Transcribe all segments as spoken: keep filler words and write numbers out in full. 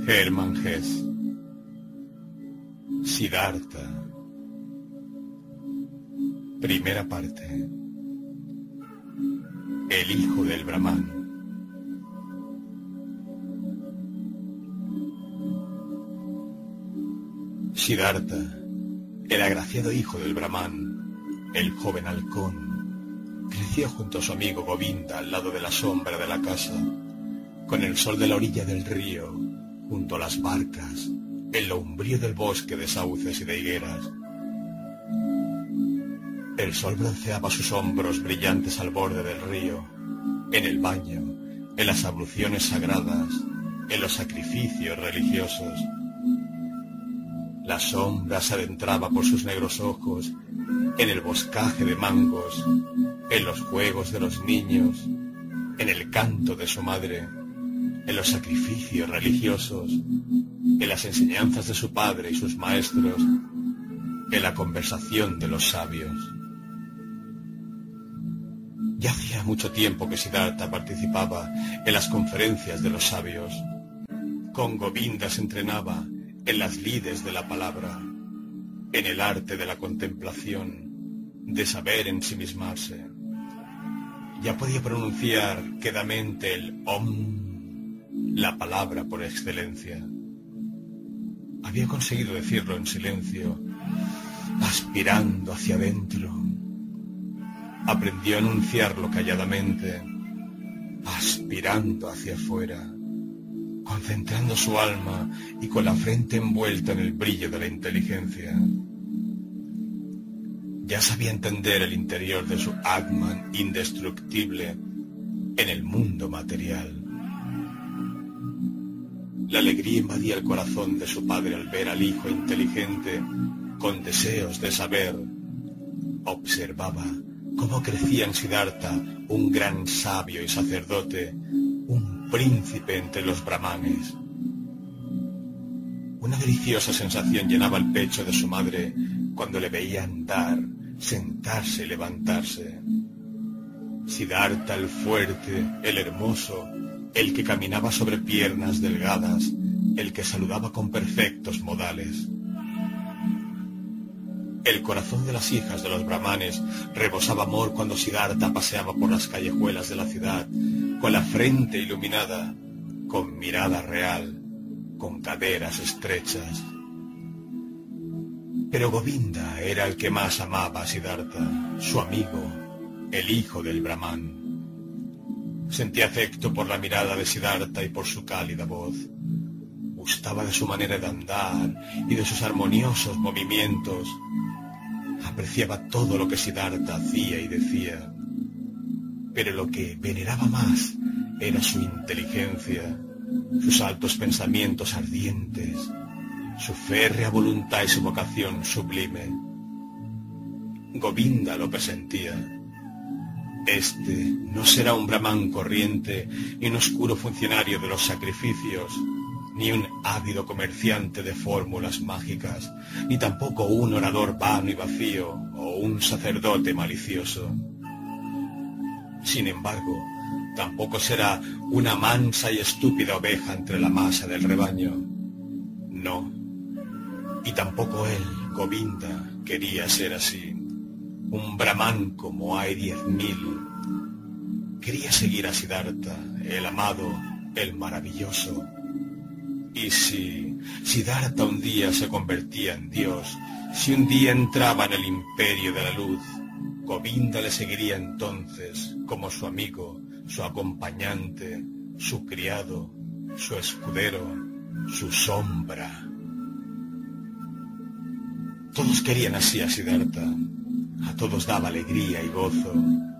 Hermann Hesse. Siddhartha. Primera parte. El hijo del Brahman. Siddhartha, el agraciado hijo del Brahman, el joven halcón, creció junto a su amigo Govinda al lado de la sombra de la casa, con el sol de la orilla del río, junto a las barcas, en lo umbrío del bosque de sauces y de higueras. El sol bronceaba sus hombros brillantes al borde del río, en el baño, en las abluciones sagradas, en los sacrificios religiosos. La sombra se adentraba por sus negros ojos, en el boscaje de mangos, en los juegos de los niños, en el canto de su madre, en los sacrificios religiosos, en las enseñanzas de su padre y sus maestros, en la conversación de los sabios. Ya hacía mucho tiempo que Siddhartha participaba en las conferencias de los sabios. Con Govinda se entrenaba en las lides de la palabra, en el arte de la contemplación, de saber ensimismarse. Ya podía pronunciar quedamente el Om, la palabra por excelencia. Había conseguido decirlo en silencio, aspirando hacia adentro. Aprendió a enunciarlo calladamente, aspirando hacia afuera, concentrando su alma y con la frente envuelta en el brillo de la inteligencia. Ya sabía entender el interior de su Atman indestructible en el mundo material. La alegría invadía el corazón de su padre al ver al hijo inteligente con deseos de saber. Observaba cómo crecía en Siddhartha un gran sabio y sacerdote, un príncipe entre los brahmanes. Una deliciosa sensación llenaba el pecho de su madre cuando le veía andar, sentarse y levantarse. Siddhartha el fuerte, el hermoso, el que caminaba sobre piernas delgadas, el que saludaba con perfectos modales. El corazón de las hijas de los brahmanes rebosaba amor cuando Siddhartha paseaba por las callejuelas de la ciudad, con la frente iluminada, con mirada real, con caderas estrechas. Pero Govinda era el que más amaba a Siddhartha, su amigo, el hijo del Brahman. Sentía afecto por la mirada de Siddhartha y por su cálida voz. Gustaba de su manera de andar y de sus armoniosos movimientos. Apreciaba todo lo que Siddhartha hacía y decía, pero lo que veneraba más era su inteligencia, sus altos pensamientos ardientes, su férrea voluntad y su vocación sublime. Govinda lo presentía. Este no será un brahman corriente, ni un oscuro funcionario de los sacrificios, ni un ávido comerciante de fórmulas mágicas, ni tampoco un orador vano y vacío, o un sacerdote malicioso. Sin embargo, tampoco será una mansa y estúpida oveja entre la masa del rebaño. No, y tampoco él, Govinda, quería ser así, un brahman como hay diez mil. Quería seguir a Siddhartha, el amado, el maravilloso. Y si Siddhartha un día se convertía en Dios, si un día entraba en el imperio de la luz, Govinda le seguiría entonces como su amigo, su acompañante, su criado, su escudero, su sombra. Todos querían así a Siddhartha, a todos daba alegría y gozo.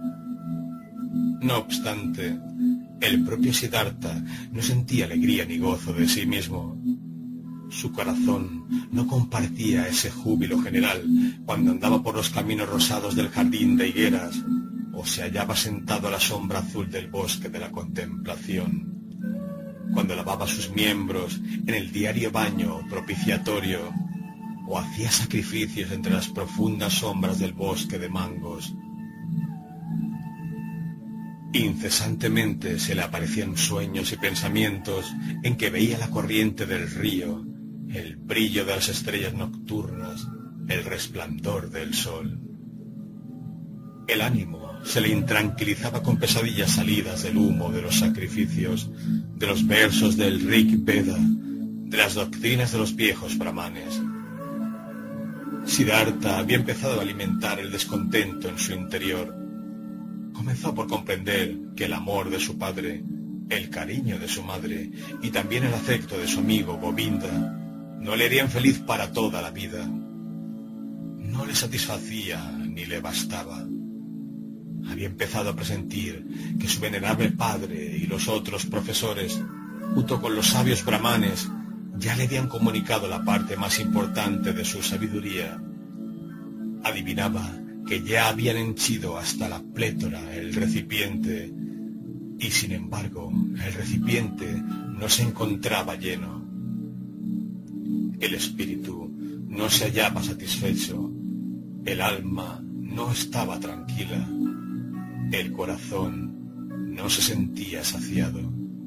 No obstante, el propio Siddhartha no sentía alegría ni gozo de sí mismo. Su corazón no compartía ese júbilo general cuando andaba por los caminos rosados del jardín de higueras o se hallaba sentado a la sombra azul del bosque de la contemplación, cuando lavaba sus miembros en el diario baño propiciatorio o hacía sacrificios entre las profundas sombras del bosque de mangos. Incesantemente se le aparecían sueños y pensamientos en que veía la corriente del río, el brillo de las estrellas nocturnas, el resplandor del sol. El ánimo se le intranquilizaba con pesadillas salidas del humo de los sacrificios, de los versos del Rig Veda, de las doctrinas de los viejos brahmanes. Siddhartha había empezado a alimentar el descontento en su interior. Comenzó por comprender que el amor de su padre, el cariño de su madre y también el afecto de su amigo Govinda no le harían feliz para toda la vida. No le satisfacía ni le bastaba. Había empezado a presentir que su venerable padre y los otros profesores, junto con los sabios brahmanes, ya le habían comunicado la parte más importante de su sabiduría. Adivinaba que ya habían henchido hasta la plétora el recipiente, y sin embargo el recipiente no se encontraba lleno. El espíritu no se hallaba satisfecho, el alma no estaba tranquila, el corazón no se sentía saciado.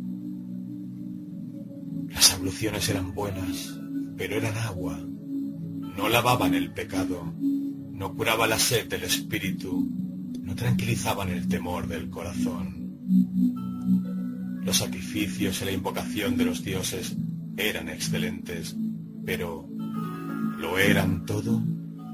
Las abluciones eran buenas, pero eran agua, no lavaban el pecado, no curaban la sed del espíritu, no tranquilizaban el temor del corazón. Los sacrificios y la invocación de los dioses eran excelentes, pero ¿lo eran todo?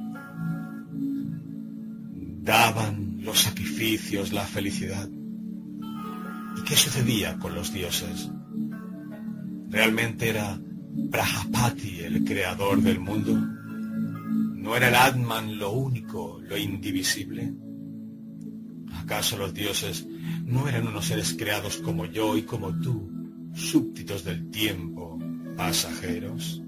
¿Daban los sacrificios la felicidad? ¿Y qué sucedía con los dioses? ¿Realmente era Prajapati el creador del mundo? ¿No era el Atman lo único, lo indivisible? ¿Acaso los dioses no eran unos seres creados como yo y como tú, súbditos del tiempo, pasajeros?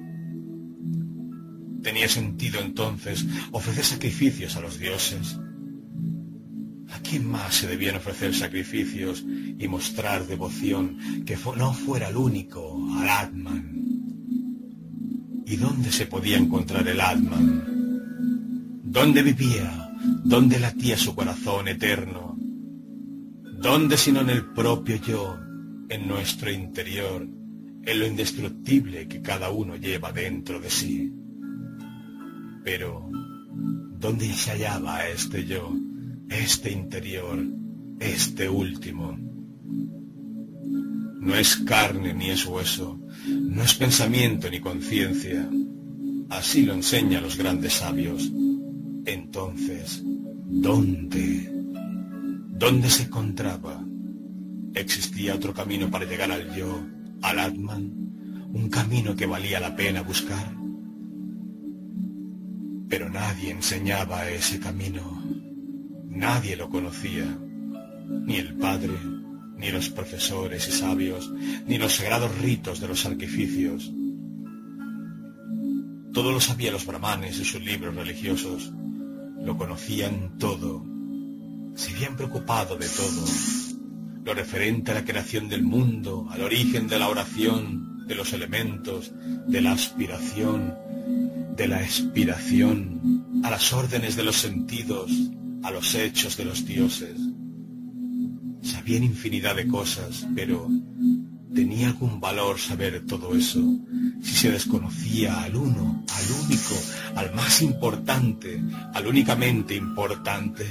¿Tenía sentido entonces ofrecer sacrificios a los dioses? ¿A quién más se debían ofrecer sacrificios y mostrar devoción que no fuera el único, al Atman? ¿Y dónde se podía encontrar el Atman? ¿Dónde vivía? ¿Dónde latía su corazón eterno? ¿Dónde sino en el propio yo, en nuestro interior, en lo indestructible que cada uno lleva dentro de sí? Pero, ¿dónde se hallaba este yo, este interior, este último? No es carne ni es hueso, no es pensamiento ni conciencia. Así lo enseñan los grandes sabios. Entonces, ¿dónde? ¿Dónde se encontraba? ¿Existía otro camino para llegar al yo, al Atman? ¿Un camino que valía la pena buscar? Pero nadie enseñaba ese camino. Nadie lo conocía. Ni el padre, ni los profesores y sabios, ni los sagrados ritos de los sacrificios. Todo lo sabían los brahmanes y sus libros religiosos. Lo conocían todo. Se habían preocupado de todo. Lo referente a la creación del mundo, al origen de la oración, de los elementos, de la aspiración, de la expiración, a las órdenes de los sentidos, a los hechos de los dioses. Sabían infinidad de cosas, pero ¿tenía algún valor saber todo eso si se desconocía al uno, al único, al más importante, al únicamente importante?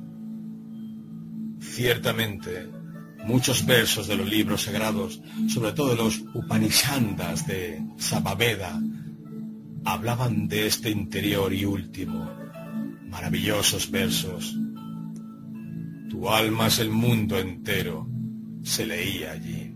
Ciertamente, muchos versos de los libros sagrados, sobre todo los Upanishadas de Samaveda, hablaban de este interior y último. Maravillosos versos. Tu alma es el mundo entero, se leía allí.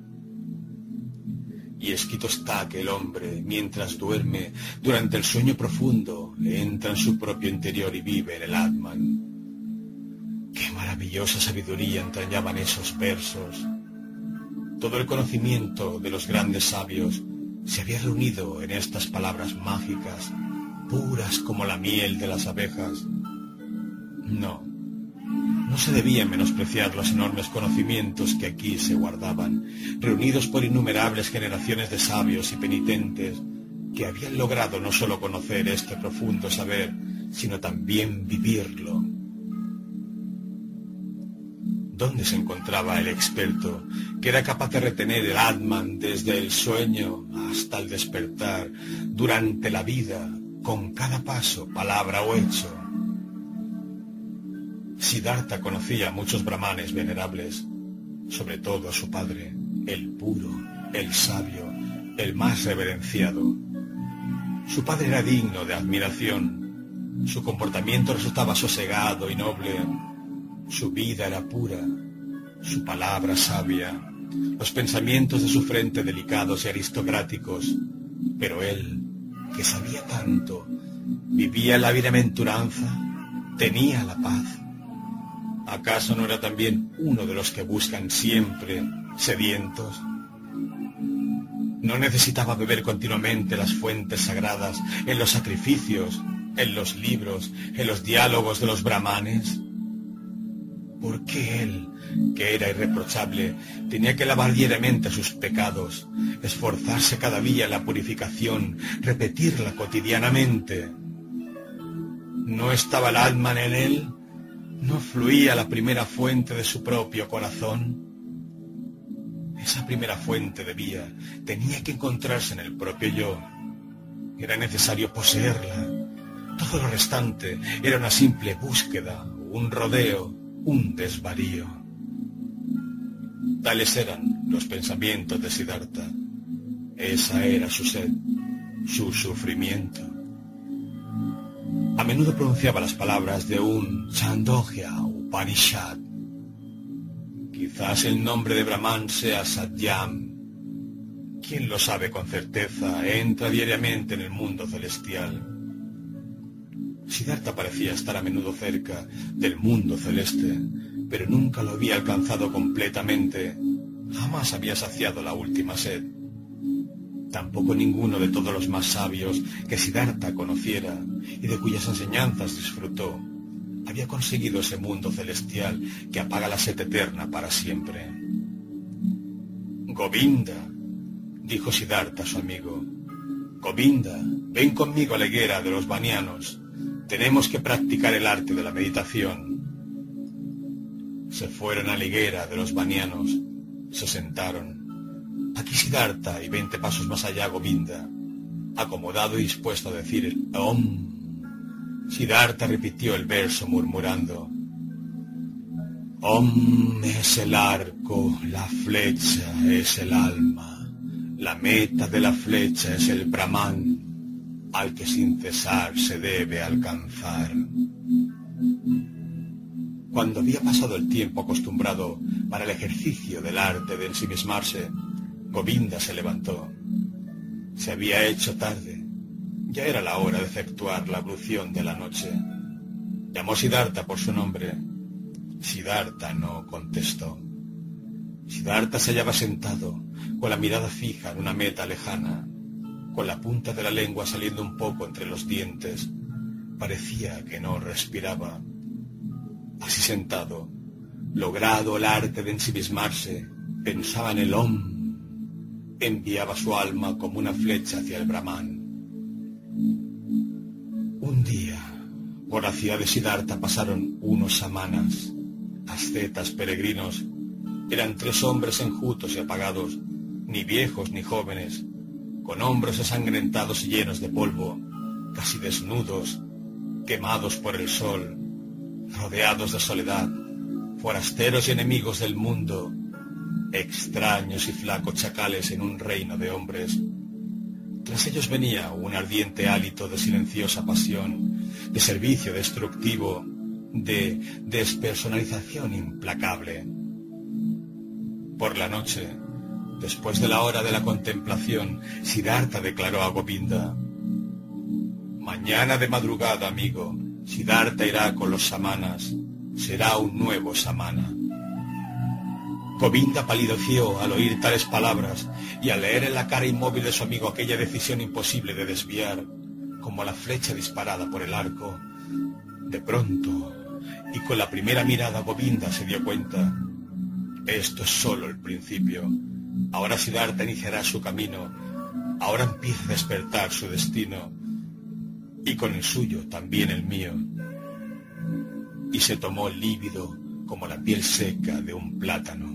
Y escrito está que el hombre, mientras duerme, durante el sueño profundo, entra en su propio interior y vive en el Atman. Qué maravillosa sabiduría entrañaban esos versos. Todo el conocimiento de los grandes sabios se había reunido en estas palabras mágicas, puras como la miel de las abejas. No, no se debían menospreciar los enormes conocimientos que aquí se guardaban, reunidos por innumerables generaciones de sabios y penitentes que habían logrado no solo conocer este profundo saber, sino también vivirlo. ¿Dónde se encontraba el experto que era capaz de retener el Atman desde el sueño hasta el despertar, durante la vida, con cada paso, palabra o hecho? Siddhartha conocía a muchos brahmanes venerables, sobre todo a su padre, el puro, el sabio, el más reverenciado. Su padre era digno de admiración, su comportamiento resultaba sosegado y noble, su vida era pura, su palabra sabia, los pensamientos de su frente delicados y aristocráticos, pero él, que sabía tanto, vivía la bienaventuranza, tenía la paz. ¿Acaso no era también uno de los que buscan siempre, sedientos? ¿No necesitaba beber continuamente las fuentes sagradas en los sacrificios, en los libros, en los diálogos de los brahmanes? ¿Por qué él, que era irreprochable, tenía que lavar diariamente sus pecados, esforzarse cada día en la purificación, repetirla cotidianamente? ¿No estaba el Atman en él? ¿No fluía la primera fuente de su propio corazón? Esa primera fuente debía, tenía que encontrarse en el propio yo. Era necesario poseerla. Todo lo restante era una simple búsqueda, un rodeo, un desvarío. Tales eran los pensamientos de Siddhartha. Esa era su sed, su sufrimiento. A menudo pronunciaba las palabras de un Chandogya Upanishad. Quizás el nombre de Brahman sea Satyam. ¿Quién lo sabe con certeza? Entra diariamente en el mundo celestial. Siddhartha parecía estar a menudo cerca del mundo celeste, pero nunca lo había alcanzado completamente. Jamás había saciado la última sed. Tampoco ninguno de todos los más sabios que Siddhartha conociera y de cuyas enseñanzas disfrutó había conseguido ese mundo celestial que apaga la sed eterna para siempre. Govinda, dijo Siddhartha a su amigo, Govinda, ven conmigo a la higuera de los banianos. Tenemos que practicar el arte de la meditación. Se fueron a la higuera de los banianos, se sentaron. Aquí Siddhartha y veinte pasos más allá Govinda, acomodado y dispuesto a decir el Om. Siddhartha repitió el verso murmurando: Om es el arco, la flecha es el alma, la meta de la flecha es el Brahman, al que sin cesar se debe alcanzar. Cuando había pasado el tiempo acostumbrado para el ejercicio del arte de ensimismarse, Govinda se levantó. Se había hecho tarde. Ya era la hora de efectuar la ablución de la noche. Llamó a Siddhartha por su nombre. Siddhartha no contestó. Siddhartha se hallaba sentado, con la mirada fija en una meta lejana, con la punta de la lengua saliendo un poco entre los dientes. Parecía que no respiraba. Así sentado, logrado el arte de ensimismarse, pensaba en el Om. Enviaba su alma como una flecha hacia el Brahman. Un día, por la ciudad de Siddhartha pasaron unos samanas, ascetas peregrinos. Eran tres hombres enjutos y apagados, ni viejos ni jóvenes, con hombros ensangrentados y llenos de polvo, casi desnudos, quemados por el sol, rodeados de soledad, forasteros y enemigos del mundo, extraños y flacos chacales en un reino de hombres. Tras ellos venía un ardiente hálito de silenciosa pasión, de servicio destructivo, de despersonalización implacable. Por la noche, después de la hora de la contemplación, Siddhartha declaró a Govinda: Mañana de madrugada, amigo, Siddhartha irá con los samanas, será un nuevo samana. Govinda palideció al oír tales palabras y al leer en la cara inmóvil de su amigo aquella decisión imposible de desviar, como la flecha disparada por el arco. De pronto, y con la primera mirada, Govinda se dio cuenta: esto es solo el principio. Ahora Siddhartha iniciará su camino, ahora empieza a despertar su destino, y con el suyo también el mío. Y se tomó lívido, como la piel seca de un plátano.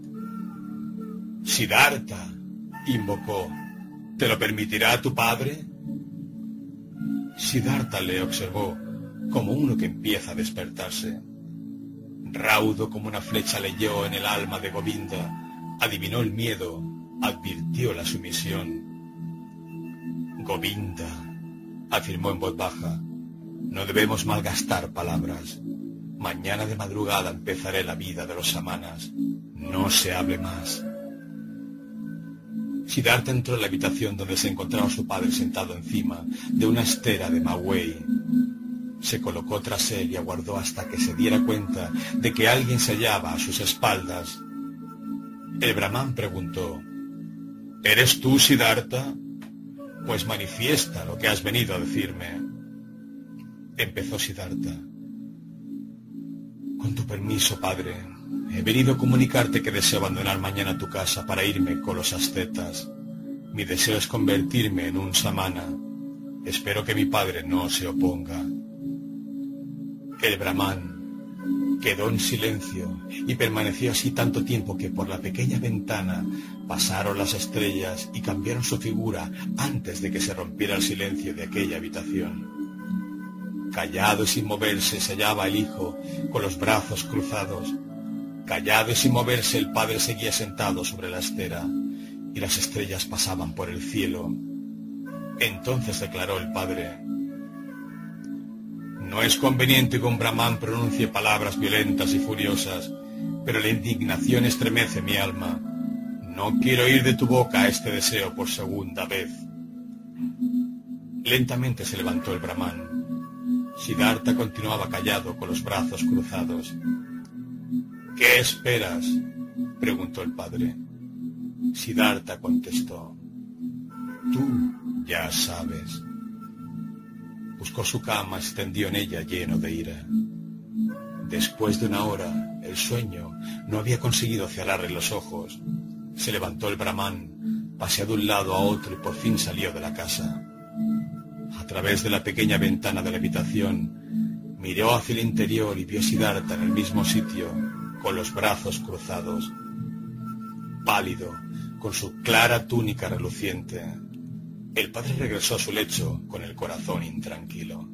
Siddhartha, invocó, ¿te lo permitirá tu padre? Siddhartha le observó como uno que empieza a despertarse. Raudo como una flecha leyó en el alma de Govinda, adivinó el miedo, advirtió la sumisión. Govinda, afirmó en voz baja, no debemos malgastar palabras. Mañana de madrugada empezaré la vida de los samanas. No se hable más. Siddhartha entró en la habitación donde se encontraba su padre sentado encima de una estera de maguey. Se colocó tras él y aguardó hasta que se diera cuenta de que alguien se hallaba a sus espaldas. El brahmán preguntó, ¿eres tú, Siddhartha? Pues manifiesta lo que has venido a decirme. Empezó Siddhartha. Con tu permiso, padre, he venido a comunicarte que deseo abandonar mañana tu casa para irme con los ascetas. Mi deseo es convertirme en un samana. Espero que mi padre no se oponga. El brahmán quedó en silencio y permaneció así tanto tiempo que por la pequeña ventana pasaron las estrellas y cambiaron su figura antes de que se rompiera el silencio de aquella habitación. Callado y sin moverse se hallaba el hijo con los brazos cruzados. Callado y sin moverse el padre seguía sentado sobre la estera y las estrellas pasaban por el cielo. Entonces declaró el padre, no es conveniente que un brahmán pronuncie palabras violentas y furiosas, pero la indignación estremece mi alma. No quiero oír de tu boca este deseo por segunda vez. Lentamente se levantó el brahmán. Siddhartha continuaba callado con los brazos cruzados. ¿Qué esperas?, preguntó el padre. Siddhartha contestó, tú ya sabes. Buscó su cama, se tendió en ella lleno de ira. Después de una hora, el sueño no había conseguido cerrarle los ojos. Se levantó el brahmán, paseó de un lado a otro y por fin salió de la casa. A través de la pequeña ventana de la habitación, miró hacia el interior y vio a Siddhartha en el mismo sitio, con los brazos cruzados, pálido, con su clara túnica reluciente. El padre regresó a su lecho con el corazón intranquilo.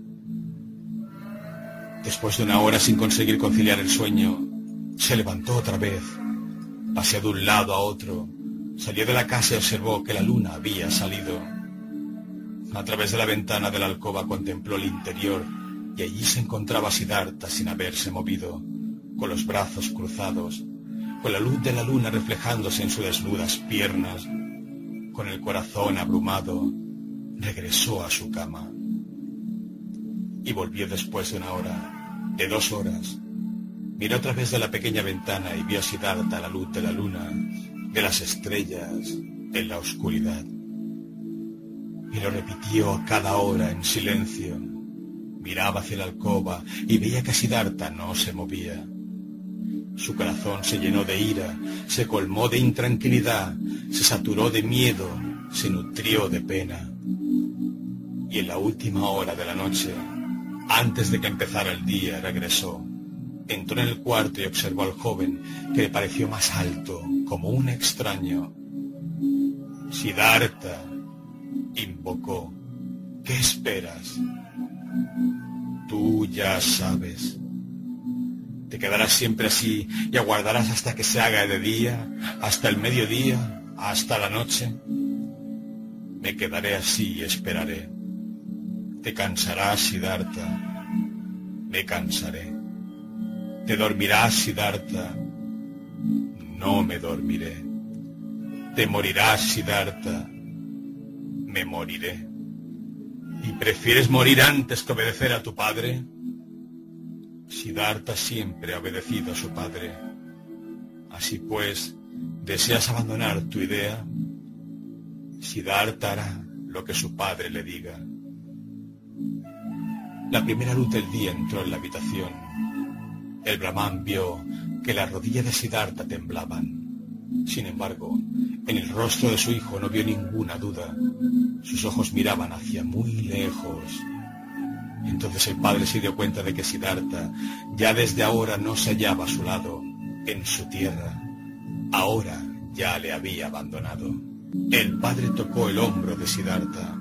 Después de una hora sin conseguir conciliar el sueño, se levantó otra vez, paseó de un lado a otro, salió de la casa y observó que la luna había salido. A través de la ventana de la alcoba contempló el interior y allí se encontraba Siddhartha sin haberse movido, con los brazos cruzados, con la luz de la luna reflejándose en sus desnudas piernas. Con el corazón abrumado, regresó a su cama. Y volvió después de una hora, de dos horas. Miró a través de la pequeña ventana y vio a Siddhartha a la luz de la luna, de las estrellas, en la oscuridad. Y lo repitió a cada hora en silencio. Miraba hacia la alcoba y veía que Siddhartha no se movía. Su corazón se llenó de ira, se colmó de intranquilidad, se saturó de miedo, se nutrió de pena. Y en la última hora de la noche, antes de que empezara el día, regresó. Entró en el cuarto y observó al joven, que le pareció más alto, como un extraño. Siddhartha, invocó, ¿qué esperas? Tú ya sabes. ¿Te quedarás siempre así y aguardarás hasta que se haga de día, hasta el mediodía, hasta la noche? Me quedaré así y esperaré. Te cansarás, Siddhartha. Me cansaré. Te dormirás, Siddhartha. No me dormiré. Te morirás, Siddhartha. Me moriré. ¿Y prefieres morir antes que obedecer a tu padre? Siddhartha siempre ha obedecido a su padre. Así pues, ¿deseas abandonar tu idea? Siddhartha hará lo que su padre le diga. La primera luz del día entró en la habitación. El brahmán vio que las rodillas de Siddhartha temblaban. Sin embargo, en el rostro de su hijo no vio ninguna duda. Sus ojos miraban hacia muy lejos. Entonces el padre se dio cuenta de que Siddhartha ya desde ahora no se hallaba a su lado, en su tierra. Ahora ya le había abandonado. El padre tocó el hombro de Siddhartha.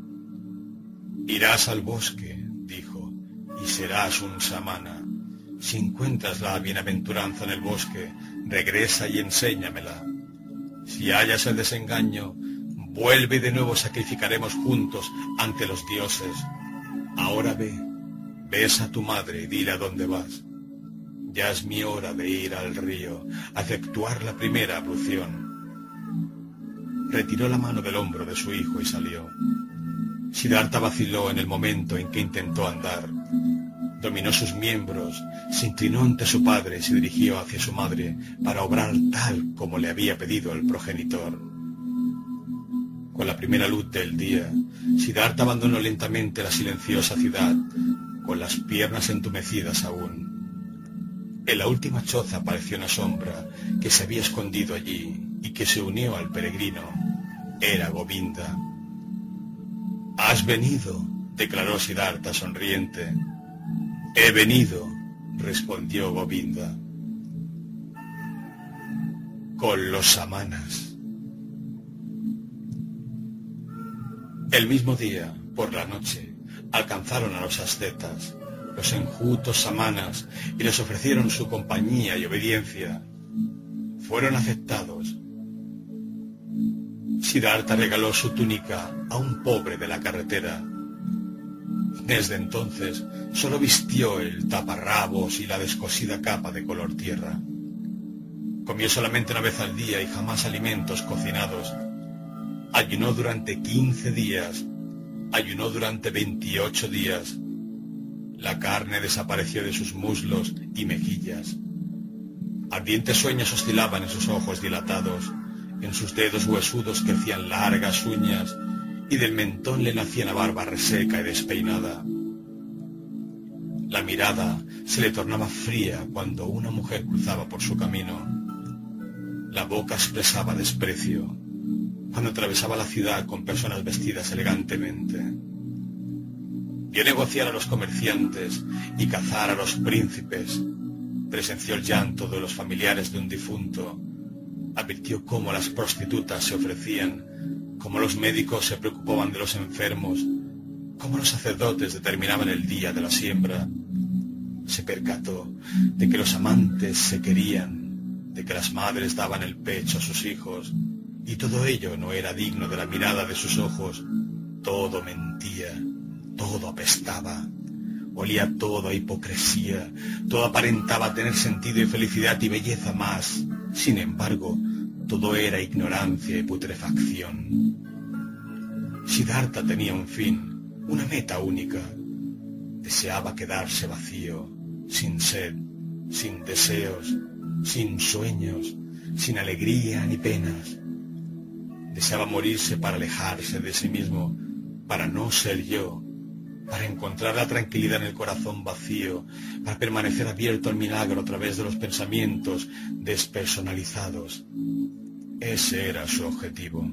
Irás al bosque, dijo, y serás un samana. Si encuentras la bienaventuranza en el bosque, regresa y enséñamela. Si hallas el desengaño, vuelve y de nuevo sacrificaremos juntos ante los dioses. Ahora ve, besa a tu madre y dile a dónde vas. Ya es mi hora de ir al río, a efectuar la primera ablución. Retiró la mano del hombro de su hijo y salió. Siddhartha vaciló en el momento en que intentó andar. Dominó sus miembros, se inclinó ante su padre y se dirigió hacia su madre para obrar tal como le había pedido el progenitor. Con la primera luz del día, Siddhartha abandonó lentamente la silenciosa ciudad, con las piernas entumecidas aún. En la última choza apareció una sombra que se había escondido allí y que se unió al peregrino. Era Govinda. «Has venido», declaró Siddhartha sonriente. «He venido», respondió Govinda, «con los samanas». El mismo día, por la noche, alcanzaron a los ascetas, los enjutos samanas, y les ofrecieron su compañía y obediencia. Fueron aceptados. Siddhartha regaló su túnica a un pobre de la carretera. Desde entonces solo vistió el taparrabos y la descosida capa de color tierra. Comió solamente una vez al día y jamás alimentos cocinados. Ayunó durante quince días, ayunó durante veintiocho días. La carne desapareció de sus muslos y mejillas. Ardientes sueños oscilaban en sus ojos dilatados, en sus dedos huesudos crecían largas uñas, y del mentón le nacía una barba reseca y despeinada. La mirada se le tornaba fría cuando una mujer cruzaba por su camino. La boca expresaba desprecio cuando atravesaba la ciudad con personas vestidas elegantemente. Vio negociar a los comerciantes y cazar a los príncipes. Presenció el llanto de los familiares de un difunto. Advirtió cómo las prostitutas se ofrecían, cómo los médicos se preocupaban de los enfermos, cómo los sacerdotes determinaban el día de la siembra. Se percató de que los amantes se querían, de que las madres daban el pecho a sus hijos, y todo ello no era digno de la mirada de sus ojos. Todo mentía, todo apestaba, olía todo a hipocresía, todo aparentaba tener sentido y felicidad y belleza más. Sin embargo, todo era ignorancia y putrefacción. Siddhartha tenía un fin, una meta única. Deseaba quedarse vacío, sin sed, sin deseos, sin sueños, sin alegría ni penas. Deseaba morirse para alejarse de sí mismo, para no ser yo, para encontrar la tranquilidad en el corazón vacío, para permanecer abierto al milagro a través de los pensamientos despersonalizados. Ese era su objetivo.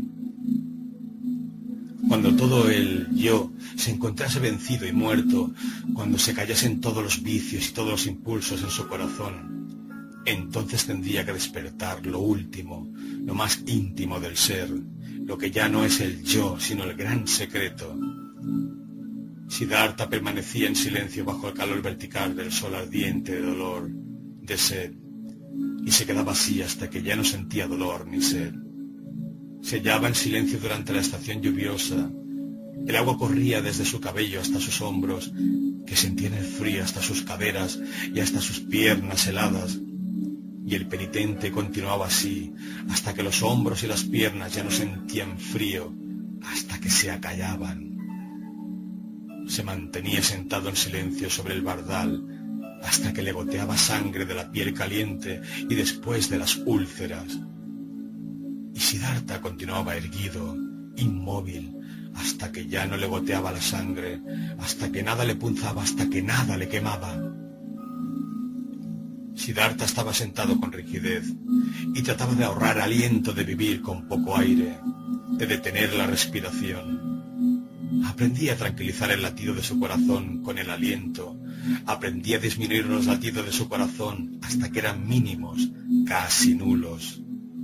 Cuando todo el yo se encontrase vencido y muerto, cuando se callasen todos los vicios y todos los impulsos en su corazón, entonces tendría que despertar lo último, lo más íntimo del ser, lo que ya no es el yo, sino el gran secreto. Siddhartha permanecía en silencio bajo el calor vertical del sol ardiente de dolor, de sed, y se quedaba así hasta que ya no sentía dolor ni sed. Se hallaba en silencio durante la estación lluviosa. El agua corría desde su cabello hasta sus hombros, que sentían el frío hasta sus caderas y hasta sus piernas heladas. Y el penitente continuaba así, hasta que los hombros y las piernas ya no sentían frío, hasta que se acallaban. Se mantenía sentado en silencio sobre el bardal, hasta que le goteaba sangre de la piel caliente y después de las úlceras. Y Siddhartha continuaba erguido, inmóvil, hasta que ya no le goteaba la sangre, hasta que nada le punzaba, hasta que nada le quemaba. Siddhartha estaba sentado con rigidez y trataba de ahorrar aliento, de vivir con poco aire, de detener la respiración. Aprendí a tranquilizar el latido de su corazón con el aliento. Aprendí a disminuir los latidos de su corazón hasta que eran mínimos, casi nulos.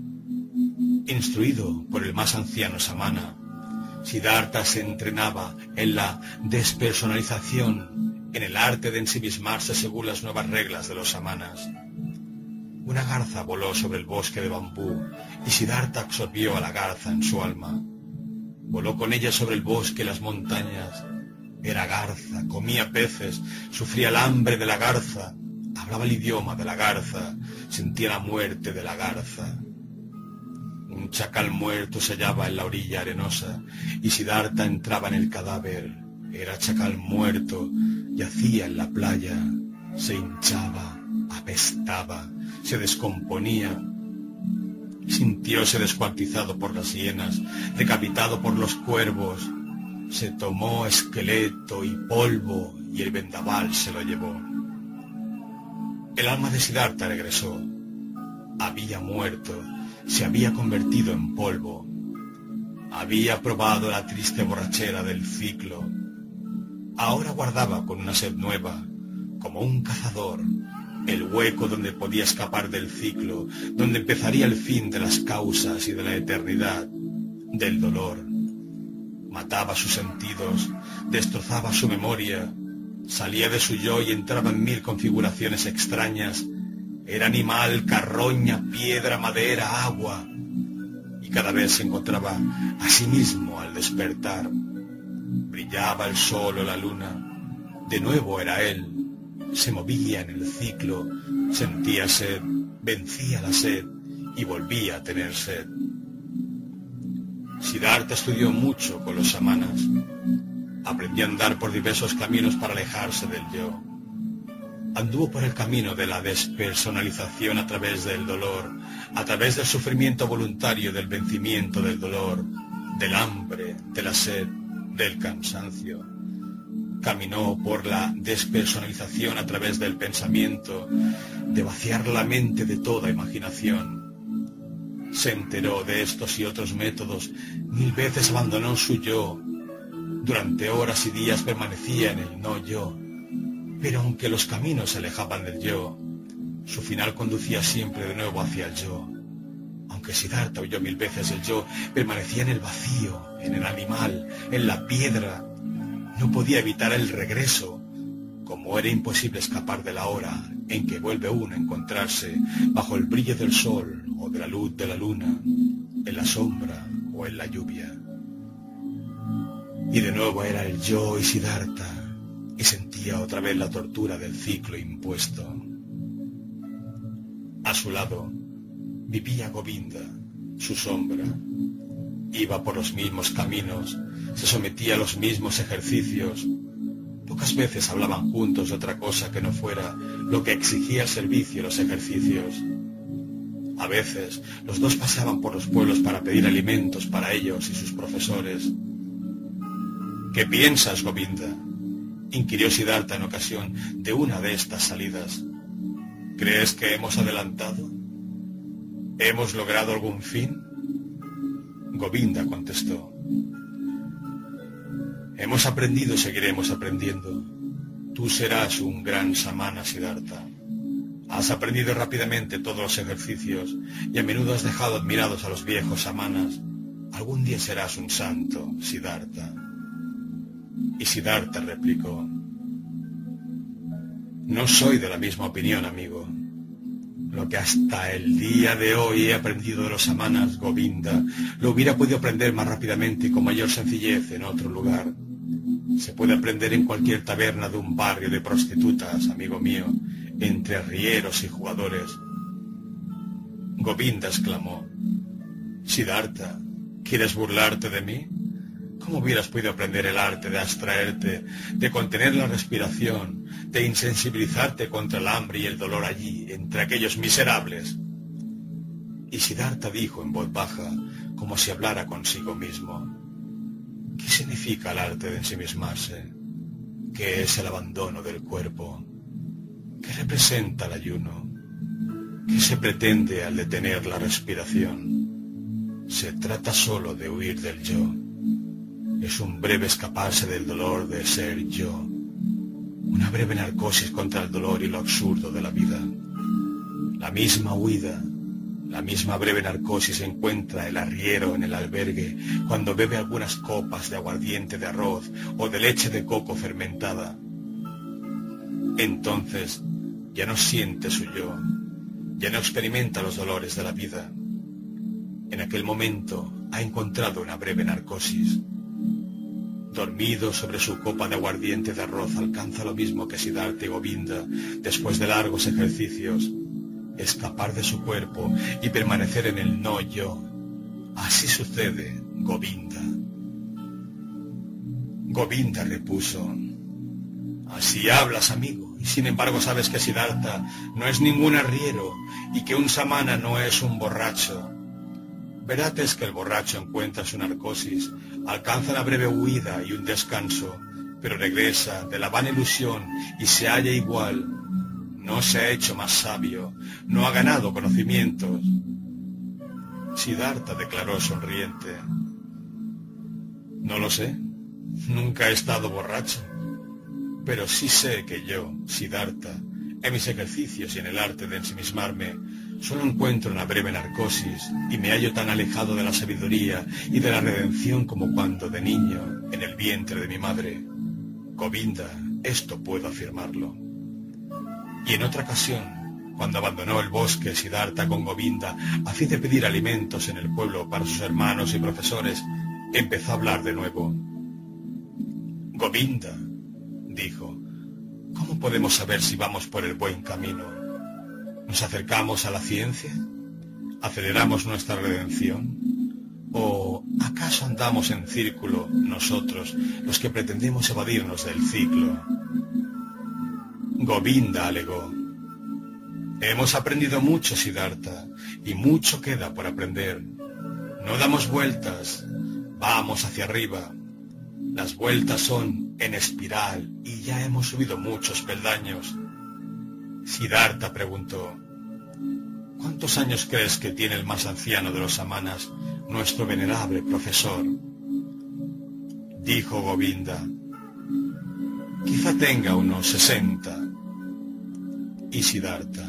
Instruido por el más anciano Samana, Siddhartha se entrenaba en la despersonalización, en el arte de ensimismarse según las nuevas reglas de los samanas. Una garza voló sobre el bosque de bambú y Siddhartha absorbió a la garza en su alma. Voló con ella sobre el bosque y las montañas. Era garza, comía peces, sufría el hambre de la garza, hablaba el idioma de la garza, sentía la muerte de la garza. Un chacal muerto se hallaba en la orilla arenosa y Siddhartha entraba en el cadáver. Era chacal muerto, yacía en la playa, se hinchaba, apestaba, se descomponía. Sintióse descuartizado por las hienas, decapitado por los cuervos. Se tomó esqueleto y polvo y el vendaval se lo llevó. El alma de Siddhartha regresó. Había muerto, se había convertido en polvo. Había probado la triste borrachera del ciclo. Ahora guardaba con una sed nueva, como un cazador, el hueco donde podía escapar del ciclo, donde empezaría el fin de las causas y de la eternidad, del dolor. Mataba sus sentidos, destrozaba su memoria, salía de su yo y entraba en mil configuraciones extrañas. Era animal, carroña, piedra, madera, agua, y cada vez se encontraba a sí mismo al despertar. Brillaba el sol o la luna, de nuevo era él, se movía en el ciclo, sentía sed, vencía la sed y volvía a tener sed. Siddhartha estudió mucho con los samanas, aprendió a andar por diversos caminos para alejarse del yo. Anduvo por el camino de la despersonalización a través del dolor, a través del sufrimiento voluntario, del vencimiento del dolor, del hambre, de la sed, del cansancio. Caminó por la despersonalización a través del pensamiento, de vaciar la mente de toda imaginación. Se enteró de estos y otros métodos, mil veces abandonó su yo. Durante horas y días permanecía en el no yo. Pero aunque los caminos se alejaban del yo, su final conducía siempre de nuevo hacia el yo. Aunque Siddhartha huyó mil veces del yo, permanecía en el vacío, en el animal, en la piedra. No podía evitar el regreso, como era imposible escapar de la hora en que vuelve uno a encontrarse bajo el brillo del sol o de la luz de la luna, en la sombra o en la lluvia. Y de nuevo era el yo y Siddhartha, y sentía otra vez la tortura del ciclo impuesto. A su lado vivía Govinda, su sombra. Iba por los mismos caminos, se sometía a los mismos ejercicios. Pocas veces hablaban juntos de otra cosa que no fuera lo que exigía el servicio y los ejercicios. A veces los dos paseaban por los pueblos para pedir alimentos para ellos y sus profesores. ¿Qué piensas, Govinda?, inquirió Siddhartha en ocasión de una de estas salidas. ¿Crees que hemos adelantado? ¿Hemos logrado algún fin? Govinda contestó: hemos aprendido y seguiremos aprendiendo. Tú serás un gran samana, Siddhartha. Has aprendido rápidamente todos los ejercicios y a menudo has dejado admirados a los viejos samanas. Algún día serás un santo, Siddhartha. Y Siddhartha replicó: no soy de la misma opinión, amigo. Lo que hasta el día de hoy he aprendido de los samanas, Govinda, lo hubiera podido aprender más rápidamente y con mayor sencillez en otro lugar. Se puede aprender en cualquier taberna de un barrio de prostitutas, amigo mío, entre arrieros y jugadores. Govinda exclamó: Siddhartha, ¿quieres burlarte de mí? ¿Cómo hubieras podido aprender el arte de abstraerte, de contener la respiración, de insensibilizarte contra el hambre y el dolor allí, entre aquellos miserables? Y Siddhartha dijo en voz baja, como si hablara consigo mismo: ¿qué significa el arte de ensimismarse? ¿Qué es el abandono del cuerpo? ¿Qué representa el ayuno? ¿Qué se pretende al detener la respiración? Se trata solo de huir del yo. es un breve escaparse del dolor de ser yo, una breve narcosis contra el dolor y lo absurdo de la vida. La misma huida, la misma breve narcosis encuentra el arriero en el albergue cuando bebe algunas copas de aguardiente de arroz o de leche de coco fermentada. Entonces ya no siente su yo, ya no experimenta los dolores de la vida. En aquel momento ha encontrado una breve narcosis. Dormido sobre su copa de aguardiente de arroz, alcanza lo mismo que Siddhartha y Govinda después de largos ejercicios, escapar de su cuerpo y permanecer en el no yo. Así sucede, Govinda. Govinda repuso: así hablas, amigo, y sin embargo sabes que Siddhartha no es ningún arriero y que un samana no es un borracho. Verdad es que el borracho encuentra su narcosis, alcanza la breve huida y un descanso, pero regresa de la vana ilusión y se halla igual. No se ha hecho más sabio, no ha ganado conocimientos. Siddhartha declaró sonriente: no lo sé, nunca he estado borracho, pero sí sé que yo, Siddhartha, en mis ejercicios y en el arte de ensimismarme, solo encuentro una breve narcosis y me hallo tan alejado de la sabiduría y de la redención como cuando de niño, en el vientre de mi madre. Govinda, esto puedo afirmarlo. Y en otra ocasión, cuando abandonó el bosque Siddhartha con Govinda a fin de pedir alimentos en el pueblo para sus hermanos y profesores, empezó a hablar de nuevo. Govinda, dijo, ¿cómo podemos saber si vamos por el buen camino? ¿Nos acercamos a la ciencia? ¿Aceleramos nuestra redención? ¿O acaso andamos en círculo nosotros, los que pretendemos evadirnos del ciclo? Govinda alegó: hemos aprendido mucho, Siddhartha, y mucho queda por aprender. No damos vueltas, vamos hacia arriba. Las vueltas son en espiral y ya hemos subido muchos peldaños. Siddhartha preguntó: ¿cuántos años crees que tiene el más anciano de los samanas, nuestro venerable profesor? Dijo Govinda: quizá tenga unos sesenta. Y Siddhartha: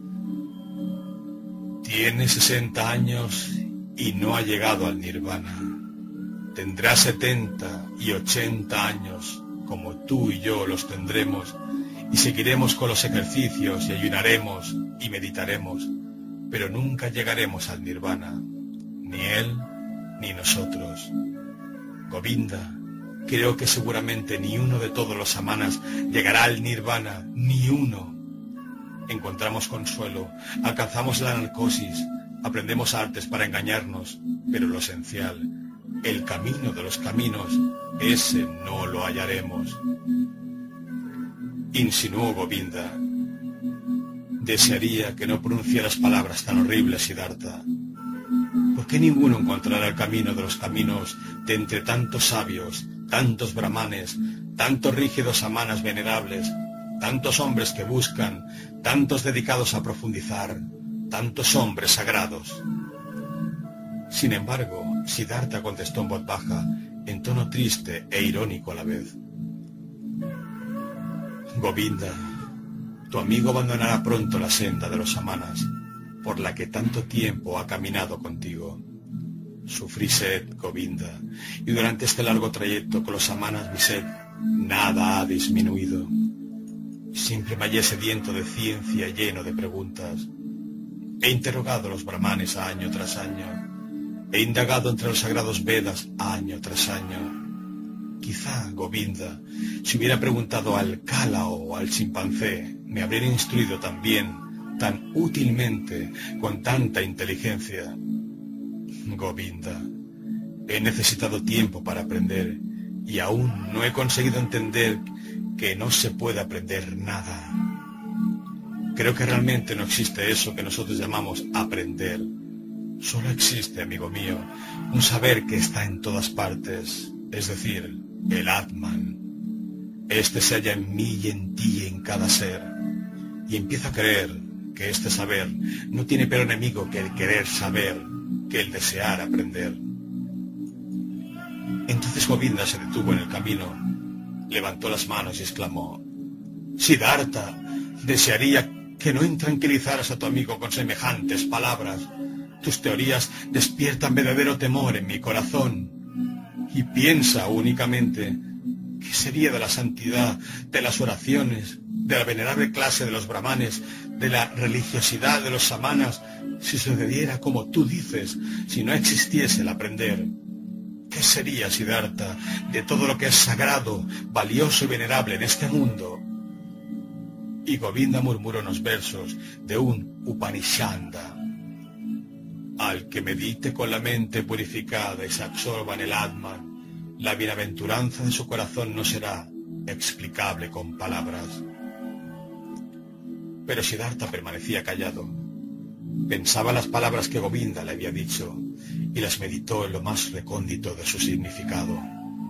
tiene sesenta años y no ha llegado al nirvana. Tendrá setenta y ochenta años, como tú y yo los tendremos, y seguiremos con los ejercicios y ayunaremos y meditaremos, pero nunca llegaremos al nirvana, ni él ni nosotros. Govinda, creo que seguramente ni uno de todos los samanas llegará al nirvana, ni uno. Encontramos consuelo, alcanzamos la narcosis, aprendemos artes para engañarnos, pero lo esencial, el camino de los caminos, ese no lo hallaremos. Insinuó Govinda: desearía que no pronunciaras palabras tan horribles, Siddhartha. ¿Por qué ninguno encontrará el camino de los caminos de entre tantos sabios, tantos brahmanes, tantos rígidos samanas venerables, tantos hombres que buscan, tantos dedicados a profundizar, tantos hombres sagrados? Sin embargo, Siddhartha contestó en voz baja, en tono triste e irónico a la vez: Govinda, tu amigo abandonará pronto la senda de los samanas, por la que tanto tiempo ha caminado contigo. Sufrí sed, Govinda, y durante este largo trayecto con los samanas mi sed nada ha disminuido. Siempre me hallé sediento de ciencia, lleno de preguntas. He interrogado a los brahmanes año tras año. He indagado entre los sagrados Vedas año tras año. Quizá, Govinda, si hubiera preguntado al Kala o al chimpancé, me habrían instruido también, tan útilmente, con tanta inteligencia. Govinda, he necesitado tiempo para aprender y aún no he conseguido entender que no se puede aprender nada. Creo que realmente no existe eso que nosotros llamamos aprender. Solo existe, amigo mío, un saber que está en todas partes, es decir, el Atman. Este se halla en mí y en ti y en cada ser, y empiezo a creer que este saber no tiene peor enemigo que el querer saber, que el desear aprender. Entonces Govinda se detuvo en el camino, levantó las manos y exclamó: Siddhartha, desearía que no intranquilizaras a tu amigo con semejantes palabras. Tus teorías despiertan verdadero temor en mi corazón. Y piensa únicamente qué sería de la santidad, de las oraciones, de la venerable clase de los brahmanes, de la religiosidad de los samanas, si sucediera como tú dices, si no existiese el aprender. ¿Qué sería, Siddhartha, de todo lo que es sagrado, valioso y venerable en este mundo? Y Govinda murmuró unos versos de un Upanishanda. Al que medite con la mente purificada y se absorba en el Atman, la bienaventuranza de su corazón no será explicable con palabras. Pero Siddhartha permanecía callado. Pensaba las palabras que Govinda le había dicho y las meditó en lo más recóndito de su significado.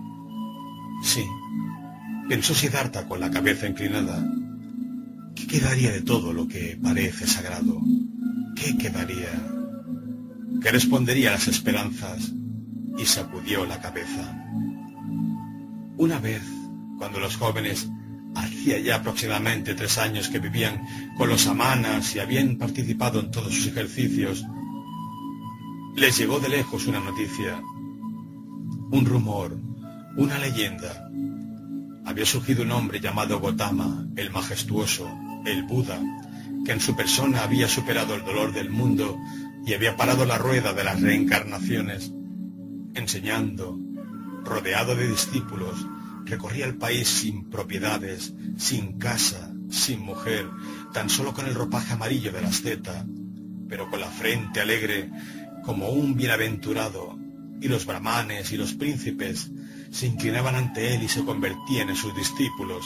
Sí, pensó Siddhartha con la cabeza inclinada. ¿Qué quedaría de todo lo que parece sagrado? ¿Qué quedaría? ¿Qué respondería a las esperanzas? Y sacudió la cabeza. Una vez, cuando los jóvenes, hacía ya aproximadamente tres años que vivían con los samanas y habían participado en todos sus ejercicios, les llegó de lejos una noticia, un rumor, una leyenda. Había surgido un hombre llamado Gotama, el majestuoso, el Buda, que en su persona había superado el dolor del mundo y había parado la rueda de las reencarnaciones. Enseñando, rodeado de discípulos, recorría el país sin propiedades, sin casa, sin mujer, tan solo con el ropaje amarillo de la asceta, pero con la frente alegre como un bienaventurado, y los brahmanes y los príncipes se inclinaban ante él y se convertían en sus discípulos.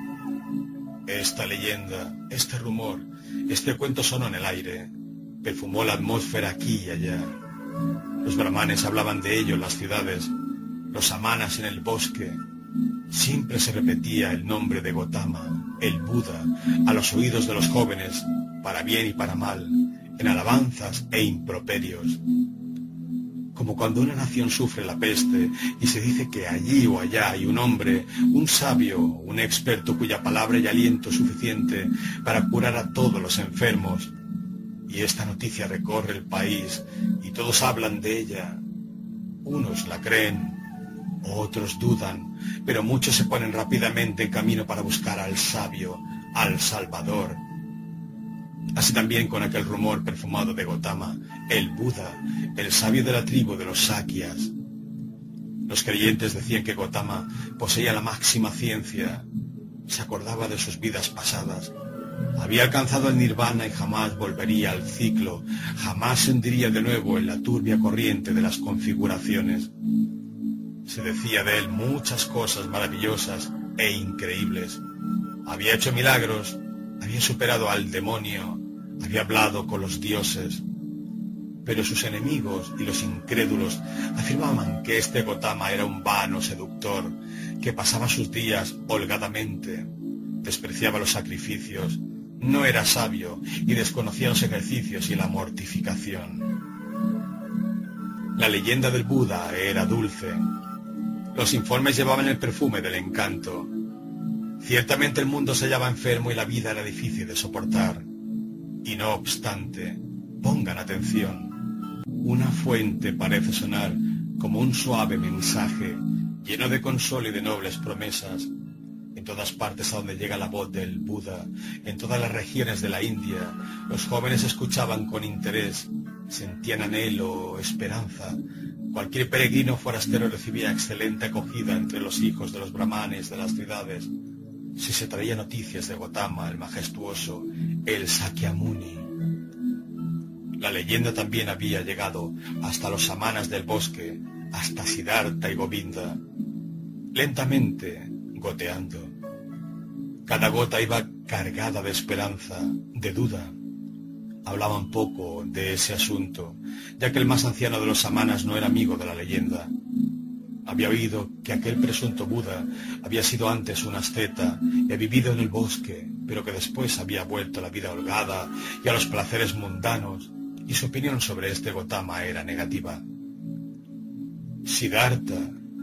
Esta leyenda, este rumor, este cuento sonó en el aire, perfumó la atmósfera aquí y allá. Los brahmanes hablaban de ello en las ciudades, los samanas en el bosque. Siempre se repetía el nombre de Gotama, el Buda, a los oídos de los jóvenes, para bien y para mal, en alabanzas e improperios. Como cuando una nación sufre la peste y se dice que allí o allá hay un hombre, un sabio, un experto cuya palabra y aliento es suficiente para curar a todos los enfermos. Y esta noticia recorre el país y todos hablan de ella. Unos la creen, otros dudan, pero muchos se ponen rápidamente en camino para buscar al sabio, al Salvador. Así también con aquel rumor perfumado de Gotama, el Buda, el sabio de la tribu de los Sakyas. Los creyentes decían que Gotama poseía la máxima ciencia, se acordaba de sus vidas pasadas, había alcanzado el nirvana y jamás volvería al ciclo, jamás se hundiría de nuevo en la turbia corriente de las configuraciones. Se decía de él muchas cosas maravillosas e increíbles. Había hecho milagros, había superado al demonio, había hablado con los dioses. Pero sus enemigos y los incrédulos afirmaban que este Gotama era un vano seductor, que pasaba sus días holgadamente, despreciaba los sacrificios, no era sabio y desconocía los ejercicios y la mortificación. La leyenda del Buda era dulce. Los informes llevaban el perfume del encanto. Ciertamente el mundo se hallaba enfermo y la vida era difícil de soportar. Y no obstante, pongan atención, una fuente parece sonar como un suave mensaje, lleno de consuelo y de nobles promesas. En todas partes a donde llega la voz del Buda, en todas las regiones de la India, los jóvenes escuchaban con interés, sentían anhelo, esperanza. Cualquier peregrino forastero recibía excelente acogida entre los hijos de los brahmanes de las ciudades. Si se traía noticias de Gotama, el majestuoso, el Sakyamuni. La leyenda también había llegado hasta los samanas del bosque, hasta Siddhartha y Govinda. Lentamente, goteando. Cada gota iba cargada de esperanza, de duda. Hablaban poco de ese asunto, ya que el más anciano de los samanas no era amigo de la leyenda. Había oído que aquel presunto Buda había sido antes un asceta y había vivido en el bosque, pero que después había vuelto a la vida holgada y a los placeres mundanos, y su opinión sobre este Gotama era negativa. Siddhartha,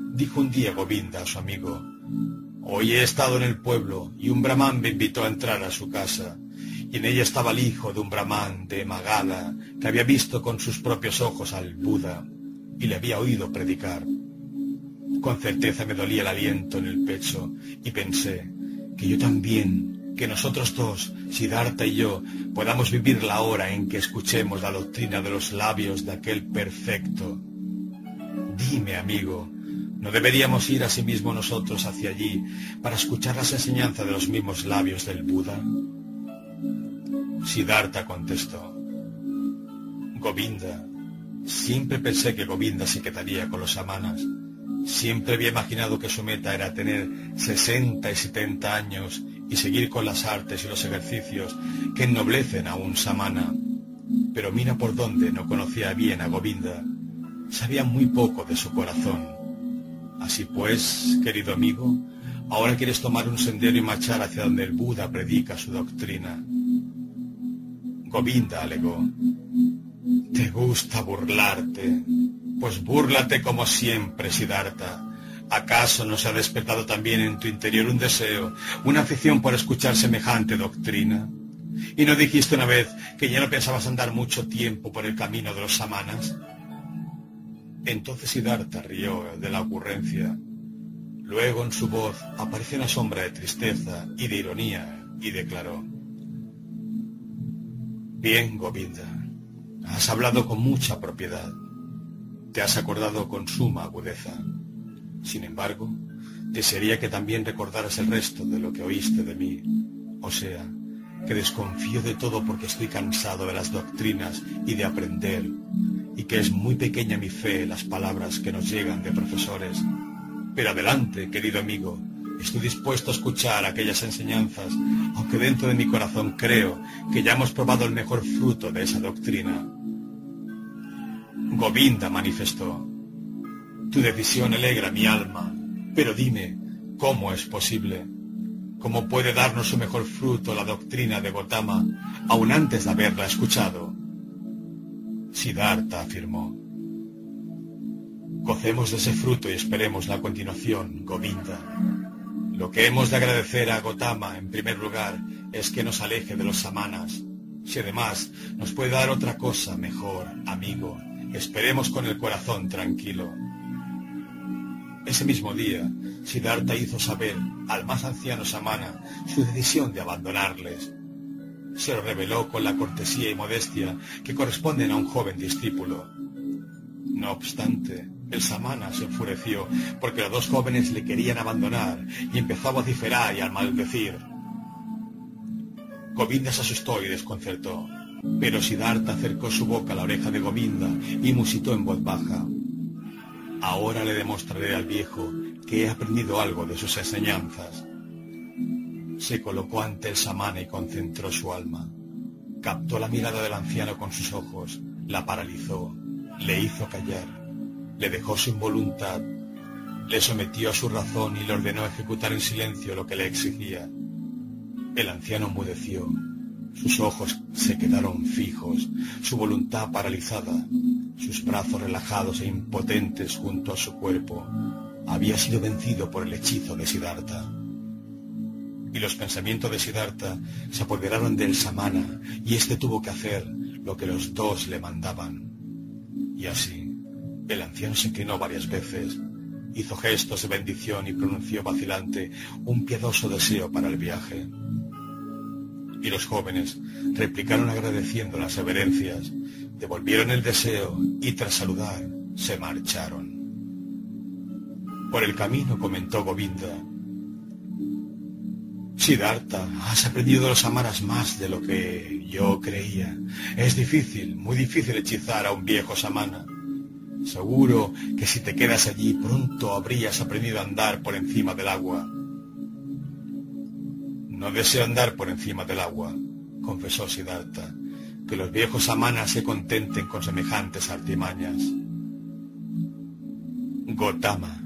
dijo un día Govinda a su amigo. Hoy he estado en el pueblo y un brahmán me invitó a entrar a su casa, y en ella estaba el hijo de un brahmán de Magadha que había visto con sus propios ojos al Buda y le había oído predicar. Con certeza me dolía el aliento en el pecho y pensé que yo también, que nosotros dos, Siddhartha y yo, podamos vivir la hora en que escuchemos la doctrina de los labios de aquel perfecto. Dime, amigo, ¿no deberíamos ir asimismo nosotros hacia allí para escuchar las enseñanzas de los mismos labios del Buda? Siddhartha contestó. Govinda, siempre pensé que Govinda se quedaría con los samanas. Siempre había imaginado que su meta era tener sesenta y setenta años y seguir con las artes y los ejercicios que ennoblecen a un samana. Pero mira por dónde no conocía bien a Govinda. Sabía muy poco de su corazón. Así pues, querido amigo, ahora quieres tomar un sendero y marchar hacia donde el Buda predica su doctrina. Govinda alegó. ¿Te gusta burlarte? Pues búrlate como siempre, Siddhartha. ¿Acaso no se ha despertado también en tu interior un deseo, una afición por escuchar semejante doctrina? ¿Y no dijiste una vez que ya no pensabas andar mucho tiempo por el camino de los samanas? Entonces Siddhartha rió de la ocurrencia. Luego en su voz apareció una sombra de tristeza y de ironía y declaró. Bien, Govinda, has hablado con mucha propiedad. Te has acordado con suma agudeza. Sin embargo, desearía que también recordaras el resto de lo que oíste de mí. O sea, que desconfío de todo porque estoy cansado de las doctrinas y de aprender, y que es muy pequeña mi fe en las palabras que nos llegan de profesores. Pero adelante, querido amigo, estoy dispuesto a escuchar aquellas enseñanzas, aunque dentro de mi corazón creo que ya hemos probado el mejor fruto de esa doctrina. Govinda manifestó. Tu decisión alegra mi alma, pero dime, ¿cómo es posible? ¿Cómo puede darnos su mejor fruto la doctrina de Gotama, aun antes de haberla escuchado? Siddhartha afirmó. Gocemos de ese fruto y esperemos la continuación, Govinda. Lo que hemos de agradecer a Gotama, en primer lugar, es que nos aleje de los samanas. Si además nos puede dar otra cosa mejor, amigo, esperemos con el corazón tranquilo. Ese mismo día, Siddhartha hizo saber al más anciano samana su decisión de abandonarles. Se lo reveló con la cortesía y modestia que corresponden a un joven discípulo. No obstante, el samana se enfureció porque los dos jóvenes le querían abandonar y empezó a vociferar y a maldecir. Govinda se asustó y desconcertó, pero Siddhartha acercó su boca a la oreja de Govinda y musitó en voz baja. Ahora le demostraré al viejo que he aprendido algo de sus enseñanzas. Se colocó ante el samana y concentró su alma. Captó la mirada del anciano con sus ojos, la paralizó, le hizo callar, le dejó sin voluntad, le sometió a su razón y le ordenó ejecutar en silencio lo que le exigía. El anciano enmudeció, sus ojos se quedaron fijos, su voluntad paralizada, sus brazos relajados e impotentes junto a su cuerpo. Había sido vencido por el hechizo de Siddhartha. Y los pensamientos de Siddhartha se apoderaron del samana y éste tuvo que hacer lo que los dos le mandaban. Y así, el anciano se inclinó varias veces, hizo gestos de bendición y pronunció vacilante un piadoso deseo para el viaje. Y los jóvenes replicaron agradeciendo las reverencias, devolvieron el deseo y tras saludar se marcharon. Por el camino comentó Govinda. Siddhartha, has aprendido de los samanas más de lo que yo creía. Es difícil, muy difícil hechizar a un viejo samana. Seguro que si te quedas allí pronto habrías aprendido a andar por encima del agua. No deseo andar por encima del agua, confesó Siddhartha, que los viejos samanas se contenten con semejantes artimañas. Gotama.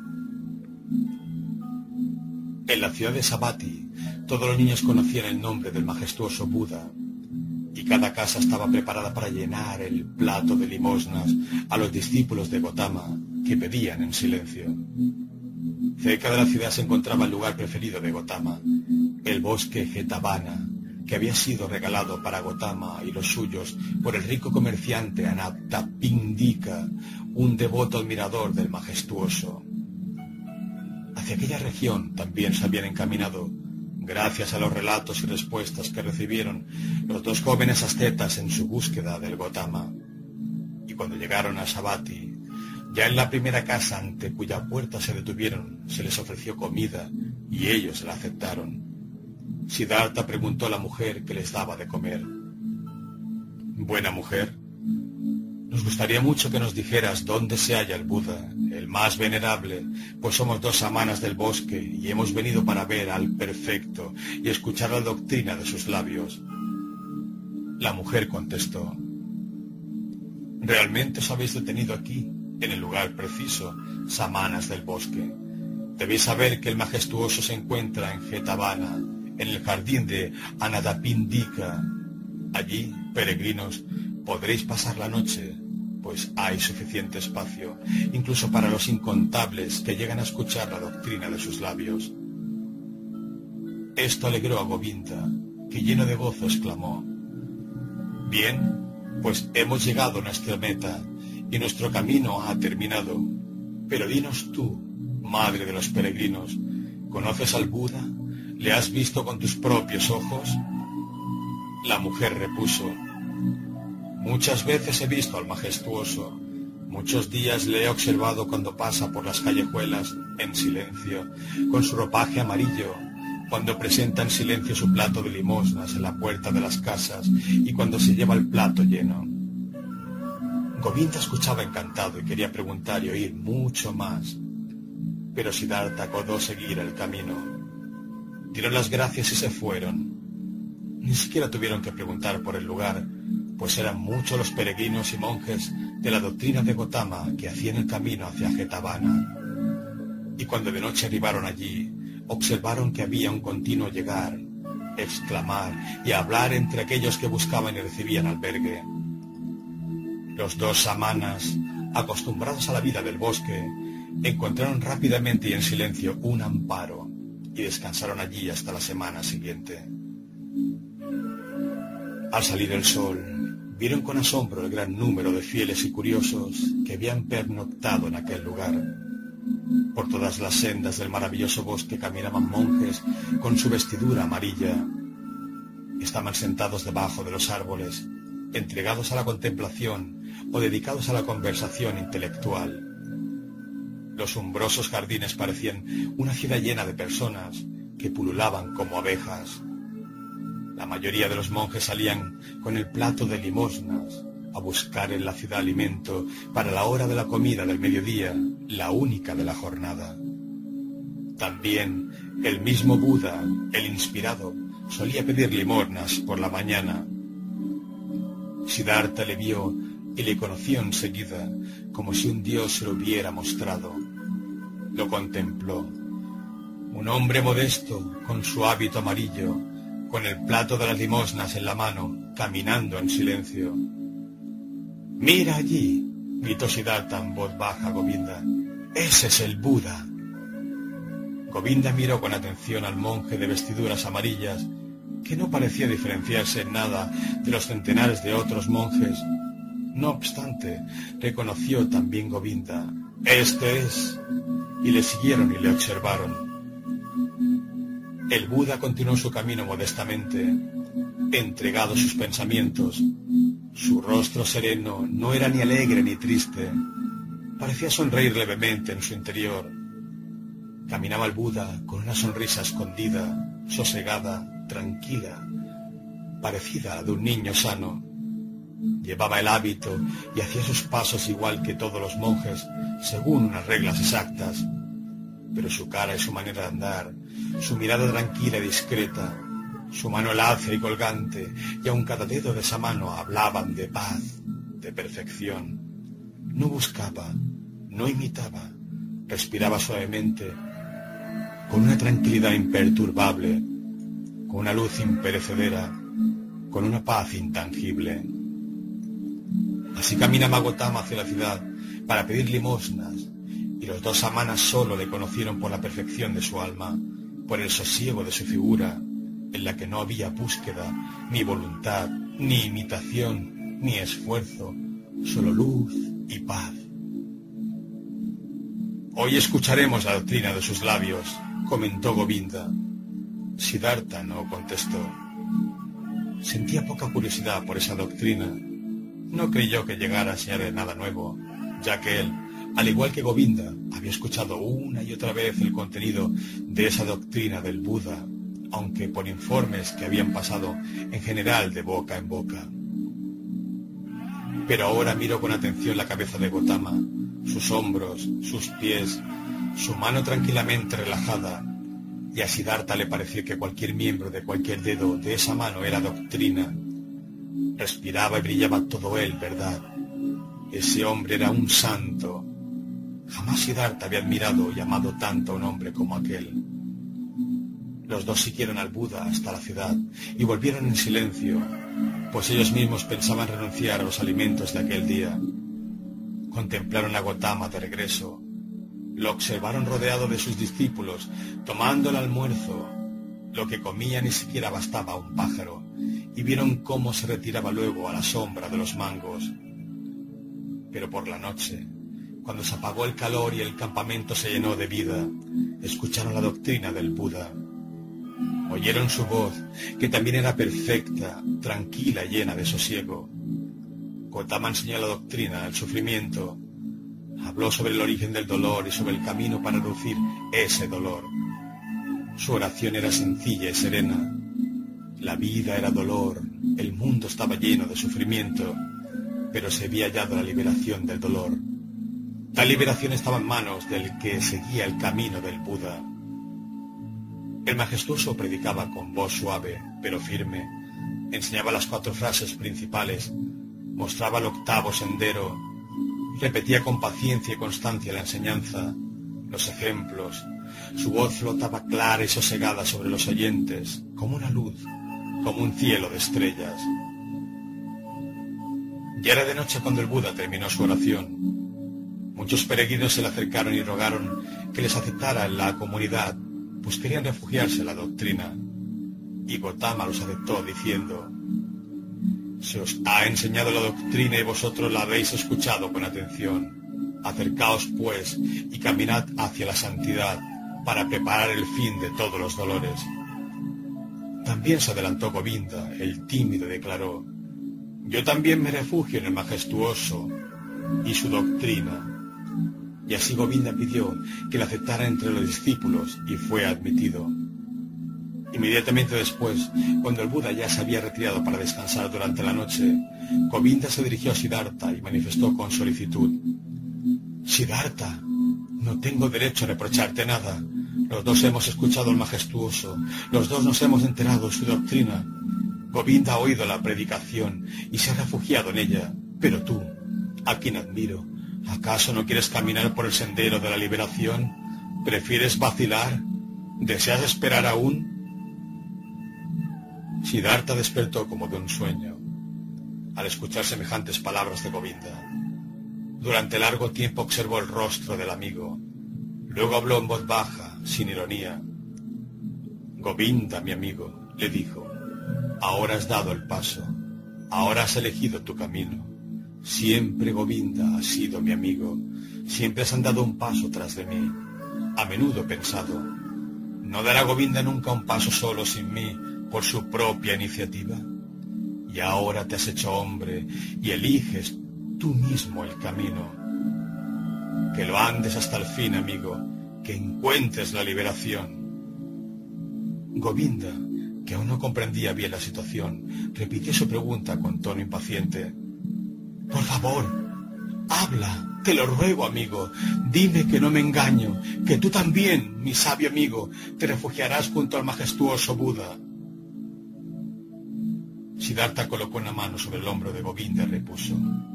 En la ciudad de Savatthi, todos los niños conocían el nombre del majestuoso Buda, y cada casa estaba preparada para llenar el plato de limosnas a los discípulos de Gotama que pedían en silencio. Cerca de la ciudad se encontraba el lugar preferido de Gotama, el bosque Jetavana, que había sido regalado para Gotama y los suyos por el rico comerciante Anathapindika, un devoto admirador del majestuoso. Hacia aquella región también se habían encaminado, gracias a los relatos y respuestas que recibieron los dos jóvenes ascetas en su búsqueda del Gotama. Y cuando llegaron a Savatthi, ya en la primera casa ante cuya puerta se detuvieron, se les ofreció comida y ellos la aceptaron. Siddhartha preguntó a la mujer que les daba de comer: «Buena mujer, nos gustaría mucho que nos dijeras dónde se halla el Buda, el más venerable, pues somos dos samanas del bosque y hemos venido para ver al perfecto y escuchar la doctrina de sus labios». La mujer contestó: «Realmente os habéis detenido aquí, en el lugar preciso, samanas del bosque. Debéis saber que el majestuoso se encuentra en Jetavana, en el jardín de Anathapindika. Allí, peregrinos, podréis pasar la noche, pues hay suficiente espacio, incluso para los incontables que llegan a escuchar la doctrina de sus labios». Esto alegró a Govinda, que lleno de gozo exclamó: «Bien, pues hemos llegado a nuestra meta y nuestro camino ha terminado. Pero dinos tú, madre de los peregrinos, ¿conoces al Buda? ¿Le has visto con tus propios ojos?». La mujer repuso: «Muchas veces he visto al majestuoso, muchos días le he observado cuando pasa por las callejuelas en silencio, con su ropaje amarillo, cuando presenta en silencio su plato de limosnas en la puerta de las casas y cuando se lleva el plato lleno». Govinda escuchaba encantado y quería preguntar y oír mucho más, pero Siddhartha acordó seguir el camino. Dieron las gracias y se fueron. Ni siquiera tuvieron que preguntar por el lugar, pues eran muchos los peregrinos y monjes de la doctrina de Gotama que hacían el camino hacia Jetavana. Y cuando de noche arribaron allí, observaron que había un continuo llegar, exclamar y hablar entre aquellos que buscaban y recibían albergue. Los dos samanas, acostumbrados a la vida del bosque, encontraron rápidamente y en silencio un amparo y descansaron allí hasta la semana siguiente. Al salir el sol, vieron con asombro el gran número de fieles y curiosos que habían pernoctado en aquel lugar. Por todas las sendas del maravilloso bosque caminaban monjes con su vestidura amarilla. Estaban sentados debajo de los árboles, entregados a la contemplación o dedicados a la conversación intelectual. Los umbrosos jardines parecían una ciudad llena de personas que pululaban como abejas. La mayoría de los monjes salían con el plato de limosnas a buscar en la ciudad alimento para la hora de la comida del mediodía, la única de la jornada. También el mismo Buda, el inspirado, solía pedir limosnas por la mañana. Siddhartha le vio y le conoció enseguida, como si un dios se lo hubiera mostrado. Lo contempló. Un hombre modesto, con su hábito amarillo, con el plato de las limosnas en la mano, caminando en silencio. «Mira allí», gritó Siddhartha en voz baja a Govinda. «Ese es el Buda». Govinda miró con atención al monje de vestiduras amarillas, que no parecía diferenciarse en nada de los centenares de otros monjes. No obstante, reconoció también Govinda: «Este es», y le siguieron y le observaron. El Buda continuó su camino modestamente, entregado a sus pensamientos. Su rostro sereno no era ni alegre ni triste, parecía sonreír levemente en su interior. Caminaba el Buda con una sonrisa escondida, sosegada, tranquila, parecida a la de un niño sano. Llevaba el hábito y hacía sus pasos igual que todos los monjes, según unas reglas exactas. Pero su cara y su manera de andar, su mirada tranquila y discreta, su mano lacia y colgante, y aun cada dedo de esa mano hablaban de paz, de perfección. No buscaba, no imitaba, respiraba suavemente, con una tranquilidad imperturbable, con una luz imperecedera, con una paz intangible. Así caminaba Gotama hacia la ciudad para pedir limosnas los dos samanas solo le conocieron por la perfección de su alma, por el sosiego de su figura, en la que no había búsqueda, ni voluntad, ni imitación, ni esfuerzo, solo luz y paz. Hoy escucharemos la doctrina de sus labios, comentó Govinda. Siddhartha no contestó. Sentía poca curiosidad por esa doctrina. No creyó que llegara a enseñarle nada nuevo, ya que él, al igual que Govinda, había escuchado una y otra vez el contenido de esa doctrina del Buda, aunque por informes que habían pasado en general de boca en boca. Pero ahora miró con atención la cabeza de Gotama, sus hombros, sus pies, su mano tranquilamente relajada, y a Siddhartha le pareció que cualquier miembro de cualquier dedo de esa mano era doctrina. Respiraba y brillaba todo él, ¿verdad? Ese hombre era un santo. Jamás Siddhartha había admirado y amado tanto a un hombre como aquel. Los dos siguieron al Buda hasta la ciudad y volvieron en silencio, pues ellos mismos pensaban renunciar a los alimentos de aquel día. Contemplaron a Gotama de regreso. Lo observaron rodeado de sus discípulos, tomando el almuerzo. Lo que comía ni siquiera bastaba a un pájaro, y vieron cómo se retiraba luego a la sombra de los mangos. Pero por la noche, cuando se apagó el calor y el campamento se llenó de vida, escucharon la doctrina del Buda. Oyeron su voz, que también era perfecta, tranquila y llena de sosiego. Gotama enseñó la doctrina del sufrimiento. Habló sobre el origen del dolor y sobre el camino para reducir ese dolor. Su oración era sencilla y serena. La vida era dolor, el mundo estaba lleno de sufrimiento, pero se había hallado la liberación del dolor. Tal liberación estaba en manos del que seguía el camino del Buda. El majestuoso predicaba con voz suave, pero firme. Enseñaba las cuatro frases principales, mostraba el octavo sendero, repetía con paciencia y constancia la enseñanza, los ejemplos. Su voz flotaba clara y sosegada sobre los oyentes, como una luz, como un cielo de estrellas. Ya era de noche cuando el Buda terminó su oración. Muchos peregrinos se le acercaron y rogaron que les aceptara en la comunidad, pues querían refugiarse en la doctrina. Y Gotama los aceptó diciendo: se os ha enseñado la doctrina y vosotros la habéis escuchado con atención. Acercaos, pues, y caminad hacia la santidad para preparar el fin de todos los dolores. También se adelantó Govinda, el tímido, declaró: yo también me refugio en el majestuoso y su doctrina. Y así Govinda pidió que le aceptara entre los discípulos y fue admitido. Inmediatamente después, cuando el Buda ya se había retirado para descansar durante la noche, Govinda se dirigió a Siddhartha y manifestó con solicitud: Siddhartha, no tengo derecho a reprocharte nada. Los dos hemos escuchado al majestuoso, los dos nos hemos enterado de su doctrina. Govinda ha oído la predicación y se ha refugiado en ella, pero tú, a quien admiro, ¿acaso no quieres caminar por el sendero de la liberación? ¿Prefieres vacilar? ¿Deseas esperar aún? Siddhartha despertó como de un sueño al escuchar semejantes palabras de Govinda. Durante largo tiempo observó el rostro del amigo. Luego habló en voz baja, sin ironía. Govinda, mi amigo, le dijo, ahora has dado el paso, ahora has elegido tu camino. Siempre Govinda has sido mi amigo, siempre has andado un paso tras de mí. A menudo he pensado, ¿no dará Govinda nunca un paso solo sin mí, por su propia iniciativa? Y ahora te has hecho hombre y eliges tú mismo el camino. Que lo andes hasta el fin, amigo, que encuentres la liberación. Govinda, que aún no comprendía bien la situación, repitió su pregunta con tono impaciente. Por favor, habla, te lo ruego, amigo, dime que no me engaño, que tú también, mi sabio amigo, te refugiarás junto al majestuoso Buda. Siddhartha colocó una mano sobre el hombro de Govinda y repuso: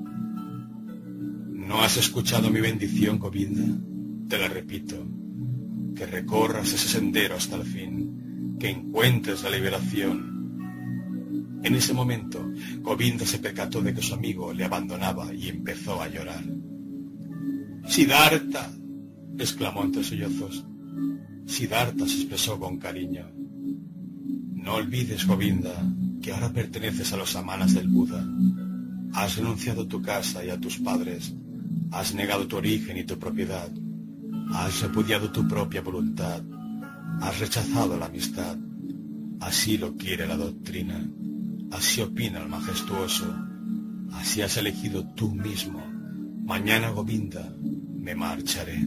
¿no has escuchado mi bendición, Govinda? Te la repito, que recorras ese sendero hasta el fin, que encuentres la liberación. En ese momento, Govinda se percató de que su amigo le abandonaba y empezó a llorar. Siddhartha, exclamó entre sollozos. Siddhartha se expresó con cariño. No olvides, Govinda, que ahora perteneces a los samanas del Buda. Has renunciado a tu casa y a tus padres. Has negado tu origen y tu propiedad. Has repudiado tu propia voluntad. Has rechazado la amistad. Así lo quiere la doctrina. Así opina el majestuoso. Así has elegido tú mismo. Mañana, Govinda, me marcharé.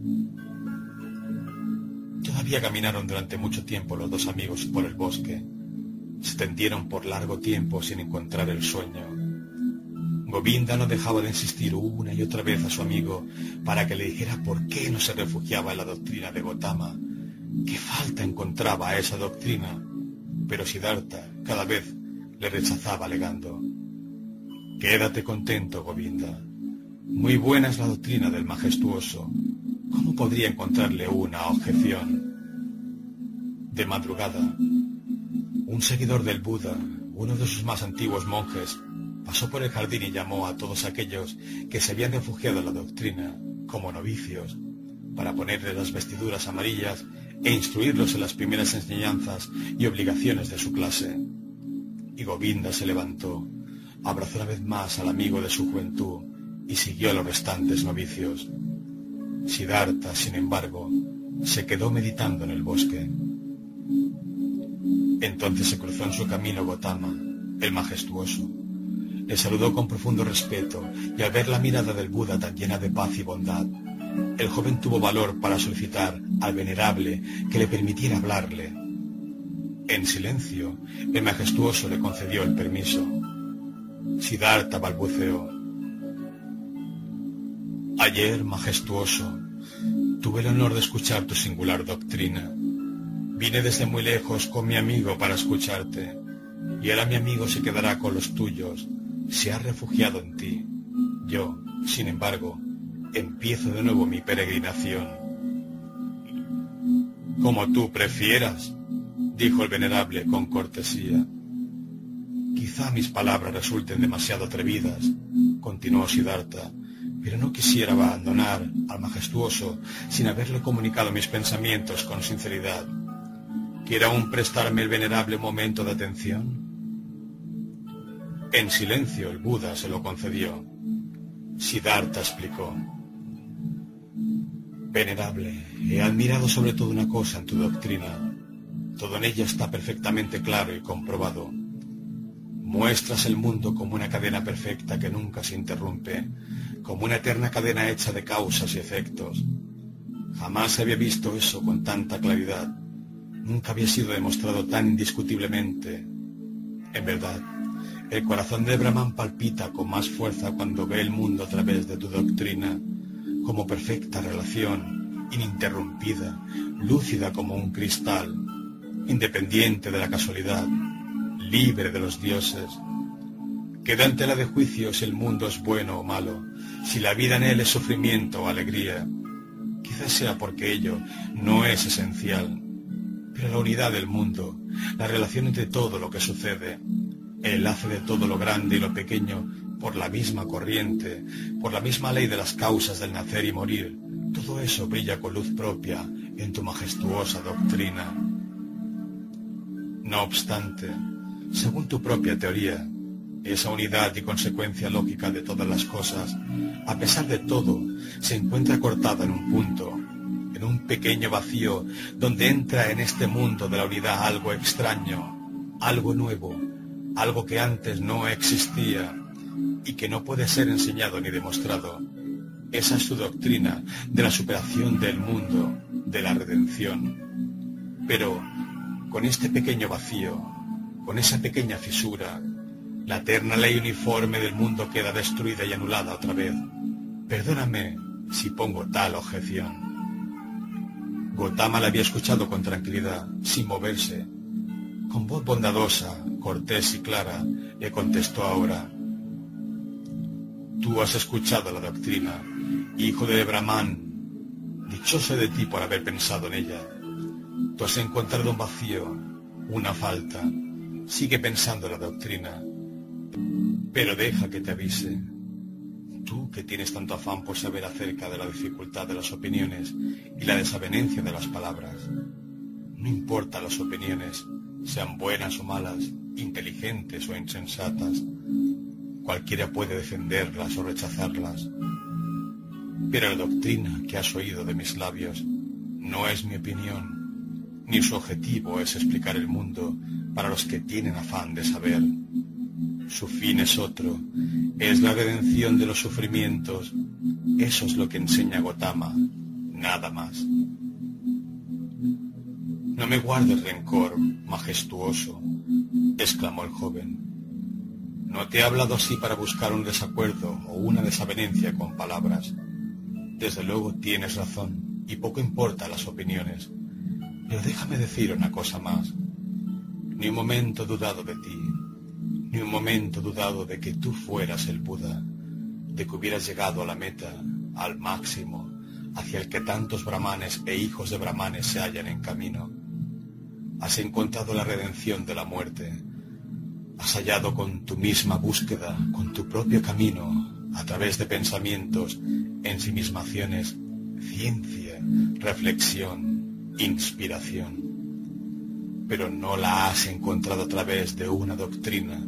Todavía caminaron durante mucho tiempo los dos amigos por el bosque. Se tendieron por largo tiempo sin encontrar el sueño. Govinda no dejaba de insistir una y otra vez a su amigo para que le dijera por qué no se refugiaba en la doctrina de Gotama. ¿Qué falta encontraba a esa doctrina? Pero Siddhartha cada vez le rechazaba alegando. Quédate contento, Govinda. Muy buena es la doctrina del majestuoso. ¿Cómo podría encontrarle una objeción? De madrugada, un seguidor del Buda, uno de sus más antiguos monjes, pasó por el jardín y llamó a todos aquellos que se habían refugiado en la doctrina como novicios, para ponerles las vestiduras amarillas e instruirlos en las primeras enseñanzas y obligaciones de su clase. Y Govinda se levantó, abrazó una vez más al amigo de su juventud y siguió a los restantes novicios. Siddhartha, sin embargo, se quedó meditando en el bosque. Entonces se cruzó en su camino Gotama, el majestuoso. Le saludó con profundo respeto y al ver la mirada del Buda tan llena de paz y bondad, el joven tuvo valor para solicitar al venerable que le permitiera hablarle. En silencio, el majestuoso le concedió el permiso. Siddhartha balbuceó. Ayer, majestuoso, tuve el honor de escuchar tu singular doctrina. Vine desde muy lejos con mi amigo para escucharte, y ahora mi amigo se quedará con los tuyos, se ha refugiado en ti. Yo, sin embargo, empiezo de nuevo mi peregrinación. Como tú prefieras, dijo el venerable con cortesía. Quizá mis palabras resulten demasiado atrevidas, continuó Siddhartha, pero no quisiera abandonar al majestuoso sin haberle comunicado mis pensamientos con sinceridad. ¿Quiere aún prestarme el venerable momento de atención? En silencio el Buda se lo concedió. Siddhartha explicó. Venerable, he admirado sobre todo una cosa en tu doctrina. Todo en ella está perfectamente claro y comprobado. Muestras el mundo como una cadena perfecta que nunca se interrumpe, como una eterna cadena hecha de causas y efectos. Jamás había visto eso con tanta claridad. Nunca había sido demostrado tan indiscutiblemente. En verdad, el corazón de Brahman palpita con más fuerza cuando ve el mundo a través de tu doctrina, como perfecta relación, ininterrumpida, lúcida como un cristal, independiente de la casualidad, libre de los dioses. Queda en tela de juicio si el mundo es bueno o malo, si la vida en él es sufrimiento o alegría. Quizás sea porque ello no es esencial, pero la unidad del mundo, la relación entre todo lo que sucede, el enlace de todo lo grande y lo pequeño por la misma corriente, por la misma ley de las causas del nacer y morir, todo eso brilla con luz propia en tu majestuosa doctrina. No obstante, según tu propia teoría, esa unidad y consecuencia lógica de todas las cosas, a pesar de todo, se encuentra cortada en un punto, en un pequeño vacío, donde entra en este mundo de la unidad algo extraño, algo nuevo, algo que antes no existía y que no puede ser enseñado ni demostrado. Esa es su doctrina de la superación del mundo, de la redención. Pero con este pequeño vacío, con esa pequeña fisura, la eterna ley uniforme del mundo queda destruida y anulada otra vez. Perdóname si pongo tal objeción. Gotama la había escuchado con tranquilidad, sin moverse. Con voz bondadosa, cortés y clara, le contestó ahora. Tú has escuchado la doctrina, hijo de Brahman. Dichoso de ti por haber pensado en ella. Tú has encontrado un vacío, una falta. Sigue pensando en la doctrina. Pero deja que te avise. Tú que tienes tanto afán por saber acerca de la dificultad de las opiniones y la desavenencia de las palabras. No importa las opiniones, sean buenas o malas, inteligentes o insensatas. Cualquiera puede defenderlas o rechazarlas. Pero la doctrina que has oído de mis labios no es mi opinión, ni su objetivo es explicar el mundo para los que tienen afán de saber. Su fin es otro, es la redención de los sufrimientos. Eso es lo que enseña Gotama, nada más. No me guardes rencor, majestuoso, exclamó el joven. No te he hablado así para buscar un desacuerdo o una desavenencia con palabras. Desde luego tienes razón, y poco importa las opiniones. Pero déjame decir una cosa más. Ni un momento he dudado de ti, ni un momento he dudado de que tú fueras el Buda, de que hubieras llegado a la meta, al máximo, hacia el que tantos brahmanes e hijos de brahmanes se hallan en camino. Has encontrado la redención de la muerte. Has hallado con tu misma búsqueda, con tu propio camino, a través de pensamientos, ensimismaciones, ciencia, reflexión, inspiración. Pero no la has encontrado a través de una doctrina.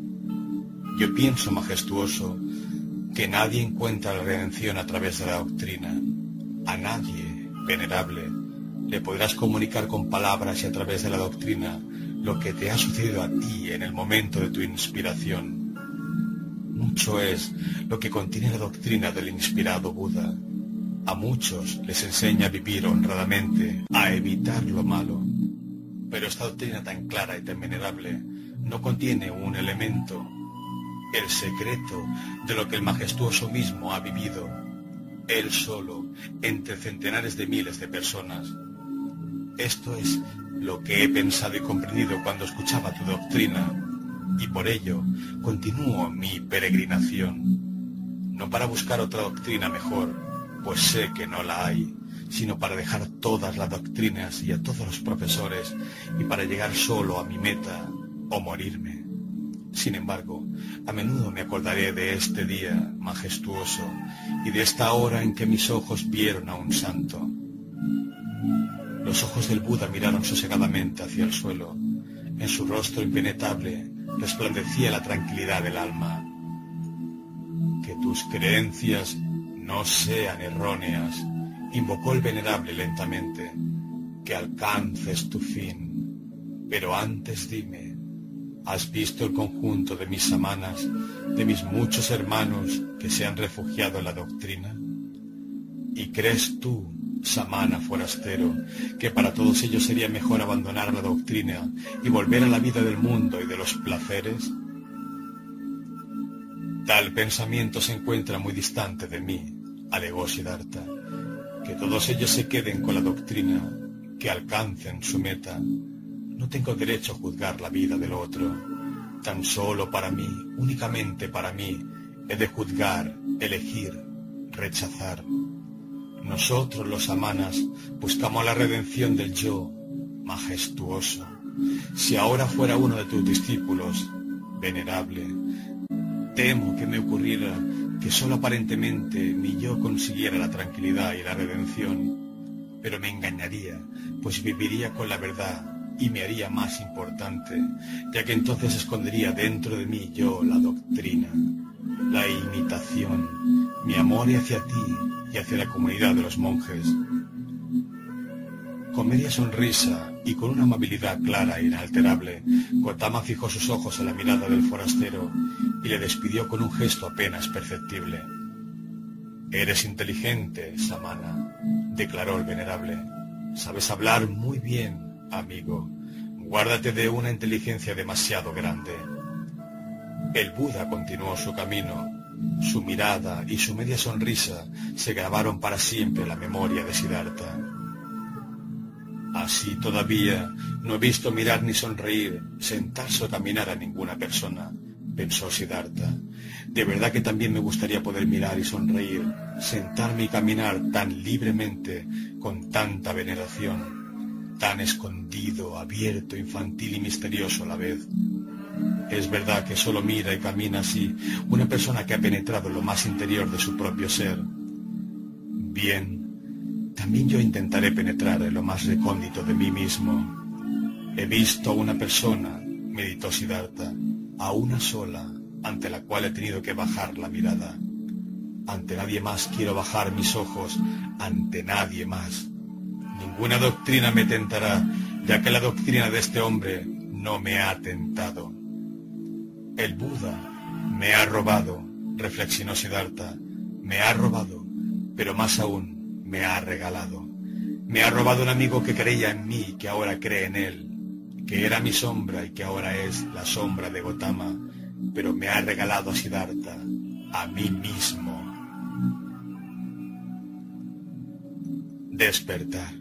Yo pienso, majestuoso, que nadie encuentra la redención a través de la doctrina. A nadie, venerable, le podrás comunicar con palabras y a través de la doctrina lo que te ha sucedido a ti en el momento de tu inspiración. Mucho es lo que contiene la doctrina del inspirado Buda. A muchos les enseña a vivir honradamente, a evitar lo malo. Pero esta doctrina tan clara y tan venerable no contiene un elemento, el secreto de lo que el majestuoso mismo ha vivido, él solo, entre centenares de miles de personas. Esto es lo que he pensado y comprendido cuando escuchaba tu doctrina, y por ello continúo mi peregrinación, no para buscar otra doctrina mejor, pues sé que no la hay, sino para dejar todas las doctrinas y a todos los profesores, y para llegar solo a mi meta, o morirme. Sin embargo, a menudo me acordaré de este día majestuoso, y de esta hora en que mis ojos vieron a un santo. Los ojos del Buda miraron sosegadamente hacia el suelo. En su rostro impenetrable resplandecía la tranquilidad del alma. Que tus creencias no sean erróneas, invocó el venerable lentamente, que alcances tu fin. Pero antes dime, ¿has visto el conjunto de mis samanas, de mis muchos hermanos que se han refugiado en la doctrina? ¿Y crees tú, samana forastero, que para todos ellos sería mejor abandonar la doctrina y volver a la vida del mundo y de los placeres? Tal pensamiento se encuentra muy distante de mí, alegó Siddhartha. Que todos ellos se queden con la doctrina, que alcancen su meta. No tengo derecho a juzgar la vida del otro. Tan solo para mí, únicamente para mí, he de juzgar, elegir, rechazar. Nosotros los samanas buscamos la redención del yo, majestuoso. Si ahora fuera uno de tus discípulos, venerable, temo que me ocurriera que solo aparentemente mi yo consiguiera la tranquilidad y la redención, pero me engañaría, pues viviría con la verdad y me haría más importante, ya que entonces escondería dentro de mí yo la doctrina, la imitación, mi amor hacia ti y hacia la comunidad de los monjes. Con media sonrisa y con una amabilidad clara e inalterable, Gotama fijó sus ojos en la mirada del forastero y le despidió con un gesto apenas perceptible. Eres inteligente, samana, declaró el venerable. Sabes hablar muy bien, amigo. Guárdate de una inteligencia demasiado grande. El Buda continuó su camino. Su mirada y su media sonrisa se grabaron para siempre en la memoria de Siddhartha. Así todavía no he visto mirar ni sonreír, sentarse o caminar a ninguna persona, pensó Siddhartha. De verdad que también me gustaría poder mirar y sonreír, sentarme y caminar tan libremente, con tanta veneración, tan escondido, abierto, infantil y misterioso a la vez. Es verdad que solo mira y camina así una persona que ha penetrado en lo más interior de su propio ser. Bien, también yo intentaré penetrar en lo más recóndito de mí mismo. He visto a una persona, meditó Siddhartha, a una sola, ante la cual he tenido que bajar la mirada. Ante nadie más quiero bajar mis ojos, ante nadie más. Ninguna doctrina me tentará, ya que la doctrina de este hombre no me ha tentado. El Buda me ha robado, reflexionó Siddhartha, me ha robado, pero más aún me ha regalado. Me ha robado un amigo que creía en mí y que ahora cree en él, que era mi sombra y que ahora es la sombra de Gotama, pero me ha regalado a Siddhartha, a mí mismo. Despertar.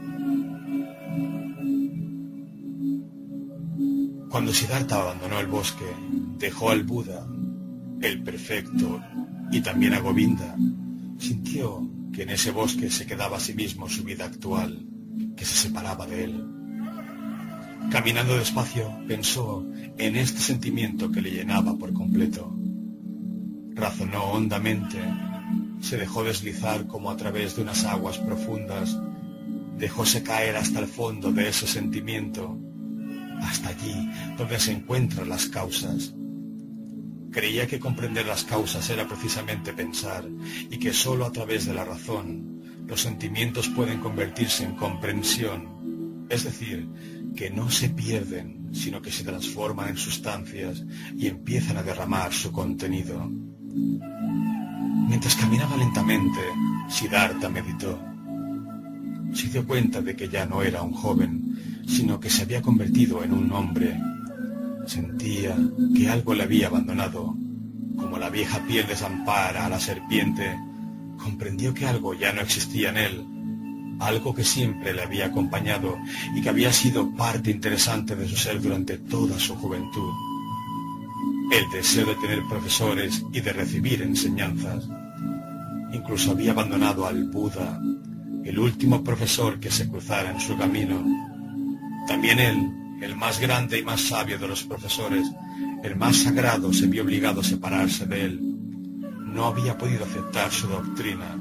Cuando Siddhartha abandonó el bosque, dejó al Buda, el perfecto, y también a Govinda, sintió que en ese bosque se quedaba a sí mismo su vida actual, que se separaba de él. Caminando despacio, pensó en este sentimiento que le llenaba por completo. Razonó hondamente, se dejó deslizar como a través de unas aguas profundas, dejóse caer hasta el fondo de ese sentimiento, hasta allí donde se encuentran las causas. Creía que comprender las causas era precisamente pensar, y que sólo a través de la razón los sentimientos pueden convertirse en comprensión, es decir, que no se pierden, sino que se transforman en sustancias y empiezan a derramar su contenido. Mientras caminaba lentamente, Siddhartha meditó. Se dio cuenta de que ya no era un joven, sino que se había convertido en un hombre. Sentía que algo le había abandonado, como la vieja piel desampara a la serpiente. Comprendió que algo ya no existía en él, algo que siempre le había acompañado y que había sido parte interesante de su ser durante toda su juventud. El deseo de tener profesores y de recibir enseñanzas. Incluso había abandonado al Buda, el último profesor que se cruzara en su camino. También él, el más grande y más sabio de los profesores, el más sagrado, se vio obligado a separarse de él. No había podido aceptar su doctrina.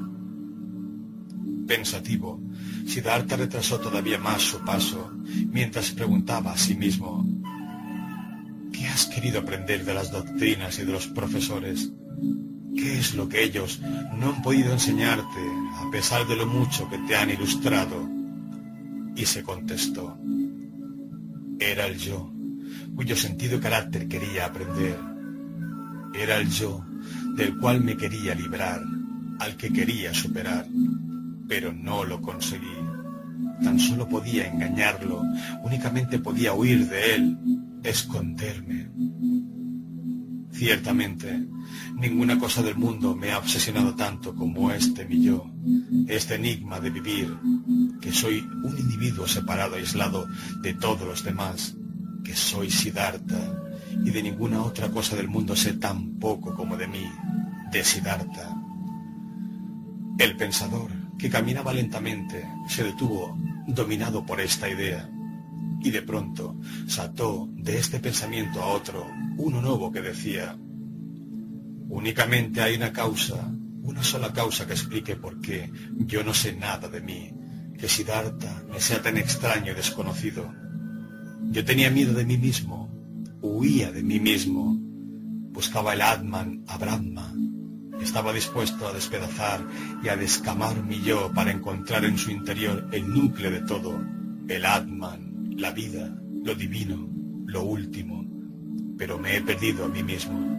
Pensativo, Siddhartha retrasó todavía más su paso, mientras se preguntaba a sí mismo: ¿qué has querido aprender de las doctrinas y de los profesores? ¿Qué es lo que ellos no han podido enseñarte, a pesar de lo mucho que te han ilustrado? Y se contestó: era el yo, cuyo sentido y carácter quería aprender. Era el yo, del cual me quería librar, al que quería superar, pero no lo conseguí. Tan solo podía engañarlo, únicamente podía huir de él, esconderme. Ciertamente, ninguna cosa del mundo me ha obsesionado tanto como este mi yo, este enigma de vivir, que soy un individuo separado, aislado de todos los demás, que soy Siddhartha, y de ninguna otra cosa del mundo sé tan poco como de mí, de Siddhartha. El pensador, que caminaba lentamente, se detuvo, dominado por esta idea, y de pronto saltó de este pensamiento a otro, uno nuevo que decía: únicamente hay una causa, una sola causa que explique por qué yo no sé nada de mí, que Siddhartha me sea tan extraño y desconocido. Yo tenía miedo de mí mismo, huía de mí mismo, buscaba el Atman a Brahma, estaba dispuesto a despedazar y a descamar mi yo para encontrar en su interior el núcleo de todo, el Atman, la vida, lo divino, lo último, pero me he perdido a mí mismo.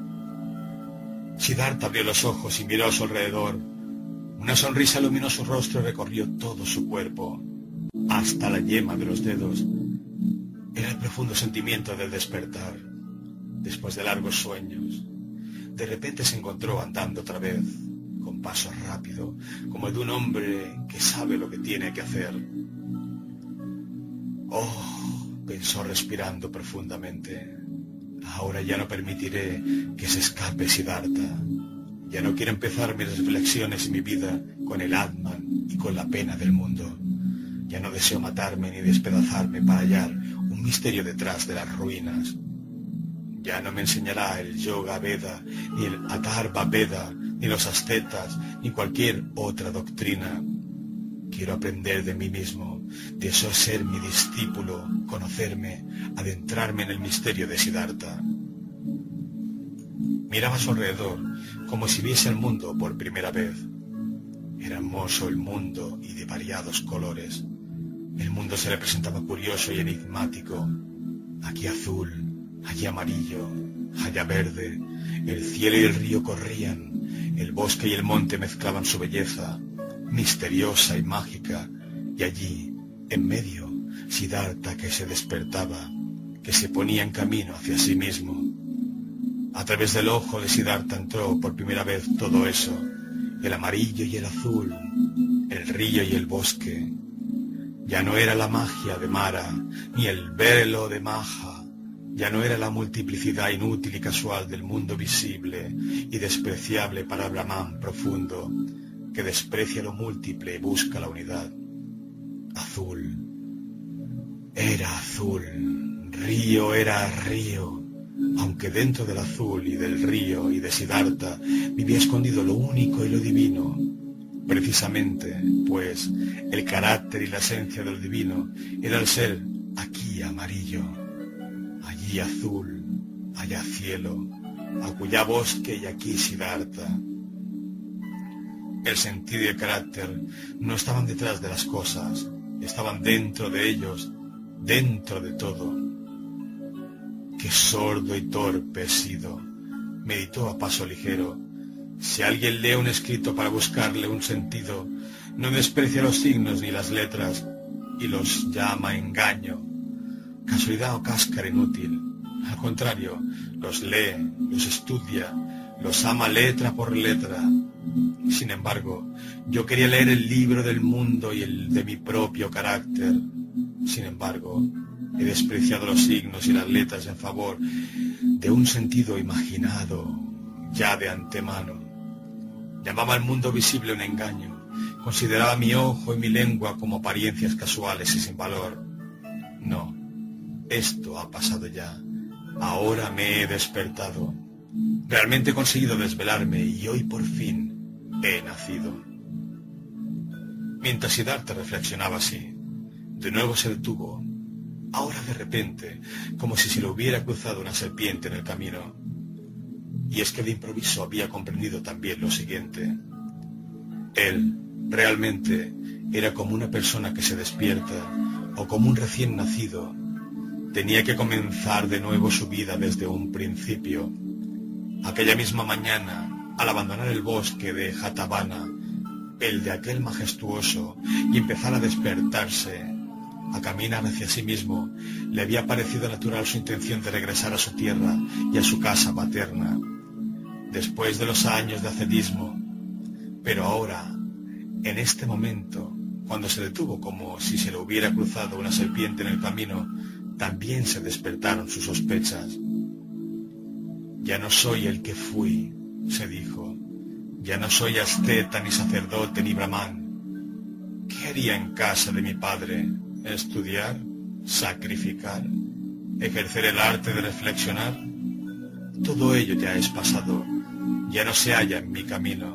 Siddhartha abrió los ojos y miró a su alrededor. Una sonrisa iluminó su rostro y recorrió todo su cuerpo, hasta la yema de los dedos. Era el profundo sentimiento del despertar, después de largos sueños. De repente se encontró andando otra vez, con paso rápido, como el de un hombre que sabe lo que tiene que hacer. Oh, pensó respirando profundamente. Ahora ya no permitiré que se escape Siddhartha. Ya no quiero empezar mis reflexiones y mi vida con el Atman y con la pena del mundo. Ya no deseo matarme ni despedazarme para hallar un misterio detrás de las ruinas. Ya no me enseñará el Yoga Veda, ni el Atharva Veda, ni los ascetas, ni cualquier otra doctrina. Quiero aprender de mí mismo, deseo ser mi discípulo, conocerme, adentrarme en el misterio de Siddhartha. Miraba a su alrededor, como si viese el mundo por primera vez. Era hermoso el mundo y de variados colores. El mundo se le presentaba curioso y enigmático. Aquí azul, allí amarillo, allá verde. El cielo y el río corrían. El bosque y el monte mezclaban su belleza, misteriosa y mágica. Y allí, en medio, Siddhartha que se despertaba, que se ponía en camino hacia sí mismo. A través del ojo de Siddhartha entró por primera vez todo eso, el amarillo y el azul, el río y el bosque. Ya no era la magia de Mara, ni el velo de Maja, ya no era la multiplicidad inútil y casual del mundo visible y despreciable para el Brahman profundo, que desprecia lo múltiple y busca la unidad. Azul, era azul, río era río, aunque dentro del azul y del río y de Siddhartha vivía escondido lo único y lo divino. Precisamente, pues, el carácter y la esencia del divino era el ser aquí amarillo, allí azul, allá cielo, acullá bosque y aquí Siddhartha. El sentido y el carácter no estaban detrás de las cosas, estaban dentro de ellos, dentro de todo. Qué sordo y torpe he sido, meditó a paso ligero. Si alguien lee un escrito para buscarle un sentido, no desprecia los signos ni las letras y los llama engaño, casualidad o cáscara inútil. Al contrario, los lee, los estudia, los ama letra por letra. Sin embargo, yo quería leer el libro del mundo y el de mi propio carácter. Sin embargo, he despreciado los signos y las letras en favor de un sentido imaginado ya de antemano. Llamaba al mundo visible un engaño, consideraba mi ojo y mi lengua como apariencias casuales y sin valor. No, esto ha pasado ya, ahora me he despertado. Realmente he conseguido desvelarme y hoy por fin he nacido. Mientras Siddhartha reflexionaba así, de nuevo se detuvo, ahora de repente, como si se le hubiera cruzado una serpiente en el camino. Y es que de improviso había comprendido también lo siguiente. Él, realmente, era como una persona que se despierta, o como un recién nacido. Tenía que comenzar de nuevo su vida desde un principio. Aquella misma mañana, al abandonar el bosque de Jatavana, el de aquel majestuoso, y empezar a despertarse, a caminar hacia sí mismo, le había parecido natural su intención de regresar a su tierra y a su casa paterna, después de los años de ascetismo. Pero ahora, en este momento, cuando se detuvo como si se le hubiera cruzado una serpiente en el camino, también se despertaron sus sospechas. Ya no soy el que fui, se dijo, ya no soy asceta, ni sacerdote, ni brahmán. ¿Qué haría en casa de mi padre? ¿Estudiar? ¿Sacrificar? ¿Ejercer el arte de reflexionar? Todo ello ya es pasado, ya no se halla en mi camino.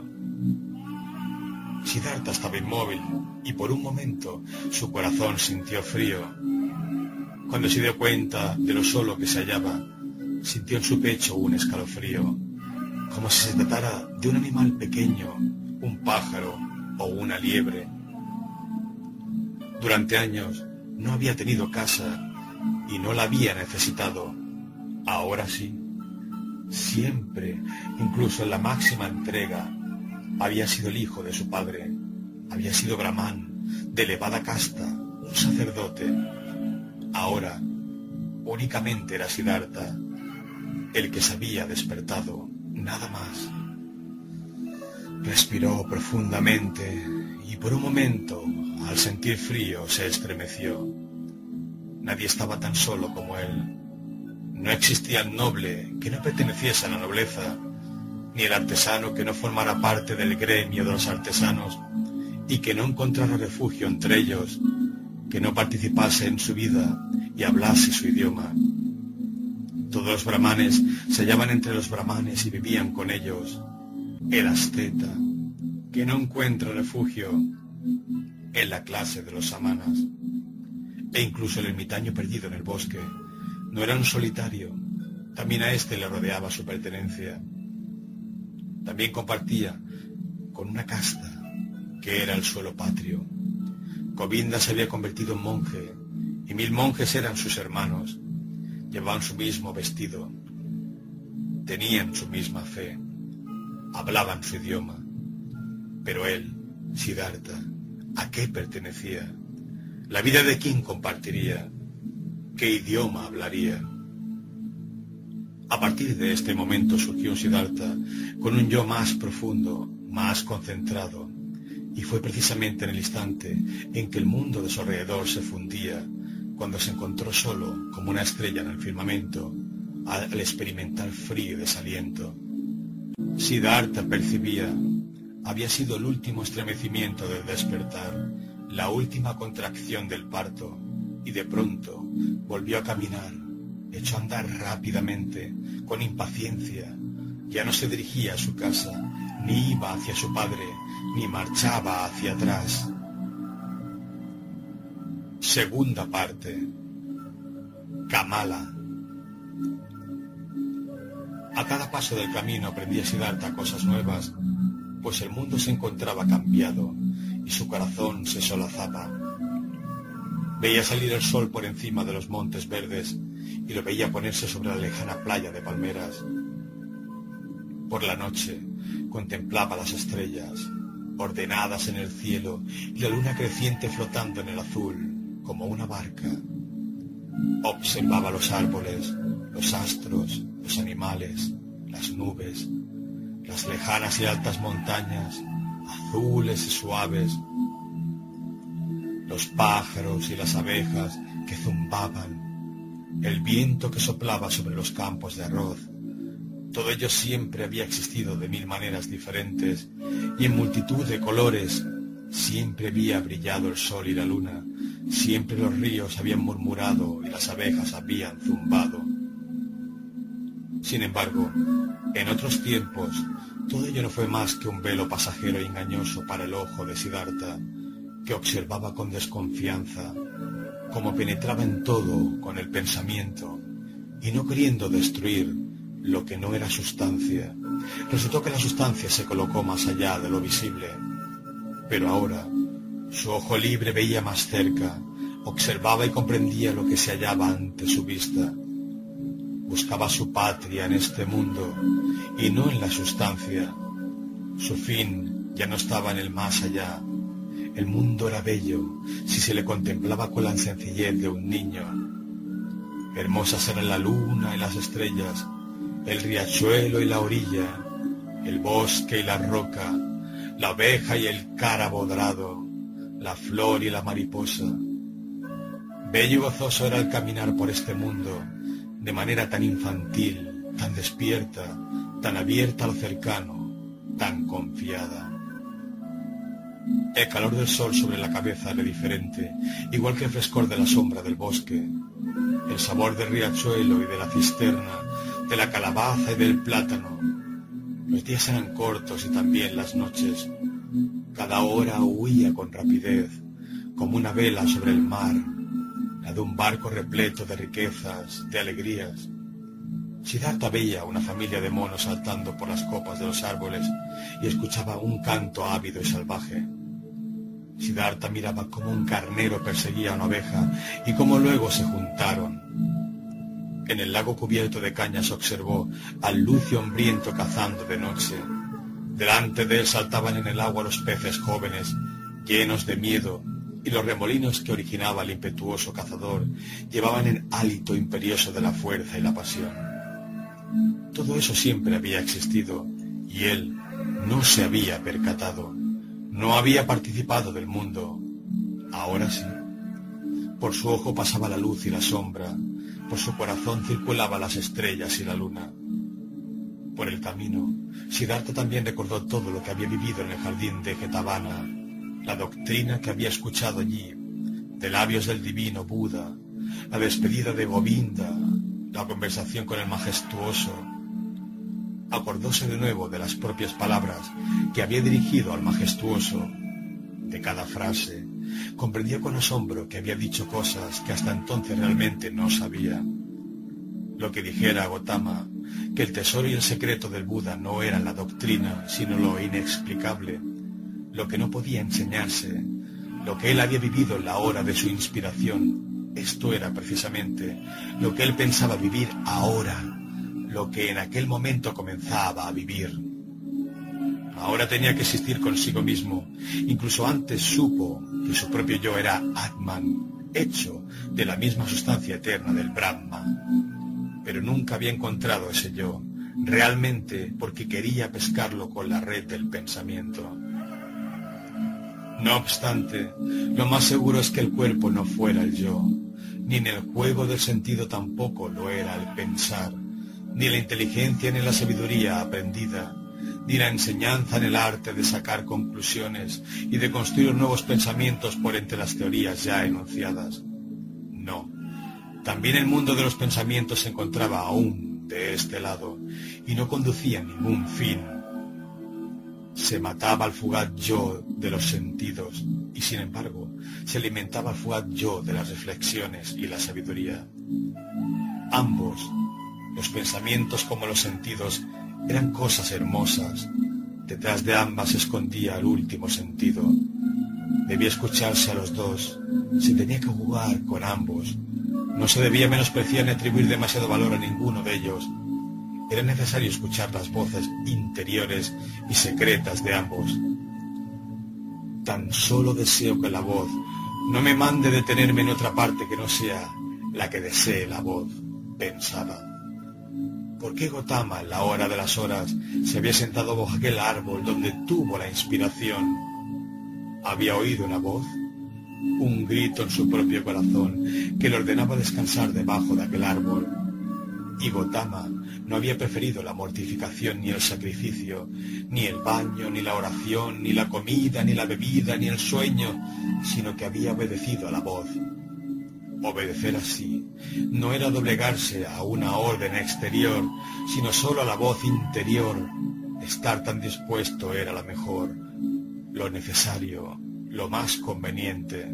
Siddhartha estaba inmóvil y por un momento su corazón sintió frío. Cuando se dio cuenta de lo solo que se hallaba, sintió en su pecho un escalofrío, como si se tratara de un animal pequeño, un pájaro o una liebre. Durante años no había tenido casa y no la había necesitado. Ahora sí, siempre, incluso en la máxima entrega, había sido el hijo de su padre, había sido brahmán, de elevada casta, un sacerdote. Ahora, únicamente era Siddhartha, el que se había despertado, nada más. Respiró profundamente y por un momento, al sentir frío, se estremeció. Nadie estaba tan solo como él. No existía el noble que no perteneciese a la nobleza, ni el artesano que no formara parte del gremio de los artesanos y que no encontrara refugio entre ellos, que no participase en su vida y hablase su idioma. Todos los brahmanes se hallaban entre los brahmanes y vivían con ellos. El asceta, que no encuentra refugio en la clase de los samanas, e incluso el ermitaño perdido en el bosque, no era un solitario, también a éste le rodeaba su pertenencia. También compartía con una casta, que era el suelo patrio. Govinda se había convertido en monje, y mil monjes eran sus hermanos. Llevaban su mismo vestido, tenían su misma fe, hablaban su idioma. Pero él, Siddhartha, ¿a qué pertenecía? ¿La vida de quién compartiría? ¿Qué idioma hablaría? A partir de este momento surgió un Siddhartha con un yo más profundo, más concentrado, y fue precisamente en el instante en que el mundo de su alrededor se fundía, cuando se encontró solo como una estrella en el firmamento, al experimentar frío y desaliento. Siddhartha percibía, había sido el último estremecimiento del despertar, la última contracción del parto, y de pronto volvió a caminar, echó a andar rápidamente, con impaciencia. Ya no se dirigía a su casa, ni iba hacia su padre, ni marchaba hacia atrás. Segunda parte. Kamala. A cada paso del camino aprendía Siddhartha cosas nuevas, pues el mundo se encontraba cambiado y su corazón se solazaba. Veía salir el sol por encima de los montes verdes y lo veía ponerse sobre la lejana playa de palmeras. Por la noche contemplaba las estrellas, ordenadas en el cielo, y la luna creciente flotando en el azul, como una barca. Observaba los árboles, los astros, los animales, las nubes, las lejanas y altas montañas, azules y suaves, los pájaros y las abejas que zumbaban, el viento que soplaba sobre los campos de arroz. Todo ello siempre había existido de mil maneras diferentes, y en multitud de colores. Siempre había brillado el sol y la luna, siempre los ríos habían murmurado y las abejas habían zumbado. Sin embargo, en otros tiempos, todo ello no fue más que un velo pasajero y engañoso para el ojo de Siddhartha, que observaba con desconfianza, como penetraba en todo con el pensamiento, y no queriendo destruir lo que no era sustancia. Resultó que la sustancia se colocó más allá de lo visible, pero ahora su ojo libre veía más cerca, observaba y comprendía lo que se hallaba ante su vista. Buscaba su patria en este mundo y no en la sustancia. Su fin ya no estaba en el más allá. El mundo era bello si se le contemplaba con la sencillez de un niño. Hermosas eran la luna y las estrellas, el riachuelo y la orilla, el bosque y la roca, la oveja y el cárabo dorado, la flor y la mariposa. Bello y gozoso era el caminar por este mundo, de manera tan infantil, tan despierta, tan abierta a lo cercano, tan confiada. El calor del sol sobre la cabeza era diferente, igual que el frescor de la sombra del bosque, el sabor del riachuelo y de la cisterna, de la calabaza y del plátano. Los días eran cortos y también las noches. Cada hora huía con rapidez, como una vela sobre el mar, la de un barco repleto de riquezas, de alegrías. Siddhartha veía una familia de monos saltando por las copas de los árboles y escuchaba un canto ávido y salvaje. Siddhartha miraba cómo un carnero perseguía a una oveja y cómo luego se juntaron. En el lago cubierto de cañas observó al lucio hambriento cazando de noche. Delante de él saltaban en el agua los peces jóvenes, llenos de miedo, y los remolinos que originaba el impetuoso cazador llevaban el hálito imperioso de la fuerza y la pasión. Todo eso siempre había existido, y él no se había percatado, no había participado del mundo. Ahora sí. Por su ojo pasaba la luz y la sombra, por su corazón circulaban las estrellas y la luna. Por el camino, Siddhartha también recordó todo lo que había vivido en el jardín de Jetavana, la doctrina que había escuchado allí, de labios del divino Buda, la despedida de Govinda, la conversación con el majestuoso. Acordóse de nuevo de las propias palabras que había dirigido al majestuoso, de cada frase. Comprendió con asombro que había dicho cosas que hasta entonces realmente no sabía. Lo que dijera a Gotama, que el tesoro y el secreto del Buda no eran la doctrina, sino lo inexplicable, lo que no podía enseñarse, lo que él había vivido en la hora de su inspiración. Esto era precisamente lo que él pensaba vivir ahora, lo que en aquel momento comenzaba a vivir. Ahora tenía que existir consigo mismo. Incluso antes supo que su propio yo era Atman, hecho de la misma sustancia eterna del Brahma. Pero nunca había encontrado ese yo, realmente porque quería pescarlo con la red del pensamiento. No obstante, lo más seguro es que el cuerpo no fuera el yo, ni en el juego del sentido tampoco lo era el pensar, ni la inteligencia ni la sabiduría aprendida, ni la enseñanza en el arte de sacar conclusiones y de construir nuevos pensamientos por entre las teorías ya enunciadas. No, también el mundo de los pensamientos se encontraba aún de este lado y no conducía a ningún fin. Se mataba al fugaz yo de los sentidos y, sin embargo, se alimentaba al fugaz yo de las reflexiones y la sabiduría. Ambos, los pensamientos como los sentidos, eran cosas hermosas. Detrás de ambas se escondía el último sentido. Debía escucharse a los dos. Se tenía que jugar con ambos. No se debía menospreciar ni atribuir demasiado valor a ninguno de ellos. Era necesario escuchar las voces interiores y secretas de ambos. Tan solo deseo que la voz no me mande detenerme en otra parte que no sea la que desee la voz, pensaba. ¿Por qué Gotama, en la hora de las horas, se había sentado bajo aquel árbol donde tuvo la inspiración? ¿Había oído una voz? Un grito en su propio corazón que le ordenaba descansar debajo de aquel árbol. Y Gotama no había preferido la mortificación ni el sacrificio, ni el baño, ni la oración, ni la comida, ni la bebida, ni el sueño, sino que había obedecido a la voz. Obedecer así no era doblegarse a una orden exterior, sino solo a la voz interior. Estar tan dispuesto era la mejor, lo necesario, lo más conveniente.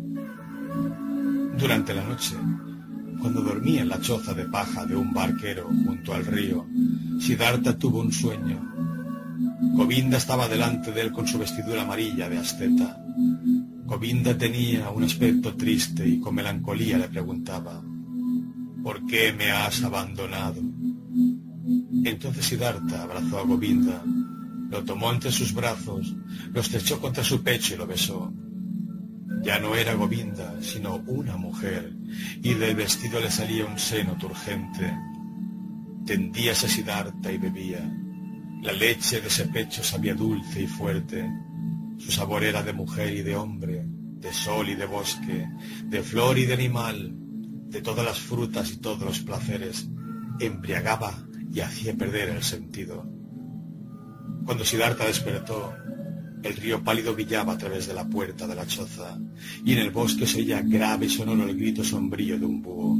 Durante la noche, cuando dormía en la choza de paja de un barquero junto al río, Siddhartha tuvo un sueño. Govinda estaba delante de él con su vestidura amarilla de asceta. Govinda tenía un aspecto triste y con melancolía le preguntaba: ¿por qué me has abandonado? Entonces Siddhartha abrazó a Govinda, lo tomó entre sus brazos, lo estrechó contra su pecho y lo besó. Ya no era Govinda, sino una mujer, y del vestido le salía un seno turgente. Tendíase Siddhartha y bebía. La leche de ese pecho sabía dulce y fuerte. Su sabor era de mujer y de hombre, de sol y de bosque, de flor y de animal, de todas las frutas y todos los placeres. Embriagaba y hacía perder el sentido. Cuando Siddhartha despertó, el río pálido brillaba a través de la puerta de la choza, y en el bosque se oía grave y sonoro el grito sombrío de un búho.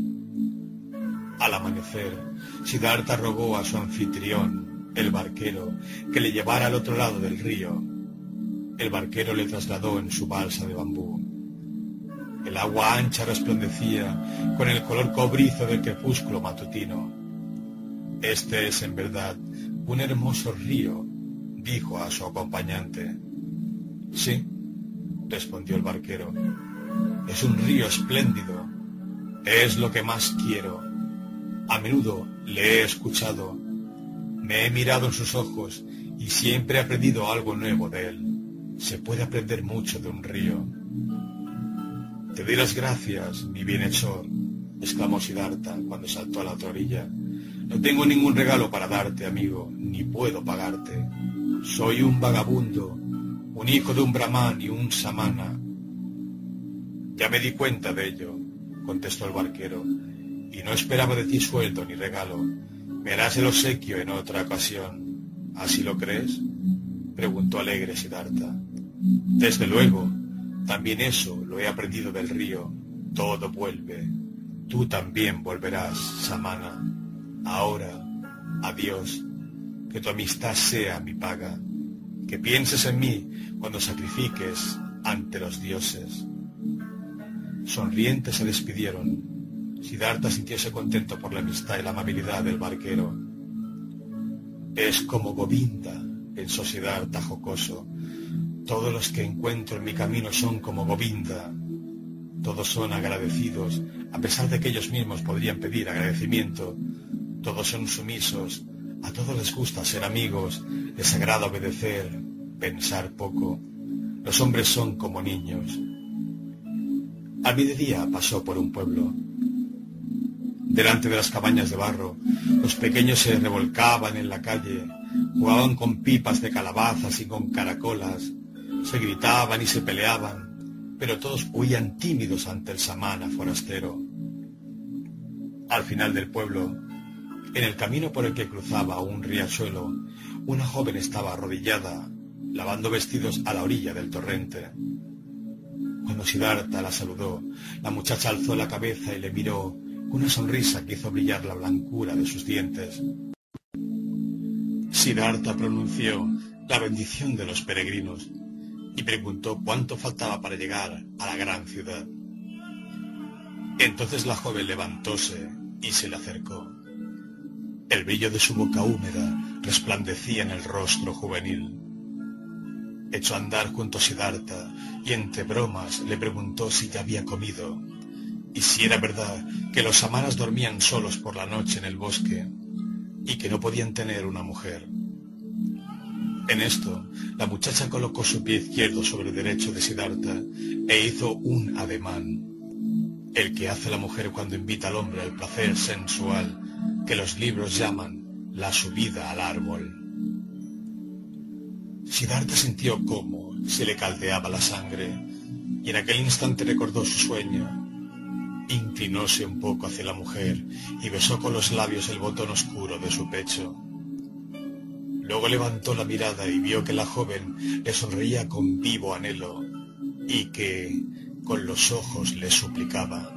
Al amanecer, Siddhartha rogó a su anfitrión, el barquero, que le llevara al otro lado del río. El barquero le trasladó en su balsa de bambú. El agua ancha resplandecía con el color cobrizo del crepúsculo matutino. Este es, en verdad, un hermoso río, dijo a su acompañante. Sí, respondió el barquero, es un río espléndido, es lo que más quiero. A menudo le he escuchado, me he mirado en sus ojos y siempre he aprendido algo nuevo de él. Se puede aprender mucho de un río. Te doy las gracias, mi bienhechor, exclamó Siddhartha cuando saltó a la otra orilla. No tengo ningún regalo para darte, amigo, ni puedo pagarte. Soy un vagabundo, un hijo de un brahmán y un samana. Ya me di cuenta de ello, contestó el barquero, y no esperaba de ti sueldo ni regalo. Me harás el obsequio en otra ocasión. ¿Así lo crees?, preguntó alegre Siddhartha. Desde luego, también eso lo he aprendido del río. Todo vuelve. Tú también volverás, Samana. Ahora, adiós, que tu amistad sea mi paga, que pienses en mí cuando sacrifiques ante los dioses. Sonrientes se despidieron. Siddhartha sintióse contento por la amistad y la amabilidad del barquero. Es como Govinda, pensó Siddhartha jocoso. Todos los que encuentro en mi camino son como Govinda. Todos son agradecidos, a pesar de que ellos mismos podrían pedir agradecimiento. Todos son sumisos, a todos les gusta ser amigos, les agrada obedecer, pensar poco. Los hombres son como niños. Al mediodía pasó por un pueblo. Delante de las cabañas de barro, los pequeños se revolcaban en la calle, jugaban con pipas de calabazas y con caracolas, se gritaban y se peleaban, pero todos huían tímidos ante el samana forastero. Al final del pueblo, en el camino por el que cruzaba un riachuelo, una joven estaba arrodillada, lavando vestidos a la orilla del torrente. Cuando Siddhartha la saludó, la muchacha alzó la cabeza y le miró con una sonrisa que hizo brillar la blancura de sus dientes. Siddhartha pronunció la bendición de los peregrinos y preguntó cuánto faltaba para llegar a la gran ciudad. Entonces la joven levantóse y se le acercó. El brillo de su boca húmeda resplandecía en el rostro juvenil. Echó a andar junto a Siddhartha y entre bromas le preguntó si ya había comido y si era verdad que los samanas dormían solos por la noche en el bosque y que no podían tener una mujer. En esto, la muchacha colocó su pie izquierdo sobre el derecho de Siddhartha e hizo un ademán, el que hace la mujer cuando invita al hombre al placer sensual que los libros llaman la subida al árbol. Siddhartha sintió cómo se le caldeaba la sangre y en aquel instante recordó su sueño. Inclinóse un poco hacia la mujer y besó con los labios el botón oscuro de su pecho. Luego levantó la mirada y vio que la joven le sonreía con vivo anhelo y que con los ojos le suplicaba.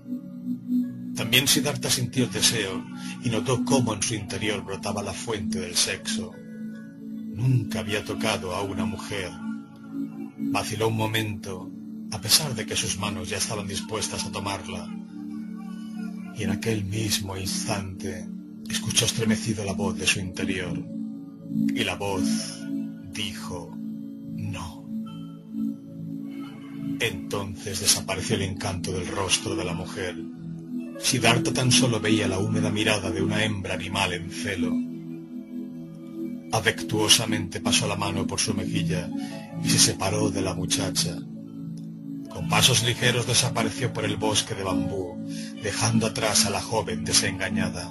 También Siddhartha sintió el deseo y notó cómo en su interior brotaba la fuente del sexo. Nunca había tocado a una mujer. Vaciló un momento, a pesar de que sus manos ya estaban dispuestas a tomarla. Y en aquel mismo instante escuchó estremecido la voz de su interior. Y la voz dijo, no. Entonces desapareció el encanto del rostro de la mujer. Siddhartha tan solo veía la húmeda mirada de una hembra animal en celo. Afectuosamente pasó la mano por su mejilla y se separó de la muchacha. Con pasos ligeros desapareció por el bosque de bambú, dejando atrás a la joven desengañada.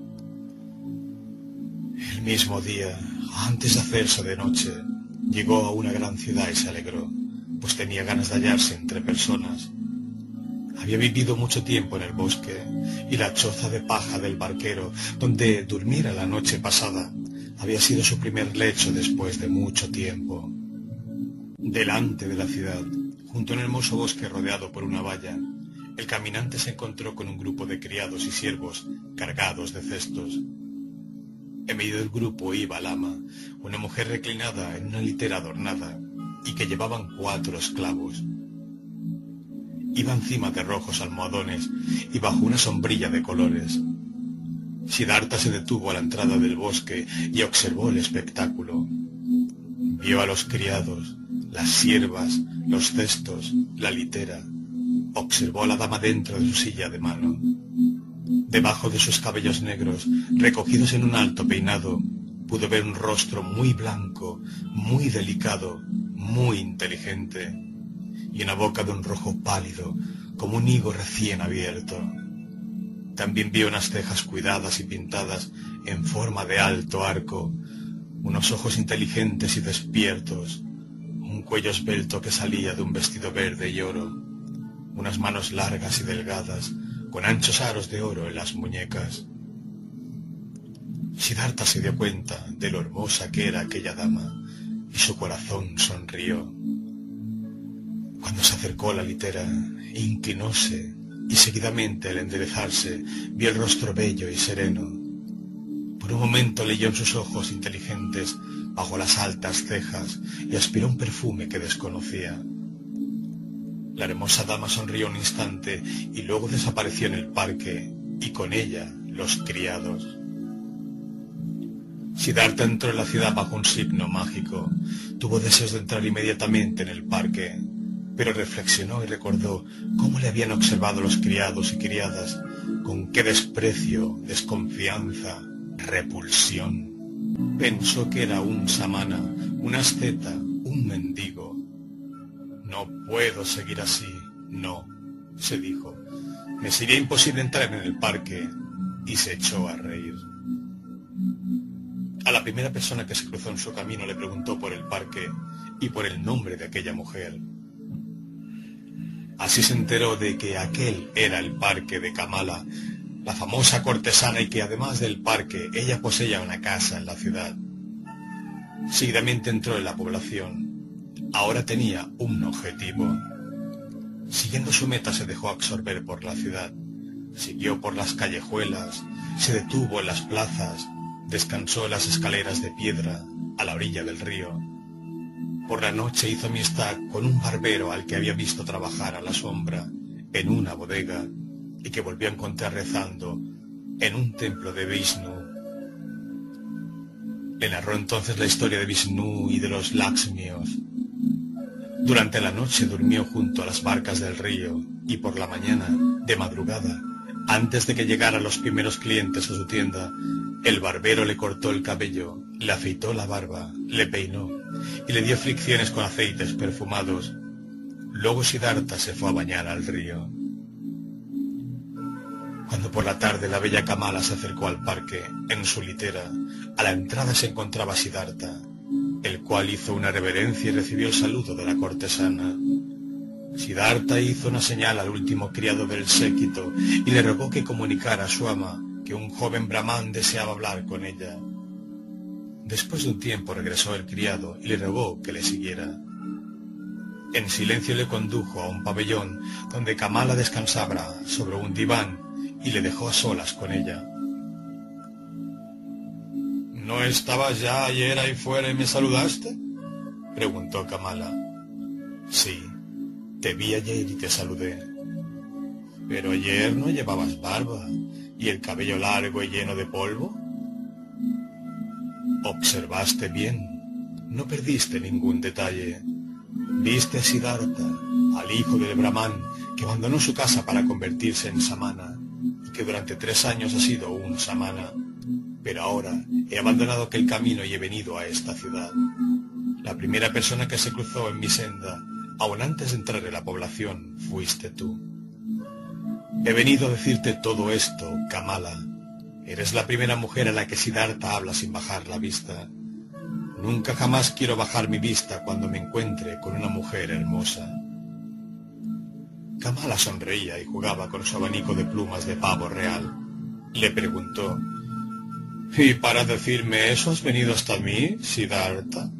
El mismo día, antes de hacerse de noche, llegó a una gran ciudad y se alegró, pues tenía ganas de hallarse entre personas. Había vivido mucho tiempo en el bosque, y la choza de paja del barquero, donde durmiera la noche pasada, había sido su primer lecho después de mucho tiempo. Delante de la ciudad, junto a un hermoso bosque rodeado por una valla, el caminante se encontró con un grupo de criados y siervos cargados de cestos. En medio del grupo iba Lama, una mujer reclinada en una litera adornada, y que llevaban cuatro esclavos. Iba encima de rojos almohadones y bajo una sombrilla de colores. Siddhartha se detuvo a la entrada del bosque y observó el espectáculo. Vio a los criados, las siervas, los cestos, la litera. Observó a la dama dentro de su silla de mano. Debajo de sus cabellos negros, recogidos en un alto peinado, pudo ver un rostro muy blanco, muy delicado, muy inteligente, y una boca de un rojo pálido, como un higo recién abierto. También vio unas cejas cuidadas y pintadas en forma de alto arco, unos ojos inteligentes y despiertos, un cuello esbelto que salía de un vestido verde y oro, unas manos largas y delgadas, con anchos aros de oro en las muñecas. Siddhartha se dio cuenta de lo hermosa que era aquella dama, y su corazón sonrió. Cuando se acercó a la litera, inclinóse y seguidamente al enderezarse vio el rostro bello y sereno. Por un momento leyó en sus ojos inteligentes bajo las altas cejas y aspiró un perfume que desconocía. La hermosa dama sonrió un instante y luego desapareció en el parque, y con ella los criados. Siddhartha entró en la ciudad bajo un signo mágico. Tuvo deseos de entrar inmediatamente en el parque, pero reflexionó y recordó cómo le habían observado los criados y criadas, con qué desprecio, desconfianza, repulsión. Pensó que era un samana, un asceta, un mendigo. No puedo seguir así, no, se dijo. Me sería imposible entrar en el parque, y se echó a reír. A la primera persona que se cruzó en su camino le preguntó por el parque y por el nombre de aquella mujer. Así se enteró de que aquel era el parque de Kamala, la famosa cortesana, y que además del parque ella poseía una casa en la ciudad. Seguidamente entró en la población. Ahora tenía un objetivo. Siguiendo su meta se dejó absorber por la ciudad. Siguió por las callejuelas, se detuvo en las plazas, descansó en las escaleras de piedra a la orilla del río. Por la noche hizo amistad con un barbero al que había visto trabajar a la sombra en una bodega y que volvió a encontrar rezando en un templo de Vishnu. Le narró entonces la historia de Vishnu y de los Lakshmios. Durante la noche durmió junto a las barcas del río y por la mañana, de madrugada, antes de que llegaran los primeros clientes a su tienda, el barbero le cortó el cabello, le afeitó la barba, le peinó y le dio fricciones con aceites perfumados. Luego Siddhartha se fue a bañar al río. Cuando por la tarde la bella Kamala se acercó al parque, en su litera, a la entrada se encontraba Siddhartha, el cual hizo una reverencia y recibió el saludo de la cortesana. Siddhartha hizo una señal al último criado del séquito y le rogó que comunicara a su ama que un joven brahmán deseaba hablar con ella. Después de un tiempo regresó el criado y le rogó que le siguiera. En silencio le condujo a un pabellón donde Kamala descansaba sobre un diván y le dejó a solas con ella. ¿No estabas ya ayer ahí fuera y me saludaste?, preguntó Kamala. Sí, te vi ayer y te saludé. Pero ayer no llevabas barba y el cabello largo y lleno de polvo. Observaste bien, no perdiste ningún detalle. Viste a Siddhartha, al hijo del brahmán, que abandonó su casa para convertirse en samana, y que durante tres años ha sido un samana. Pero ahora he abandonado aquel camino y he venido a esta ciudad. La primera persona que se cruzó en mi senda, aun antes de entrar en la población, fuiste tú. He venido a decirte todo esto, Kamala. Eres la primera mujer a la que Siddhartha habla sin bajar la vista. Nunca jamás quiero bajar mi vista cuando me encuentre con una mujer hermosa. Kamala sonreía y jugaba con su abanico de plumas de pavo real. Le preguntó: ¿Y para decirme eso has venido hasta mí, Siddhartha?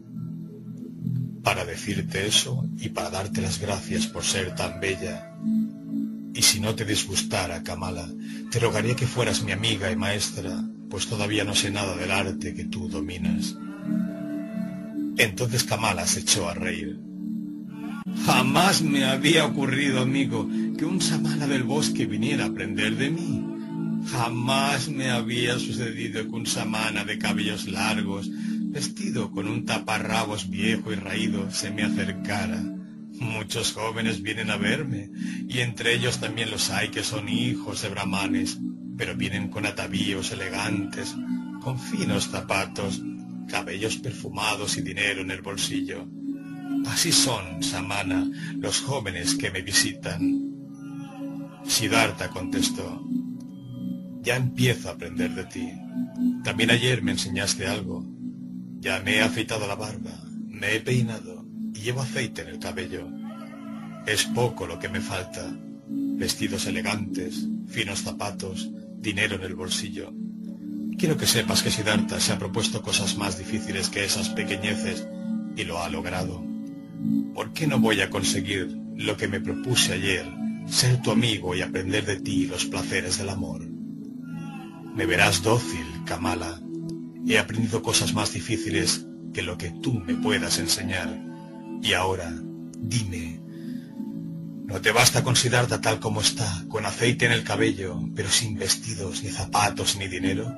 Para decirte eso y para darte las gracias por ser tan bella. Y si no te disgustara, Kamala, te rogaría que fueras mi amiga y maestra, pues todavía no sé nada del arte que tú dominas. Entonces Kamala se echó a reír. Jamás me había ocurrido, amigo, que un samana del bosque viniera a aprender de mí. Jamás me había sucedido que un samana de cabellos largos, vestido con un taparrabos viejo y raído, se me acercara. Muchos jóvenes vienen a verme, y entre ellos también los hay que son hijos de brahmanes, pero vienen con atavíos elegantes, con finos zapatos, cabellos perfumados y dinero en el bolsillo. Así son, samana, los jóvenes que me visitan. Siddhartha contestó: ya empiezo a aprender de ti. También ayer me enseñaste algo. Ya me he afeitado la barba, me he peinado y llevo aceite en el cabello. Es poco lo que me falta: vestidos elegantes, finos zapatos, dinero en el bolsillo. Quiero que sepas que Siddhartha se ha propuesto cosas más difíciles que esas pequeñeces y lo ha logrado. ¿Por qué no voy a conseguir lo que me propuse ayer ser tu amigo y aprender de ti los placeres del amor. Me verás dócil, Kamala. He aprendido cosas más difíciles que lo que tú me puedas enseñar. Y ahora, dime, ¿no te basta con Siddhartha tal como está, con aceite en el cabello, pero sin vestidos, ni zapatos, ni dinero?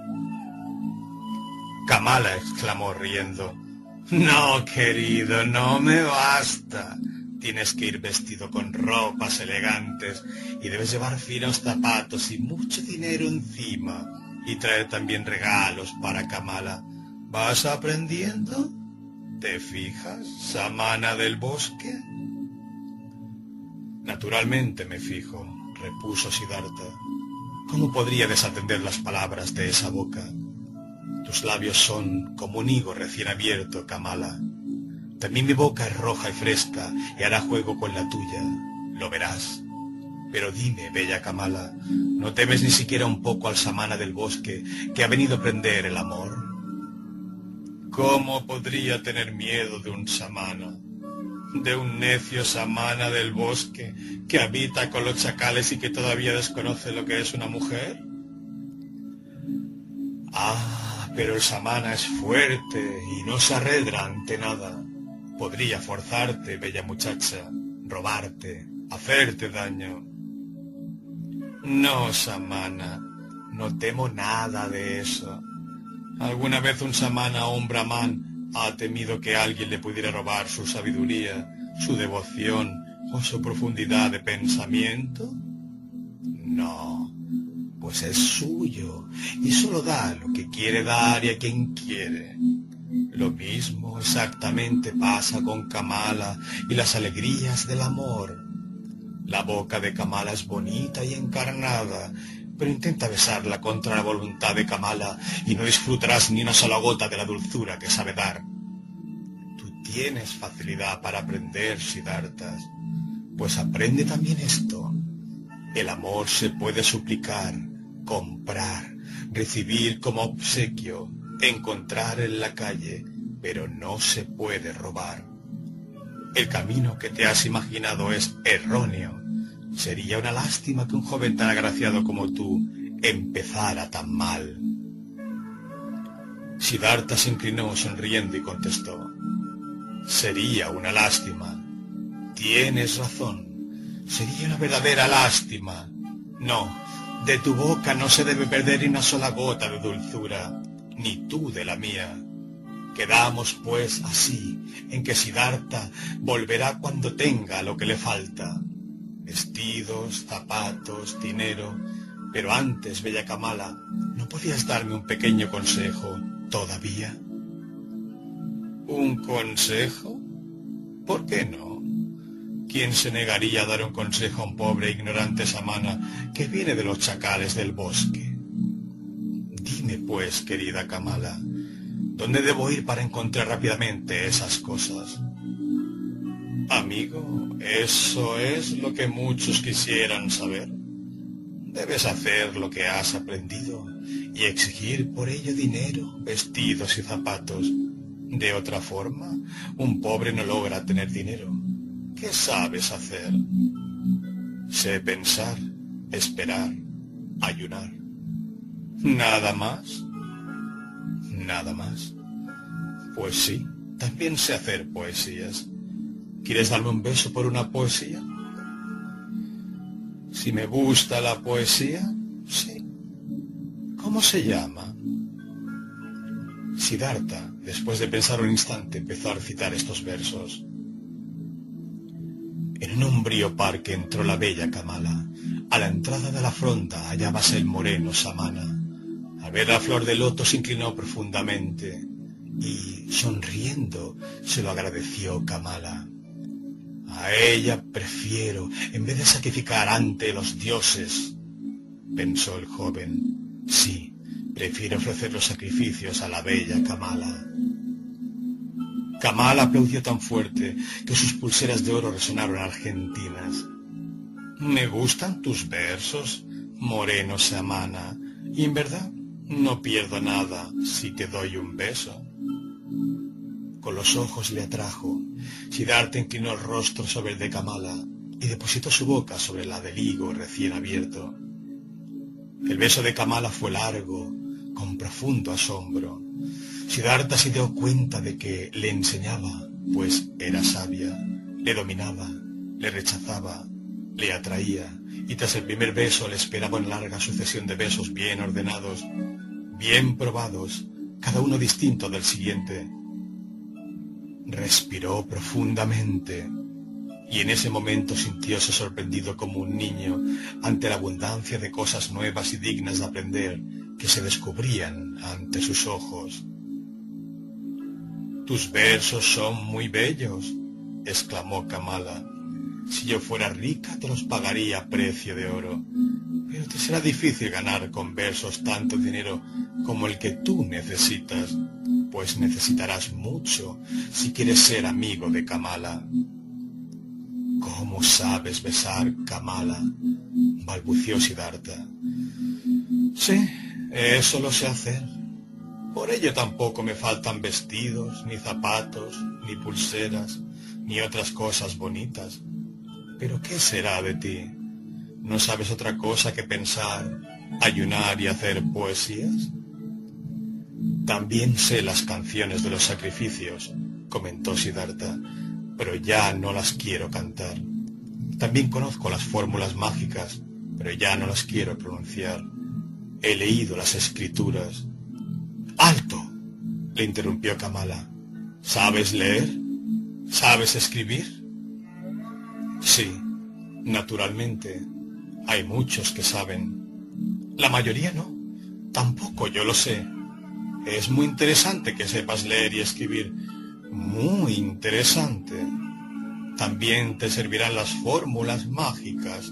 Kamala exclamó riendo. No, querido, no me basta. Tienes que ir vestido con ropas elegantes y debes llevar finos zapatos y mucho dinero encima y traer también regalos para Kamala. ¿Vas aprendiendo? ¿Te fijas, samana del bosque? Naturalmente me fijo, repuso Siddhartha. ¿Cómo podría desatender las palabras de esa boca? Tus labios son como un higo recién abierto, Kamala. También mi boca es roja y fresca y hará juego con la tuya. Lo verás. Pero dime, bella Kamala, ¿no temes ni siquiera un poco al samana del bosque que ha venido a aprender el amor? ¿Cómo podría tener miedo de un samana? De un necio samana del bosque que habita con los chacales y que todavía desconoce lo que es una mujer. Ah, pero el samana es fuerte y no se arredra ante nada. Podría forzarte, bella muchacha, robarte, hacerte daño. No, samana, no temo nada de eso. ¿Alguna vez un samana o un brahman ha temido que alguien le pudiera robar su sabiduría, su devoción o su profundidad de pensamiento? No, pues es suyo y solo da lo que quiere dar y a quien quiere. Lo mismo exactamente pasa con Kamala y las alegrías del amor. La boca de Kamala es bonita y encarnada, pero intenta besarla contra la voluntad de Kamala y no disfrutarás ni una sola gota de la dulzura que sabe dar. Tú tienes facilidad para aprender, Siddhartha, pues aprende también esto. El amor se puede suplicar, comprar, recibir como obsequio, encontrar en la calle, pero no se puede robar. El camino que te has imaginado es erróneo. Sería una lástima que un joven tan agraciado como tú empezara tan mal. Siddhartha se inclinó sonriendo y contestó: sería una lástima. Tienes razón. Sería una verdadera lástima. No, de tu boca no se debe perder ni una sola gota de dulzura, ni tú de la mía. Quedamos, pues, así, en que Siddhartha volverá cuando tenga lo que le falta. Vestidos, zapatos, dinero. Pero antes, bella Kamala, ¿no podías darme un pequeño consejo todavía? ¿Un consejo? ¿Por qué no? ¿Quién se negaría a dar un consejo a un pobre e ignorante samana que viene de los chacales del bosque? Dime, pues, querida Kamala, ¿dónde debo ir para encontrar rápidamente esas cosas? Amigo, eso es lo que muchos quisieran saber. Debes hacer lo que has aprendido y exigir por ello dinero, vestidos y zapatos. De otra forma, un pobre no logra tener dinero. ¿Qué sabes hacer? Sé pensar, esperar, ayunar. ¿Nada más? Nada más. Pues sí, también sé hacer poesías. ¿Quieres darme un beso por una poesía? Si me gusta la poesía, sí. ¿Cómo se llama? Siddhartha, después de pensar un instante, empezó a recitar estos versos. En un umbrío parque entró la bella Kamala. A la entrada de la fronda hallábase el moreno samana. Al ver la flor de loto se inclinó profundamente y, sonriendo, se lo agradeció Kamala. A ella prefiero, en vez de sacrificar ante los dioses, pensó el joven. Sí, prefiero ofrecer los sacrificios a la bella Kamala. Kamala aplaudió tan fuerte que sus pulseras de oro resonaron argentinas. Me gustan tus versos, moreno samana, y en verdad no pierdo nada si te doy un beso. Con los ojos le atrajo. Siddhartha inclinó el rostro sobre el de Kamala. y depositó su boca sobre la del higo recién abierto. El beso de Kamala fue largo, con profundo asombro. Siddhartha se dio cuenta de que le enseñaba, pues era sabia, le dominaba, le rechazaba, le atraía, y tras el primer beso le esperaba una larga sucesión de besos bien ordenados, bien probados, cada uno distinto del siguiente. Respiró profundamente, y en ese momento sintióse sorprendido como un niño ante la abundancia de cosas nuevas y dignas de aprender que se descubrían ante sus ojos. «Tus versos son muy bellos», exclamó Kamala. «Si yo fuera rica te los pagaría a precio de oro, pero te será difícil ganar con versos tanto dinero como el que tú necesitas, pues necesitarás mucho si quieres ser amigo de Kamala». «¿Cómo sabes besar, Kamala?», balbució Siddhartha. «Sí, eso lo sé hacer. Por ello tampoco me faltan vestidos, ni zapatos, ni pulseras, ni otras cosas bonitas. Pero ¿qué será de ti? ¿No sabes otra cosa que pensar, ayunar y hacer poesías?» «También sé las canciones de los sacrificios», comentó Siddhartha, «pero ya no las quiero cantar. También conozco las fórmulas mágicas, pero ya no las quiero pronunciar. He leído las escrituras». «¡Alto!», le interrumpió Kamala. «¿Sabes leer? ¿Sabes escribir?» «Sí, naturalmente. Hay muchos que saben. La mayoría no. Tampoco yo lo sé. Es muy interesante que sepas leer y escribir. Muy interesante. También te servirán las fórmulas mágicas».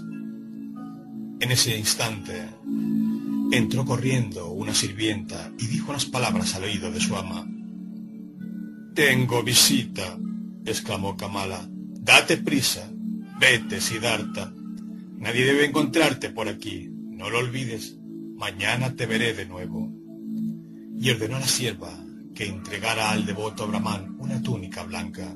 En ese instante entró corriendo una sirvienta y dijo unas palabras al oído de su ama. «Tengo visita», exclamó Kamala. «Date prisa. Vete, Siddhartha. Nadie debe encontrarte por aquí. No lo olvides. Mañana te veré de nuevo». Y ordenó a la sierva que entregara al devoto Brahmán una túnica blanca.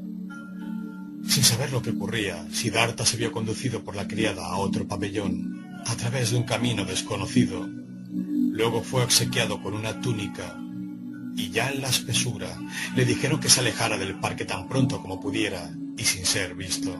Sin saber lo que ocurría, Siddhartha se vio conducido por la criada a otro pabellón, a través de un camino desconocido. Luego fue obsequiado con una túnica, y ya en la espesura le dijeron que se alejara del parque tan pronto como pudiera y sin ser visto.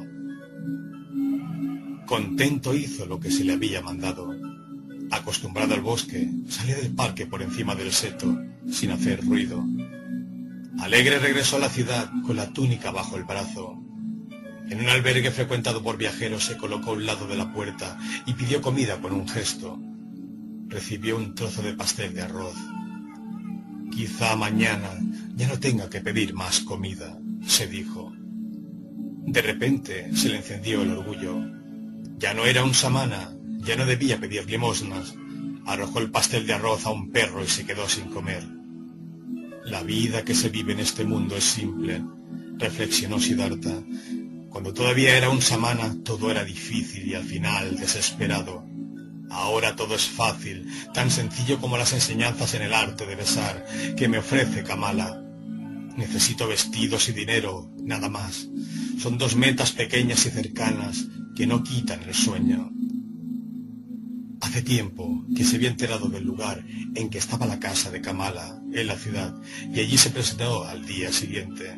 Contento hizo lo que se le había mandado. Acostumbrado al bosque, salió del parque por encima del seto, sin hacer ruido. Alegre regresó a la ciudad con la túnica bajo el brazo. En un albergue frecuentado por viajeros se colocó a un lado de la puerta y pidió comida con un gesto. Recibió un trozo de pastel de arroz. «Quizá mañana ya no tenga que pedir más comida», se dijo. De repente se le encendió el orgullo. Ya no era un samana, ya no debía pedir limosnas. Arrojó el pastel de arroz a un perro y se quedó sin comer. «La vida que se vive en este mundo es simple», reflexionó Siddhartha. Cuando todavía era un samana, todo era difícil y al final desesperado. Ahora todo es fácil, tan sencillo como las enseñanzas en el arte de besar que me ofrece Kamala. Necesito vestidos y dinero, nada más. Son dos metas pequeñas y cercanas que no quitan el sueño. Hace tiempo que se había enterado del lugar en que estaba la casa de Kamala, en la ciudad, y allí se presentó al día siguiente.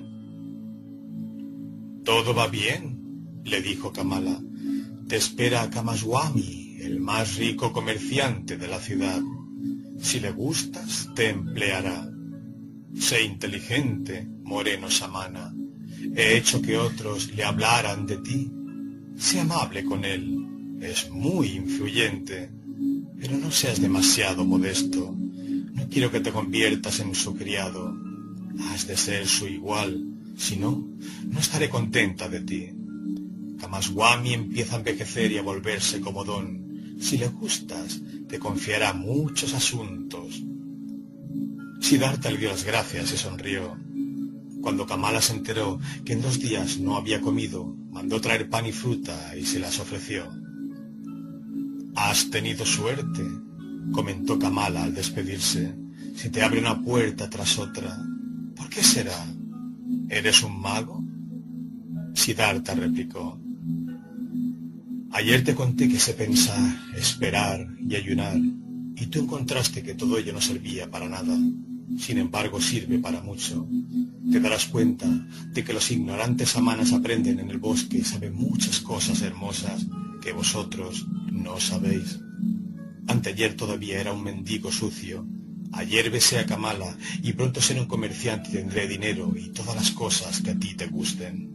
«Todo va bien», le dijo Kamala. «Te espera Kamaswami, el más rico comerciante de la ciudad. Si le gustas, te empleará. Sé inteligente, moreno samana. He hecho que otros le hablaran de ti. Sé amable con él. Es muy influyente. Pero no seas demasiado modesto. No quiero que te conviertas en su criado. Has de ser su igual. Si no, no estaré contenta de ti. Kamaswami empieza a envejecer y a volverse comodón. Si le gustas, te confiará muchos asuntos». Siddhartha le dio las gracias y sonrió. Cuando Kamala se enteró que en dos días no había comido, mandó traer pan y fruta y se las ofreció. «Has tenido suerte», comentó Kamala al despedirse. «Se te abre una puerta tras otra. ¿Por qué será? ¿Eres un mago?». Siddhartha replicó: Ayer te conté que sé pensar, esperar y ayunar, y tú encontraste que todo ello no servía para nada. Sin embargo, sirve para mucho. Te darás cuenta de que los ignorantes amanas aprenden en el bosque y saben muchas cosas hermosas que vosotros no sabéis. Anteayer todavía era un mendigo sucio. Ayer besé a Kamala y pronto seré un comerciante y tendré dinero y todas las cosas que a ti te gusten.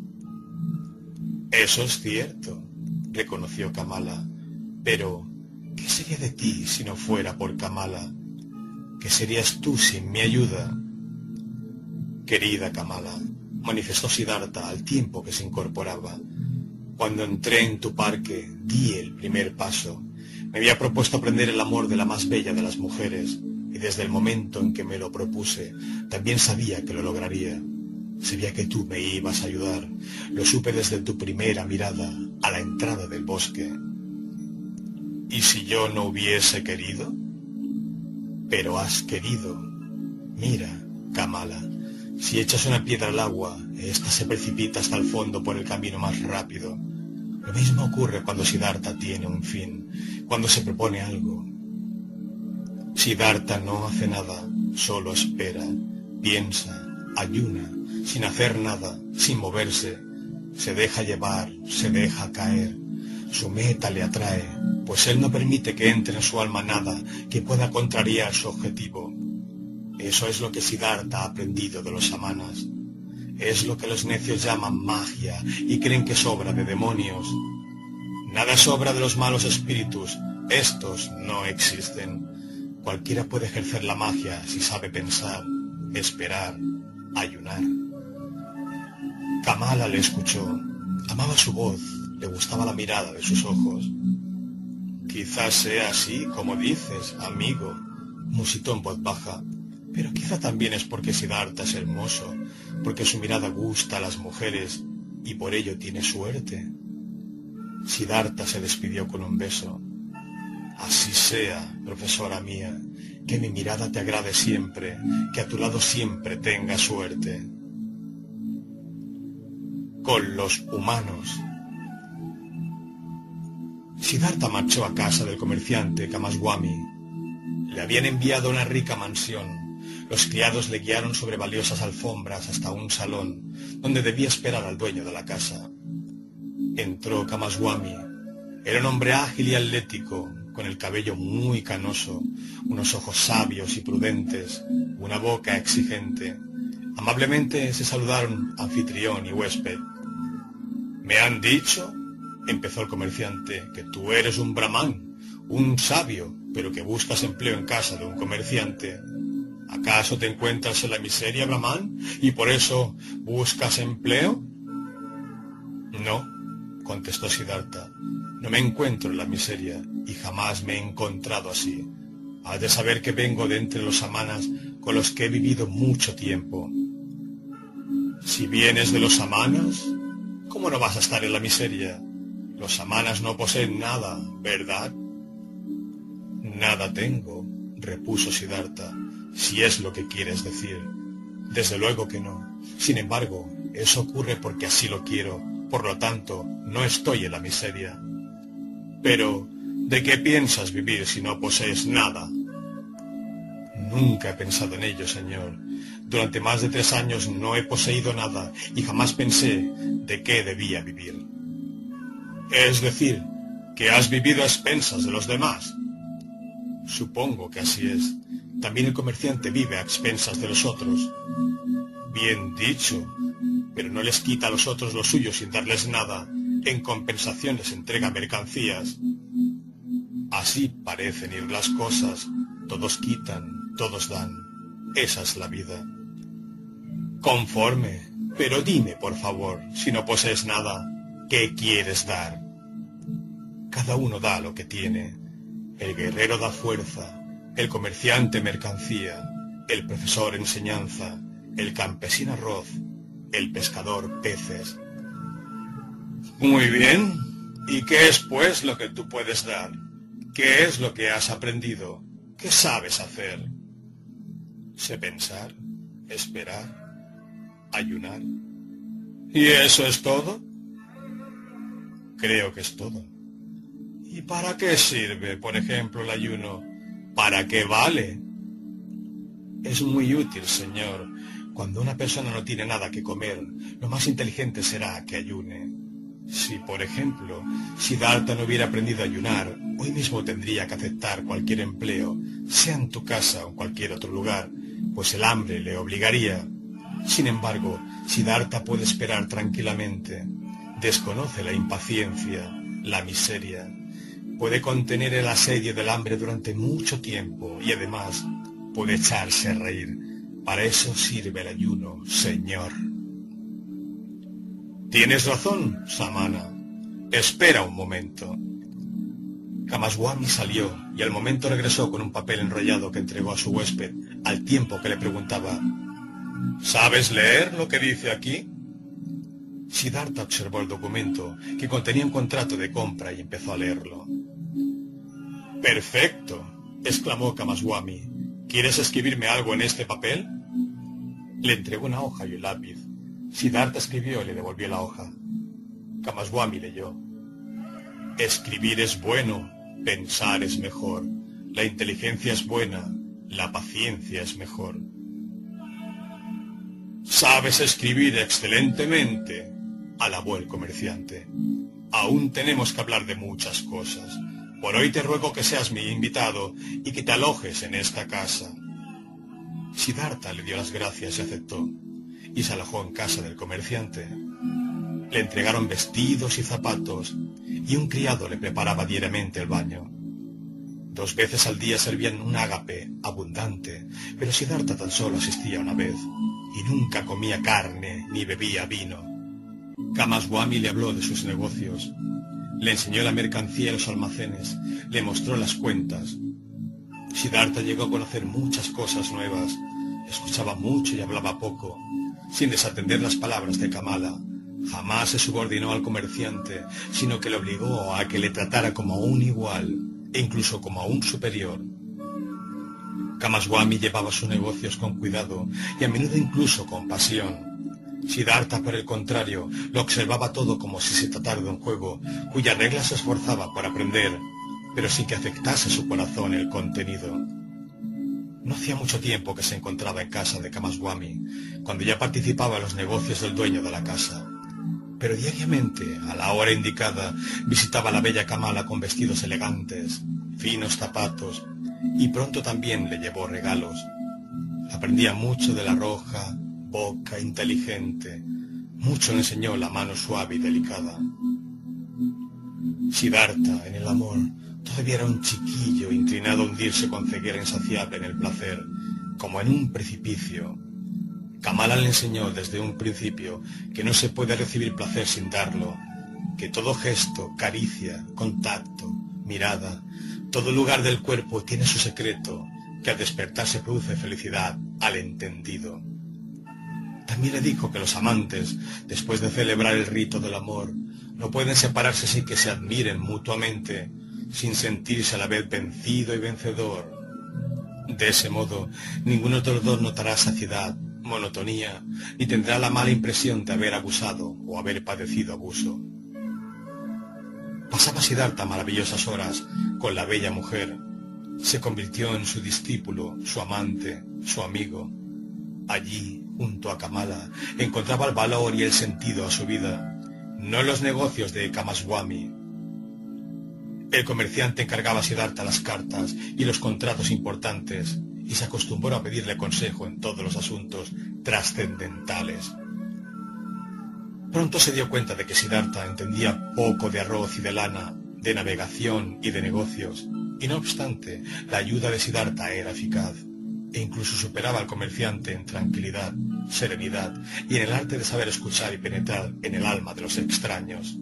Eso es cierto, reconoció Kamala, pero ¿qué sería de ti si no fuera por Kamala? ¿Qué serías tú sin mi ayuda? Querida Kamala, manifestó Siddhartha al tiempo que se incorporaba, cuando entré en tu parque di el primer paso. Me había propuesto aprender el amor de la más bella de las mujeres, y desde el momento en que me lo propuse, también sabía que lo lograría. Sabía que tú me ibas a ayudar. Lo supe desde tu primera mirada a la entrada del bosque. ¿Y si yo no hubiese querido? Pero has querido. Mira, Kamala, si echas una piedra al agua, ésta se precipita hasta el fondo por el camino más rápido. Lo mismo ocurre cuando Siddhartha tiene un fin, cuando se propone algo. Siddhartha no hace nada, solo espera, piensa, ayuna, sin hacer nada, sin moverse. Se deja llevar, se deja caer. Su meta le atrae, pues él no permite que entre en su alma nada que pueda contrariar su objetivo. Eso es lo que Siddhartha ha aprendido de los samanas. Es lo que los necios llaman magia y creen que es obra de demonios. Nada es obra de los malos espíritus, estos no existen. Cualquiera puede ejercer la magia si sabe pensar, esperar, ayunar. Kamala le escuchó, amaba su voz, le gustaba la mirada de sus ojos. Quizás sea así como dices, amigo, musitó en voz baja, pero quizá también es porque Siddhartha es hermoso, porque su mirada gusta a las mujeres y por ello tiene suerte. Siddhartha se despidió con un beso. Así sea, profesora mía, que mi mirada te agrade siempre, que a tu lado siempre tenga suerte. Con los humanos. Siddhartha marchó a casa del comerciante Kamaswami. Le habían enviado a una rica mansión. Los criados le guiaron sobre valiosas alfombras hasta un salón, donde debía esperar al dueño de la casa. Entró Kamaswami. Era un hombre ágil y atlético, con el cabello muy canoso, unos ojos sabios y prudentes, una boca exigente. Amablemente se saludaron anfitrión y huésped. «Me han dicho», empezó el comerciante, «que tú eres un brahmán, un sabio, pero que buscas empleo en casa de un comerciante. ¿Acaso te encuentras en la miseria, brahmán, y por eso buscas empleo?» «No», contestó Siddhartha, «no me encuentro en la miseria, y jamás me he encontrado así. Has de saber que vengo de entre los samanas con los que he vivido mucho tiempo». «Si vienes de los samanas, ¿cómo no vas a estar en la miseria? Los samanas no poseen nada, ¿verdad?» «Nada tengo», repuso Siddhartha, «si es lo que quieres decir. Desde luego que no. Sin embargo, eso ocurre porque así lo quiero, por lo tanto, no estoy en la miseria». «Pero, ¿de qué piensas vivir si no posees nada?» «Nunca he pensado en ello, señor. Durante más de tres años no he poseído nada y jamás pensé de qué debía vivir». «Es decir, que has vivido a expensas de los demás». «Supongo que así es. También el comerciante vive a expensas de los otros». «Bien dicho, pero no les quita a los otros lo suyo sin darles nada. En compensación les entrega mercancías». «Así parecen ir las cosas. Todos quitan, todos dan. Esa es la vida». «Conforme. Pero dime, por favor, si no posees nada, ¿qué quieres dar?» «Cada uno da lo que tiene. El guerrero da fuerza, el comerciante mercancía, el profesor enseñanza, el campesino arroz, el pescador peces». «Muy bien. ¿Y qué es, pues, lo que tú puedes dar? ¿Qué es lo que has aprendido? ¿Qué sabes hacer?» «Sé pensar, esperar, ayunar». «¿Y eso es todo?» «Creo que es todo». ¿Y para qué sirve, por ejemplo, el ayuno? ¿Para qué vale? Es muy útil, señor. Cuando una persona no tiene nada que comer, lo más inteligente será que ayune. Si, por ejemplo, Siddhartha no hubiera aprendido a ayunar, hoy mismo tendría que aceptar cualquier empleo, sea en tu casa o en cualquier otro lugar, pues el hambre le obligaría. Sin embargo, Siddhartha puede esperar tranquilamente. Desconoce la impaciencia, la miseria. Puede contener el asedio del hambre durante mucho tiempo y además puede echarse a reír. Para eso sirve el ayuno, señor. Tienes razón, Samana. Espera un momento. Kamaswami salió y al momento regresó con un papel enrollado que entregó a su huésped, al tiempo que le preguntaba: ¿Sabes leer lo que dice aquí? Siddhartha observó el documento, que contenía un contrato de compra, y empezó a leerlo. ¡Perfecto!, exclamó Kamaswami. ¿Quieres escribirme algo en este papel? Le entregó una hoja y un lápiz. Siddhartha escribió y le devolvió la hoja. Kamaswami leyó: Escribir es bueno, pensar es mejor, la inteligencia es buena, la paciencia es mejor. Sabes escribir excelentemente, alabó el comerciante. Aún tenemos que hablar de muchas cosas. Por hoy te ruego que seas mi invitado y que te alojes en esta casa. Siddhartha le dio las gracias y aceptó, y se alojó en casa del comerciante. Le entregaron vestidos y zapatos, y un criado le preparaba diariamente el baño. Dos veces al día servían un ágape abundante, pero Siddhartha tan solo asistía una vez, y nunca comía carne ni bebía vino. Kamaswami le habló de sus negocios, le enseñó la mercancía y los almacenes, le mostró las cuentas. Siddhartha llegó a conocer muchas cosas nuevas, escuchaba mucho y hablaba poco, sin desatender las palabras de Kamala. Jamás se subordinó al comerciante, sino que le obligó a que le tratara como a un igual, e incluso como a un superior. Kamaswami llevaba sus negocios con cuidado, y a menudo incluso con pasión. Siddhartha, por el contrario, lo observaba todo como si se tratara de un juego, cuyas reglas se esforzaba por aprender, pero sin que afectase su corazón el contenido. No hacía mucho tiempo que se encontraba en casa de Kamaswami, cuando ya participaba en los negocios del dueño de la casa. Pero diariamente, a la hora indicada, visitaba a la bella Kamala con vestidos elegantes, finos zapatos, y pronto también le llevó regalos. Aprendía mucho de la roja, boca inteligente, mucho le enseñó la mano suave y delicada. Siddhartha, en el amor, todavía era un chiquillo inclinado a hundirse con ceguera insaciable en el placer, como en un precipicio. Kamala le enseñó desde un principio que no se puede recibir placer sin darlo, que todo gesto, caricia, contacto, mirada, todo lugar del cuerpo tiene su secreto, que al despertar se produce felicidad al entendido. También le dijo que los amantes, después de celebrar el rito del amor, no pueden separarse sin que se admiren mutuamente, sin sentirse a la vez vencido y vencedor. De ese modo, ninguno de los dos notará saciedad, monotonía, ni tendrá la mala impresión de haber abusado o haber padecido abuso. Pasaba Siddhartha maravillosas horas con la bella mujer. Se convirtió en su discípulo, su amante, su amigo. Allí, junto a Kamala, encontraba el valor y el sentido a su vida, no en los negocios de Kamaswami. El comerciante encargaba a Siddhartha las cartas y los contratos importantes, y se acostumbró a pedirle consejo en todos los asuntos trascendentales. Pronto se dio cuenta de que Siddhartha entendía poco de arroz y de lana, de navegación y de negocios, y no obstante, la ayuda de Siddhartha era eficaz, e incluso superaba al comerciante en tranquilidad, serenidad y en el arte de saber escuchar y penetrar en el alma de los extraños.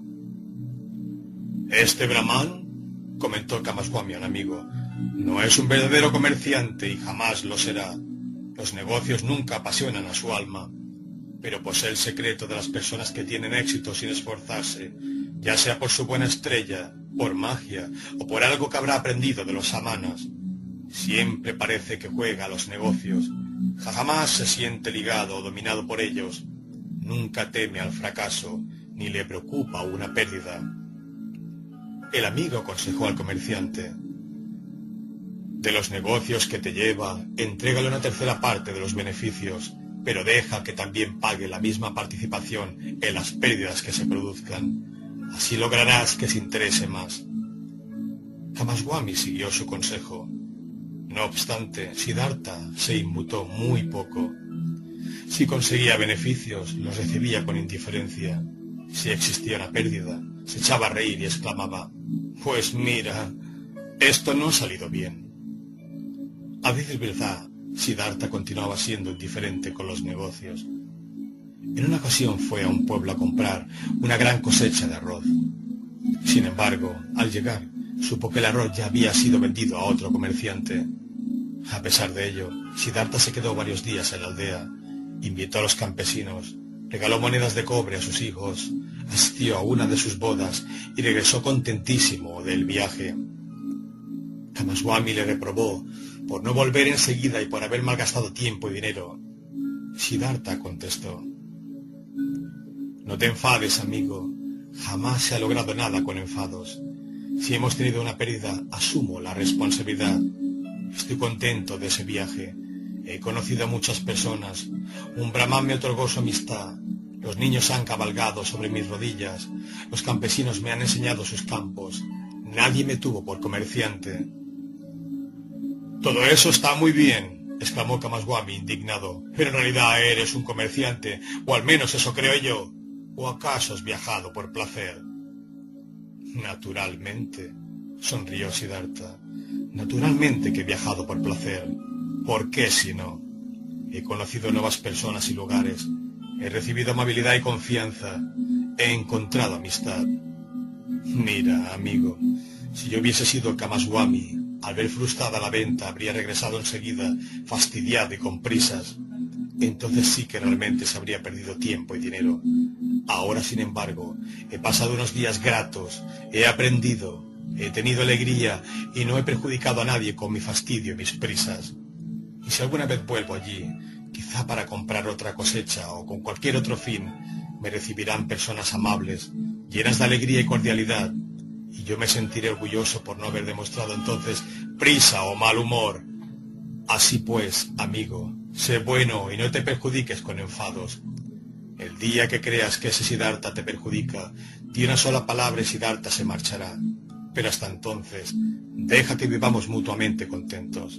Este Brahman, comentó Kamaswami a un amigo, no es un verdadero comerciante y jamás lo será. Los negocios nunca apasionan a su alma, pero posee el secreto de las personas que tienen éxito sin esforzarse, ya sea por su buena estrella, por magia o por algo que habrá aprendido de los samanas. Siempre parece que juega a los negocios, jamás se siente ligado o dominado por ellos, nunca teme al fracaso ni le preocupa una pérdida. El amigo aconsejó al comerciante: de los negocios que te lleva, entrégale una tercera parte de los beneficios, pero deja que también pague la misma participación en las pérdidas que se produzcan. Así lograrás que se interese más. Kamaswami siguió su consejo. No obstante, Siddhartha se inmutó muy poco. Si conseguía beneficios, los recibía con indiferencia. Si existía una pérdida, se echaba a reír y exclamaba: «Pues mira, esto no ha salido bien». A decir verdad, Siddhartha continuaba siendo indiferente con los negocios. En una ocasión fue a un pueblo a comprar una gran cosecha de arroz. Sin embargo, al llegar, supo que el arroz ya había sido vendido a otro comerciante. A pesar de ello, Siddhartha se quedó varios días en la aldea, invitó a los campesinos, regaló monedas de cobre a sus hijos, asistió a una de sus bodas y regresó contentísimo del viaje. Kamaswami le reprobó por no volver enseguida y por haber malgastado tiempo y dinero. Siddhartha contestó: «No te enfades, amigo. Jamás se ha logrado nada con enfados. Si hemos tenido una pérdida, asumo la responsabilidad. Estoy contento de ese viaje. He conocido a muchas personas. Un brahman me otorgó su amistad. Los niños han cabalgado sobre mis rodillas. Los campesinos me han enseñado sus campos. Nadie me tuvo por comerciante». «Todo eso está muy bien», exclamó Kamaswami indignado, «pero en realidad eres un comerciante, o al menos eso creo yo. ¿O acaso has viajado por placer?» «Naturalmente», sonrió Siddhartha, «naturalmente que he viajado por placer. ¿Por qué si no? He conocido nuevas personas y lugares, he recibido amabilidad y confianza, he encontrado amistad. Mira, amigo, si yo hubiese sido Kamaswami, al ver frustrada la venta habría regresado enseguida, fastidiado y con prisas. Entonces sí que realmente se habría perdido tiempo y dinero. Ahora, sin embargo, he pasado unos días gratos, he aprendido, he tenido alegría y no he perjudicado a nadie con mi fastidio y mis prisas. Y si alguna vez vuelvo allí, quizá para comprar otra cosecha o con cualquier otro fin, me recibirán personas amables, llenas de alegría y cordialidad, y yo me sentiré orgulloso por no haber demostrado entonces prisa o mal humor. Así pues, amigo, sé bueno y no te perjudiques con enfados. El día que creas que ese Siddhartha te perjudica, di una sola palabra y Siddhartha se marchará. Pero hasta entonces, deja que vivamos mutuamente contentos».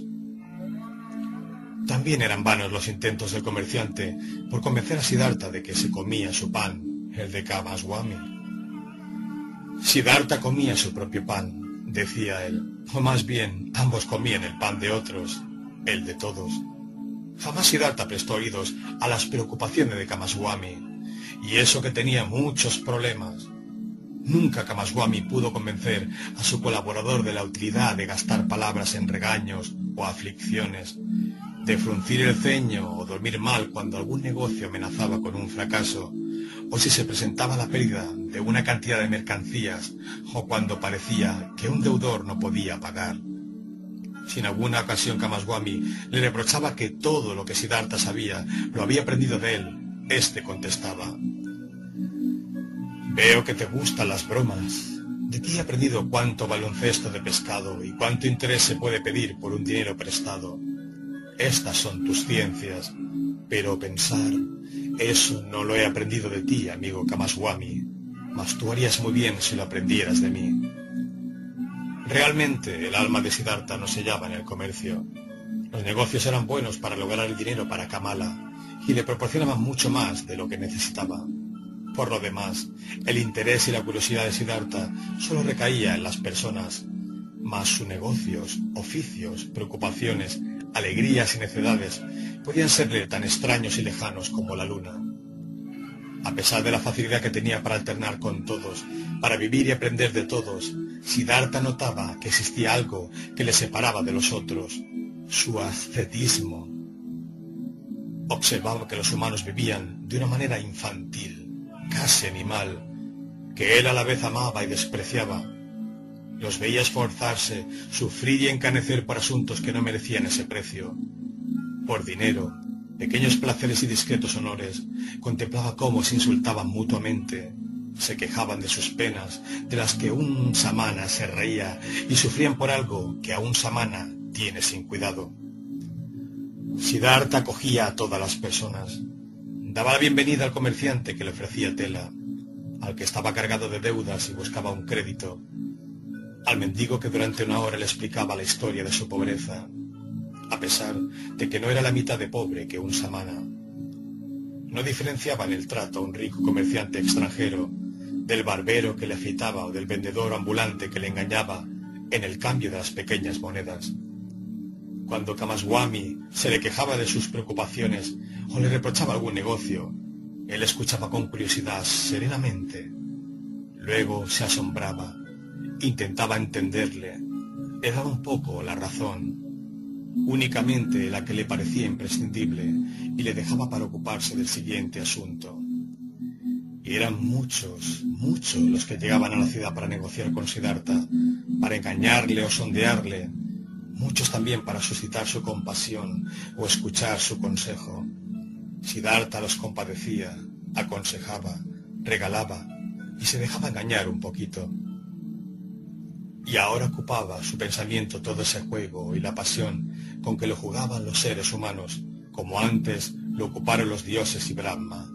También eran vanos los intentos del comerciante por convencer a Siddhartha de que se comía su pan, el de Kamaswami. Siddhartha comía su propio pan, decía él, o más bien, ambos comían el pan de otros, el de todos. Jamás Siddhartha prestó oídos a las preocupaciones de Kamaswami, y eso que tenía muchos problemas. Nunca Kamaswami pudo convencer a su colaborador de la utilidad de gastar palabras en regaños o aflicciones, de fruncir el ceño o dormir mal cuando algún negocio amenazaba con un fracaso, o si se presentaba la pérdida de una cantidad de mercancías, o cuando parecía que un deudor no podía pagar. Si en alguna ocasión Kamaswami le reprochaba que todo lo que Siddhartha sabía lo había aprendido de él, éste contestaba: «Veo que te gustan las bromas. De ti he aprendido cuánto vale un cesto de pescado y cuánto interés se puede pedir por un dinero prestado. Estas son tus ciencias, pero pensar, eso no lo he aprendido de ti, amigo Kamaswami, mas tú harías muy bien si lo aprendieras de mí». Realmente el alma de Siddhartha no se hallaba en el comercio. Los negocios eran buenos para lograr el dinero para Kamala y le proporcionaban mucho más de lo que necesitaba. Por lo demás, el interés y la curiosidad de Siddhartha solo recaía en las personas, mas sus negocios, oficios, preocupaciones, alegrías y necedades podían serle tan extraños y lejanos como la luna. A pesar de la facilidad que tenía para alternar con todos, para vivir y aprender de todos, Siddhartha notaba que existía algo que le separaba de los otros: su ascetismo. Observaba que los humanos vivían de una manera infantil, casi animal, que él a la vez amaba y despreciaba. Los veía esforzarse, sufrir y encanecer por asuntos que no merecían ese precio. Por dinero, pequeños placeres y discretos honores, contemplaba cómo se insultaban mutuamente, Se quejaban de sus penas, de las que un samana se reía, y sufrían por algo que a un samana tiene sin cuidado. Siddhartha acogía a todas las personas. Daba la bienvenida al comerciante que le ofrecía tela, al que estaba cargado de deudas y buscaba un crédito, al mendigo que durante una hora le explicaba la historia de su pobreza, a pesar de que no era la mitad de pobre que un samana. No diferenciaba en el trato a un rico comerciante extranjero del barbero que le afeitaba o del vendedor ambulante que le engañaba en el cambio de las pequeñas monedas. Cuando Kamaswami se le quejaba de sus preocupaciones o le reprochaba algún negocio, él escuchaba con curiosidad serenamente. Luego se asombraba, intentaba entenderle, le daba un poco la razón, únicamente la que le parecía imprescindible, y le dejaba para ocuparse del siguiente asunto. Y eran muchos, muchos los que llegaban a la ciudad para negociar con Siddhartha, para engañarle o sondearle, muchos también para suscitar su compasión o escuchar su consejo. Siddhartha los compadecía, aconsejaba, regalaba y se dejaba engañar un poquito. Y ahora ocupaba su pensamiento todo ese juego y la pasión con que lo jugaban los seres humanos, como antes lo ocuparon los dioses y Brahma.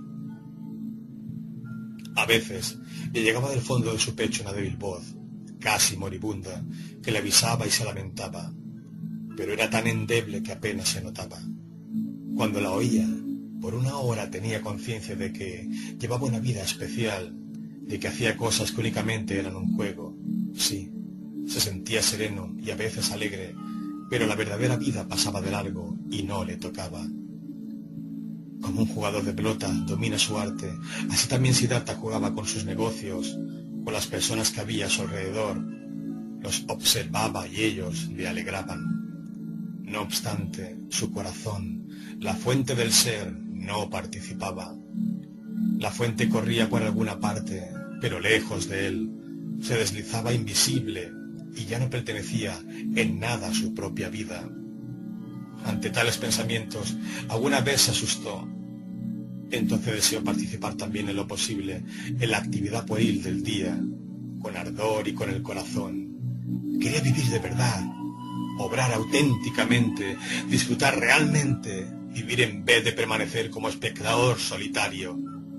A veces le llegaba del fondo de su pecho una débil voz, casi moribunda, que le avisaba y se lamentaba, pero era tan endeble que apenas se notaba. Cuando la oía, por una hora tenía conciencia de que llevaba una vida especial, de que hacía cosas que únicamente eran un juego. Sí, se sentía sereno y a veces alegre, pero la verdadera vida pasaba de largo y no le tocaba. Como un jugador de pelota domina su arte, así también Siddhartha jugaba con sus negocios, con las personas que había a su alrededor. Los observaba y ellos le alegraban. No obstante, su corazón, la fuente del ser, no participaba. La fuente corría por alguna parte, pero lejos de él, se deslizaba invisible y ya no pertenecía en nada a su propia vida. Ante tales pensamientos, alguna vez se asustó. Entonces deseó participar también en lo posible, en la actividad pueril del día, con ardor y con el corazón. Quería vivir de verdad, obrar auténticamente, disfrutar realmente, vivir en vez de permanecer como espectador solitario.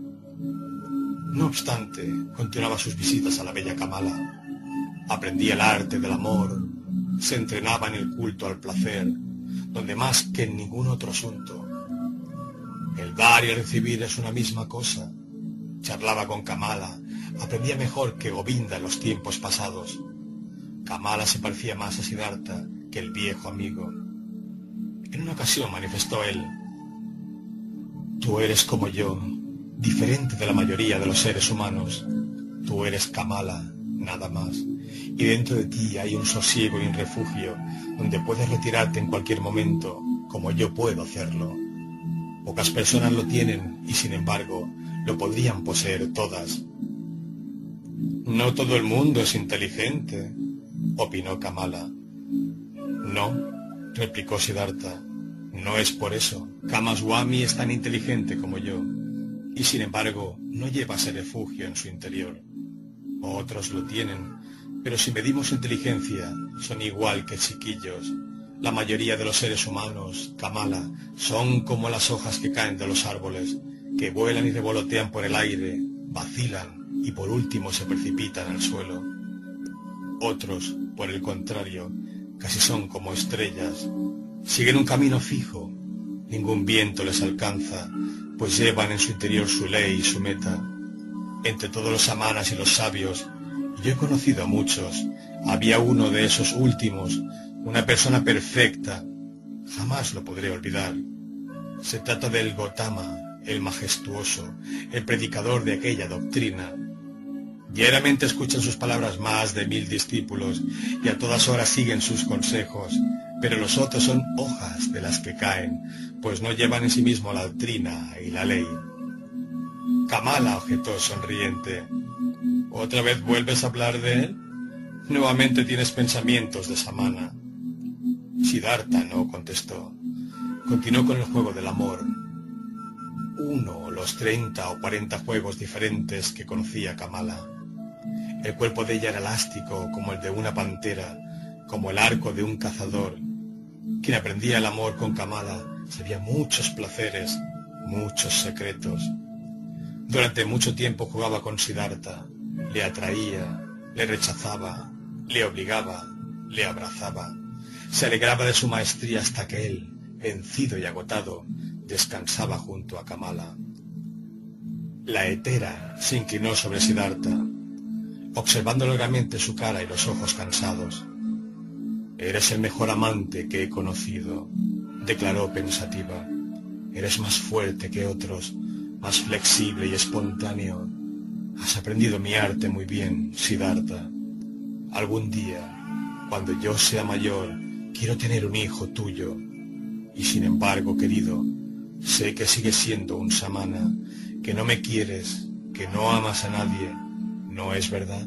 No obstante, continuaba sus visitas a la bella Kamala. Aprendía el arte del amor, se entrenaba en el culto al placer, donde más que en ningún otro asunto. El dar y el recibir es una misma cosa. Charlaba con Kamala, aprendía mejor que Govinda en los tiempos pasados. Kamala se parecía más a Siddhartha que el viejo amigo. En una ocasión manifestó él: tú eres como yo, diferente de la mayoría de los seres humanos. Tú eres Kamala, nada más. Y dentro de ti hay un sosiego y un refugio donde puedes retirarte en cualquier momento, como yo puedo hacerlo. Pocas personas lo tienen y sin embargo lo podrían poseer todas. No todo el mundo es inteligente, opinó Kamala. No, replicó Siddhartha, no es por eso. Kamaswami es tan inteligente como yo y sin embargo no lleva ese refugio en su interior. Otros lo tienen, pero si medimos inteligencia, son igual que chiquillos. La mayoría de los seres humanos, Kamala, son como las hojas que caen de los árboles, que vuelan y revolotean por el aire, vacilan y por último se precipitan al suelo. Otros, por el contrario, casi son como estrellas. Siguen un camino fijo, ningún viento les alcanza, pues llevan en su interior su ley y su meta. Entre todos los samanas y los sabios, y yo he conocido a muchos, había uno de esos últimos, una persona perfecta, jamás lo podré olvidar. Se trata del Gotama, el majestuoso, el predicador de aquella doctrina. Diariamente escuchan sus palabras más de mil discípulos y a todas horas siguen sus consejos, pero los otros son hojas de las que caen, pues no llevan en sí mismo la doctrina y la ley. Kamala objetó sonriente. ¿Otra vez vuelves a hablar de él? Nuevamente tienes pensamientos de samana. Siddhartha no contestó. Continuó con el juego del amor. uno o los treinta o cuarenta juegos diferentes que conocía Kamala. El cuerpo de ella era elástico como el de una pantera, como el arco de un cazador. Quien aprendía el amor con Kamala sabía muchos placeres, muchos secretos. Durante mucho tiempo jugaba con Siddhartha, le atraía, le rechazaba, le obligaba, le abrazaba. Se alegraba de su maestría hasta que él, vencido y agotado, descansaba junto a Kamala. La hetera se inclinó sobre Siddhartha, observando largamente su cara y los ojos cansados. «Eres el mejor amante que he conocido», declaró pensativa. «Eres más fuerte que otros, más flexible y espontáneo. Has aprendido mi arte muy bien, Siddhartha. Algún día, cuando yo sea mayor, quiero tener un hijo tuyo. Y sin embargo, querido, sé que sigues siendo un samana, que no me quieres, que no amas a nadie. ¿No es verdad?»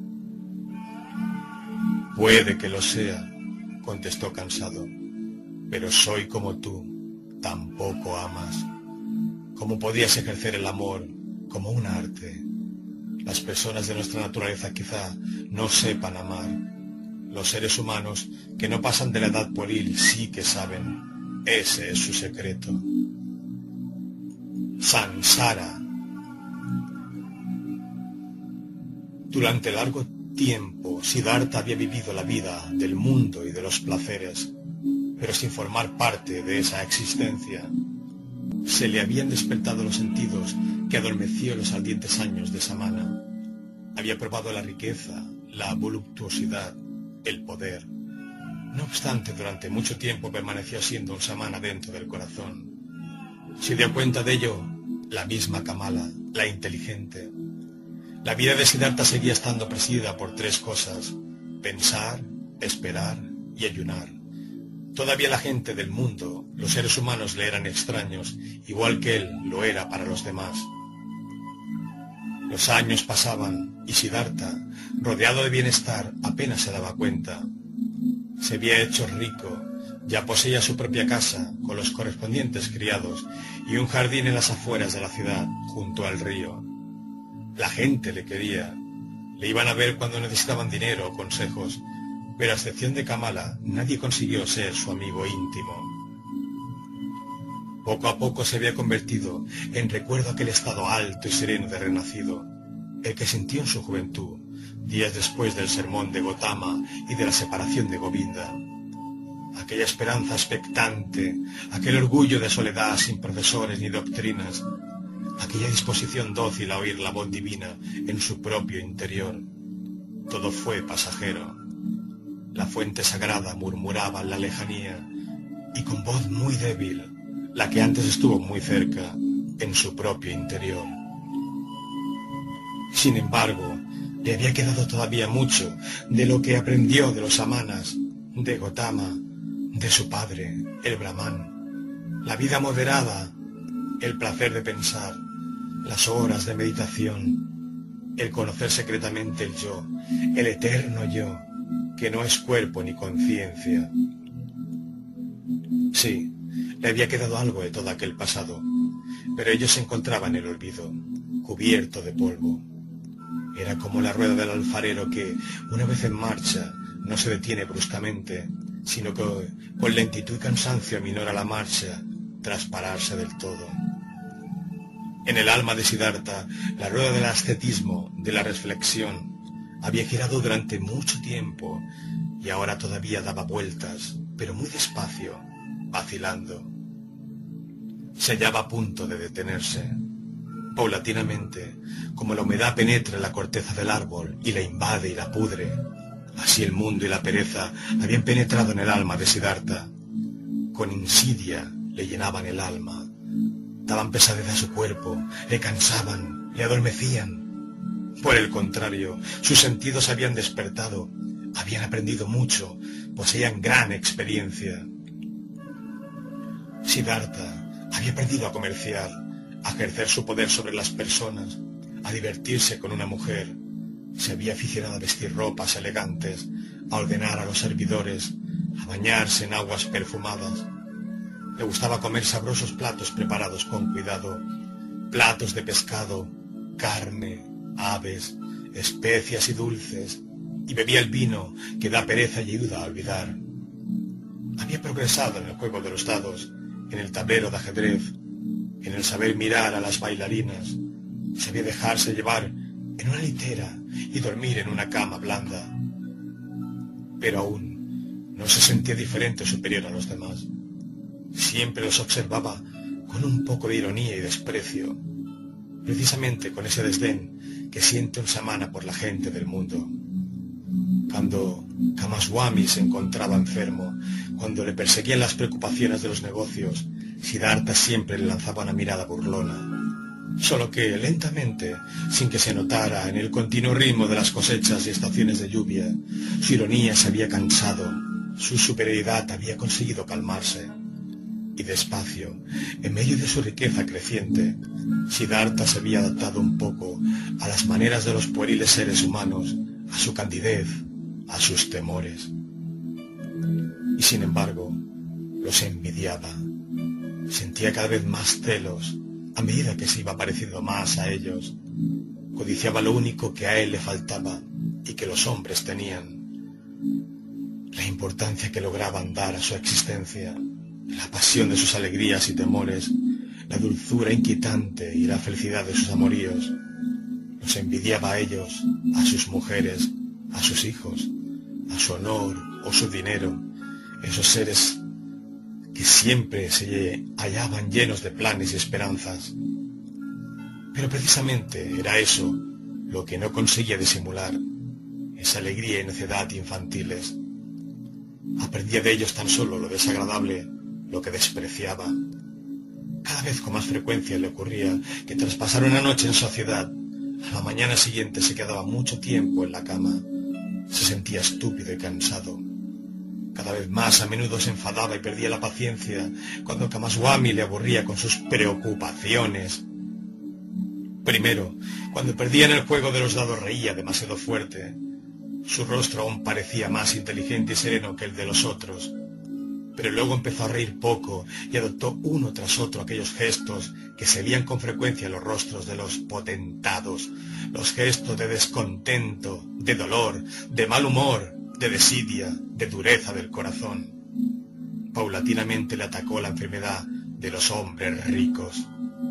«Puede que lo sea», contestó cansado, «pero soy como tú, tampoco amas. ¿Cómo podías ejercer el amor como un arte? Las personas de nuestra naturaleza quizá no sepan amar. Los seres humanos que no pasan de la edad pueril sí que saben. Ese es su secreto». Sansara. Durante largo tiempo, Siddhartha había vivido la vida del mundo y de los placeres, pero sin formar parte de esa existencia. Se le habían despertado los sentidos que adormeció los ardientes años de Samana. Había probado la riqueza, la voluptuosidad, el poder. No obstante, durante mucho tiempo permaneció siendo un samana dentro del corazón. Se dio cuenta de ello la misma Kamala, la inteligente. La vida de Siddhartha seguía estando presidida por tres cosas: pensar, esperar y ayunar. Todavía la gente del mundo, los seres humanos, le eran extraños, igual que él lo era para los demás. Los años pasaban y Siddhartha, rodeado de bienestar, apenas se daba cuenta. Se había hecho rico, ya poseía su propia casa, con los correspondientes criados, y un jardín en las afueras de la ciudad, junto al río. La gente le quería, le iban a ver cuando necesitaban dinero o consejos, pero a excepción de Kamala, nadie consiguió ser su amigo íntimo. Poco a poco se había convertido en recuerdo aquel estado alto y sereno de renacido, el que sintió en su juventud, días después del sermón de Gotama y de la separación de Govinda. Aquella esperanza expectante, aquel orgullo de soledad sin profesores ni doctrinas, aquella disposición dócil a oír la voz divina en su propio interior. Todo fue pasajero. La fuente sagrada murmuraba en la lejanía, y con voz muy débil, la que antes estuvo muy cerca, en su propio interior. Sin embargo, le había quedado todavía mucho de lo que aprendió de los samanas, de Gotama, de su padre, el Brahman, la vida moderada, el placer de pensar, las horas de meditación, el conocer secretamente el yo, el eterno yo, que no es cuerpo ni conciencia. Sí, le había quedado algo de todo aquel pasado, pero ello se encontraba en el olvido, cubierto de polvo. Era como la rueda del alfarero que, una vez en marcha, no se detiene bruscamente, sino que con lentitud y cansancio aminora la marcha tras pararse del todo. En el alma de Siddhartha, la rueda del ascetismo, de la reflexión, había girado durante mucho tiempo y ahora todavía daba vueltas, pero muy despacio, vacilando. Se hallaba a punto de detenerse. Paulatinamente, como la humedad penetra en la corteza del árbol y la invade y la pudre, así el mundo y la pereza habían penetrado en el alma de Siddhartha. Con insidia le llenaban el alma, daban pesadez a su cuerpo, le cansaban, le adormecían. Por el contrario, sus sentidos se habían despertado, habían aprendido mucho, poseían gran experiencia. Siddhartha había aprendido a comerciar, a ejercer su poder sobre las personas, a divertirse con una mujer. Se había aficionado a vestir ropas elegantes, a ordenar a los servidores, a bañarse en aguas perfumadas. Le gustaba comer sabrosos platos preparados con cuidado, platos de pescado, carne, aves, especias y dulces, y bebía el vino que da pereza y ayuda a olvidar. Había progresado en el juego de los dados, en el tablero de ajedrez, en el saber mirar a las bailarinas. Sabía dejarse llevar en una litera y dormir en una cama blanda. Pero aún no se sentía diferente o superior a los demás. Siempre los observaba con un poco de ironía y desprecio, precisamente con ese desdén que siente un samana por la gente del mundo. Cuando Kamaswami se encontraba enfermo, cuando le perseguían las preocupaciones de los negocios, Siddhartha siempre le lanzaba una mirada burlona. Solo que, lentamente, sin que se notara en el continuo ritmo de las cosechas y estaciones de lluvia, su ironía se había cansado, su superioridad había conseguido calmarse. Y despacio, en medio de su riqueza creciente, Siddhartha se había adaptado un poco a las maneras de los pueriles seres humanos, a su candidez, a sus temores. Y sin embargo, los envidiaba. Sentía cada vez más celos a medida que se iba pareciendo más a ellos. Codiciaba lo único que a él le faltaba y que los hombres tenían: la importancia que lograban dar a su existencia, la pasión de sus alegrías y temores, la dulzura inquietante y la felicidad de sus amoríos. Los envidiaba a ellos, a sus mujeres, a sus hijos, a su honor o su dinero, esos seres que siempre se hallaban llenos de planes y esperanzas. Pero precisamente era eso lo que no conseguía disimular, esa alegría y necedad infantiles. Aprendía de ellos tan solo lo desagradable, lo que despreciaba. Cada vez con más frecuencia le ocurría que tras pasar una noche en sociedad, a la mañana siguiente se quedaba mucho tiempo en la cama. Se sentía estúpido y cansado. Cada vez más a menudo se enfadaba y perdía la paciencia cuando Kamaswami le aburría con sus preocupaciones. Primero, cuando perdía en el juego de los dados reía demasiado fuerte. Su rostro aún parecía más inteligente y sereno que el de los otros. Pero luego empezó a reír poco y adoptó uno tras otro aquellos gestos que se veían con frecuencia en los rostros de los potentados, los gestos de descontento, de dolor, de mal humor, de desidia, de dureza del corazón. Paulatinamente le atacó la enfermedad de los hombres ricos.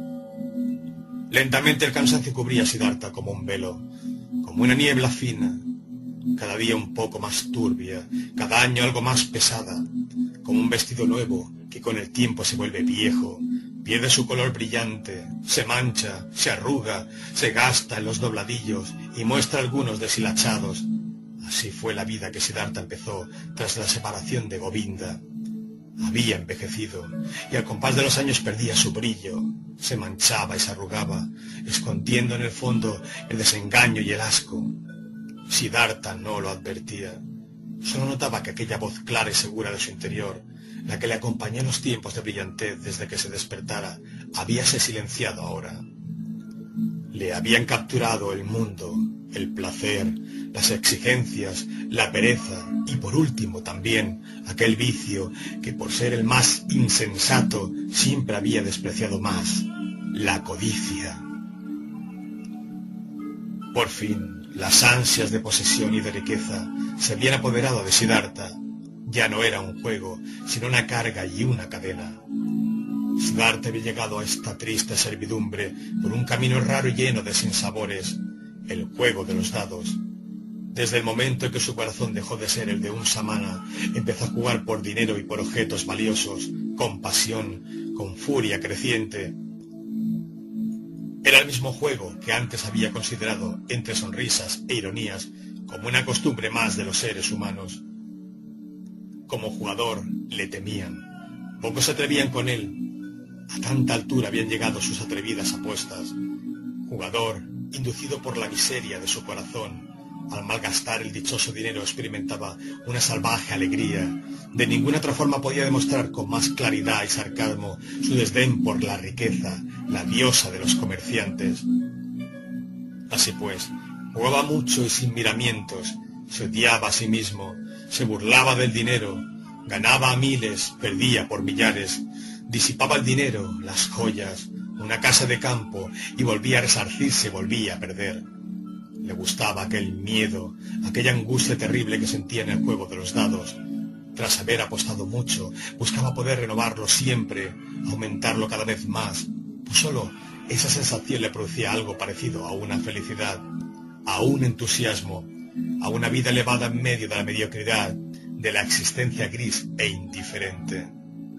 Lentamente el cansancio cubría a Siddhartha como un velo, como una niebla fina, cada día un poco más turbia, cada año algo más pesada, como un vestido nuevo que con el tiempo se vuelve viejo, pierde su color brillante, se mancha, se arruga, se gasta en los dobladillos y muestra algunos deshilachados. Así fue la vida que Siddhartha empezó tras la separación de Govinda. Había envejecido y al compás de los años perdía su brillo, se manchaba y se arrugaba, escondiendo en el fondo el desengaño y el asco. Siddhartha no lo advertía. Solo notaba que aquella voz clara y segura de su interior, la que le acompañó en los tiempos de brillantez desde que se despertara, habíase silenciado ahora. Le habían capturado el mundo, el placer, las exigencias, la pereza y por último también aquel vicio que por ser el más insensato siempre había despreciado más, la codicia. Por fin, las ansias de posesión y de riqueza se habían apoderado de Siddhartha. Ya no era un juego, sino una carga y una cadena. Siddhartha había llegado a esta triste servidumbre por un camino raro y lleno de sinsabores, el juego de los dados. Desde el momento en que su corazón dejó de ser el de un samana, empezó a jugar por dinero y por objetos valiosos, con pasión, con furia creciente. Era el mismo juego que antes había considerado, entre sonrisas e ironías, como una costumbre más de los seres humanos. Como jugador le temían. Pocos se atrevían con él. A tanta altura habían llegado sus atrevidas apuestas. Jugador, inducido por la miseria de su corazón, al malgastar el dichoso dinero experimentaba una salvaje alegría. De ninguna otra forma podía demostrar con más claridad y sarcasmo su desdén por la riqueza, la diosa de los comerciantes. Así pues, jugaba mucho y sin miramientos, se odiaba a sí mismo, se burlaba del dinero, ganaba a miles, perdía por millares, disipaba el dinero, las joyas, una casa de campo, y volvía a resarcirse, volvía a perder. Le gustaba aquel miedo, aquella angustia terrible que sentía en el juego de los dados. Tras haber apostado mucho, buscaba poder renovarlo siempre, aumentarlo cada vez más, pues solo esa sensación le producía algo parecido a una felicidad, a un entusiasmo, a una vida elevada en medio de la mediocridad, de la existencia gris e indiferente.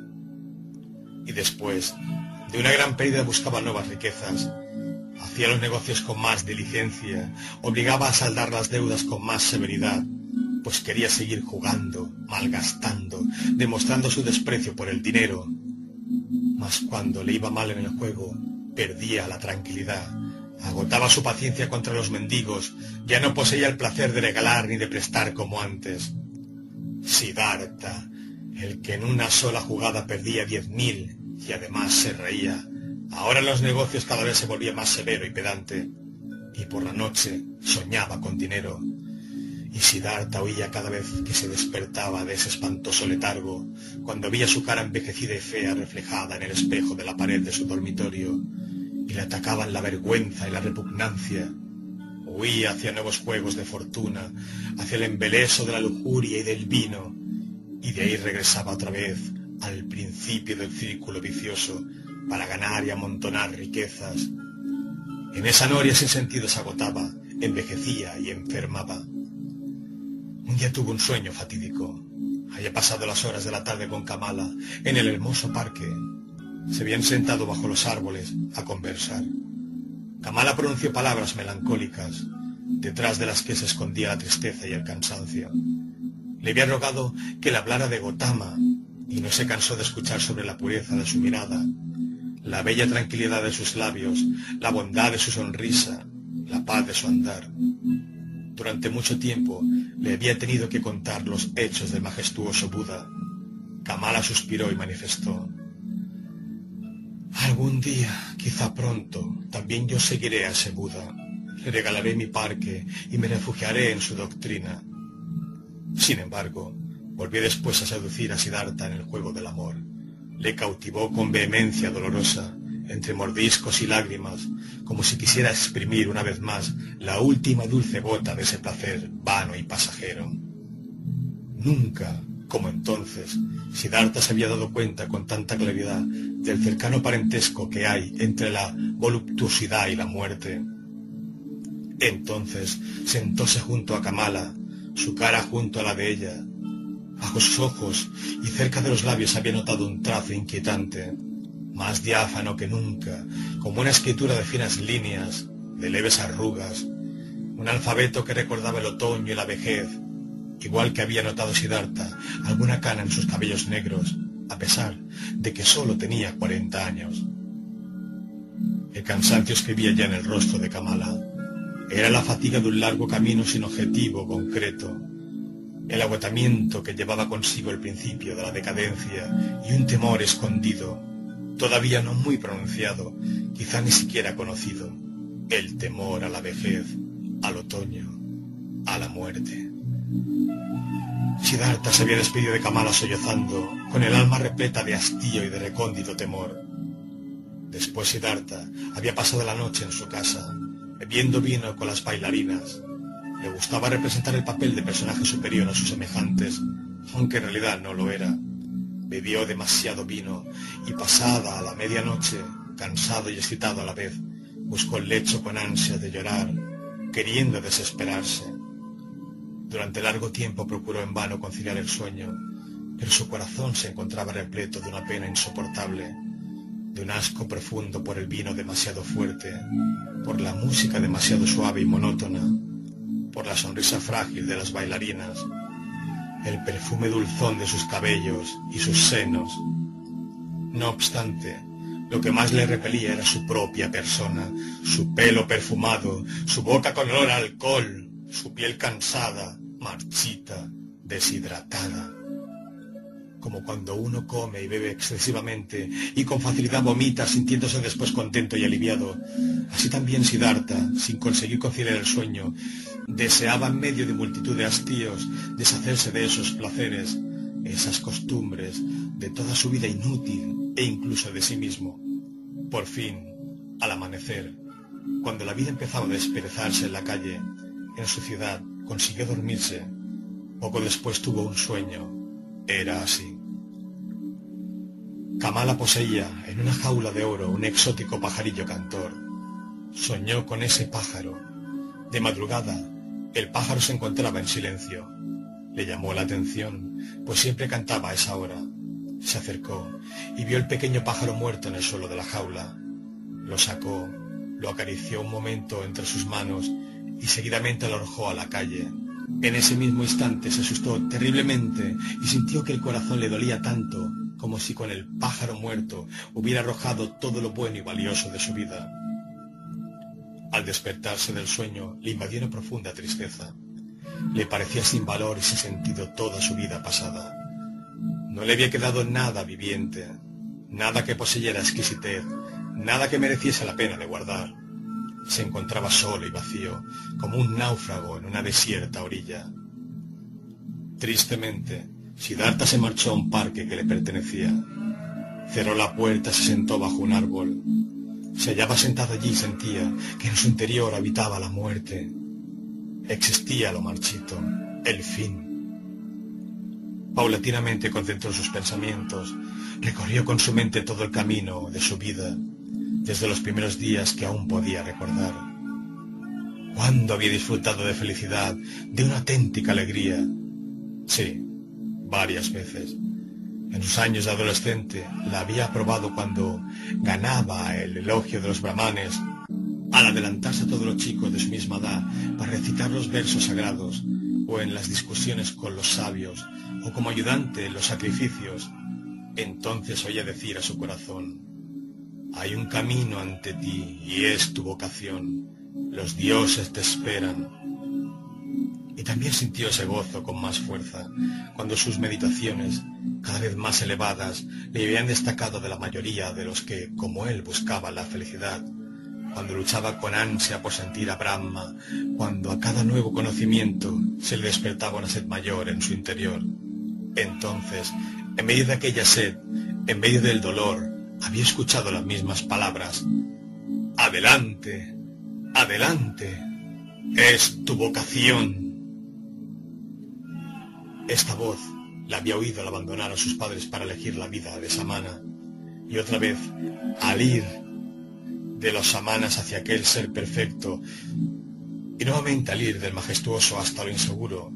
Y después de una gran pérdida buscaba nuevas riquezas, hacía los negocios con más diligencia, obligaba a saldar las deudas con más severidad, pues quería seguir jugando, malgastando, demostrando su desprecio por el dinero. Mas cuando le iba mal en el juego, perdía la tranquilidad, agotaba su paciencia contra los mendigos, ya no poseía el placer de regalar ni de prestar como antes. Siddhartha, el que en una sola jugada perdía diez mil y además se reía, ahora en los negocios cada vez se volvía más severo y pedante, y por la noche soñaba con dinero. Y Siddhartha oía cada vez que se despertaba de ese espantoso letargo, cuando veía su cara envejecida y fea reflejada en el espejo de la pared de su dormitorio, y le atacaban la vergüenza y la repugnancia. Huía hacia nuevos juegos de fortuna, hacia el embeleso de la lujuria y del vino, y de ahí regresaba otra vez al principio del círculo vicioso para ganar y amontonar riquezas. En esa noria sin sentido se agotaba, envejecía y enfermaba. Un día tuvo un sueño fatídico. Había pasado las horas de la tarde con Kamala en el hermoso parque. Se habían sentado bajo los árboles a conversar. Kamala pronunció palabras melancólicas, detrás de las que se escondía la tristeza y el cansancio. Le había rogado que le hablara de Gotama, y no se cansó de escuchar sobre la pureza de su mirada, la bella tranquilidad de sus labios, la bondad de su sonrisa, la paz de su andar. Durante mucho tiempo le había tenido que contar los hechos del majestuoso Buda. Kamala suspiró y manifestó: algún día, quizá pronto, también yo seguiré a ese Buda. Le regalaré mi parque y me refugiaré en su doctrina. Sin embargo, volvió después a seducir a Siddhartha en el juego del amor. Le cautivó con vehemencia dolorosa, entre mordiscos y lágrimas, como si quisiera exprimir una vez más la última dulce gota de ese placer vano y pasajero. Nunca, como entonces, Siddhartha se había dado cuenta con tanta claridad del cercano parentesco que hay entre la voluptuosidad y la muerte. Entonces sentóse junto a Kamala, su cara junto a la de ella. Bajo sus ojos y cerca de los labios había notado un trazo inquietante, más diáfano que nunca, como una escritura de finas líneas, de leves arrugas, un alfabeto que recordaba el otoño y la vejez, igual que había notado Siddhartha alguna cana en sus cabellos negros, a pesar de que sólo tenía cuarenta años. El cansancio escribía ya en el rostro de Kamala. Era la fatiga de un largo camino sin objetivo concreto, el agotamiento que llevaba consigo el principio de la decadencia y un temor escondido, todavía no muy pronunciado, quizá ni siquiera conocido, el temor a la vejez, al otoño, a la muerte. Siddhartha se había despedido de Kamala sollozando, con el alma repleta de hastío y de recóndito temor. Después Siddhartha había pasado la noche en su casa, bebiendo vino con las bailarinas. Le gustaba representar el papel de personaje superior a sus semejantes, aunque en realidad no lo era. Bebió demasiado vino y pasada a la medianoche, cansado y excitado a la vez, buscó el lecho con ansia de llorar, queriendo desesperarse. Durante largo tiempo procuró en vano conciliar el sueño, pero su corazón se encontraba repleto de una pena insoportable, de un asco profundo por el vino demasiado fuerte, por la música demasiado suave y monótona, por la sonrisa frágil de las bailarinas, el perfume dulzón de sus cabellos y sus senos. No obstante, lo que más le repelía era su propia persona, su pelo perfumado, su boca con olor a alcohol, su piel cansada, marchita, deshidratada. Como cuando uno come y bebe excesivamente y con facilidad vomita, sintiéndose después contento y aliviado, así también Siddhartha, sin conseguir conciliar el sueño, deseaba en medio de multitud de hastíos deshacerse de esos placeres, esas costumbres, de toda su vida inútil e incluso de sí mismo. Por fin, al amanecer, cuando la vida empezaba a desperezarse en la calle, en su ciudad, consiguió dormirse. Poco después tuvo un sueño. Era así. Kamala poseía en una jaula de oro un exótico pajarillo cantor. Soñó con ese pájaro. De madrugada, el pájaro se encontraba en silencio. Le llamó la atención, pues siempre cantaba a esa hora. Se acercó y vio el pequeño pájaro muerto en el suelo de la jaula. Lo sacó, lo acarició un momento entre sus manos y seguidamente lo arrojó a la calle. En ese mismo instante se asustó terriblemente y sintió que el corazón le dolía tanto como si con el pájaro muerto hubiera arrojado todo lo bueno y valioso de su vida. Al despertarse del sueño le invadió una profunda tristeza. Le parecía sin valor y sin sentido toda su vida pasada. No le había quedado nada viviente, nada que poseyera exquisitez, nada que mereciese la pena de guardar. Se encontraba solo y vacío, como un náufrago en una desierta orilla. Tristemente, Siddhartha se marchó a un parque que le pertenecía. Cerró la puerta y se sentó bajo un árbol. Se hallaba sentado allí y sentía que en su interior habitaba la muerte. Existía lo marchito, el fin. Paulatinamente concentró sus pensamientos, recorrió con su mente todo el camino de su vida, desde los primeros días que aún podía recordar. ¿Cuándo había disfrutado de felicidad, de una auténtica alegría? Sí, varias veces. En sus años de adolescente la había probado cuando ganaba el elogio de los brahmanes, al adelantarse a todos los chicos de su misma edad para recitar los versos sagrados, o en las discusiones con los sabios, o como ayudante en los sacrificios. Entonces oía decir a su corazón: hay un camino ante ti y es tu vocación. Los dioses te esperan. Y también sintió ese gozo con más fuerza cuando sus meditaciones, cada vez más elevadas, le habían destacado de la mayoría de los que, como él, buscaban la felicidad. Cuando luchaba con ansia por sentir a Brahma, cuando a cada nuevo conocimiento se le despertaba una sed mayor en su interior. Entonces, en medio de aquella sed, en medio del dolor, había escuchado las mismas palabras: adelante, adelante, es tu vocación. Esta voz la había oído al abandonar a sus padres para elegir la vida de samana, y otra vez, al ir de los samanas hacia aquel ser perfecto, y nuevamente al ir del majestuoso hasta lo inseguro,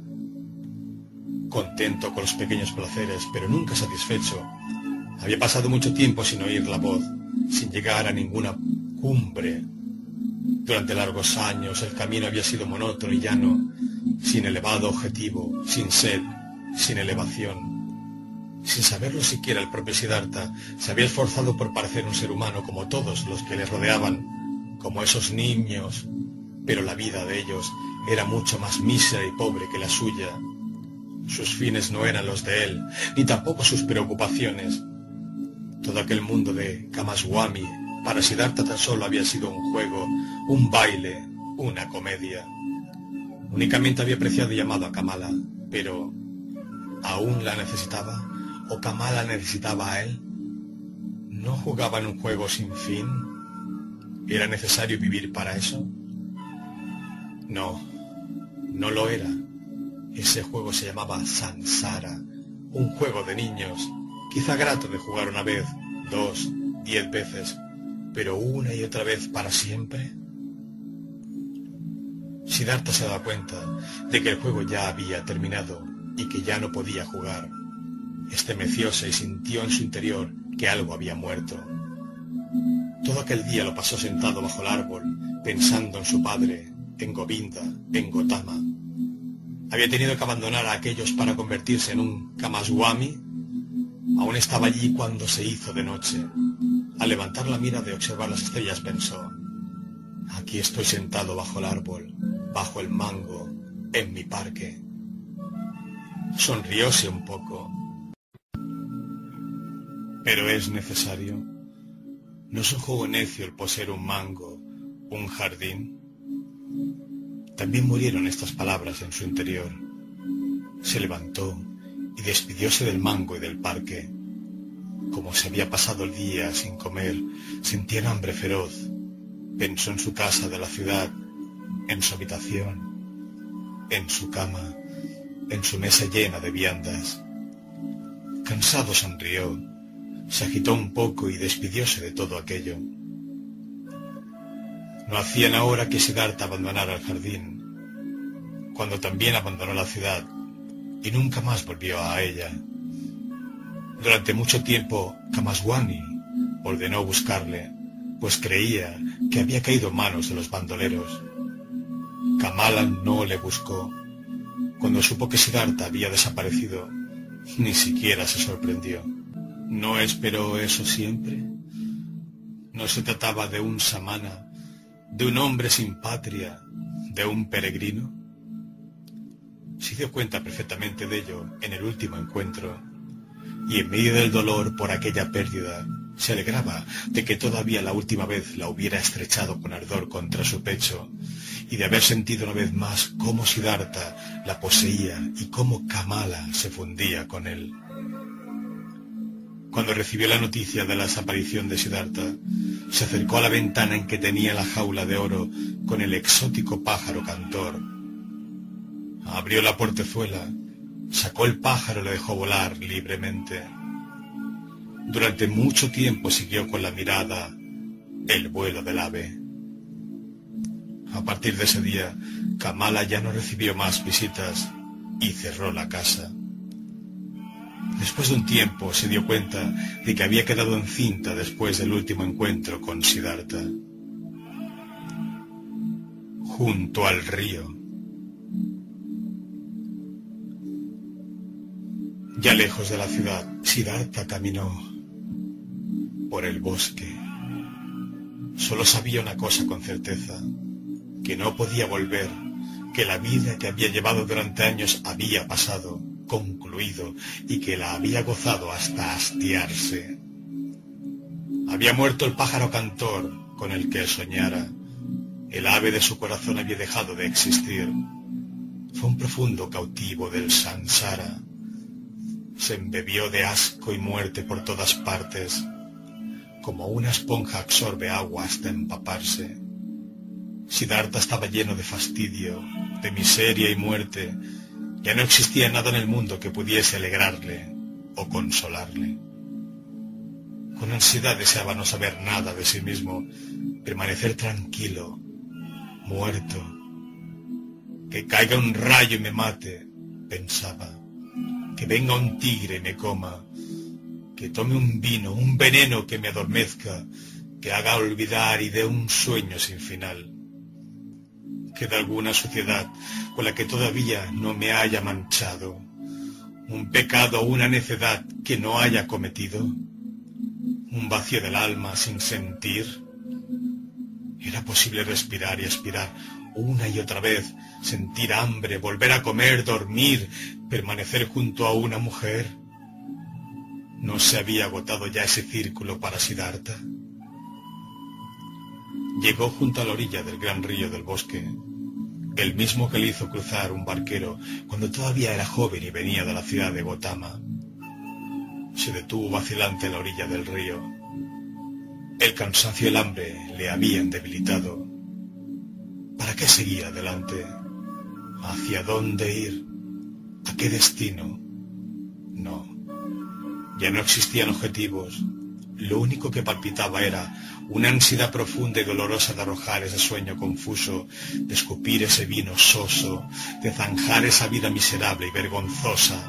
contento con los pequeños placeres, pero nunca satisfecho. Había pasado mucho tiempo sin oír la voz, sin llegar a ninguna cumbre. Durante largos años el camino había sido monótono y llano, sin elevado objetivo, sin sed, sin elevación. Sin saberlo siquiera el propio Siddhartha se había esforzado por parecer un ser humano como todos los que le rodeaban, como esos niños, pero la vida de ellos era mucho más mísera y pobre que la suya. Sus fines no eran los de él, ni tampoco sus preocupaciones. Todo aquel mundo de Kamaswami para Siddhartha tan solo había sido un juego, un baile, una comedia. Únicamente había apreciado y amado a Kamala, pero ¿aún la necesitaba? ¿O Kamala necesitaba a él? ¿No jugaba en un juego sin fin? ¿Era necesario vivir para eso? No, no lo era. Ese juego se llamaba Sansara, un juego de niños, quizá grato de jugar una vez, dos, diez veces, pero una y otra vez para siempre. Siddhartha se daba cuenta de que el juego ya había terminado y que ya no podía jugar. Estremecióse y sintió en su interior que algo había muerto. Todo aquel día lo pasó sentado bajo el árbol, pensando en su padre, en Govinda, en Gotama. Había tenido que abandonar a aquellos para convertirse en un Kamaswami. Aún estaba allí cuando se hizo de noche. Al levantar la mirada y observar las estrellas pensó: aquí estoy sentado bajo el árbol, bajo el mango, en mi parque. Sonrióse un poco. Pero es necesario. ¿No es un juego necio el poseer un mango, un jardín? También murieron estas palabras en su interior. Se levantó y despidióse del mango y del parque. Como se había pasado el día sin comer, sentía un hambre feroz. Pensó en su casa de la ciudad, en su habitación, en su cama, en su mesa llena de viandas. Cansado sonrió, se agitó un poco y despidióse de todo aquello. No hacían ahora que Siddhartha abandonara el jardín, cuando también abandonó la ciudad y nunca más volvió a ella. Durante mucho tiempo Kamaswami ordenó buscarle, pues creía que había caído en manos de los bandoleros. Kamala no le buscó. Cuando supo que Siddhartha había desaparecido, ni siquiera se sorprendió. ¿No esperó eso siempre? ¿No se trataba de un samana, de un hombre sin patria, de un peregrino? Se dio cuenta perfectamente de ello en el último encuentro, y en medio del dolor por aquella pérdida, se alegraba de que todavía la última vez la hubiera estrechado con ardor contra su pecho, y de haber sentido una vez más cómo Siddhartha la poseía y cómo Kamala se fundía con él. Cuando recibió la noticia de la desaparición de Siddhartha, se acercó a la ventana en que tenía la jaula de oro con el exótico pájaro cantor. Abrió la portezuela, sacó el pájaro y lo dejó volar libremente. Durante mucho tiempo siguió con la mirada el vuelo del ave. A partir de ese día, Kamala ya no recibió más visitas y cerró la casa. Después de un tiempo se dio cuenta de que había quedado encinta después del último encuentro con Siddhartha. Junto al río. Ya lejos de la ciudad, Siddhartha caminó por el bosque. Solo sabía una cosa con certeza, que no podía volver, que la vida que había llevado durante años había pasado, concluido, y que la había gozado hasta hastiarse. Había muerto el pájaro cantor con el que soñara. El ave de su corazón había dejado de existir. Fue un profundo cautivo del samsara. Se embebió de asco y muerte por todas partes, como una esponja absorbe agua hasta empaparse. Siddhartha estaba lleno de fastidio, de miseria y muerte. Ya no existía nada en el mundo que pudiese alegrarle o consolarle. Con ansiedad deseaba no saber nada de sí mismo, permanecer tranquilo, muerto. Que caiga un rayo y me mate, pensaba. Que venga un tigre y me coma, que tome un vino, un veneno que me adormezca, que haga olvidar y dé un sueño sin final. Queda alguna suciedad con la que todavía no me haya manchado, un pecado o una necedad que no haya cometido, un vacío del alma sin sentir. Era posible respirar y aspirar una y otra vez, sentir hambre, volver a comer, dormir, permanecer junto a una mujer. ¿No se había agotado ya ese círculo para Siddhartha? Llegó junto a la orilla del gran río del bosque, el mismo que le hizo cruzar un barquero cuando todavía era joven y venía de la ciudad de Gotama. Se detuvo vacilante en la orilla del río. El cansancio y el hambre le habían debilitado. ¿Para qué seguir adelante? ¿Hacia dónde ir? ¿A qué destino? No, ya no existían objetivos. Lo único que palpitaba era una ansiedad profunda y dolorosa de arrojar ese sueño confuso, de escupir ese vino soso, de zanjar esa vida miserable y vergonzosa.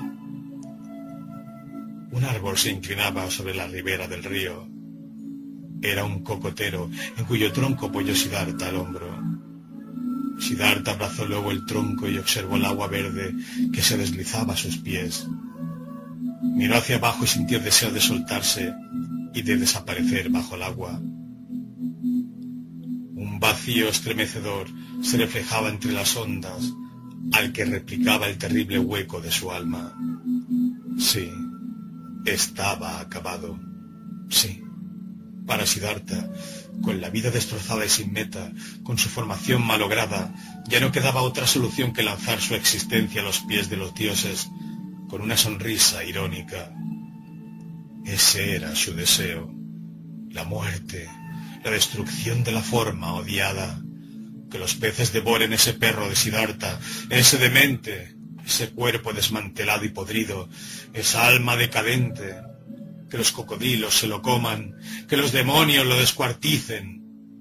Un árbol se inclinaba sobre la ribera del río. Era un cocotero en cuyo tronco apoyó Siddhartha al hombro. Siddhartha abrazó luego el tronco y observó el agua verde que se deslizaba a sus pies. Miró hacia abajo y sintió el deseo de soltarse y de desaparecer bajo el agua. Un vacío estremecedor se reflejaba entre las ondas, al que replicaba el terrible hueco de su alma. Sí, estaba acabado. Sí, para Siddhartha, con la vida destrozada y sin meta, con su formación malograda, ya no quedaba otra solución que lanzar su existencia a los pies de los dioses, con una sonrisa irónica. Ese era su deseo. La muerte, la destrucción de la forma odiada. Que los peces devoren ese perro de Siddhartha, ese demente, ese cuerpo desmantelado y podrido, esa alma decadente. Que los cocodrilos se lo coman, que los demonios lo descuarticen.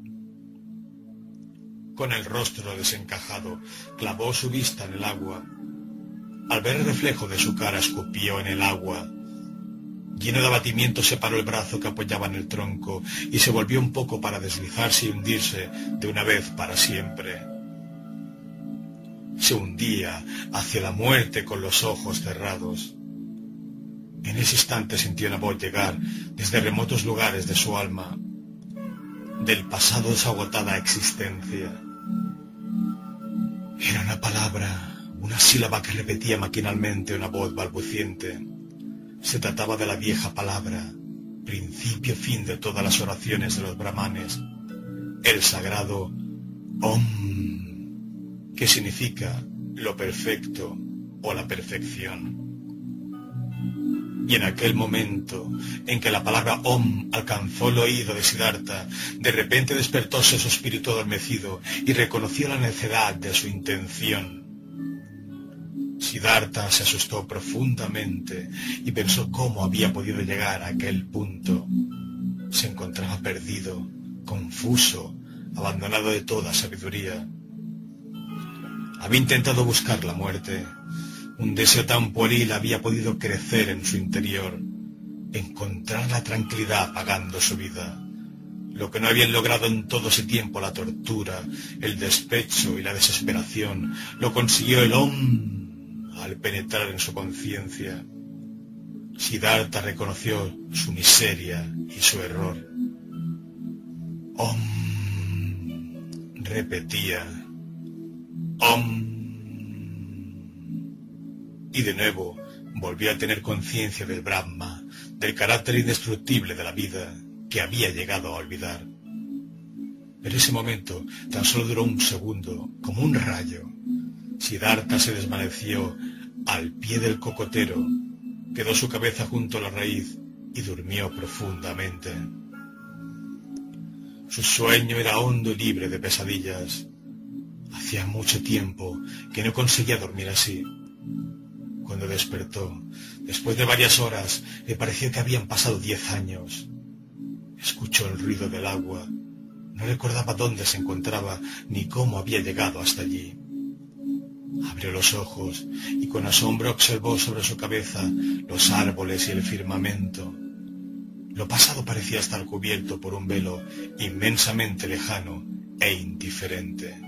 Con el rostro desencajado, clavó su vista en el agua. Al ver el reflejo de su cara, escupió en el agua. Lleno de abatimiento, separó el brazo que apoyaba en el tronco y se volvió un poco para deslizarse y hundirse de una vez para siempre. Se hundía hacia la muerte con los ojos cerrados. En ese instante sintió una voz llegar desde remotos lugares de su alma, del pasado de su agotada existencia. Era una palabra, una sílaba que repetía maquinalmente una voz balbuciente. Se trataba de la vieja palabra, principio y fin de todas las oraciones de los brahmanes, el sagrado Om, que significa lo perfecto o la perfección. Y en aquel momento en que la palabra Om alcanzó el oído de Siddhartha, de repente despertóse su espíritu adormecido y reconoció la necedad de su intención. Siddhartha se asustó profundamente y pensó cómo había podido llegar a aquel punto. Se encontraba perdido, confuso, abandonado de toda sabiduría. Había intentado buscar la muerte. Un deseo tan pueril había podido crecer en su interior, encontrar la tranquilidad pagando su vida. Lo que no habían logrado en todo ese tiempo, la tortura, el despecho y la desesperación, lo consiguió el Om al penetrar en su conciencia. Siddhartha reconoció su miseria y su error. Om, repetía, Om. Y de nuevo volvió a tener conciencia del Brahma, del carácter indestructible de la vida que había llegado a olvidar. Pero ese momento tan solo duró un segundo, como un rayo. Siddhartha se desvaneció al pie del cocotero, quedó su cabeza junto a la raíz y durmió profundamente. Su sueño era hondo y libre de pesadillas. Hacía mucho tiempo que no conseguía dormir así. Cuando despertó, después de varias horas, le pareció que habían pasado diez años. Escuchó el ruido del agua. No recordaba dónde se encontraba ni cómo había llegado hasta allí. Abrió los ojos y con asombro observó sobre su cabeza los árboles y el firmamento. Lo pasado parecía estar cubierto por un velo inmensamente lejano e indiferente.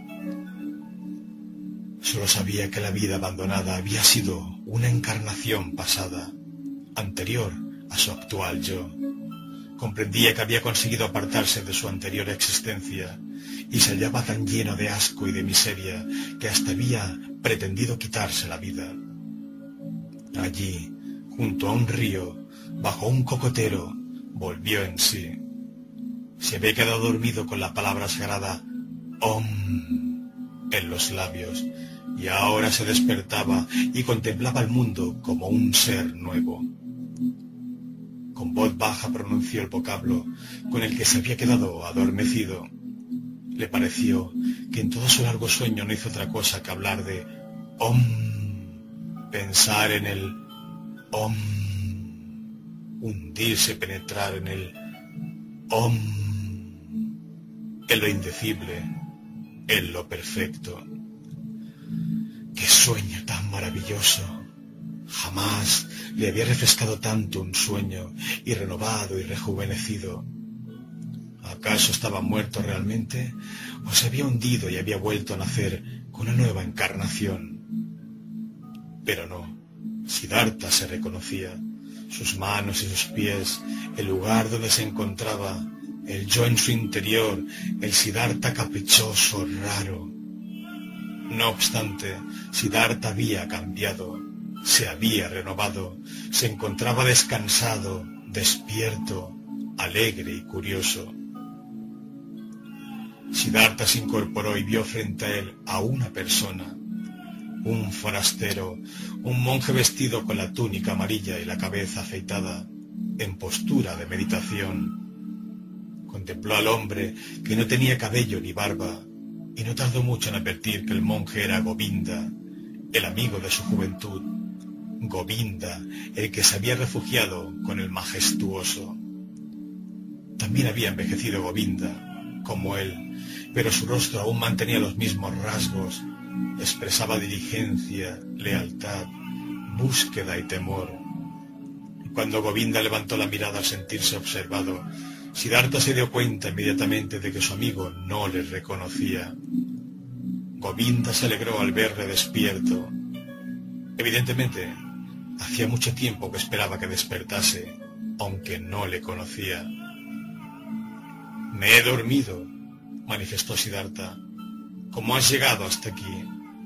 Solo sabía que la vida abandonada había sido una encarnación pasada, anterior a su actual yo. Comprendía que había conseguido apartarse de su anterior existencia y se hallaba tan lleno de asco y de miseria que hasta había pretendido quitarse la vida. Allí, junto a un río, bajo un cocotero, volvió en sí. Se había quedado dormido con la palabra sagrada Om en los labios, y ahora se despertaba y contemplaba el mundo como un ser nuevo. Con voz baja pronunció el vocablo con el que se había quedado adormecido. Le pareció que en todo su largo sueño no hizo otra cosa que hablar de Om, pensar en el Om, hundirse, penetrar en el Om, en lo indecible, en lo perfecto. ¡Qué sueño tan maravilloso! Jamás le había refrescado tanto un sueño, y renovado y rejuvenecido. ¿Acaso estaba muerto realmente? ¿O se había hundido y había vuelto a nacer con una nueva encarnación? Pero no, Siddhartha se reconocía, sus manos y sus pies, el lugar donde se encontraba, el yo en su interior, el Siddhartha caprichoso, raro. No obstante, Siddhartha había cambiado, se había renovado, se encontraba descansado, despierto, alegre y curioso. Siddhartha se incorporó y vio frente a él a una persona, un forastero, un monje vestido con la túnica amarilla y la cabeza afeitada. en postura de meditación. Contempló al hombre que no tenía cabello ni barba, y no tardó mucho en advertir que el monje era Govinda, el amigo de su juventud, Govinda, el que se había refugiado con el majestuoso. También había envejecido Govinda, como él, pero su rostro aún mantenía los mismos rasgos, expresaba diligencia, lealtad, búsqueda y temor. Cuando Govinda levantó la mirada al sentirse observado, Siddhartha se dio cuenta inmediatamente de que su amigo no le reconocía. Govinda se alegró al verle despierto. Evidentemente, hacía mucho tiempo que esperaba que despertase, aunque no le conocía. «Me he dormido», manifestó Siddhartha. «¿Cómo has llegado hasta aquí?»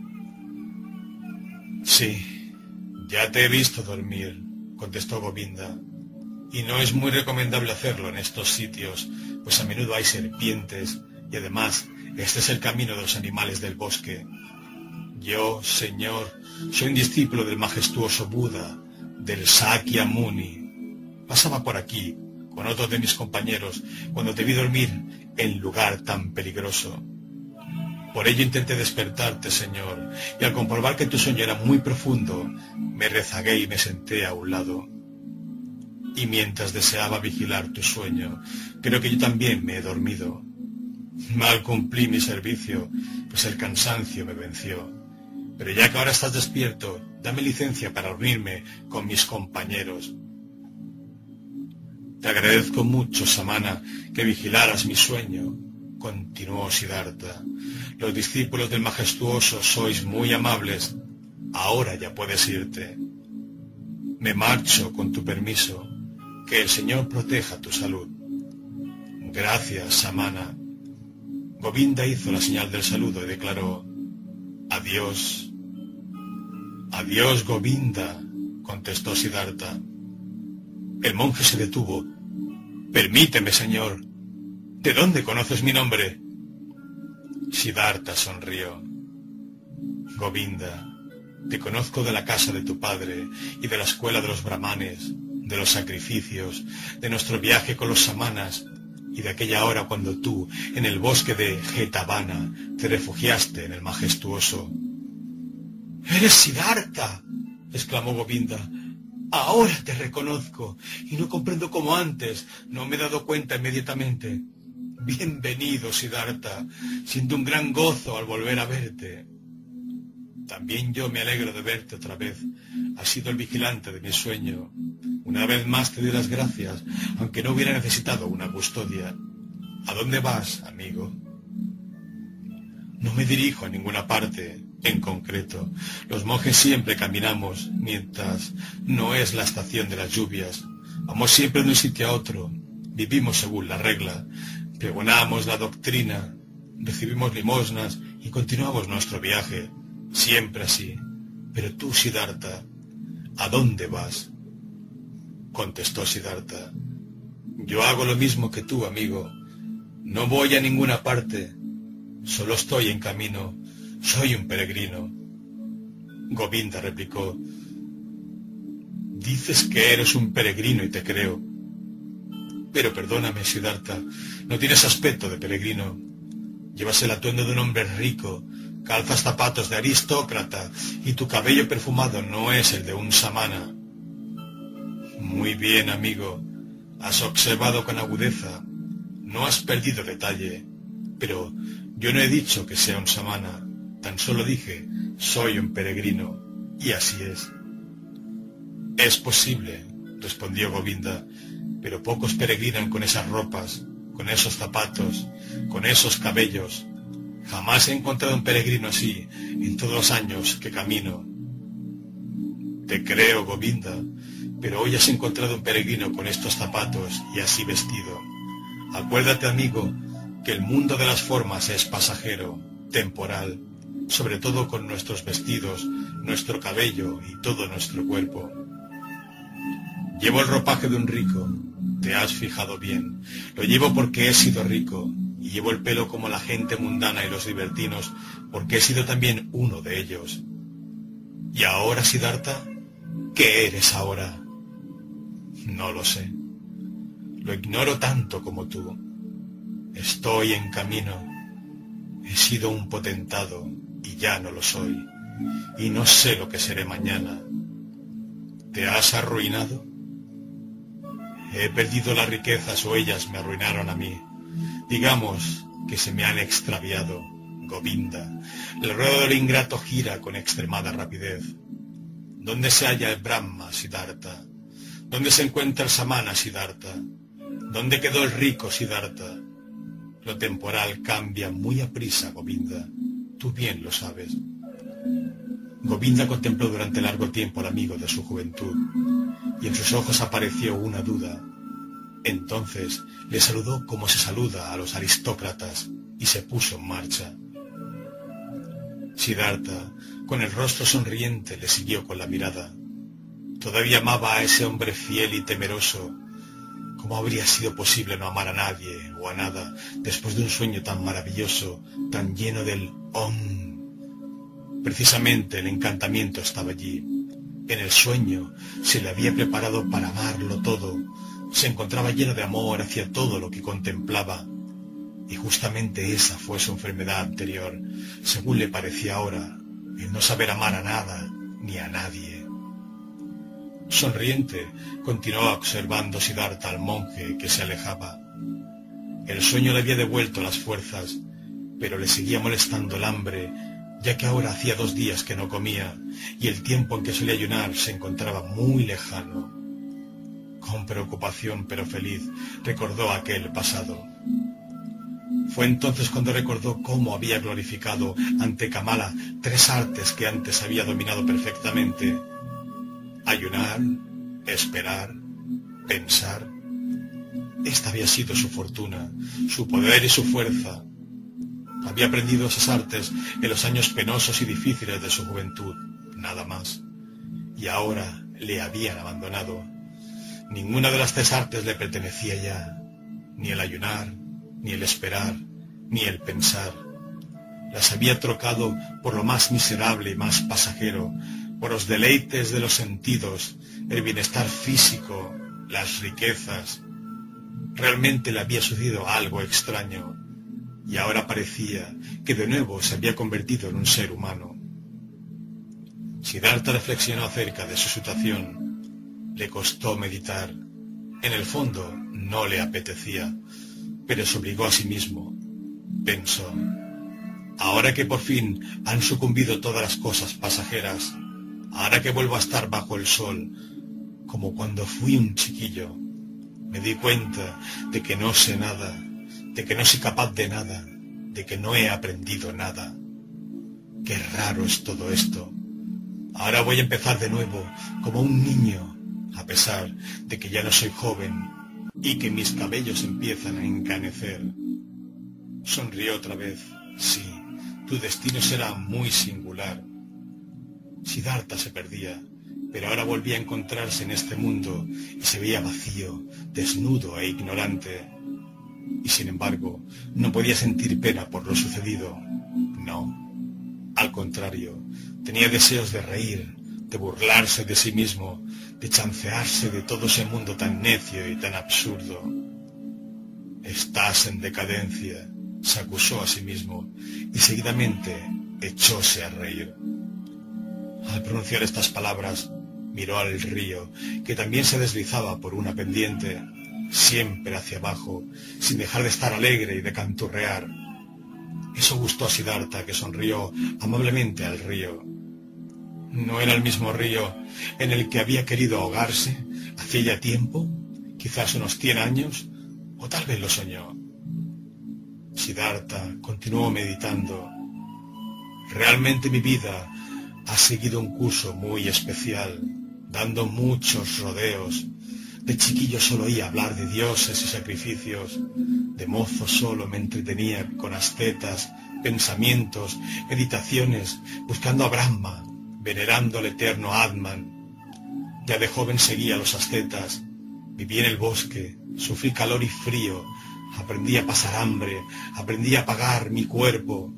«Sí, ya te he visto dormir», contestó Govinda, «y no es muy recomendable hacerlo en estos sitios, pues a menudo hay serpientes, y además este es el camino de los animales del bosque. Yo, señor, soy un discípulo del majestuoso Buda, del Sakya Muni. Pasaba por aquí, con otros de mis compañeros, cuando te vi dormir en lugar tan peligroso. Por ello intenté despertarte, señor, y al comprobar que tu sueño era muy profundo, me rezagué y me senté a un lado. Y mientras deseaba vigilar tu sueño, creo que yo también me he dormido. Mal cumplí mi servicio, pues el cansancio me venció. Pero ya que ahora estás despierto, dame licencia para reunirme con mis compañeros. Te agradezco mucho, Samana, que vigilaras mi sueño, continuó Siddhartha. Los discípulos del majestuoso sois muy amables. Ahora ya puedes irte. Me marcho con tu permiso. Que el Señor proteja tu salud. Gracias, Samana. Govinda hizo la señal del saludo y declaró: Adiós. Adiós, Govinda, contestó Siddhartha. El monje se detuvo. Permíteme, señor. ¿De dónde conoces mi nombre? Siddhartha sonrió. Govinda, te conozco de la casa de tu padre y de la escuela de los brahmanes, de los sacrificios, de nuestro viaje con los samanas y de aquella hora cuando tú, en el bosque de Jetavana, te refugiaste en el majestuoso. «¡Eres Siddhartha!», exclamó Govinda. «Ahora te reconozco y no comprendo cómo antes no me he dado cuenta inmediatamente. Bienvenido, Siddhartha. Siento un gran gozo al volver a verte». «También yo me alegro de verte otra vez. Has sido el vigilante de mi sueño. Una vez más te doy las gracias, aunque no hubiera necesitado una custodia. ¿A dónde vas, amigo?» «No me dirijo a ninguna parte en concreto. Los monjes siempre caminamos, mientras no es la estación de las lluvias. Vamos siempre de un sitio a otro. Vivimos según la regla. Pregonamos la doctrina, recibimos limosnas y continuamos nuestro viaje. Siempre así. Pero tú, Siddhartha, ¿a dónde vas?» Contestó Siddhartha. «Yo hago lo mismo que tú, amigo. No voy a ninguna parte. Solo estoy en camino. Soy un peregrino». Govinda replicó: «Dices que eres un peregrino y te creo. Pero perdóname, Siddhartha, no tienes aspecto de peregrino. Llevas el atuendo de un hombre rico, calzas zapatos de aristócrata y tu cabello perfumado no es el de un samana». «Muy bien, amigo. Has observado con agudeza. No has perdido detalle. Pero yo no he dicho que sea un samana. Tan solo dije, soy un peregrino. Y así es». «Es posible», respondió Govinda, «pero pocos peregrinan con esas ropas, con esos zapatos, con esos cabellos. Jamás he encontrado un peregrino así en todos los años que camino». «Te creo, Govinda, pero hoy has encontrado un peregrino con estos zapatos y así vestido. Acuérdate, amigo, que el mundo de las formas es pasajero, temporal, sobre todo con nuestros vestidos, nuestro cabello y todo nuestro cuerpo. Llevo el ropaje de un rico, te has fijado bien. Lo llevo porque he sido rico, y llevo el pelo como la gente mundana y los libertinos, porque he sido también uno de ellos. ¿Y ahora, Siddhartha? ¿Qué eres ahora?» «No lo sé». Lo ignoro tanto como tú. Estoy en camino. He sido un potentado y ya no lo soy. Y no sé lo que seré mañana. ¿Te has arruinado? He perdido las riquezas o ellas me arruinaron a mí. Digamos que se me han extraviado. Govinda, el ruedo del ingrato gira con extremada rapidez. ¿Dónde se halla el Brahma, Siddhartha? ¿Dónde se encuentra el Samana, Siddhartha? ¿Dónde quedó el rico, Siddhartha? Lo temporal cambia muy aprisa, Govinda. Tú bien lo sabes. Govinda contempló durante largo tiempo al amigo de su juventud, y en sus ojos apareció una duda. Entonces le saludó como se saluda a los aristócratas, y se puso en marcha. Siddhartha, con el rostro sonriente, le siguió con la mirada. Todavía amaba a ese hombre fiel y temeroso. ¿Cómo habría sido posible no amar a nadie o a nada después de un sueño tan maravilloso, tan lleno del Om? Precisamente el encantamiento estaba allí. En el sueño se le había preparado para amarlo todo. Se encontraba lleno de amor hacia todo lo que contemplaba. Y justamente esa fue su enfermedad anterior, según le parecía ahora, el no saber amar a nada ni a nadie. Sonriente, continuaba observando Siddhartha al monje que se alejaba. El sueño le había devuelto las fuerzas, pero le seguía molestando el hambre, ya que ahora hacía dos días que no comía, y el tiempo en que solía ayunar se encontraba muy lejano. Con preocupación pero feliz, recordó aquel pasado. Fue entonces cuando recordó cómo había glorificado ante Kamala tres artes que antes había dominado perfectamente: ayunar, esperar, pensar. Esta había sido su fortuna, su poder y su fuerza. Había aprendido esas artes en los años penosos y difíciles de su juventud, nada más. Y ahora le habían abandonado. Ninguna de las tres artes le pertenecía ya, ni el ayunar, ni el esperar, ni el pensar. Las había trocado por lo más miserable y más pasajero, por los deleites de los sentidos, el bienestar físico, las riquezas. Realmente le había sucedido algo extraño, y ahora parecía que de nuevo se había convertido en un ser humano. Siddhartha reflexionó acerca de su situación. Le costó meditar. En el fondo no le apetecía, pero se obligó a sí mismo. Pensó: ahora que por fin han sucumbido todas las cosas pasajeras, ahora que vuelvo a estar bajo el sol, como cuando fui un chiquillo, me di cuenta de que no sé nada, de que no soy capaz de nada, de que no he aprendido nada. Qué raro es todo esto. Ahora voy a empezar de nuevo, como un niño, a pesar de que ya no soy joven y que mis cabellos empiezan a encanecer. Sonrió otra vez. Sí, tu destino será muy singular. Siddhartha se perdía, pero ahora volvía a encontrarse en este mundo y se veía vacío, desnudo e ignorante. Y sin embargo, no podía sentir pena por lo sucedido. No. Al contrario, tenía deseos de reír, de burlarse de sí mismo, de chancearse de todo ese mundo tan necio y tan absurdo. Estás en decadencia, se acusó a sí mismo, y seguidamente echóse a reír. Al pronunciar estas palabras, miró al río, que también se deslizaba por una pendiente, siempre hacia abajo, sin dejar de estar alegre y de canturrear. Eso gustó a Siddhartha, que sonrió amablemente al río. ¿No era el mismo río en el que había querido ahogarse hacía ya tiempo, quizás unos cien años, o tal vez lo soñó? Siddhartha continuó meditando. Realmente mi vida ha seguido un curso muy especial, dando muchos rodeos. De chiquillo solo oía hablar de dioses y sacrificios. De mozo solo me entretenía con ascetas, pensamientos, meditaciones, buscando a Brahma, venerando al eterno Atman. Ya de joven seguía a los ascetas. Viví en el bosque, sufrí calor y frío, aprendí a pasar hambre, aprendí a pagar mi cuerpo.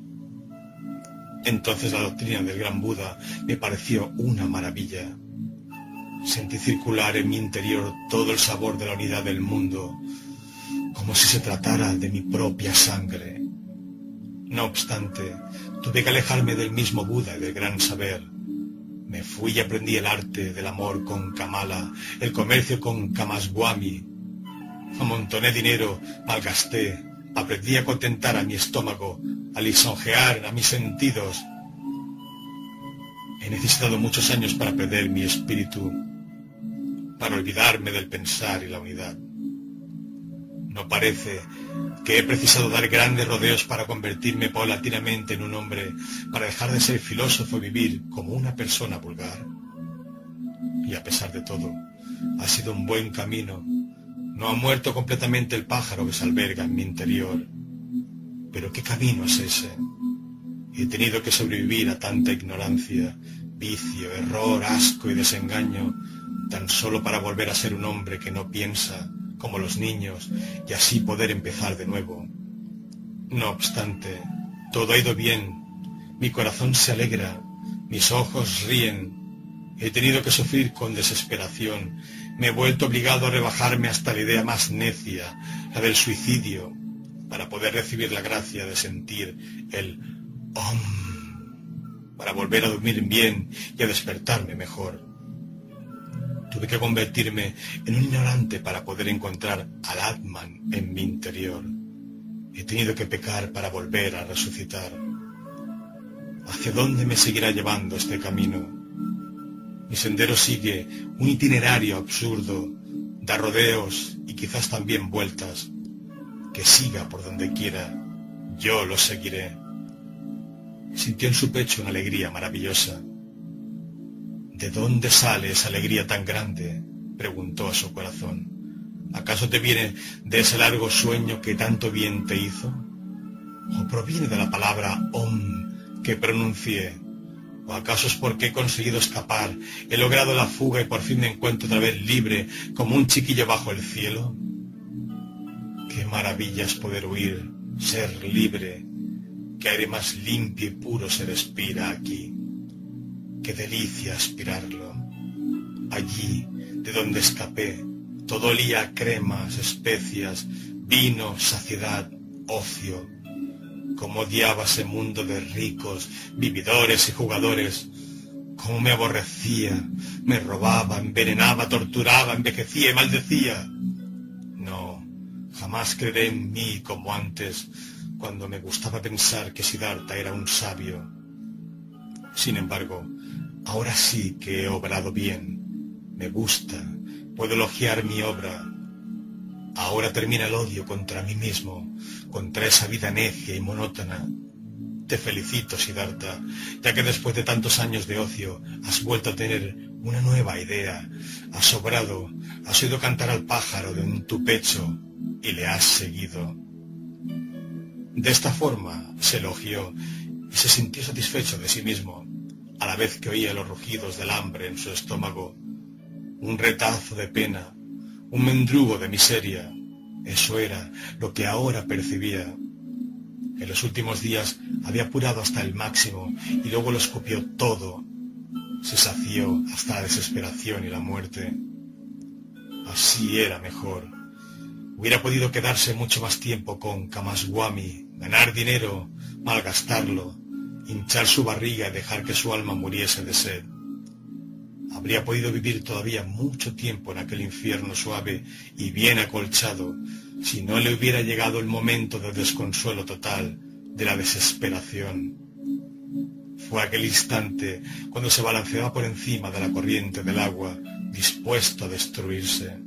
Entonces la doctrina del gran Buda me pareció una maravilla. Sentí circular en mi interior todo el sabor de la unidad del mundo, como si se tratara de mi propia sangre. No obstante, tuve que alejarme del mismo Buda y del gran saber. Me fui y aprendí el arte del amor con Kamala, el comercio con Kamaswami. Amontoné dinero, malgasté, aprendí a contentar a mi estómago, a lisonjear a mis sentidos. He necesitado muchos años para perder mi espíritu, para olvidarme del pensar y la unidad. No parece que he precisado dar grandes rodeos para convertirme paulatinamente en un hombre, para dejar de ser filósofo y vivir como una persona vulgar. Y a pesar de todo, ha sido un buen camino. No ha muerto completamente el pájaro que se alberga en mi interior. Pero ¿qué camino es ese? He tenido que sobrevivir a tanta ignorancia, vicio, error, asco y desengaño, tan solo para volver a ser un hombre que no piensa, como los niños, y así poder empezar de nuevo. No obstante, todo ha ido bien. Mi corazón se alegra, mis ojos ríen. He tenido que sufrir con desesperación. Me he vuelto obligado a rebajarme hasta la idea más necia, la del suicidio, para poder recibir la gracia de sentir el Om, para volver a dormir bien y a despertarme mejor. Tuve que convertirme en un ignorante para poder encontrar al Atman en mi interior. He tenido que pecar para volver a resucitar. ¿Hacia dónde me seguirá llevando este camino? Mi sendero sigue un itinerario absurdo, da rodeos y quizás también vueltas. Que siga por donde quiera, yo lo seguiré. Sintió en su pecho una alegría maravillosa. ¿De dónde sale esa alegría tan grande?, preguntó a su corazón. ¿Acaso te viene de ese largo sueño que tanto bien te hizo? ¿O proviene de la palabra Om que pronuncié? ¿O acaso es porque he conseguido escapar, he logrado la fuga y por fin me encuentro otra vez libre, como un chiquillo bajo el cielo? Qué maravilla es poder huir, ser libre. Qué aire más limpio y puro se respira aquí. Qué delicia aspirarlo. Allí, de donde escapé, todo olía a cremas, especias, vino, saciedad, ocio. Cómo odiaba ese mundo de ricos, vividores y jugadores. Cómo me aborrecía, me robaba, envenenaba, torturaba, envejecía y maldecía. No, jamás creeré en mí como antes, cuando me gustaba pensar que Siddhartha era un sabio. Sin embargo, ahora sí que he obrado bien. Me gusta, puedo elogiar mi obra. Ahora termina el odio contra mí mismo, contra esa vida necia y monótona. Te felicito, Siddhartha, ya que después de tantos años de ocio has vuelto a tener una nueva idea. Has obrado, has oído cantar al pájaro en tu pecho y le has seguido. De esta forma se elogió y se sintió satisfecho de sí mismo, a la vez que oía los rugidos del hambre en su estómago. Un retazo de pena, un mendrugo de miseria, eso era lo que ahora percibía. En los últimos días había apurado hasta el máximo y luego lo escupió todo. Se sació hasta la desesperación y la muerte. Así era mejor. Hubiera podido quedarse mucho más tiempo con Kamaswami, ganar dinero, malgastarlo, hinchar su barriga y dejar que su alma muriese de sed. Habría podido vivir todavía mucho tiempo en aquel infierno suave y bien acolchado, si no le hubiera llegado el momento del desconsuelo total, de la desesperación. Fue aquel instante cuando se balanceaba por encima de la corriente del agua, dispuesto a destruirse.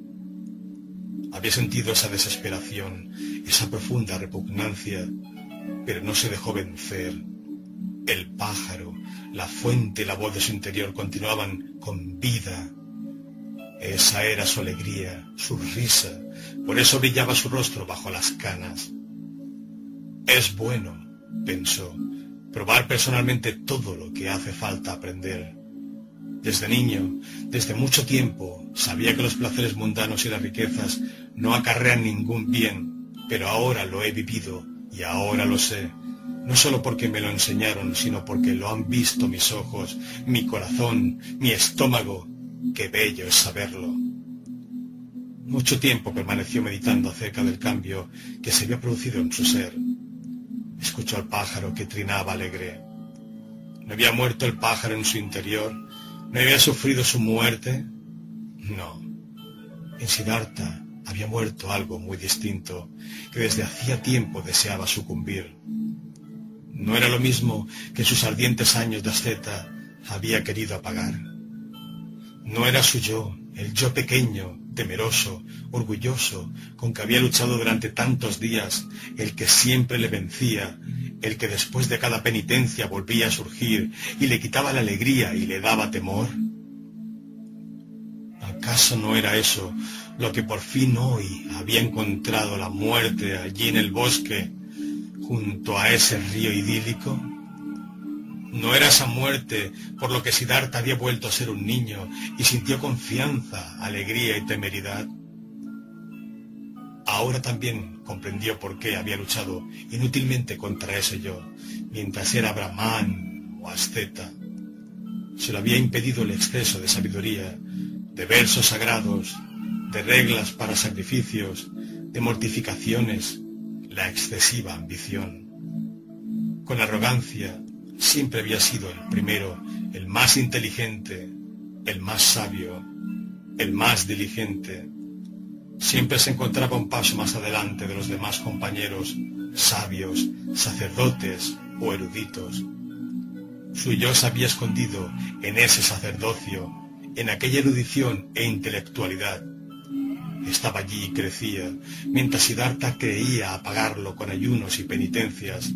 Había sentido esa desesperación, esa profunda repugnancia, pero no se dejó vencer. El pájaro, la fuente y la voz de su interior continuaban con vida. Esa era su alegría, su risa, por eso brillaba su rostro bajo las canas. Es bueno, pensó, probar personalmente todo lo que hace falta aprender. Desde niño, desde mucho tiempo, sabía que los placeres mundanos y las riquezas no acarrean ningún bien, pero ahora lo he vivido y ahora lo sé. No solo porque me lo enseñaron, sino porque lo han visto mis ojos, mi corazón, mi estómago, qué bello es saberlo. Mucho tiempo permaneció meditando acerca del cambio que se había producido en su ser. Escuchó al pájaro que trinaba alegre. ¿No había muerto el pájaro en su interior? ¿No había sufrido su muerte? No. En Siddhartha había muerto algo muy distinto, que desde hacía tiempo deseaba sucumbir. No era lo mismo que en sus ardientes años de asceta había querido apagar. No era su yo, el yo pequeño, temeroso, orgulloso, con que había luchado durante tantos días, el que siempre le vencía, el que después de cada penitencia volvía a surgir y le quitaba la alegría y le daba temor. ¿Acaso no era eso lo que por fin hoy había encontrado la muerte allí en el bosque, junto a ese río idílico? ¿No era esa muerte por lo que Siddhartha había vuelto a ser un niño y sintió confianza, alegría y temeridad? Ahora también comprendió por qué había luchado inútilmente contra ese yo, mientras era brahmán o asceta. Se lo había impedido el exceso de sabiduría, de versos sagrados, de reglas para sacrificios, de mortificaciones, la excesiva ambición. Con arrogancia, siempre había sido el primero, el más inteligente, el más sabio, el más diligente. Siempre se encontraba un paso más adelante de los demás compañeros, sabios, sacerdotes o eruditos. Su yo se había escondido en ese sacerdocio, en aquella erudición e intelectualidad. Estaba allí y crecía, mientras Siddhartha creía apagarlo con ayunos y penitencias.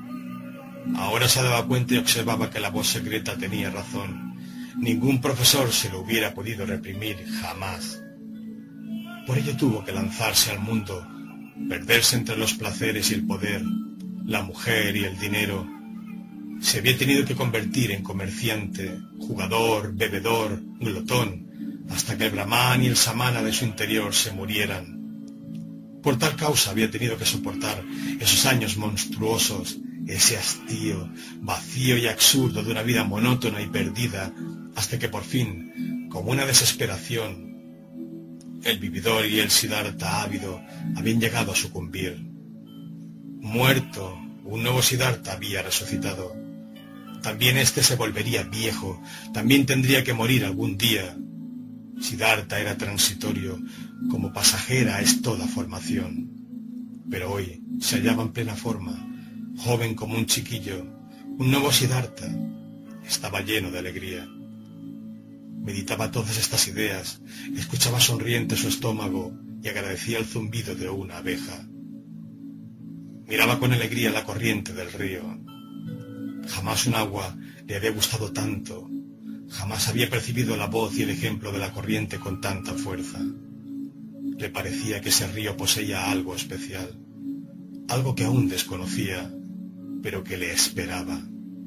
Ahora se daba cuenta y observaba que la voz secreta tenía razón. Ningún profesor se lo hubiera podido reprimir jamás. Por ello tuvo que lanzarse al mundo, perderse entre los placeres y el poder, la mujer y el dinero. Se había tenido que convertir en comerciante, jugador, bebedor, glotón, hasta que el brahmán y el samana de su interior se murieran. Por tal causa había tenido que soportar esos años monstruosos, ese hastío, vacío y absurdo de una vida monótona y perdida, hasta que por fin, como una desesperación, el vividor y el Siddhartha ávido habían llegado a sucumbir. Muerto, un nuevo Siddhartha había resucitado. También éste se volvería viejo, también tendría que morir algún día. Siddhartha era transitorio, como pasajera es toda formación. Pero hoy se hallaba en plena forma, joven como un chiquillo, un nuevo Siddhartha. Estaba lleno de alegría. Meditaba todas estas ideas, escuchaba sonriente su estómago y agradecía el zumbido de una abeja. Miraba con alegría la corriente del río. Jamás un agua le había gustado tanto, jamás había percibido la voz y el ejemplo de la corriente con tanta fuerza. Le parecía que ese río poseía algo especial, algo que aún desconocía, pero que le esperaba.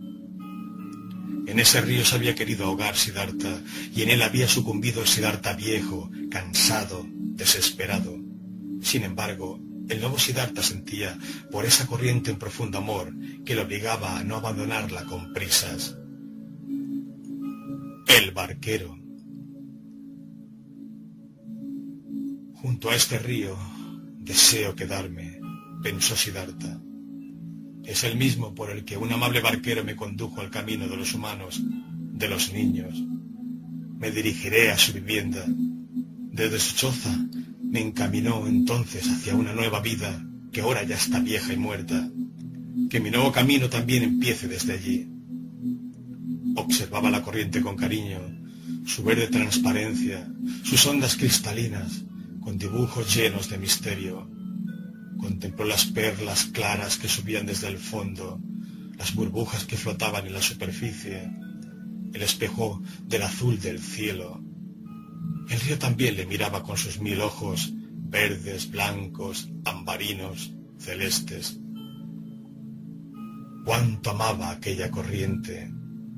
En ese río se había querido ahogar Siddhartha, y en él había sucumbido el Siddhartha viejo, cansado, desesperado. Sin embargo, el nuevo Siddhartha sentía por esa corriente un profundo amor que le obligaba a no abandonarla con prisas. El barquero. Junto a este río deseo quedarme, pensó Siddhartha. Es el mismo por el que un amable barquero me condujo al camino de los humanos, de los niños. Me dirigiré a su vivienda. Desde su choza me encaminó entonces hacia una nueva vida que ahora ya está vieja y muerta. Que mi nuevo camino también empiece desde allí. Observaba la corriente con cariño, su verde transparencia, sus ondas cristalinas, con dibujos llenos de misterio. Contempló las perlas claras que subían desde el fondo, las burbujas que flotaban en la superficie, el espejo del azul del cielo. El río también le miraba con sus mil ojos, verdes, blancos, ambarinos, celestes. Cuánto amaba aquella corriente,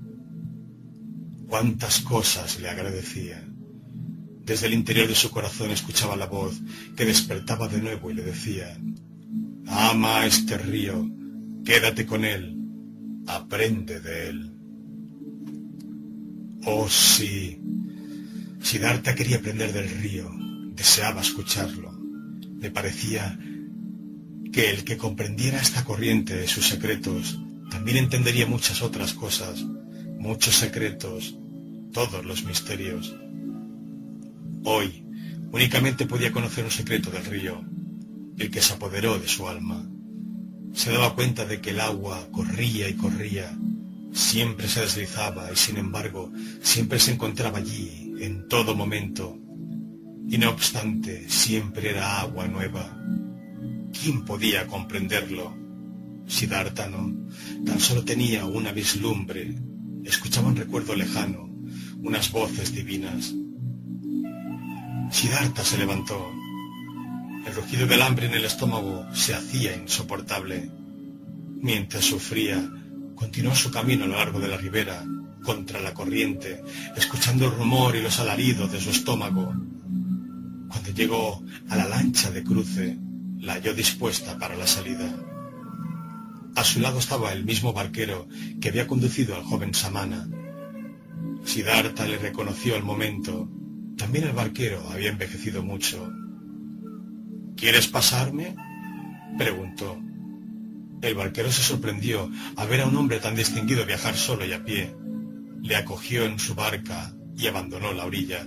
cuántas cosas le agradecía. Desde el interior de su corazón escuchaba la voz que despertaba de nuevo y le decía: ama a este río, quédate con él, aprende de él. Oh sí, Siddhartha quería aprender del río, deseaba escucharlo. Le parecía que el que comprendiera esta corriente de sus secretos también entendería muchas otras cosas, muchos secretos, todos los misterios. Hoy únicamente podía conocer un secreto del río, el que se apoderó de su alma. Se daba cuenta de que el agua corría y corría, siempre se deslizaba y sin embargo siempre se encontraba allí en todo momento, y no obstante siempre era agua nueva. ¿Quién podía comprenderlo? Siddhartha no, tan solo tenía una vislumbre, escuchaba un recuerdo lejano, unas voces divinas. Siddhartha se levantó. El rugido del hambre en el estómago se hacía insoportable. Mientras sufría, continuó su camino a lo largo de la ribera, contra la corriente, escuchando el rumor y los alaridos de su estómago. Cuando llegó a la lancha de cruce, la halló dispuesta para la salida. A su lado estaba el mismo barquero que había conducido al joven samana. Siddhartha le reconoció al momento. También el barquero había envejecido mucho. ¿Quieres pasarme?, preguntó. El barquero se sorprendió al ver a un hombre tan distinguido viajar solo y a pie. Le acogió en su barca y abandonó la orilla.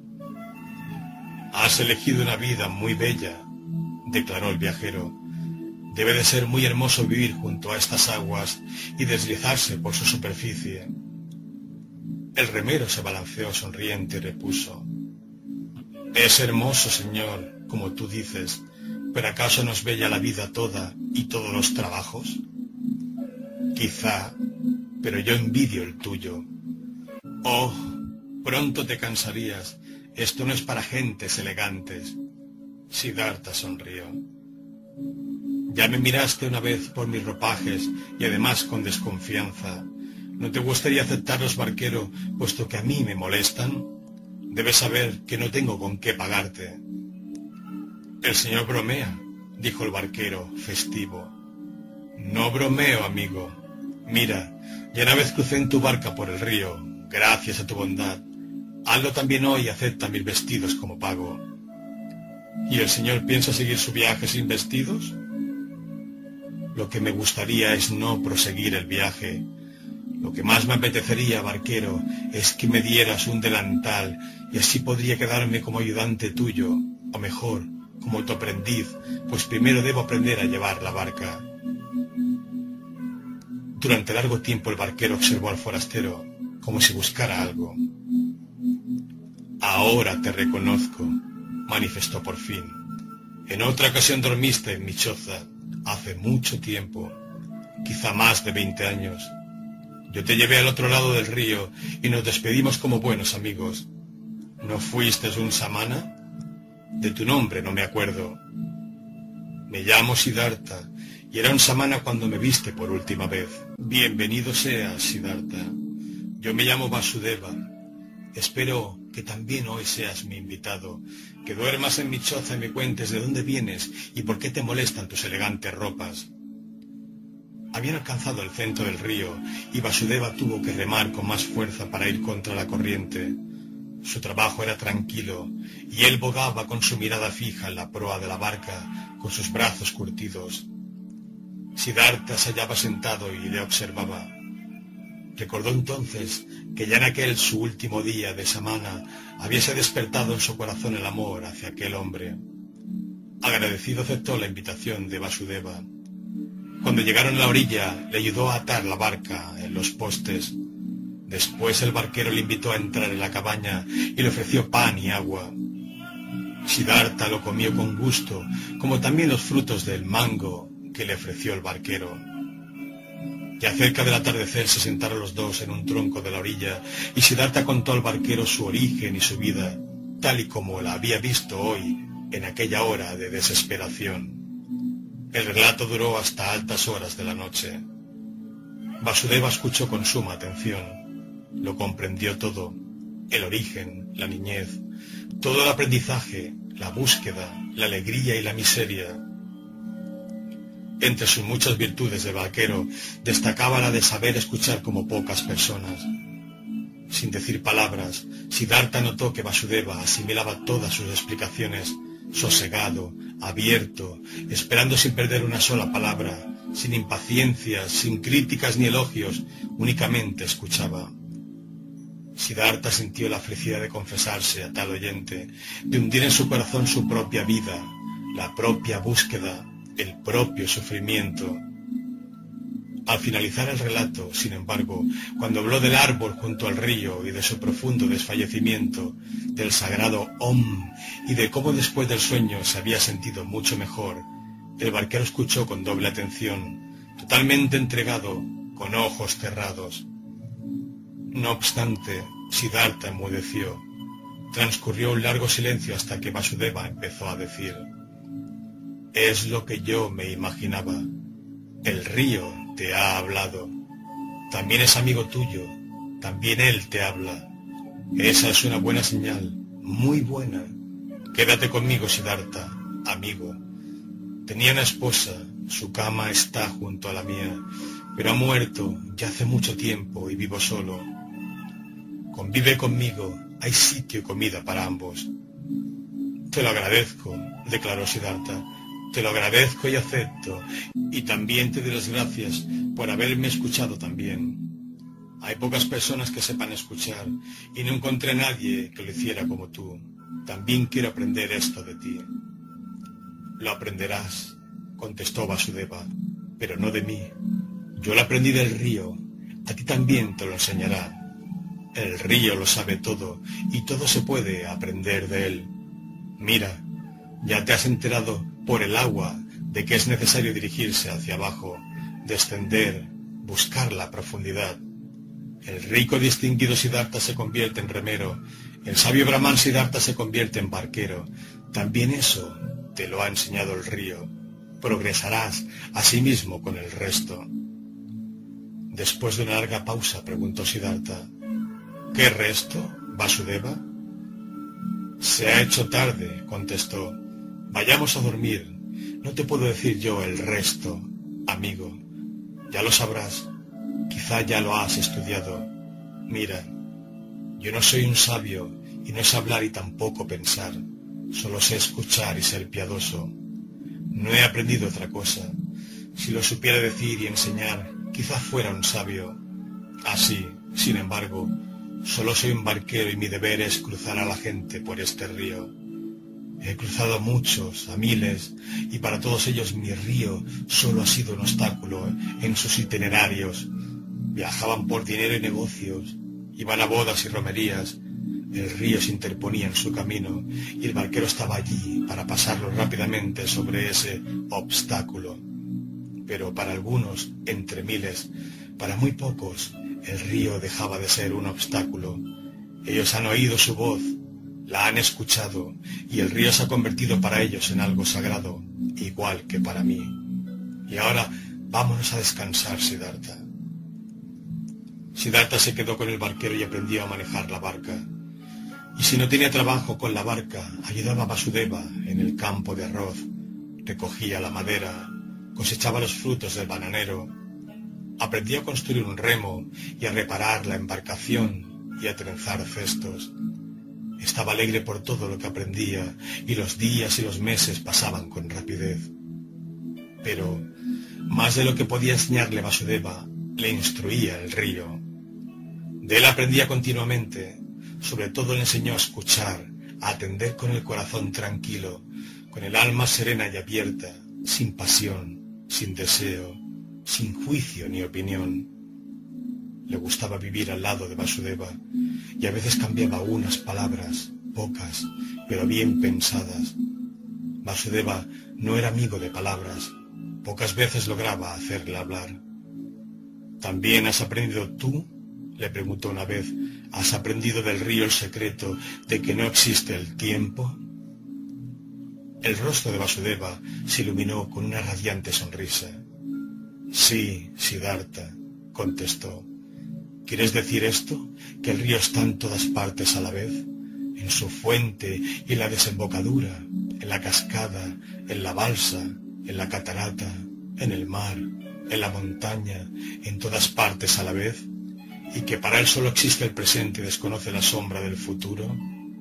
Has elegido una vida muy bella, declaró el viajero. Debe de ser muy hermoso vivir junto a estas aguas y deslizarse por su superficie. El remero se balanceó sonriente y repuso. Es hermoso, señor, como tú dices, pero ¿acaso no es bella la vida toda y todos los trabajos? Quizá, pero yo envidio el tuyo. Oh, pronto te cansarías. Esto no es para gentes elegantes. Siddhartha sonrió. Ya me miraste una vez por mis ropajes y además con desconfianza. ¿No te gustaría aceptarlos, barquero, puesto que a mí me molestan? Debes saber que no tengo con qué pagarte. El señor bromea, dijo el barquero, festivo. No bromeo, amigo. Mira, ya una vez crucé en tu barca por el río, gracias a tu bondad. Hazlo también hoy y acepta mis vestidos como pago. ¿Y el señor piensa seguir su viaje sin vestidos? Lo que me gustaría es no proseguir el viaje. Lo que más me apetecería, barquero, es que me dieras un delantal y así podría quedarme como ayudante tuyo, o mejor, como tu aprendiz, pues primero debo aprender a llevar la barca. Durante largo tiempo el barquero observó al forastero, como si buscara algo. Ahora te reconozco, manifestó por fin. En otra ocasión dormiste en mi choza, hace mucho tiempo, quizá más de veinte años. Yo te llevé al otro lado del río y nos despedimos como buenos amigos. ¿No fuiste un samana? De tu nombre no me acuerdo. Me llamo Siddhartha y era un samana cuando me viste por última vez. Bienvenido seas, Siddhartha. Yo me llamo Vasudeva. Espero que también hoy seas mi invitado, que duermas en mi choza y me cuentes de dónde vienes y por qué te molestan tus elegantes ropas. Habían alcanzado el centro del río y Vasudeva tuvo que remar con más fuerza para ir contra la corriente. Su trabajo era tranquilo y él bogaba con su mirada fija en la proa de la barca, con sus brazos curtidos. Siddhartha se hallaba sentado y le observaba. Recordó entonces que ya en aquel su último día de samana habíase despertado en su corazón el amor hacia aquel hombre. Agradecido aceptó la invitación de Vasudeva. Cuando llegaron a la orilla, le ayudó a atar la barca en los postes. Después el barquero le invitó a entrar en la cabaña y le ofreció pan y agua. Siddhartha lo comió con gusto, como también los frutos del mango que le ofreció el barquero. Ya cerca del atardecer se sentaron los dos en un tronco de la orilla y Siddhartha contó al barquero su origen y su vida, tal y como la había visto hoy, en aquella hora de desesperación. El relato duró hasta altas horas de la noche. Vasudeva escuchó con suma atención. Lo comprendió todo, el origen, la niñez, todo el aprendizaje, la búsqueda, la alegría y la miseria. Entre sus muchas virtudes de vaquero destacaba la de saber escuchar como pocas personas. Sin decir palabras, Siddhartha notó que Vasudeva asimilaba todas sus explicaciones, sosegado, abierto, esperando sin perder una sola palabra, sin impaciencias, sin críticas ni elogios, únicamente escuchaba. Siddhartha sintió la felicidad de confesarse a tal oyente, de hundir en su corazón su propia vida, la propia búsqueda, el propio sufrimiento. Al finalizar el relato, sin embargo, cuando habló del árbol junto al río y de su profundo desfallecimiento, del sagrado Om y de cómo después del sueño se había sentido mucho mejor, el barquero escuchó con doble atención, totalmente entregado, con ojos cerrados. No obstante, Siddhartha enmudeció. Transcurrió un largo silencio hasta que Vasudeva empezó a decir: «Es lo que yo me imaginaba. El río te ha hablado. También es amigo tuyo. También él te habla. Esa es una buena señal, muy buena. Quédate conmigo, Siddhartha, amigo. Tenía una esposa, su cama está junto a la mía, pero ha muerto ya hace mucho tiempo y vivo solo. Convive conmigo, hay sitio y comida para ambos». «Te lo agradezco», declaró Siddhartha. «Te lo agradezco y acepto, y también te doy las gracias por haberme escuchado también. Hay pocas personas que sepan escuchar, y no encontré a nadie que lo hiciera como tú. También quiero aprender esto de ti». «Lo aprenderás», contestó Vasudeva, «pero no de mí. Yo lo aprendí del río, a ti también te lo enseñará. El río lo sabe todo, y todo se puede aprender de él. Mira, ya te has enterado por el agua de que es necesario dirigirse hacia abajo, descender, buscar la profundidad. El rico distinguido Siddhartha se convierte en remero, el sabio Brahman Siddhartha se convierte en barquero. También eso te lo ha enseñado el río. Progresarás asimismo con el resto». Después de una larga pausa preguntó Siddhartha: «¿Qué resto, Vasudeva?» «Se ha hecho tarde», contestó. «Vayamos a dormir. No te puedo decir yo el resto, amigo. Ya lo sabrás. Quizá ya lo has estudiado. Mira, yo no soy un sabio y no sé hablar y tampoco pensar. Solo sé escuchar y ser piadoso. No he aprendido otra cosa. Si lo supiera decir y enseñar, quizá fuera un sabio. Así, sin embargo, solo soy un barquero y mi deber es cruzar a la gente por este río. He cruzado a muchos, a miles, y para todos ellos mi río solo ha sido un obstáculo en sus itinerarios. Viajaban por dinero y negocios, iban a bodas y romerías. El río se interponía en su camino y el barquero estaba allí para pasarlo rápidamente sobre ese obstáculo. Pero para algunos, entre miles, para muy pocos, el río dejaba de ser un obstáculo. Ellos han oído su voz, la han escuchado, y el río se ha convertido para ellos en algo sagrado, igual que para mí. Y ahora vámonos a descansar, Siddhartha. Siddhartha se quedó con el barquero y aprendió a manejar la barca. Y si no tenía trabajo con la barca, ayudaba a Vasudeva en el campo de arroz, recogía la madera, cosechaba los frutos del bananero, aprendió a construir un remo y a reparar la embarcación y a trenzar cestos. Estaba alegre por todo lo que aprendía y los días y los meses pasaban con rapidez. Pero, más de lo que podía enseñarle Vasudeva, le instruía el río. De él aprendía continuamente, sobre todo le enseñó a escuchar, a atender con el corazón tranquilo, con el alma serena y abierta, sin pasión, sin deseo, sin juicio ni opinión. Le gustaba vivir al lado de Vasudeva, y a veces cambiaba unas palabras, pocas, pero bien pensadas. Vasudeva no era amigo de palabras, pocas veces lograba hacerle hablar. ¿También has aprendido tú? Le preguntó una vez. ¿Has aprendido del río el secreto de que no existe el tiempo? El rostro de Vasudeva se iluminó con una radiante sonrisa. Sí, Siddhartha, contestó. ¿Quieres decir esto? ¿Que el río está en todas partes a la vez? En su fuente y en la desembocadura, en la cascada, en la balsa, en la catarata, en el mar, en la montaña, en todas partes a la vez. y que para él solo existe el presente y desconoce la sombra del futuro?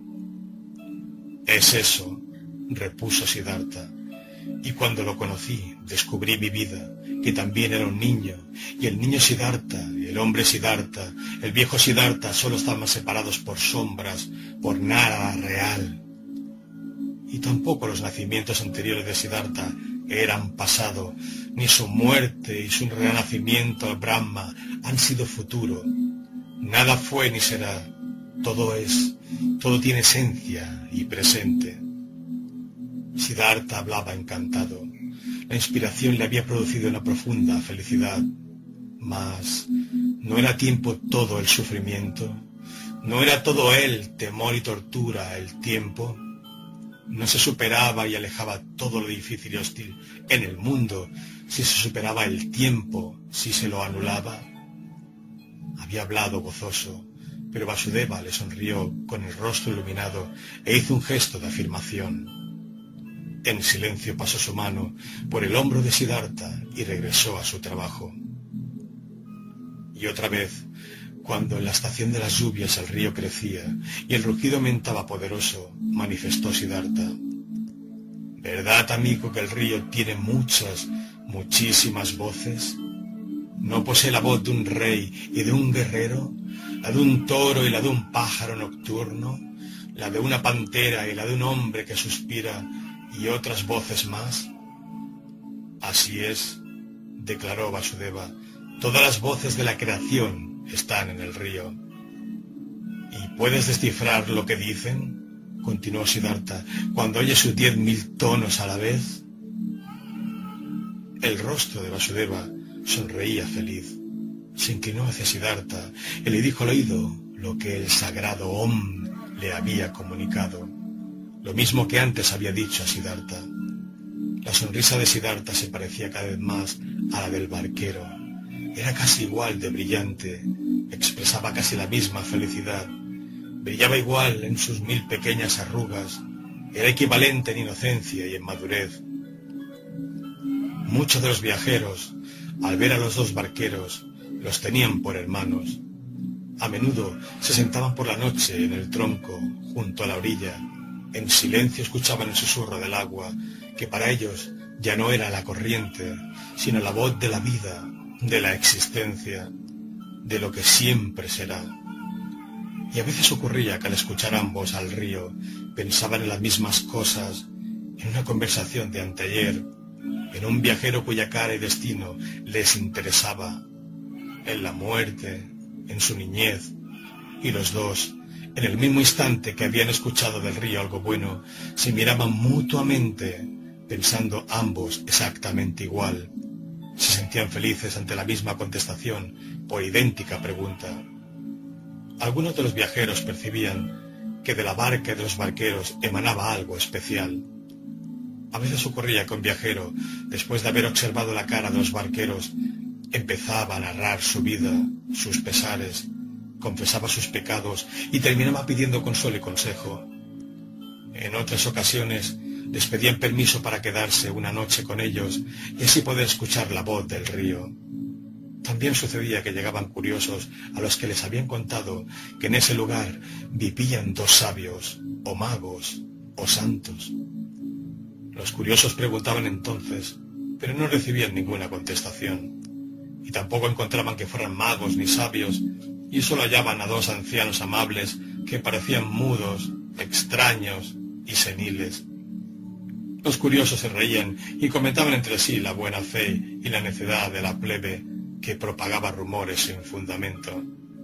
Es eso, repuso Siddhartha, y cuando lo conocí descubrí mi vida, que también era un niño, y el niño Siddhartha, el hombre Siddhartha, el viejo Siddhartha solo estaban separados por sombras, por nada real. Y tampoco los nacimientos anteriores de Siddhartha eran pasado, ni su muerte y su renacimiento al Brahma han sido futuro. Nada fue ni será, todo es, todo tiene esencia y presente. Siddhartha hablaba encantado. La inspiración le había producido una profunda felicidad. Mas, ¿no era tiempo todo el sufrimiento? ¿No era todo él temor y tortura el tiempo? ¿No se superaba y alejaba todo lo difícil y hostil en el mundo si se superaba el tiempo, si se lo anulaba? Había hablado gozoso, pero Vasudeva le sonrió con el rostro iluminado e hizo un gesto de afirmación. En silencio pasó su mano por el hombro de Siddhartha y regresó a su trabajo. Y otra vez, cuando en la estación de las lluvias el río crecía y el rugido aumentaba poderoso, manifestó Siddhartha: ¿verdad, amigo, que el río tiene muchas, muchísimas voces? ¿No posee la voz de un rey y de un guerrero, la de un toro y la de un pájaro nocturno, la de una pantera y la de un hombre que suspira, y otras voces más? Así es, declaró Vasudeva, todas las voces de la creación están en el río. ¿Y puedes descifrar lo que dicen?, continuó Siddhartha, cuando oyes sus diez mil tonos a la vez. El rostro de Vasudeva sonreía feliz. Se inclinó hacia Siddhartha y le dijo al oído lo que el sagrado Om le había comunicado, lo mismo que antes había dicho a Siddhartha. La sonrisa de Siddhartha se parecía cada vez más a la del barquero. Era casi igual de brillante, expresaba casi la misma felicidad, brillaba igual en sus mil pequeñas arrugas, era equivalente en inocencia y en madurez. Muchos de los viajeros, al ver a los dos barqueros, los tenían por hermanos. A menudo se sentaban por la noche en el tronco, junto a la orilla. En silencio escuchaban el susurro del agua, que para ellos ya no era la corriente, sino la voz de la vida, de la existencia, de lo que siempre será. Y a veces ocurría que al escuchar ambos al río, pensaban en las mismas cosas, en una conversación de anteayer, en un viajero cuya cara y destino les interesaba, en la muerte, en su niñez, y los dos, en el mismo instante que habían escuchado del río algo bueno, se miraban mutuamente, pensando ambos exactamente igual. Se sentían felices ante la misma contestación por idéntica pregunta. Algunos de los viajeros percibían que de la barca y de los barqueros emanaba algo especial. A veces ocurría que un viajero, después de haber observado la cara de los barqueros, empezaba a narrar su vida, sus pesares, confesaba sus pecados y terminaba pidiendo consuelo y consejo. En otras ocasiones les pedían permiso para quedarse una noche con ellos y así poder escuchar la voz del río. También sucedía que llegaban curiosos a los que les habían contado que en ese lugar vivían dos sabios, o magos, o santos. Los curiosos preguntaban entonces, pero no recibían ninguna contestación, y tampoco encontraban que fueran magos ni sabios, y solo hallaban a dos ancianos amables que parecían mudos, extraños y seniles. Los curiosos se reían y comentaban entre sí la buena fe y la necedad de la plebe que propagaba rumores sin fundamento.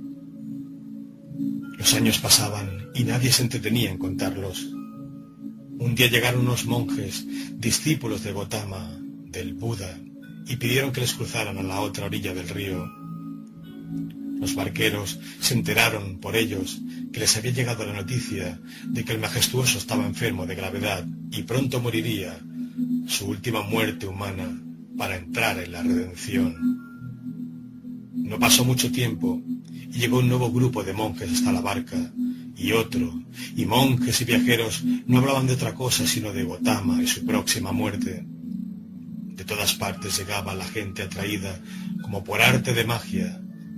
Los años pasaban y nadie se entretenía en contarlos. Un día llegaron unos monjes, discípulos de Gotama, del Buda, y pidieron que les cruzaran a la otra orilla del río. Los barqueros se enteraron por ellos que les había llegado la noticia de que el majestuoso estaba enfermo de gravedad y pronto moriría, su última muerte humana, para entrar en la redención. No pasó mucho tiempo y llegó un nuevo grupo de monjes hasta la barca, y otro, y monjes y viajeros no hablaban de otra cosa sino de Gotama y su próxima muerte. De todas partes llegaba la gente atraída, como por arte de magia,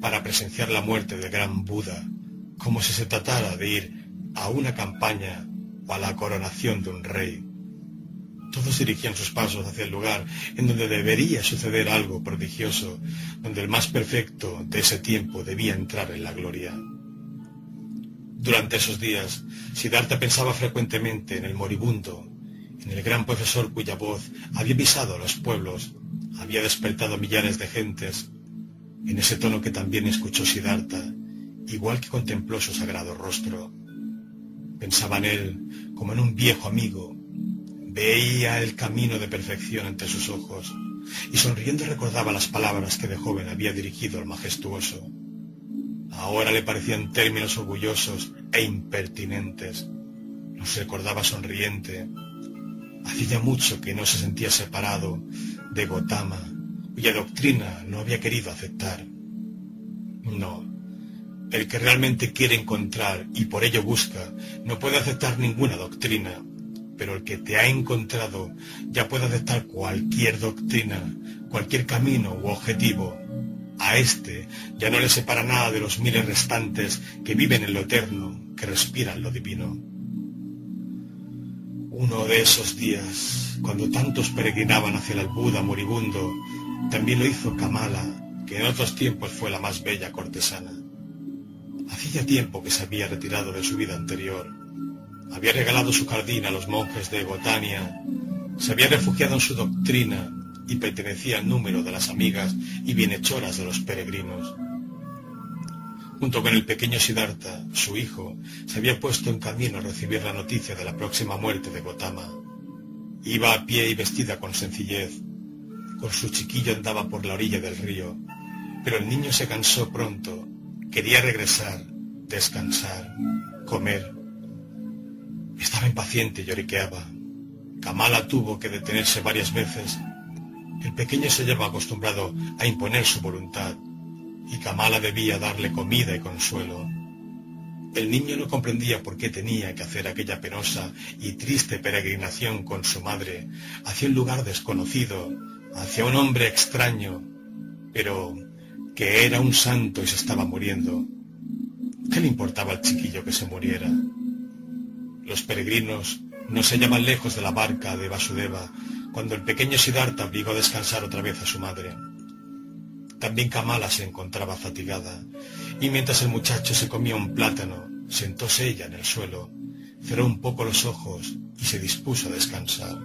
para presenciar la muerte del gran Buda, como si se tratara de ir a una campaña o a la coronación de un rey. Todos dirigían sus pasos hacia el lugar en donde debería suceder algo prodigioso, donde el más perfecto de ese tiempo debía entrar en la gloria. Durante esos días, Siddhartha pensaba frecuentemente en el moribundo, en el gran profesor cuya voz había pisado los pueblos, había despertado millares de gentes, en ese tono que también escuchó Siddhartha, igual que contempló su sagrado rostro. Pensaba en él como en un viejo amigo, veía el camino de perfección ante sus ojos, y sonriendo recordaba las palabras que de joven había dirigido al majestuoso. Ahora le parecían términos orgullosos e impertinentes. Los recordaba sonriente. Hacía mucho que no se sentía separado de Gotama, cuya doctrina no había querido aceptar. No, el que realmente quiere encontrar y por ello busca, no puede aceptar ninguna doctrina, pero el que te ha encontrado ya puede aceptar cualquier doctrina, cualquier camino u objetivo. A éste ya no le separa nada de los miles restantes que viven en lo eterno, que respiran lo divino. Uno de esos días, cuando tantos peregrinaban hacia el Buda moribundo, también lo hizo Kamala, que en otros tiempos fue la más bella cortesana. Hacía tiempo que se había retirado de su vida anterior. Había regalado su jardín a los monjes de Gotania, se había refugiado en su doctrina y pertenecía al número de las amigas y bienhechoras de los peregrinos. Junto con el pequeño Siddhartha, su hijo, se había puesto en camino a recibir la noticia de la próxima muerte de Gotama. Iba a pie y vestida con sencillez. Con su chiquillo andaba por la orilla del río, pero el niño se cansó pronto. Quería regresar, descansar, comer. Estaba impaciente y lloriqueaba. Kamala tuvo que detenerse varias veces. El pequeño se llevaba acostumbrado a imponer su voluntad, y Kamala debía darle comida y consuelo. El niño no comprendía por qué tenía que hacer aquella penosa y triste peregrinación con su madre hacia un lugar desconocido, hacia un hombre extraño, pero que era un santo y se estaba muriendo. ¿Qué le importaba al chiquillo que se muriera? Los peregrinos no se hallaban lejos de la barca de Vasudeva cuando el pequeño Siddhartha obligó a descansar otra vez a su madre. También Kamala se encontraba fatigada, y mientras el muchacho se comía un plátano, sentóse ella en el suelo, cerró un poco los ojos y se dispuso a descansar.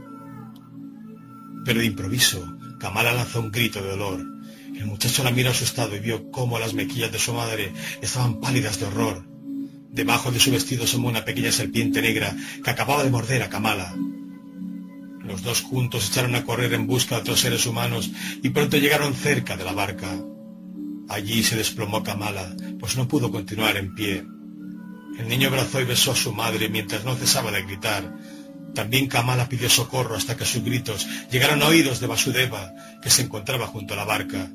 Pero de improviso, Kamala lanzó un grito de dolor. El muchacho la miró asustado y vio cómo las mejillas de su madre estaban pálidas de horror. Debajo de su vestido asomó una pequeña serpiente negra que acababa de morder a Kamala. Los dos juntos echaron a correr en busca de otros seres humanos y pronto llegaron cerca de la barca. Allí se desplomó Kamala, pues no pudo continuar en pie. El niño abrazó y besó a su madre mientras no cesaba de gritar. También Kamala pidió socorro hasta que sus gritos llegaron a oídos de Vasudeva, que se encontraba junto a la barca.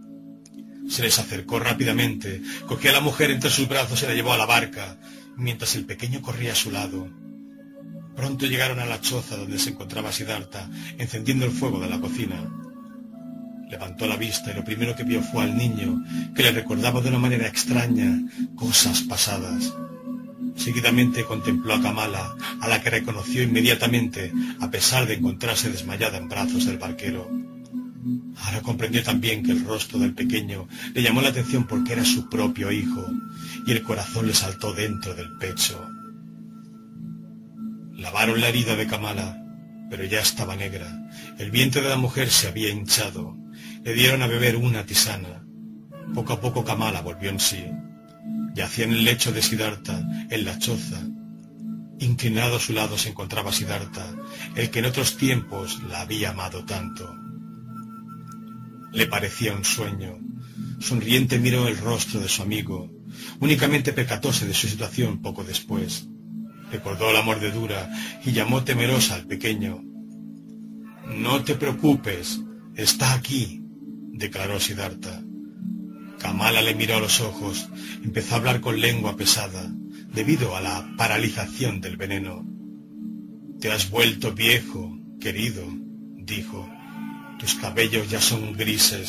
Se les acercó rápidamente, cogió a la mujer entre sus brazos y la llevó a la barca, mientras el pequeño corría a su lado. Pronto llegaron a la choza donde se encontraba Siddhartha, encendiendo el fuego de la cocina. Levantó la vista y lo primero que vio fue al niño, que le recordaba de una manera extraña cosas pasadas. Seguidamente contempló a Kamala, a la que reconoció inmediatamente, a pesar de encontrarse desmayada en brazos del barquero. Ahora comprendió también que el rostro del pequeño le llamó la atención porque era su propio hijo, y el corazón le saltó dentro del pecho. Lavaron la herida de Kamala, pero ya estaba negra. El vientre de la mujer se había hinchado. Le dieron a beber una tisana. Poco a poco Kamala volvió en sí. Yacía en el lecho de Siddhartha, en la choza. Inclinado a su lado se encontraba Siddhartha, el que en otros tiempos la había amado tanto. Le parecía un sueño. Sonriente miró el rostro de su amigo. Únicamente percatóse de su situación poco después. Recordó la mordedura y llamó temerosa al pequeño. «No te preocupes, está aquí», declaró Siddhartha. Kamala le miró a los ojos, empezó a hablar con lengua pesada, debido a la paralización del veneno. «Te has vuelto viejo, querido», dijo. «Tus cabellos ya son grises,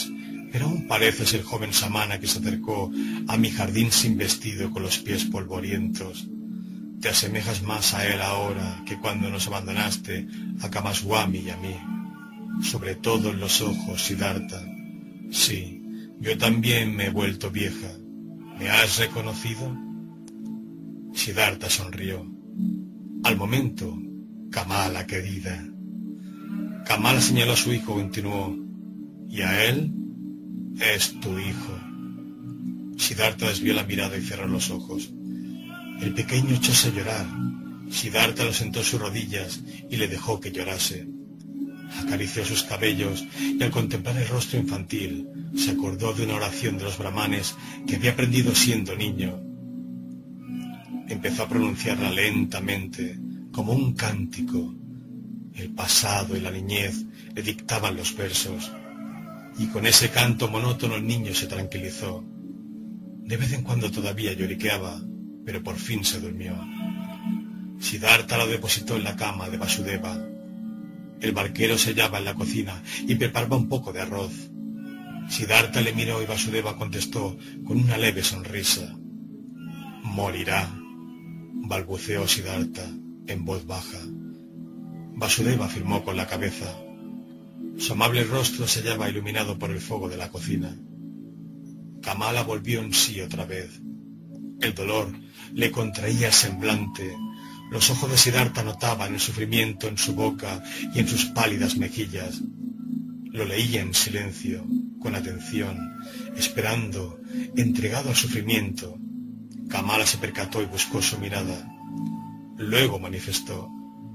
pero aún pareces el joven samana que se acercó a mi jardín sin vestido con los pies polvorientos. Te asemejas más a él ahora que cuando nos abandonaste a Kamaswami y a mí, sobre todo en los ojos, Siddhartha. Sí, yo también me he vuelto vieja. ¿Me has reconocido? Siddhartha sonrió. Al momento, Kamala querida. Kamala señaló a su hijo y continuó. ¿Y a él? Es tu hijo. Siddhartha desvió la mirada y cerró los ojos. El pequeño echóse a llorar. Siddhartha lo sentó en sus rodillas y le dejó que llorase. Acarició sus cabellos y al contemplar el rostro infantil se acordó de una oración de los brahmanes que había aprendido siendo niño. Empezó a pronunciarla lentamente, como un cántico. El pasado y la niñez le dictaban los versos, y con ese canto monótono el niño se tranquilizó. De vez en cuando todavía lloriqueaba, pero por fin se durmió. Siddhartha lo depositó en la cama de Vasudeva. El barquero se hallaba en la cocina y preparaba un poco de arroz. Siddhartha le miró y Vasudeva contestó con una leve sonrisa. Morirá, balbuceó Siddhartha en voz baja. Vasudeva afirmó con la cabeza. Su amable rostro se hallaba iluminado por el fuego de la cocina. Kamala volvió en sí otra vez. El dolor le contraía el semblante. Los ojos de Siddhartha notaban el sufrimiento en su boca y en sus pálidas mejillas. Lo leía en silencio, con atención, esperando, entregado al sufrimiento. Kamala se percató y buscó su mirada. Luego manifestó.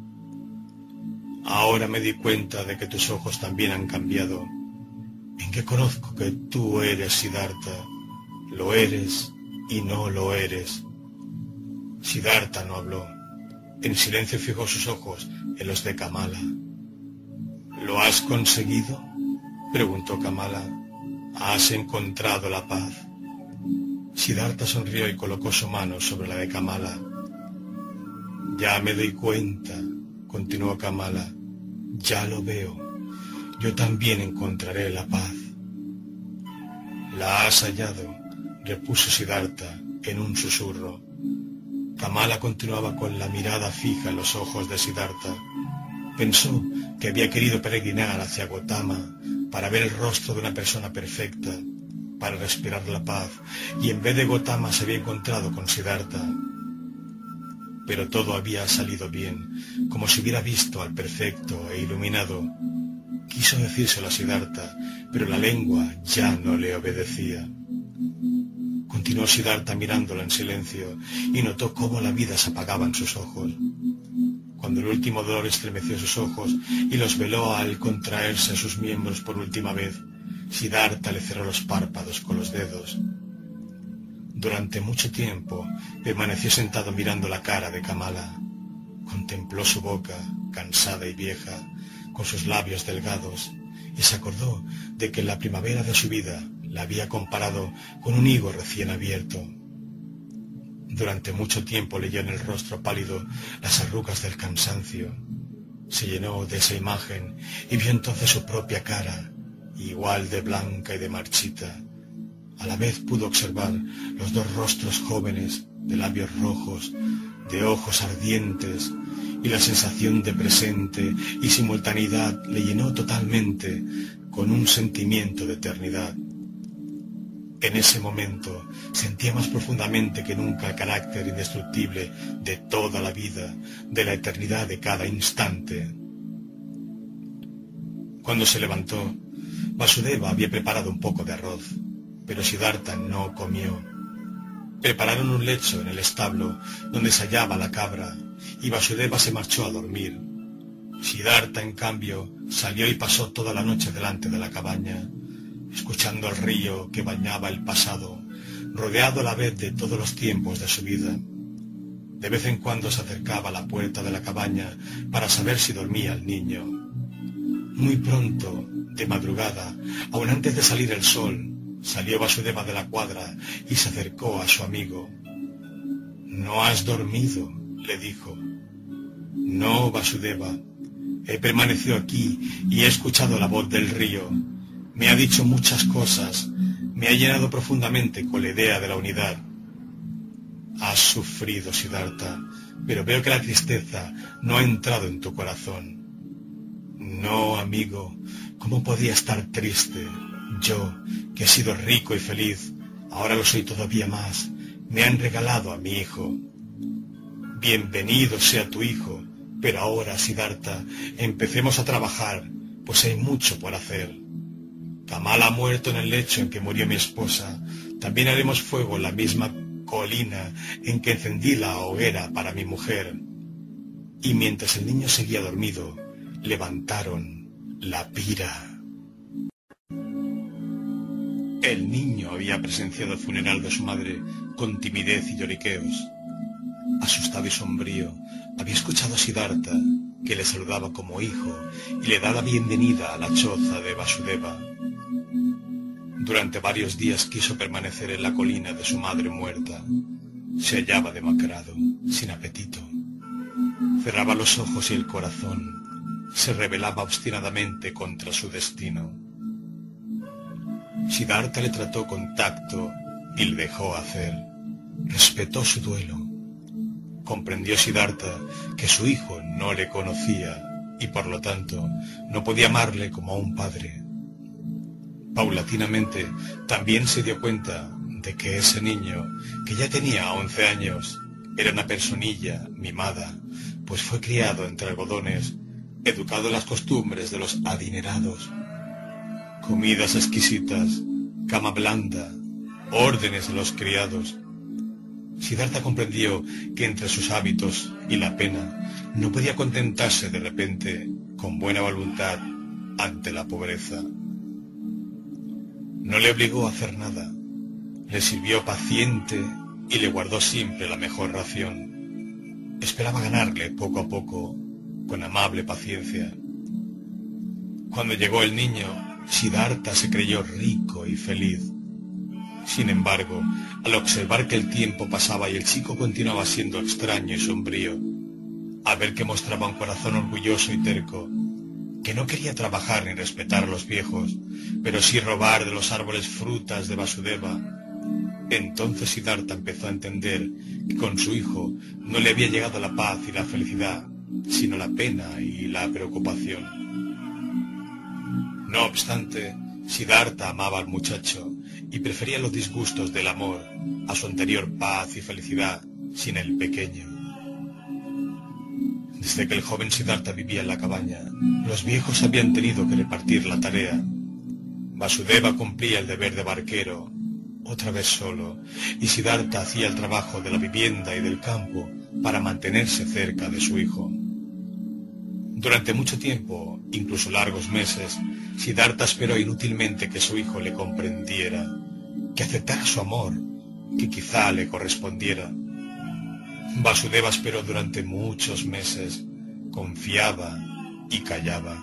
Ahora me di cuenta de que tus ojos también han cambiado. En que conozco que tú eres Siddhartha. Lo eres y no lo eres. Siddhartha no habló. En silencio fijó sus ojos en los de Kamala. ¿Lo has conseguido?, preguntó Kamala. ¿Has encontrado la paz? Siddhartha sonrió y colocó su mano sobre la de Kamala. Ya me doy cuenta, continuó Kamala. Ya lo veo. Yo también encontraré la paz. La has hallado, repuso Siddhartha en un susurro. Kamala continuaba con la mirada fija en los ojos de Siddhartha. Pensó que había querido peregrinar hacia Gotama para ver el rostro de una persona perfecta, para respirar la paz, y en vez de Gotama se había encontrado con Siddhartha. Pero todo había salido bien, como si hubiera visto al perfecto e iluminado. Quiso decírselo a Siddhartha, pero la lengua ya no le obedecía. Continuó Siddhartha mirándola en silencio y notó cómo la vida se apagaba en sus ojos. Cuando el último dolor estremeció sus ojos y los veló al contraerse sus miembros por última vez, Siddhartha le cerró los párpados con los dedos. Durante mucho tiempo permaneció sentado mirando la cara de Kamala. Contempló su boca, cansada y vieja, con sus labios delgados, y se acordó de que en la primavera de su vida la había comparado con un higo recién abierto. Durante mucho tiempo leyó en el rostro pálido las arrugas del cansancio. Se llenó de esa imagen y vio entonces su propia cara, igual de blanca y de marchita. A la vez pudo observar los dos rostros jóvenes, de labios rojos, de ojos ardientes, y la sensación de presente y simultaneidad le llenó totalmente con un sentimiento de eternidad. En ese momento sentía más profundamente que nunca el carácter indestructible de toda la vida, de la eternidad de cada instante. Cuando se levantó, Vasudeva había preparado un poco de arroz, pero Siddhartha no comió. Prepararon un lecho en el establo donde se hallaba la cabra, y Vasudeva se marchó a dormir. Siddhartha, en cambio, salió y pasó toda la noche delante de la cabaña, escuchando el río que bañaba el pasado, rodeado a la vez de todos los tiempos de su vida. De vez en cuando se acercaba a la puerta de la cabaña para saber si dormía el niño. Muy pronto, de madrugada, aun antes de salir el sol, salió Vasudeva de la cuadra y se acercó a su amigo. «¿No has dormido?», le dijo. «No, Vasudeva, he permanecido aquí y he escuchado la voz del río. Me ha dicho muchas cosas, me ha llenado profundamente con la idea de la unidad. Has sufrido, Siddhartha, pero veo que la tristeza no ha entrado en tu corazón. No, amigo, ¿cómo podía estar triste? Yo, que he sido rico y feliz, ahora lo soy todavía más. Me han regalado a mi hijo. Bienvenido sea tu hijo, pero ahora, Siddhartha, empecemos a trabajar, pues hay mucho por hacer. Kamala ha muerto en el lecho en que murió mi esposa. También haremos fuego en la misma colina en que encendí la hoguera para mi mujer. Y mientras el niño seguía dormido, levantaron la pira. El niño había presenciado el funeral de su madre con timidez y lloriqueos. Asustado y sombrío, había escuchado a Siddhartha, que le saludaba como hijo y le daba la bienvenida a la choza de Vasudeva. Durante varios días quiso permanecer en la colina de su madre muerta. Se hallaba demacrado, sin apetito. Cerraba los ojos y el corazón se rebelaba obstinadamente contra su destino. Siddhartha le trató con tacto y le dejó hacer. Respetó su duelo. Comprendió Siddhartha que su hijo no le conocía y por lo tanto no podía amarle como a un padre. Paulatinamente también se dio cuenta de que ese niño, que ya tenía once años, era una personilla mimada, pues fue criado entre algodones, educado en las costumbres de los adinerados. Comidas exquisitas, cama blanda, órdenes de los criados. Siddhartha comprendió que entre sus hábitos y la pena no podía contentarse de repente con buena voluntad ante la pobreza. No le obligó a hacer nada, le sirvió paciente y le guardó siempre la mejor ración. Esperaba ganarle poco a poco, con amable paciencia. Cuando llegó el niño, Siddhartha se creyó rico y feliz. Sin embargo, al observar que el tiempo pasaba y el chico continuaba siendo extraño y sombrío, al ver que mostraba un corazón orgulloso y terco, que no quería trabajar ni respetar a los viejos, pero sí robar de los árboles frutas de Vasudeva, entonces Siddhartha empezó a entender que con su hijo no le había llegado la paz y la felicidad, sino la pena y la preocupación. No obstante, Siddhartha amaba al muchacho y prefería los disgustos del amor a su anterior paz y felicidad sin el pequeño. Desde que el joven Siddhartha vivía en la cabaña, los viejos habían tenido que repartir la tarea. Vasudeva cumplía el deber de barquero, otra vez solo, y Siddhartha hacía el trabajo de la vivienda y del campo para mantenerse cerca de su hijo. Durante mucho tiempo, incluso largos meses, Siddhartha esperó inútilmente que su hijo le comprendiera, que aceptara su amor, que quizá le correspondiera. Vasudeva esperó durante muchos meses, confiaba y callaba.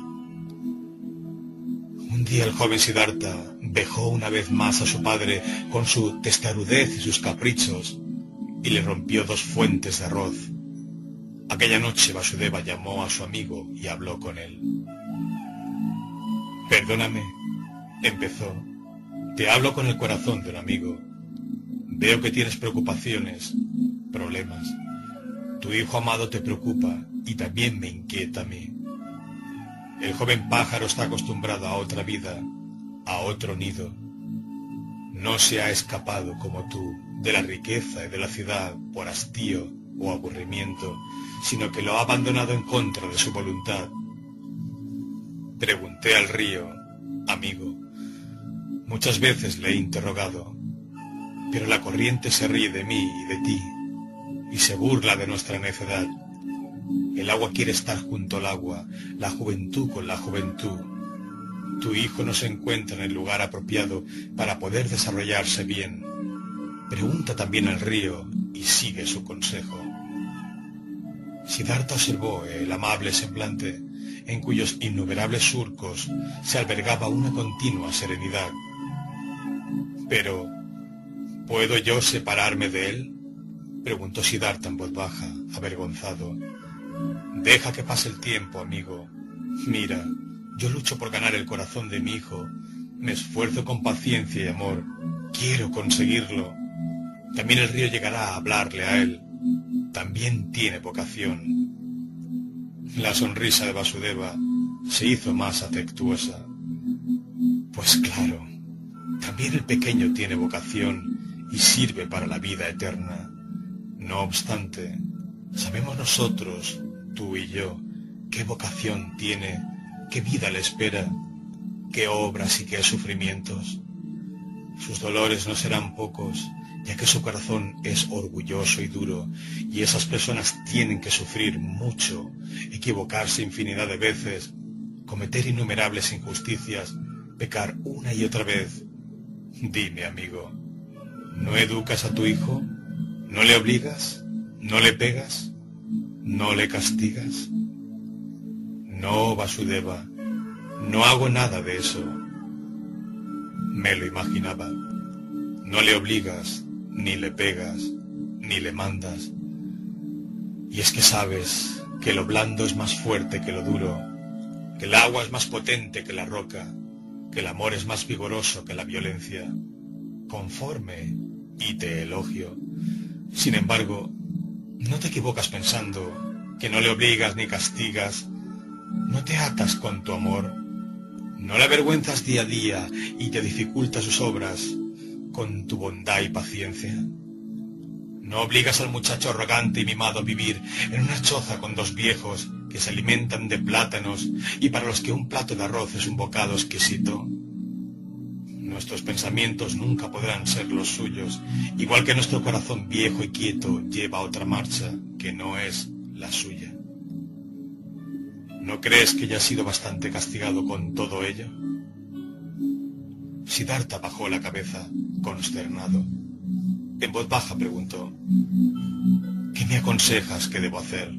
Un día el joven Siddhartha vejó una vez más a su padre con su testarudez y sus caprichos y le rompió dos fuentes de arroz. Aquella noche Vasudeva llamó a su amigo y habló con él. «Perdóname», empezó, «te hablo con el corazón de un amigo. Veo que tienes preocupaciones, problemas. Tu hijo amado te preocupa y también me inquieta a mí. El joven pájaro está acostumbrado a otra vida, a otro nido. No se ha escapado como tú de la riqueza y de la ciudad por hastío o aburrimiento, sino que lo ha abandonado en contra de su voluntad. Pregunté al río, amigo. Muchas veces le he interrogado, pero la corriente se ríe de mí y de ti, y se burla de nuestra necedad. El agua quiere estar junto al agua, la juventud con la juventud. Tu hijo no se encuentra en el lugar apropiado para poder desarrollarse bien. Pregunta también al río y sigue su consejo». Siddhartha observó el amable semblante, en cuyos innumerables surcos se albergaba una continua serenidad. «Pero, ¿puedo yo separarme de él?», preguntó Siddhartha en voz baja, avergonzado. «Deja que pase el tiempo, amigo. Mira, yo lucho por ganar el corazón de mi hijo, Me esfuerzo con paciencia y amor. Quiero conseguirlo. También el río llegará a hablarle a él. También tiene vocación. La sonrisa de Vasudeva se hizo más afectuosa. Pues claro, también el pequeño tiene vocación y sirve para la vida eterna. No obstante, sabemos nosotros, tú y yo, qué vocación tiene, qué vida le espera, qué obras y qué sufrimientos. Sus dolores no serán pocos, ya que su corazón es orgulloso y duro, y esas personas tienen que sufrir mucho, equivocarse infinidad de veces, cometer innumerables injusticias, pecar una y otra vez. Dime, amigo, ¿no educas a tu hijo? ¿No le obligas? ¿No le pegas? ¿No le castigas? No, Vasudeva, no hago nada de eso. Me lo imaginaba. No le obligas, ni le pegas, ni le mandas. Y es que sabes que lo blando es más fuerte que lo duro, que el agua es más potente que la roca, que el amor es más vigoroso que la violencia. Conforme, y te elogio. Sin embargo, no te equivocas pensando que no le obligas ni castigas, no te atas con tu amor, no le avergüenzas día a día y te dificultas sus obras con tu bondad y paciencia. No obligas al muchacho arrogante y mimado a vivir en una choza con dos viejos que se alimentan de plátanos y para los que un plato de arroz es un bocado exquisito. Nuestros pensamientos nunca podrán ser los suyos, igual que nuestro corazón viejo y quieto lleva otra marcha que no es la suya. ¿No crees que ya has sido bastante castigado con todo ello? Siddhartha bajó la cabeza, consternado. En voz baja preguntó: ¿qué me aconsejas que debo hacer?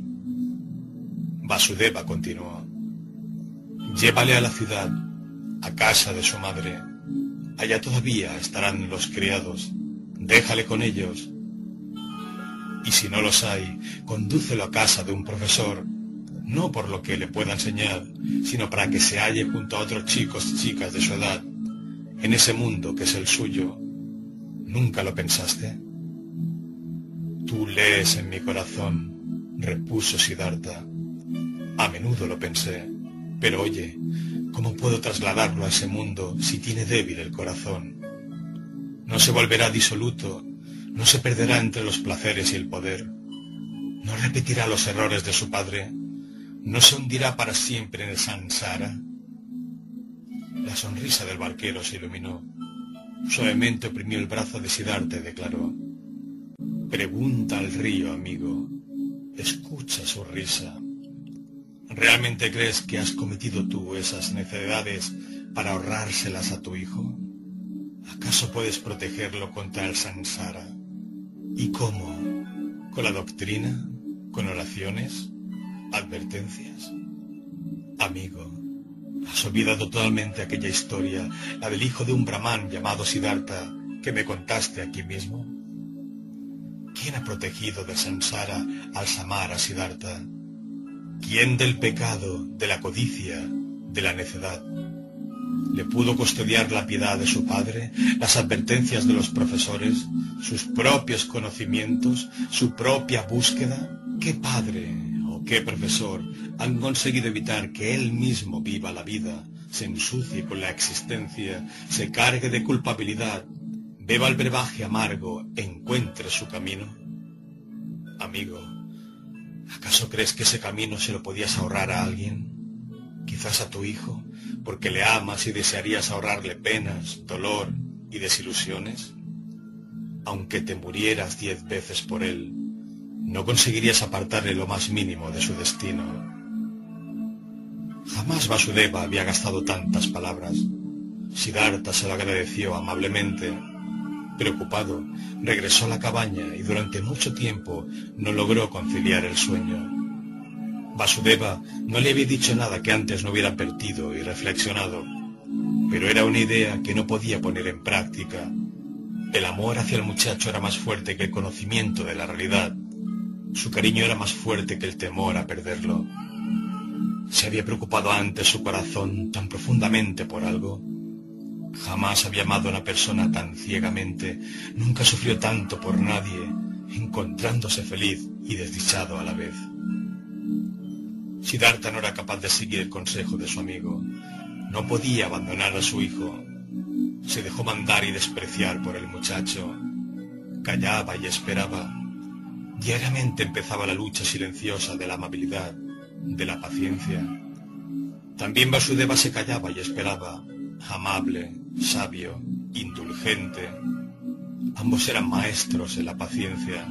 Vasudeva continuó: llévale a la ciudad, a casa de su madre. Allá todavía estarán los criados. Déjale con ellos. Y si no los hay, condúcelo a casa de un profesor, no por lo que le pueda enseñar, sino para que se halle junto a otros chicos y chicas de su edad, en ese mundo que es el suyo. ¿Nunca lo pensaste? Tú lees en mi corazón, repuso Siddhartha. A menudo lo pensé, pero oye, ¿cómo puedo trasladarlo a ese mundo si tiene débil el corazón? No se volverá disoluto, no se perderá entre los placeres y el poder, no repetirá los errores de su padre, no se hundirá para siempre en el samsara. La sonrisa del barquero se iluminó. Suavemente oprimió el brazo de Siddhartha y declaró: pregunta al río, amigo. Escucha su risa. ¿Realmente crees que has cometido tú esas necedades para ahorrárselas a tu hijo? ¿Acaso puedes protegerlo contra el samsara? ¿Y cómo? ¿Con la doctrina? ¿Con oraciones? ¿Advertencias? Amigo, has olvidado totalmente aquella historia, la del hijo de un brahmán llamado Siddhartha, que me contaste aquí mismo. ¿Quién ha protegido del samsara al samara Siddhartha? ¿Quién del pecado, de la codicia, de la necedad? ¿Le pudo custodiar la piedad de su padre, las advertencias de los profesores, sus propios conocimientos, su propia búsqueda? ¿Qué padre o qué profesor han conseguido evitar que él mismo viva la vida, se ensucie con la existencia, se cargue de culpabilidad, beba el brebaje amargo, encuentre su camino? Amigo, ¿acaso crees que ese camino se lo podías ahorrar a alguien? Quizás a tu hijo, porque le amas y desearías ahorrarle penas, dolor y desilusiones. Aunque te murieras diez veces por él, no conseguirías apartarle lo más mínimo de su destino. Jamás Vasudeva había gastado tantas palabras. Siddhartha se lo agradeció amablemente. Preocupado, regresó a la cabaña y durante mucho tiempo no logró conciliar el sueño. Vasudeva no le había dicho nada que antes no hubiera advertido y reflexionado, pero era una idea que no podía poner en práctica. El amor hacia el muchacho era más fuerte que el conocimiento de la realidad. Su cariño era más fuerte que el temor a perderlo. ¿Se había preocupado antes su corazón tan profundamente por algo? Jamás había amado a una persona tan ciegamente, nunca sufrió tanto por nadie, encontrándose feliz y desdichado a la vez. Siddhartha no era capaz de seguir el consejo de su amigo. No podía abandonar a su hijo. Se dejó mandar y despreciar por el muchacho. Callaba y esperaba. Diariamente empezaba la lucha silenciosa de la amabilidad, de la paciencia. También Vasudeva se callaba y esperaba, amable, sabio, indulgente. Ambos eran maestros en la paciencia.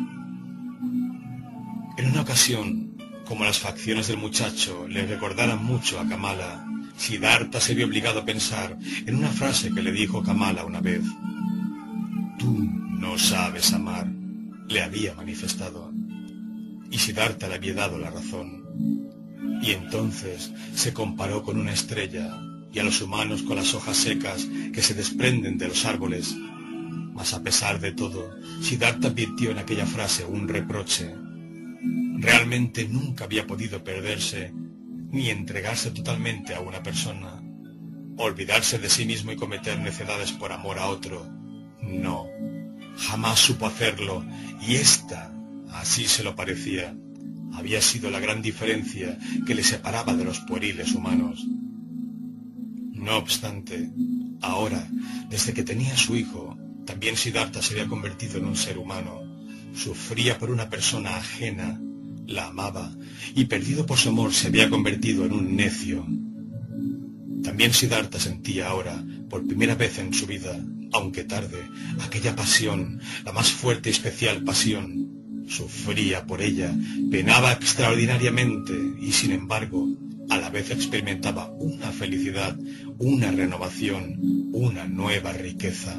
En una ocasión, como las facciones del muchacho le recordaran mucho a Kamala, Siddhartha se vio obligado a pensar en una frase que le dijo Kamala una vez. «Tú no sabes amar», le había manifestado. Y Siddhartha le había dado la razón. Y entonces se comparó con una estrella y a los humanos con las hojas secas que se desprenden de los árboles. Mas a pesar de todo, Siddhartha advirtió en aquella frase un reproche. Realmente nunca había podido perderse ni entregarse totalmente a una persona. Olvidarse de sí mismo y cometer necedades por amor a otro. No, jamás supo hacerlo, y esta, así se lo parecía, había sido la gran diferencia que le separaba de los pueriles humanos. No obstante, ahora, desde que tenía a su hijo, también Siddhartha se había convertido en un ser humano. Sufría por una persona ajena, la amaba, y perdido por su amor se había convertido en un necio. También Siddhartha sentía ahora, por primera vez en su vida, aunque tarde, aquella pasión, la más fuerte y especial pasión. Sufría por ella, penaba extraordinariamente y, sin embargo, a la vez experimentaba una felicidad, una renovación, una nueva riqueza.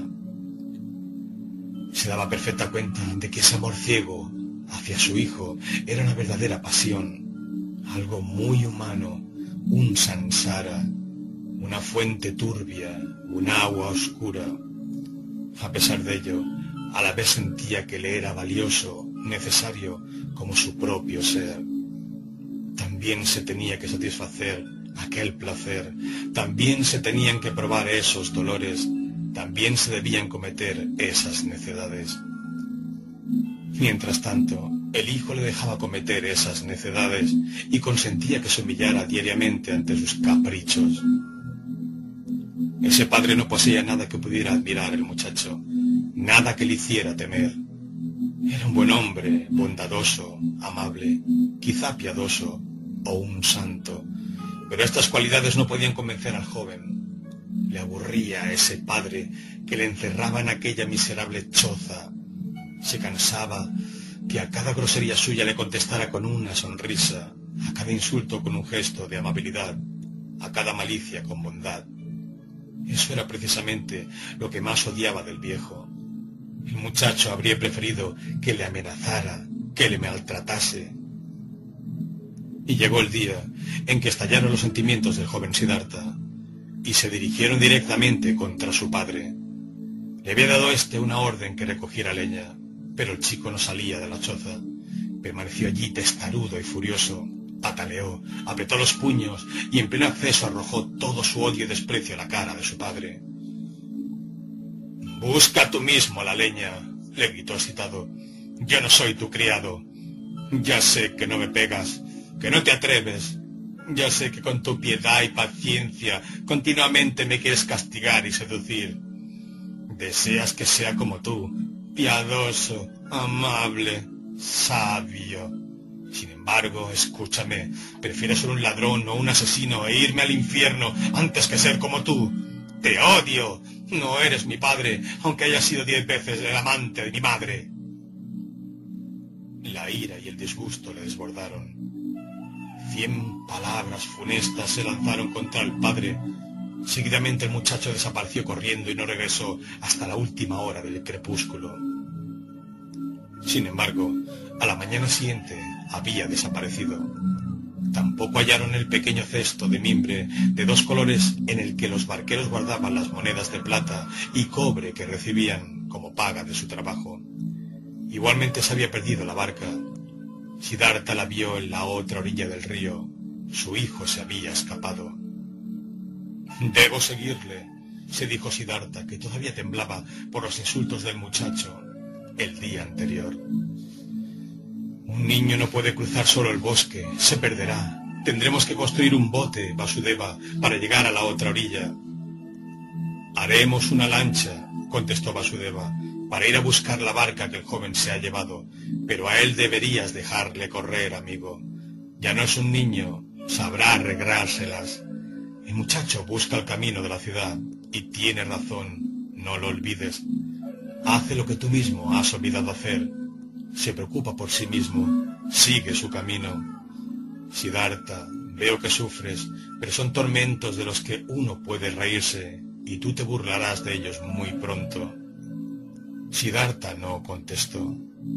Se daba perfecta cuenta de que ese amor ciego hacia su hijo era una verdadera pasión, algo muy humano, un samsara, una fuente turbia, un agua oscura. A pesar de ello, a la vez sentía que le era valioso, necesario, como su propio ser. También se tenía que satisfacer aquel placer, también se tenían que probar esos dolores, también se debían cometer esas necedades. Mientras tanto, el hijo le dejaba cometer esas necedades y consentía que se humillara diariamente ante sus caprichos. Ese padre no poseía nada que pudiera admirar el muchacho, nada que le hiciera temer. Era un buen hombre, bondadoso, amable, quizá piadoso o un santo, pero estas cualidades no podían convencer al joven. Le aburría a ese padre que le encerraba en aquella miserable choza. Se cansaba que a cada grosería suya le contestara con una sonrisa, a cada insulto con un gesto de amabilidad, a cada malicia con bondad. Eso era precisamente lo que más odiaba del viejo. El muchacho habría preferido que le amenazara, que le maltratase. Y llegó el día en que estallaron los sentimientos del joven Siddhartha y se dirigieron directamente contra su padre. Le había dado éste una orden que recogiera leña, pero el chico no salía de la choza. Permaneció allí testarudo y furioso. Pataleó, apretó los puños y en pleno acceso arrojó todo su odio y desprecio a la cara de su padre. «Busca tú mismo la leña», le gritó excitado. «Yo no soy tu criado. Ya sé que no me pegas, que no te atreves. Ya sé que con tu piedad y paciencia continuamente me quieres castigar y seducir. Deseas que sea como tú, piadoso, amable, sabio. Sin embargo, escúchame, prefiero ser un ladrón o un asesino e irme al infierno antes que ser como tú. ¡Te odio! No eres mi padre, aunque haya sido diez veces el amante de mi madre». La ira y el disgusto le desbordaron. Cien palabras funestas se lanzaron contra el padre. Seguidamente el muchacho desapareció corriendo y no regresó hasta la última hora del crepúsculo. Sin embargo, a la mañana siguiente había desaparecido. Tampoco hallaron el pequeño cesto de mimbre de dos colores en el que los barqueros guardaban las monedas de plata y cobre que recibían como paga de su trabajo. Igualmente se había perdido la barca. Siddhartha la vio en la otra orilla del río. Su hijo se había escapado. «Debo seguirle. se dijo Siddhartha, que todavía temblaba por los insultos del muchacho el día anterior. Un niño no puede cruzar solo el bosque, se perderá. Tendremos que construir un bote, Vasudeva, para llegar a la otra orilla. Haremos una lancha, contestó Vasudeva, para ir a buscar la barca que el joven se ha llevado, pero a él deberías dejarle correr, amigo. Ya no es un niño, sabrá arreglárselas. El muchacho busca el camino de la ciudad, y tiene razón, no lo olvides. Hace lo que tú mismo has olvidado hacer. Se preocupa por sí mismo, sigue su camino. Siddhartha, veo que sufres, pero son tormentos de los que uno puede reírse, y tú te burlarás de ellos muy pronto. Siddhartha no contestó.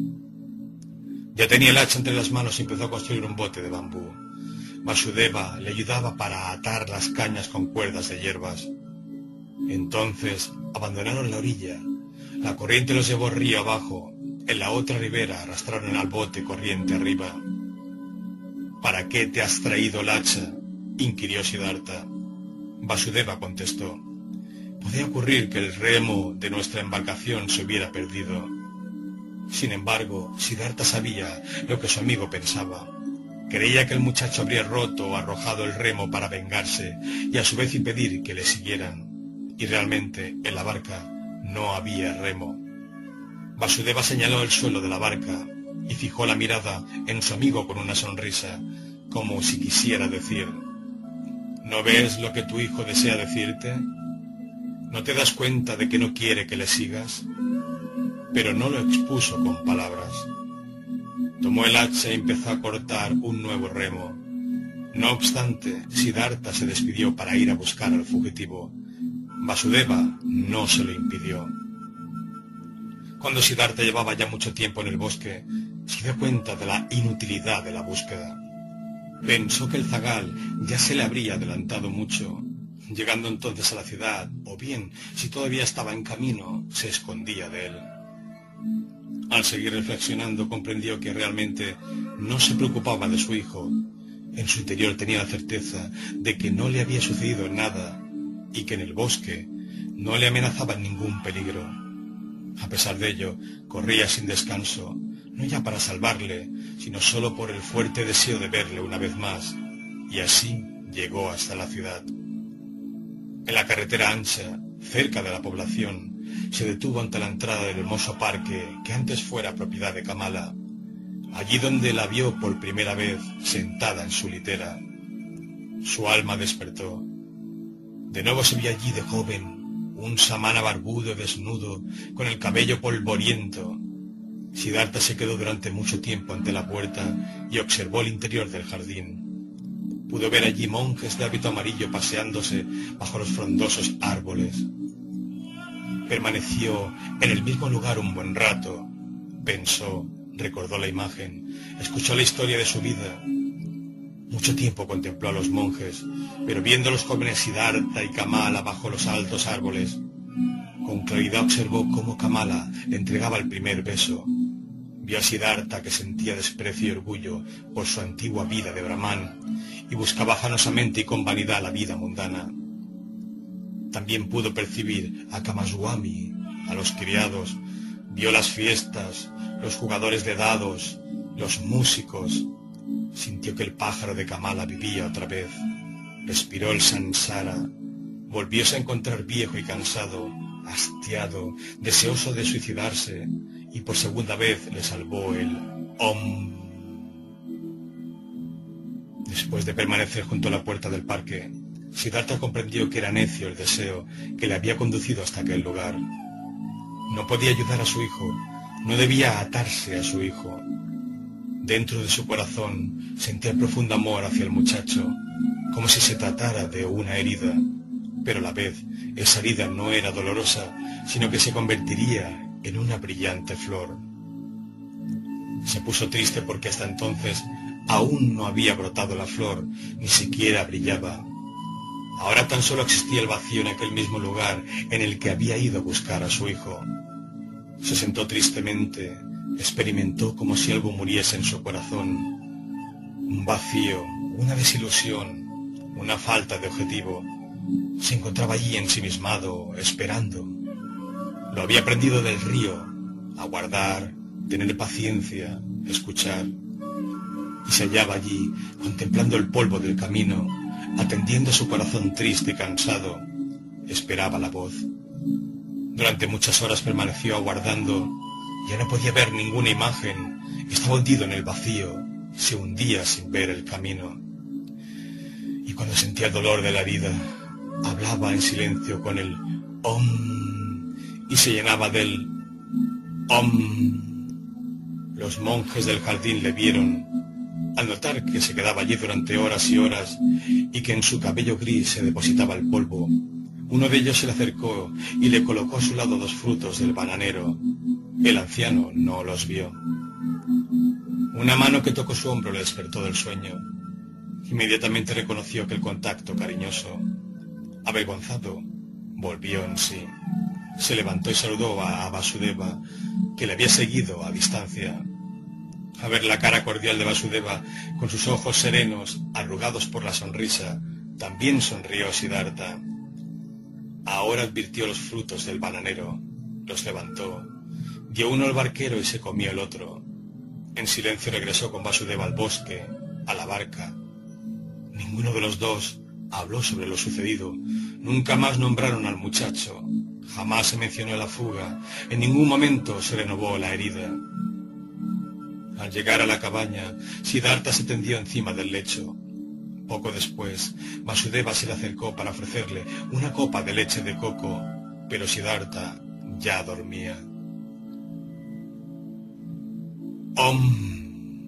Ya tenía el hacha entre las manos y empezó a construir un bote de bambú. Vasudeva le ayudaba para atar las cañas con cuerdas de hierbas. Entonces abandonaron la orilla. La corriente los llevó río abajo. En la otra ribera arrastraron al bote corriente arriba. ¿Para qué te has traído el hacha?, inquirió Siddhartha. Vasudeva contestó. Podía ocurrir que el remo de nuestra embarcación se hubiera perdido. Sin embargo, Siddhartha sabía lo que su amigo pensaba. Creía que el muchacho habría roto o arrojado el remo para vengarse y a su vez impedir que le siguieran. Y realmente en la barca no había remo. Vasudeva señaló el suelo de la barca y fijó la mirada en su amigo con una sonrisa, como si quisiera decir: ¿no ves lo que tu hijo desea decirte? ¿No te das cuenta de que no quiere que le sigas? Pero no lo expuso con palabras. Tomó el hacha y empezó a cortar un nuevo remo. No obstante, Siddhartha se despidió para ir a buscar al fugitivo. Vasudeva no se lo impidió. Cuando Siddhartha llevaba ya mucho tiempo en el bosque, se dio cuenta de la inutilidad de la búsqueda. Pensó que el zagal ya se le habría adelantado mucho, llegando entonces a la ciudad, o bien, si todavía estaba en camino, se escondía de él. Al seguir reflexionando, comprendió que realmente no se preocupaba de su hijo. En su interior tenía la certeza de que no le había sucedido nada y que en el bosque no le amenazaba ningún peligro. A pesar de ello, corría sin descanso, no ya para salvarle, sino solo por el fuerte deseo de verle una vez más, y así llegó hasta la ciudad. En la carretera ancha, cerca de la población, se detuvo ante la entrada del hermoso parque que antes fuera propiedad de Kamala, allí donde la vio por primera vez sentada en su litera. Su alma despertó. De nuevo se vio allí de joven, un samana barbudo y desnudo, con el cabello polvoriento. Siddhartha se quedó durante mucho tiempo ante la puerta y observó el interior del jardín. Pudo ver allí monjes de hábito amarillo paseándose bajo los frondosos árboles. Permaneció en el mismo lugar un buen rato. Pensó, recordó la imagen, escuchó la historia de su vida. Mucho tiempo contempló a los monjes, pero viendo a los jóvenes Siddhartha y Kamala bajo los altos árboles, con claridad observó cómo Kamala le entregaba el primer beso. Vio a Siddhartha que sentía desprecio y orgullo por su antigua vida de brahmán y buscaba afanosamente y con vanidad la vida mundana. También pudo percibir a Kamaswami, a los criados, vio las fiestas, los jugadores de dados, los músicos. Sintió que el pájaro de Kamala vivía otra vez. Respiró el sansara. Volvióse a encontrar viejo y cansado, hastiado, deseoso de suicidarse, y por segunda vez le salvó el Om. Después de permanecer junto a la puerta del parque, Siddhartha comprendió que era necio el deseo que le había conducido hasta aquel lugar. No podía ayudar a su hijo, no debía atarse a su hijo. Dentro de su corazón sentía profundo amor hacia el muchacho, como si se tratara de una herida, pero a la vez esa herida no era dolorosa, sino que se convertiría en una brillante flor. Se puso triste porque hasta entonces aún no había brotado la flor, ni siquiera brillaba. Ahora tan solo existía el vacío en aquel mismo lugar en el que había ido a buscar a su hijo. Se sentó tristemente, experimentó como si algo muriese en su corazón. Un vacío, una desilusión, una falta de objetivo. Se encontraba allí ensimismado, esperando. Lo había aprendido del río, aguardar, tener paciencia, escuchar. Y se hallaba allí, contemplando el polvo del camino, atendiendo a su corazón triste y cansado. Esperaba la voz. Durante muchas horas permaneció aguardando. Ya no podía ver ninguna imagen. Estaba hundido en el vacío. Se hundía sin ver el camino. Y cuando sentía el dolor de la herida, hablaba en silencio con el Om y se llenaba del Om. Los monjes del jardín le vieron. Al notar que se quedaba allí durante horas y horas y que en su cabello gris se depositaba el polvo, uno de ellos se le acercó y le colocó a su lado dos frutos del bananero. El anciano no los vio. Una mano que tocó su hombro le despertó del sueño. Inmediatamente reconoció aquel contacto cariñoso. Avergonzado, volvió en sí. Se levantó y saludó a Vasudeva, que le había seguido a distancia. A ver la cara cordial de Vasudeva, con sus ojos serenos, arrugados por la sonrisa, también sonrió Siddhartha. Ahora advirtió los frutos del bananero, los levantó, dio uno al barquero y se comió el otro. En silencio regresó con Vasudeva al bosque, a la barca. Ninguno de los dos habló sobre lo sucedido. Nunca más nombraron al muchacho. Jamás se mencionó la fuga. En ningún momento se renovó la herida. Al llegar a la cabaña, Siddhartha se tendió encima del lecho. Poco después, Vasudeva se le acercó para ofrecerle una copa de leche de coco, pero Siddhartha ya dormía. Om.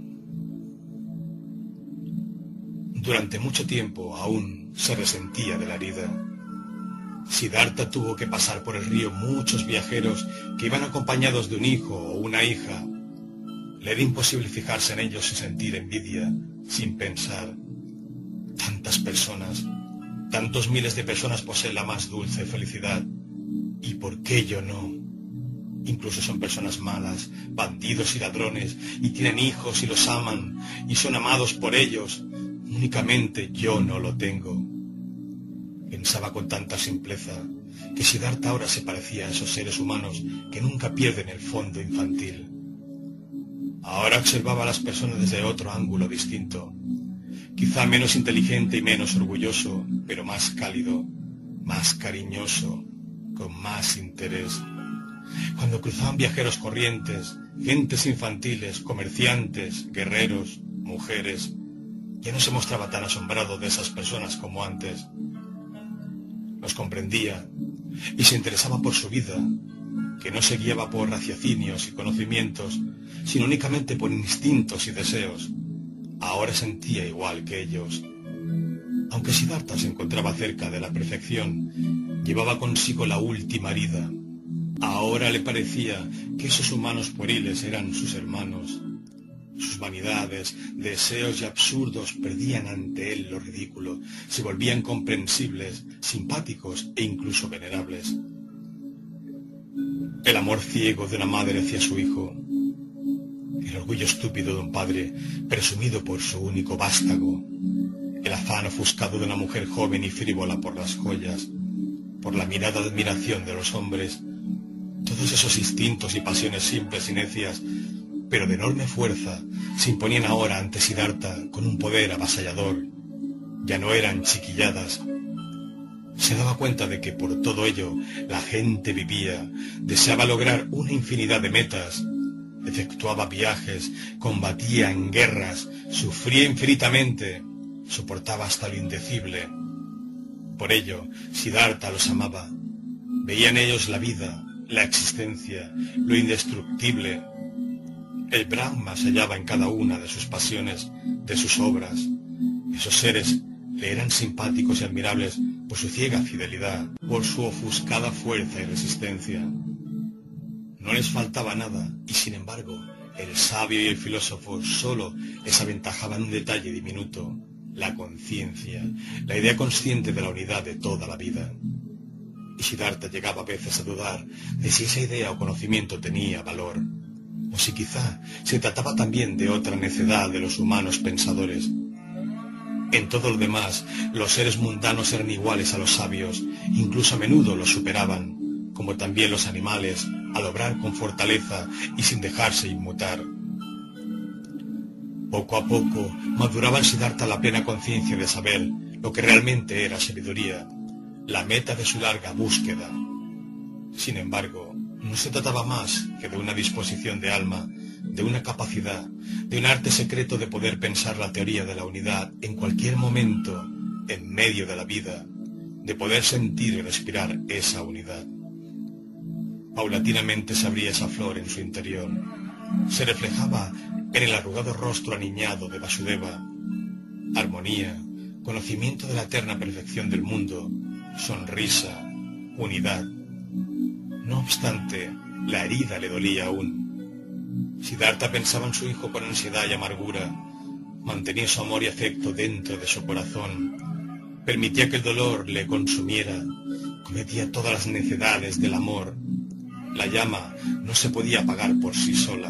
Durante mucho tiempo aún se resentía de la herida. Siddhartha tuvo que pasar por el río muchos viajeros que iban acompañados de un hijo o una hija. Le era imposible fijarse en ellos y sentir envidia, sin pensar. Tantas personas, tantos miles de personas poseen la más dulce felicidad. ¿Y por qué yo no? Incluso son personas malas, bandidos y ladrones, y tienen hijos y los aman, y son amados por ellos. Únicamente yo no lo tengo. Pensaba con tanta simpleza que Siddhartha ahora se parecía a esos seres humanos que nunca pierden el fondo infantil. Ahora observaba a las personas desde otro ángulo distinto, quizá menos inteligente y menos orgulloso, pero más cálido, más cariñoso, con más interés. Cuando cruzaban viajeros corrientes, gentes infantiles, comerciantes, guerreros, mujeres, ya no se mostraba tan asombrado de esas personas como antes. Los comprendía y se interesaba por su vida, que no se guiaba por raciocinios y conocimientos, sino únicamente por instintos y deseos. Ahora sentía igual que ellos. Aunque Siddhartha se encontraba cerca de la perfección, llevaba consigo la última herida. Ahora le parecía que esos humanos pueriles eran sus hermanos. Sus vanidades, deseos y absurdos perdían ante él lo ridículo, se volvían comprensibles, simpáticos e incluso venerables. El amor ciego de una madre hacia su hijo, el orgullo estúpido de un padre presumido por su único vástago, el afán ofuscado de una mujer joven y frívola por las joyas, por la mirada de admiración de los hombres, todos esos instintos y pasiones simples y necias, pero de enorme fuerza, se imponían ahora ante Siddhartha con un poder avasallador. Ya no eran chiquilladas. Se daba cuenta de que por todo ello la gente vivía, deseaba lograr una infinidad de metas, efectuaba viajes, combatía en guerras, sufría infinitamente, soportaba hasta lo indecible. Por ello, Siddhartha los amaba. Veía en ellos la vida, la existencia, lo indestructible. El Brahma se hallaba en cada una de sus pasiones, de sus obras. Esos seres le eran simpáticos y admirables por su ciega fidelidad, por su ofuscada fuerza y resistencia. No les faltaba nada, y sin embargo, el sabio y el filósofo solo les aventajaban un detalle diminuto, la conciencia, la idea consciente de la unidad de toda la vida. Y Siddhartha llegaba a veces a dudar de si esa idea o conocimiento tenía valor, o si quizá se trataba también de otra necedad de los humanos pensadores. En todo lo demás, los seres mundanos eran iguales a los sabios, incluso a menudo los superaban, como también los animales, al obrar con fortaleza y sin dejarse inmutar. Poco a poco maduraba en Siddhartha la plena conciencia de saber lo que realmente era sabiduría, la meta de su larga búsqueda. Sin embargo, no se trataba más que de una disposición de alma, de una capacidad, de un arte secreto de poder pensar la teoría de la unidad en cualquier momento, en medio de la vida, de poder sentir y respirar esa unidad. Paulatinamente se abría esa flor en su interior. Se reflejaba en el arrugado rostro aniñado de Vasudeva. Armonía, conocimiento de la eterna perfección del mundo, sonrisa, unidad. No obstante, la herida le dolía aún. Siddhartha pensaba en su hijo con ansiedad y amargura. Mantenía su amor y afecto dentro de su corazón. Permitía que el dolor le consumiera. Cometía todas las necedades del amor. La llama no se podía apagar por sí sola.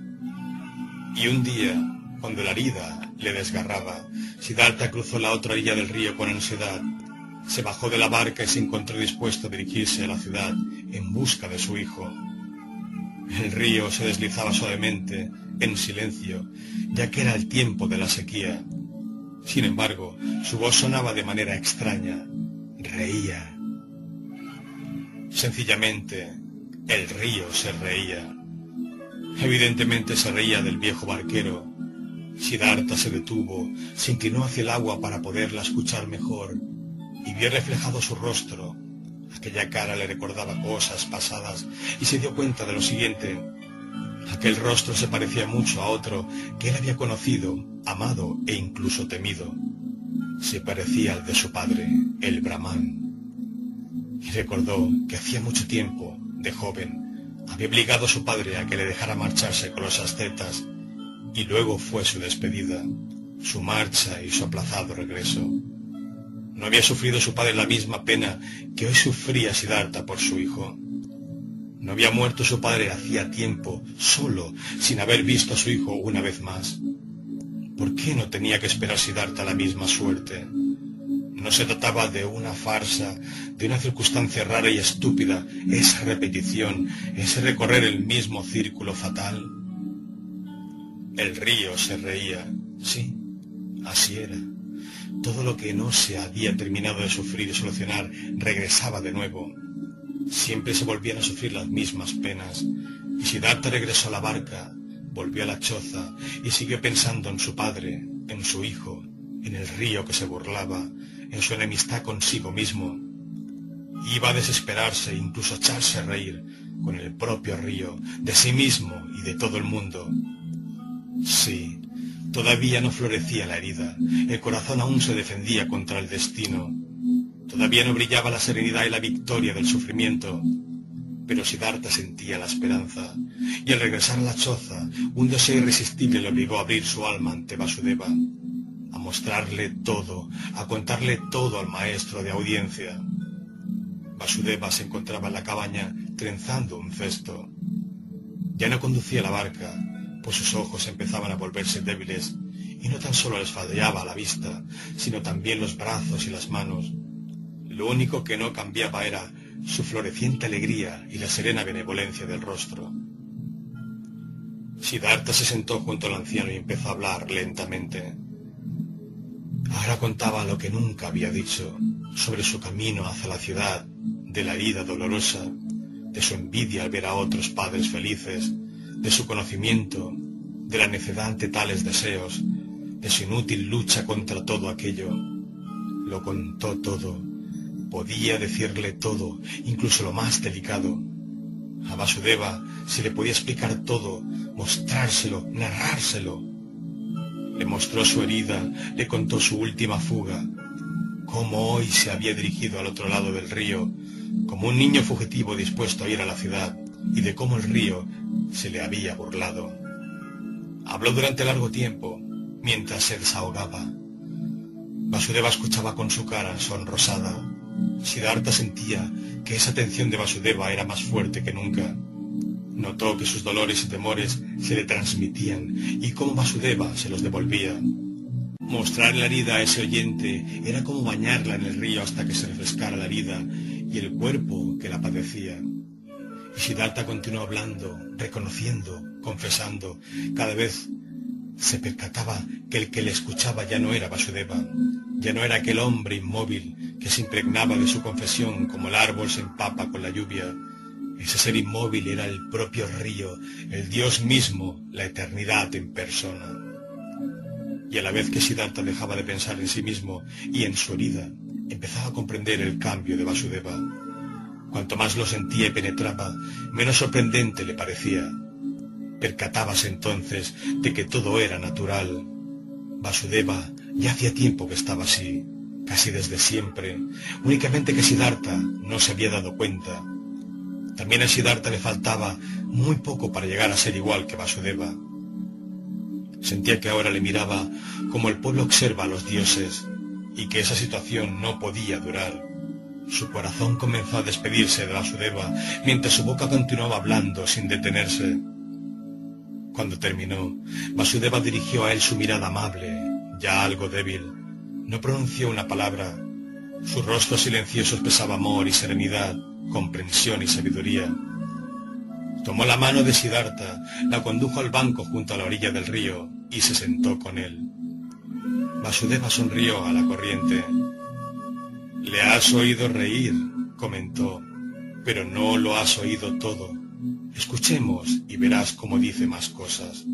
Y un día, cuando la herida le desgarraba, Siddhartha cruzó la otra orilla del río con ansiedad. Se bajó de la barca y se encontró dispuesto a dirigirse a la ciudad en busca de su hijo. El río se deslizaba suavemente, en silencio, ya que era el tiempo de la sequía. Sin embargo, su voz sonaba de manera extraña. Reía. Sencillamente, el río se reía. Evidentemente se reía del viejo barquero. Siddhartha se detuvo, se inclinó hacia el agua para poderla escuchar mejor, y vio reflejado su rostro. Aquella cara le recordaba cosas pasadas, y se dio cuenta de lo siguiente. Aquel rostro se parecía mucho a otro que él había conocido, amado e incluso temido. Se parecía al de su padre, el Brahman. Y recordó que hacía mucho tiempo, de joven, había obligado a su padre a que le dejara marcharse con los ascetas, y luego fue su despedida, su marcha y su aplazado regreso. ¿No había sufrido su padre la misma pena que hoy sufría Siddhartha por su hijo? ¿No había muerto su padre hacía tiempo, solo, sin haber visto a su hijo una vez más? ¿Por qué no tenía que esperar Siddhartha la misma suerte? ¿No se trataba de una farsa, de una circunstancia rara y estúpida, esa repetición, ese recorrer el mismo círculo fatal? El río se reía, sí, así era. Todo lo que no se había terminado de sufrir y solucionar regresaba de nuevo. Siempre se volvían a sufrir las mismas penas, y Siddhartha regresó a la barca, volvió a la choza y siguió pensando en su padre, en su hijo, en el río que se burlaba, en su enemistad consigo mismo. Iba a desesperarse e incluso a echarse a reír con el propio río, de sí mismo y de todo el mundo. Sí, todavía no florecía la herida, el corazón aún se defendía contra el destino. Todavía no brillaba la serenidad y la victoria del sufrimiento, pero Siddhartha sentía la esperanza, y al regresar a la choza, un deseo irresistible le obligó a abrir su alma ante Vasudeva, a mostrarle todo, a contarle todo al maestro de audiencia. Vasudeva se encontraba en la cabaña trenzando un cesto. Ya no conducía la barca, pues sus ojos empezaban a volverse débiles, y no tan solo les fallaba la vista, sino también los brazos y las manos. Lo único que no cambiaba era su floreciente alegría y la serena benevolencia del rostro. Siddhartha se sentó junto al anciano y empezó a hablar lentamente. Ahora contaba lo que nunca había dicho, sobre su camino hacia la ciudad, de la herida dolorosa, de su envidia al ver a otros padres felices, de su conocimiento, de la necedad ante tales deseos, de su inútil lucha contra todo aquello. Lo contó todo. Podía decirle todo, incluso lo más delicado. A Vasudeva se le podía explicar todo, mostrárselo, narrárselo. Le mostró su herida, le contó su última fuga, cómo hoy se había dirigido al otro lado del río, como un niño fugitivo dispuesto a ir a la ciudad, y de cómo el río se le había burlado. Habló durante largo tiempo, mientras se desahogaba. Vasudeva escuchaba con su cara sonrosada. Siddhartha sentía que esa atención de Vasudeva era más fuerte que nunca. Notó que sus dolores y temores se le transmitían y cómo Vasudeva se los devolvía. Mostrar la herida a ese oyente era como bañarla en el río hasta que se refrescara la vida y el cuerpo que la padecía. Y Siddhartha continuó hablando, reconociendo, confesando. Cada vez se percataba que el que le escuchaba ya no era Vasudeva, ya no era aquel hombre inmóvil que se impregnaba de su confesión como el árbol se empapa con la lluvia. Ese ser inmóvil era el propio río, el Dios mismo, la eternidad en persona. Y a la vez que Siddhartha dejaba de pensar en sí mismo y en su herida, empezaba a comprender el cambio de Vasudeva. Cuanto más lo sentía y penetraba, menos sorprendente le parecía. Percatábase entonces de que todo era natural. Vasudeva ya hacía tiempo que estaba así, casi desde siempre, únicamente que Siddhartha no se había dado cuenta. También a Siddhartha le faltaba muy poco para llegar a ser igual que Vasudeva. Sentía que ahora le miraba como el pueblo observa a los dioses, y que esa situación no podía durar. Su corazón comenzó a despedirse de Vasudeva, mientras su boca continuaba hablando sin detenerse. Cuando terminó, Vasudeva dirigió a él su mirada amable, ya algo débil. No pronunció una palabra. Su rostro silencioso expresaba amor y serenidad, comprensión y sabiduría. Tomó la mano de Siddhartha, la condujo al banco junto a la orilla del río y se sentó con él. Vasudeva sonrió a la corriente. «Le has oído reír», comentó, «pero no lo has oído todo. Escuchemos y verás cómo dice más cosas».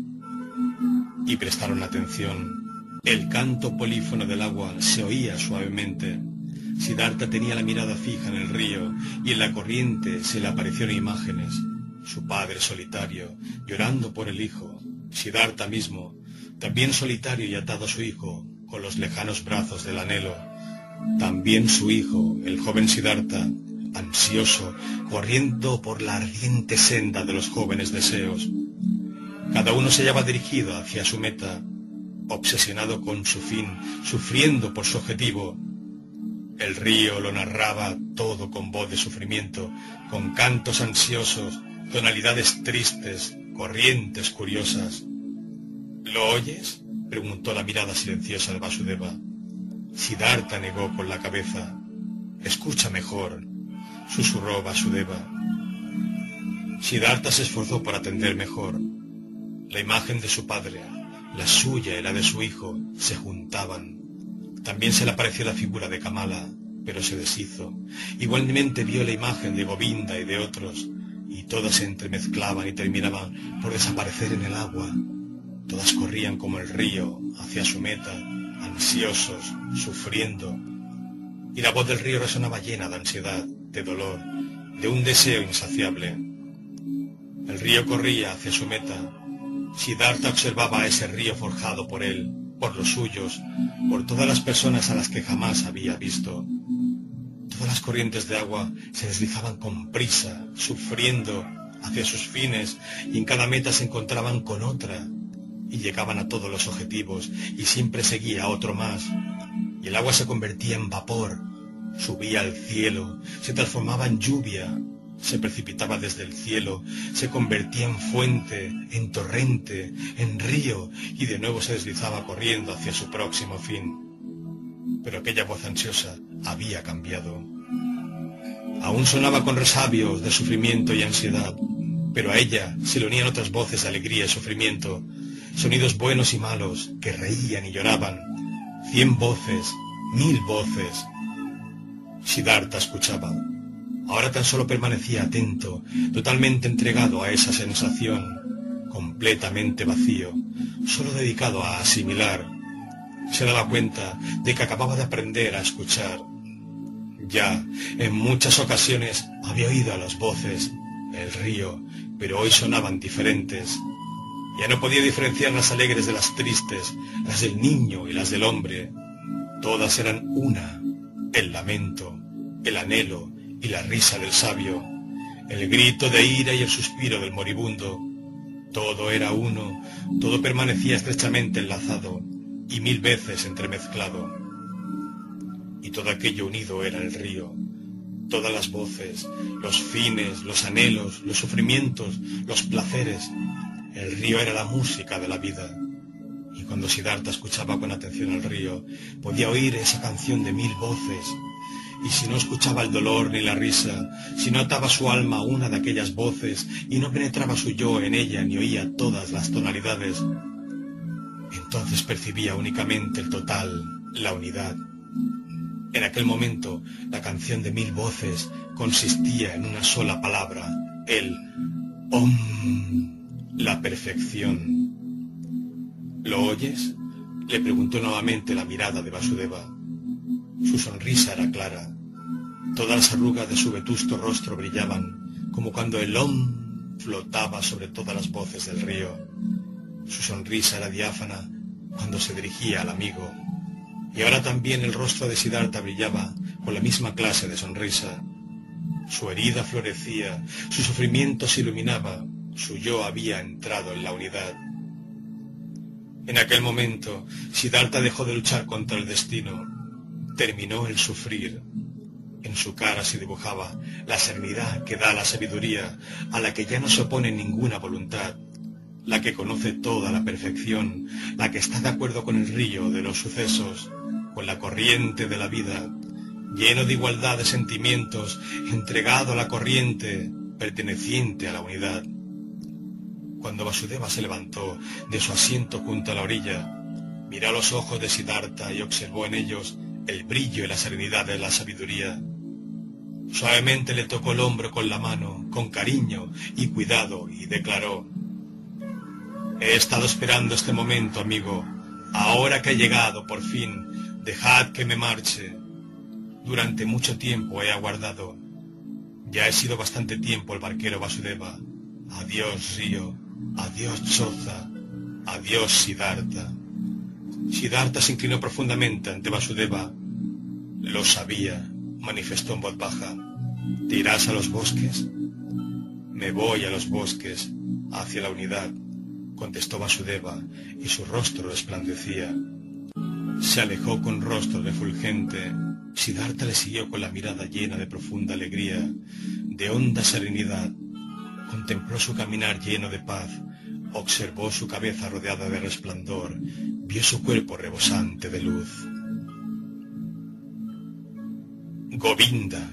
Y prestaron atención. El canto polífono del agua se oía suavemente. Siddhartha tenía la mirada fija en el río y en la corriente se le aparecieron imágenes. Su padre solitario, llorando por el hijo. Siddhartha mismo, también solitario y atado a su hijo, con los lejanos brazos del anhelo. También su hijo, el joven Siddhartha, ansioso, corriendo por la ardiente senda de los jóvenes deseos. Cada uno se hallaba dirigido hacia su meta, obsesionado con su fin, sufriendo por su objetivo. El río lo narraba todo con voz de sufrimiento, con cantos ansiosos, tonalidades tristes, corrientes curiosas. ¿Lo oyes?, preguntó la mirada silenciosa de Vasudeva. Siddhartha negó con la cabeza. «Escucha mejor», susurró Vasudeva. Siddhartha se esforzó por atender mejor. La imagen de su padre, la suya y la de su hijo, se juntaban. También se le apareció la figura de Kamala, pero se deshizo. Igualmente vio la imagen de Govinda y de otros, y todas se entremezclaban y terminaban por desaparecer en el agua. Todas corrían como el río hacia su meta, ansiosos, sufriendo. Y la voz del río resonaba llena de ansiedad, de dolor, de un deseo insaciable. El río corría hacia su meta. Siddhartha observaba a ese río forjado por él, por los suyos, por todas las personas a las que jamás había visto. Todas las corrientes de agua se deslizaban con prisa, sufriendo, hacia sus fines, y en cada meta se encontraban con otra, y llegaban a todos los objetivos, y siempre seguía otro más, y el agua se convertía en vapor, subía al cielo, se transformaba en lluvia, se precipitaba desde el cielo, se convertía en fuente, en torrente, en río, y de nuevo se deslizaba corriendo hacia su próximo fin. Pero aquella voz ansiosa había cambiado. Aún sonaba con resabios de sufrimiento y ansiedad, pero a ella se le unían otras voces de alegría y sufrimiento, sonidos buenos y malos, que reían y lloraban, cien voces, mil voces. Siddhartha escuchaba. Ahora tan solo permanecía atento, totalmente entregado a esa sensación, completamente vacío, solo dedicado a asimilar. Se daba cuenta de que acababa de aprender a escuchar. Ya, en muchas ocasiones había oído a las voces, el río, pero hoy sonaban diferentes. Ya no podía diferenciar las alegres de las tristes, las del niño y las del hombre. Todas eran una, el lamento, el anhelo y la risa del sabio, el grito de ira y el suspiro del moribundo. Todo era uno, todo permanecía estrechamente enlazado y mil veces entremezclado. Y todo aquello unido era el río. Todas las voces, los fines, los anhelos, los sufrimientos, los placeres. El río era la música de la vida. Y Cuando Siddhartha escuchaba con atención el río, podía oír esa canción de mil voces. Y si no escuchaba el dolor ni la risa, si no ataba su alma a una de aquellas voces y no penetraba su yo en ella ni oía todas las tonalidades, entonces percibía únicamente el total, la unidad. En aquel momento, la canción de mil voces consistía en una sola palabra, el Om, la perfección. ¿Lo oyes?, le preguntó nuevamente la mirada de Vasudeva. Su sonrisa era clara. Todas las arrugas de su vetusto rostro brillaban, como cuando el Om flotaba sobre todas las voces del río. Su sonrisa era diáfana cuando se dirigía al amigo. Y ahora también el rostro de Siddhartha brillaba con la misma clase de sonrisa. Su herida florecía, su sufrimiento se iluminaba, su yo había entrado en la unidad. En aquel momento, Siddhartha dejó de luchar contra el destino. Terminó el sufrir. En su cara se dibujaba la serenidad que da la sabiduría, a la que ya no se opone ninguna voluntad, la que conoce toda la perfección, la que está de acuerdo con el río de los sucesos, con la corriente de la vida, lleno de igualdad de sentimientos, entregado a la corriente, perteneciente a la unidad. Cuando Vasudeva se levantó de su asiento junto a la orilla, miró a los ojos de Siddhartha y observó en ellos el brillo y la serenidad de la sabiduría. Suavemente le tocó el hombro con la mano, con cariño y cuidado, y declaró: «He estado esperando este momento, amigo. Ahora que ha llegado, por fin, dejad que me marche. Durante mucho tiempo he aguardado. Ya he sido bastante tiempo el barquero Vasudeva. Adiós, río. Adiós, choza. Adiós, Siddhartha». Siddhartha se inclinó profundamente ante Vasudeva. «Lo sabía», manifestó en voz baja. «¿Te irás a los bosques?» «Me voy a los bosques, hacia la unidad», contestó Vasudeva, y su rostro resplandecía. Se alejó con rostro refulgente. Siddhartha le siguió con la mirada llena de profunda alegría, de honda serenidad. Contempló su caminar lleno de paz, observó su cabeza rodeada de resplandor, vio su cuerpo rebosante de luz. Govinda.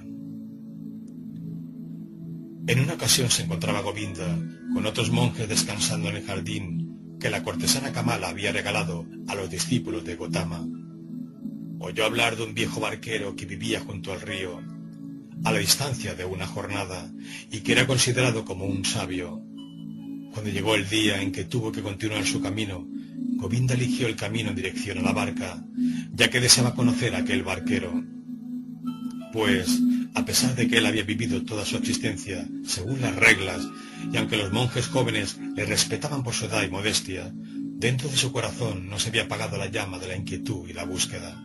En una ocasión se encontraba Govinda con otros monjes descansando en el jardín que la cortesana Kamala había regalado a los discípulos de Gotama. Oyó hablar de un viejo barquero que vivía junto al río, a la distancia de una jornada, y que era considerado como un sabio. Cuando llegó el día en que tuvo que continuar su camino, Govinda eligió el camino en dirección a la barca, ya que deseaba conocer a aquel barquero. Pues, a pesar de que él había vivido toda su existencia según las reglas, y aunque los monjes jóvenes le respetaban por su edad y modestia, dentro de su corazón no se había apagado la llama de la inquietud y la búsqueda.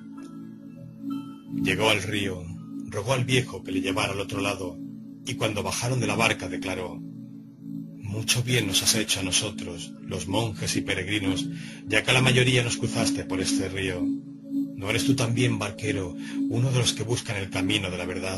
Llegó al río, rogó al viejo que le llevara al otro lado, y cuando bajaron de la barca declaró: «Mucho bien nos has hecho a nosotros, los monjes y peregrinos, ya que a la mayoría nos cruzaste por este río. ¿No eres tú también, barquero, uno de los que buscan el camino de la verdad?»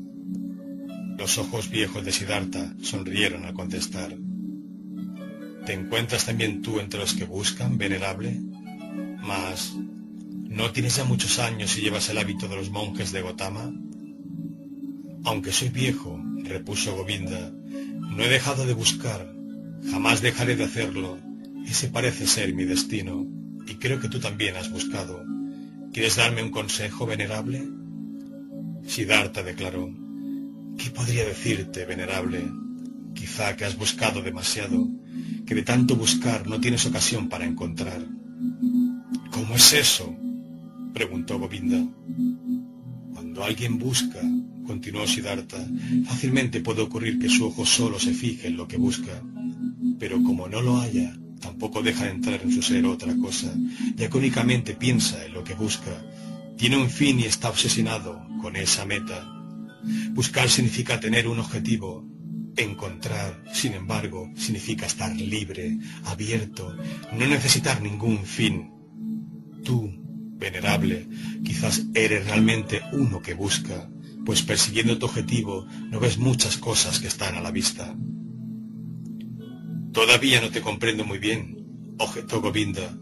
Los ojos viejos de Siddhartha sonrieron al contestar: «¿Te encuentras también tú entre los que buscan, venerable? Mas, ¿no tienes ya muchos años y llevas el hábito de los monjes de Gotama?» «Aunque soy viejo», repuso Govinda, «no he dejado de buscar, jamás dejaré de hacerlo. Ese parece ser mi destino, y creo que tú también has buscado. ¿Quieres darme un consejo, venerable?» Siddhartha declaró: «¿Qué podría decirte, venerable? Quizá que has buscado demasiado, que de tanto buscar no tienes ocasión para encontrar». «¿Cómo es eso?», preguntó Govinda. «Cuando alguien busca», continuó Siddhartha, «fácilmente puede ocurrir que su ojo solo se fije en lo que busca, pero como no lo haya, tampoco deja de entrar en su ser otra cosa, ya que únicamente piensa en lo que busca. Tiene un fin y está obsesionado con esa meta. Buscar significa tener un objetivo. Encontrar, sin embargo, significa estar libre, abierto, no necesitar ningún fin. Tú, venerable, quizás eres realmente uno que busca, pues persiguiendo tu objetivo no ves muchas cosas que están a la vista». «Todavía no te comprendo muy bien», objetó Govinda.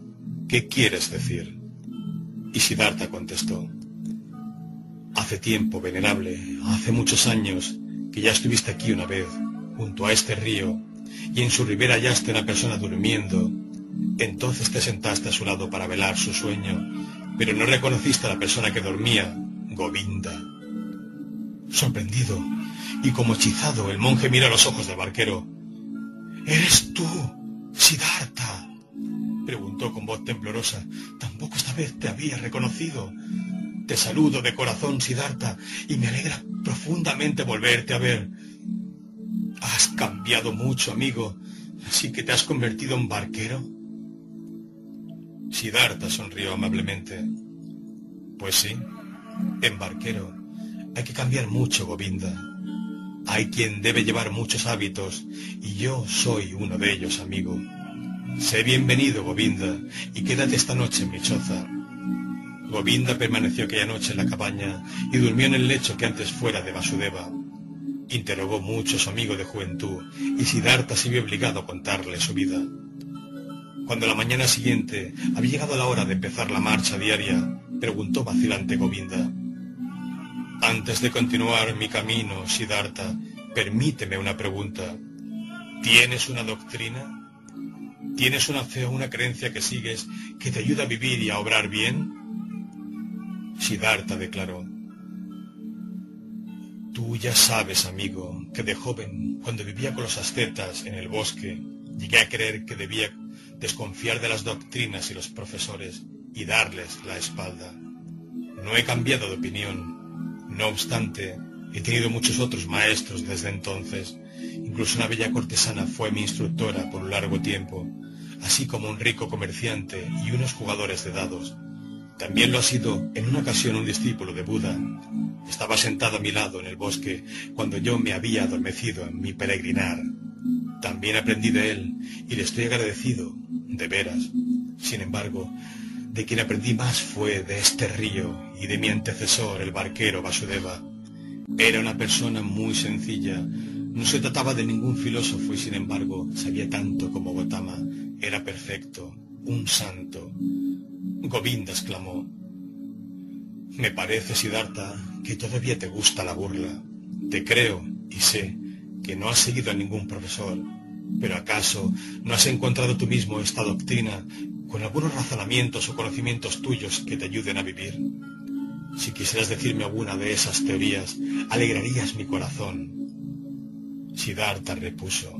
¿qué quieres decir? Y Siddhartha contestó: hace tiempo, venerable, hace muchos años, que ya estuviste aquí una vez, junto a este río, y en su ribera hallaste una persona durmiendo. Entonces te sentaste a su lado para velar su sueño, pero no reconociste a la persona que dormía, Govinda. Sorprendido y como hechizado, el monje mira a los ojos del barquero. «¿Eres tú, Siddhartha?», preguntó con voz temblorosa. «Tampoco esta vez te había reconocido. Te saludo de corazón, Siddhartha, y me alegra profundamente volverte a ver. Has cambiado mucho, amigo. ¿Así que te has convertido en barquero?». Siddhartha sonrió amablemente. «Pues sí, en barquero. Hay que cambiar mucho, Govinda. Hay quien debe llevar muchos hábitos, y yo soy uno de ellos, amigo. Sé bienvenido, Govinda, y quédate esta noche en mi choza». Govinda permaneció aquella noche en la cabaña y durmió en el lecho que antes fuera de Vasudeva. Interrogó mucho a su amigo de juventud, y Siddhartha se vio obligado a contarle su vida. Cuando la mañana siguiente había llegado la hora de empezar la marcha diaria, preguntó vacilante Govinda: «Antes de continuar mi camino, Siddhartha, permíteme una pregunta. ¿Tienes una doctrina? ¿Tienes una fe o una creencia que sigues que te ayuda a vivir y a obrar bien?». Siddhartha declaró: «Tú ya sabes, amigo, que de joven, cuando vivía con los ascetas en el bosque, llegué a creer que debía desconfiar de las doctrinas y los profesores y darles la espalda. No he cambiado de opinión. No obstante, he tenido muchos otros maestros desde entonces. Incluso una bella cortesana fue mi instructora por un largo tiempo, así como un rico comerciante y unos jugadores de dados. También lo ha sido en una ocasión un discípulo de Buda. Estaba sentado a mi lado en el bosque cuando yo me había adormecido en mi peregrinar. También aprendí de él y le estoy agradecido, de veras. Sin embargo, de quien aprendí más fue de este río y de mi antecesor, el barquero Vasudeva. Era una persona muy sencilla. No se trataba de ningún filósofo y sin embargo sabía tanto como Gotama. Era perfecto, un santo». Govinda exclamó: «Me parece, Siddhartha, que todavía te gusta la burla. Te creo y sé que no has seguido a ningún profesor, pero ¿acaso no has encontrado tú mismo esta doctrina con algunos razonamientos o conocimientos tuyos que te ayuden a vivir? Si quisieras decirme alguna de esas teorías, alegrarías mi corazón». Siddhartha repuso: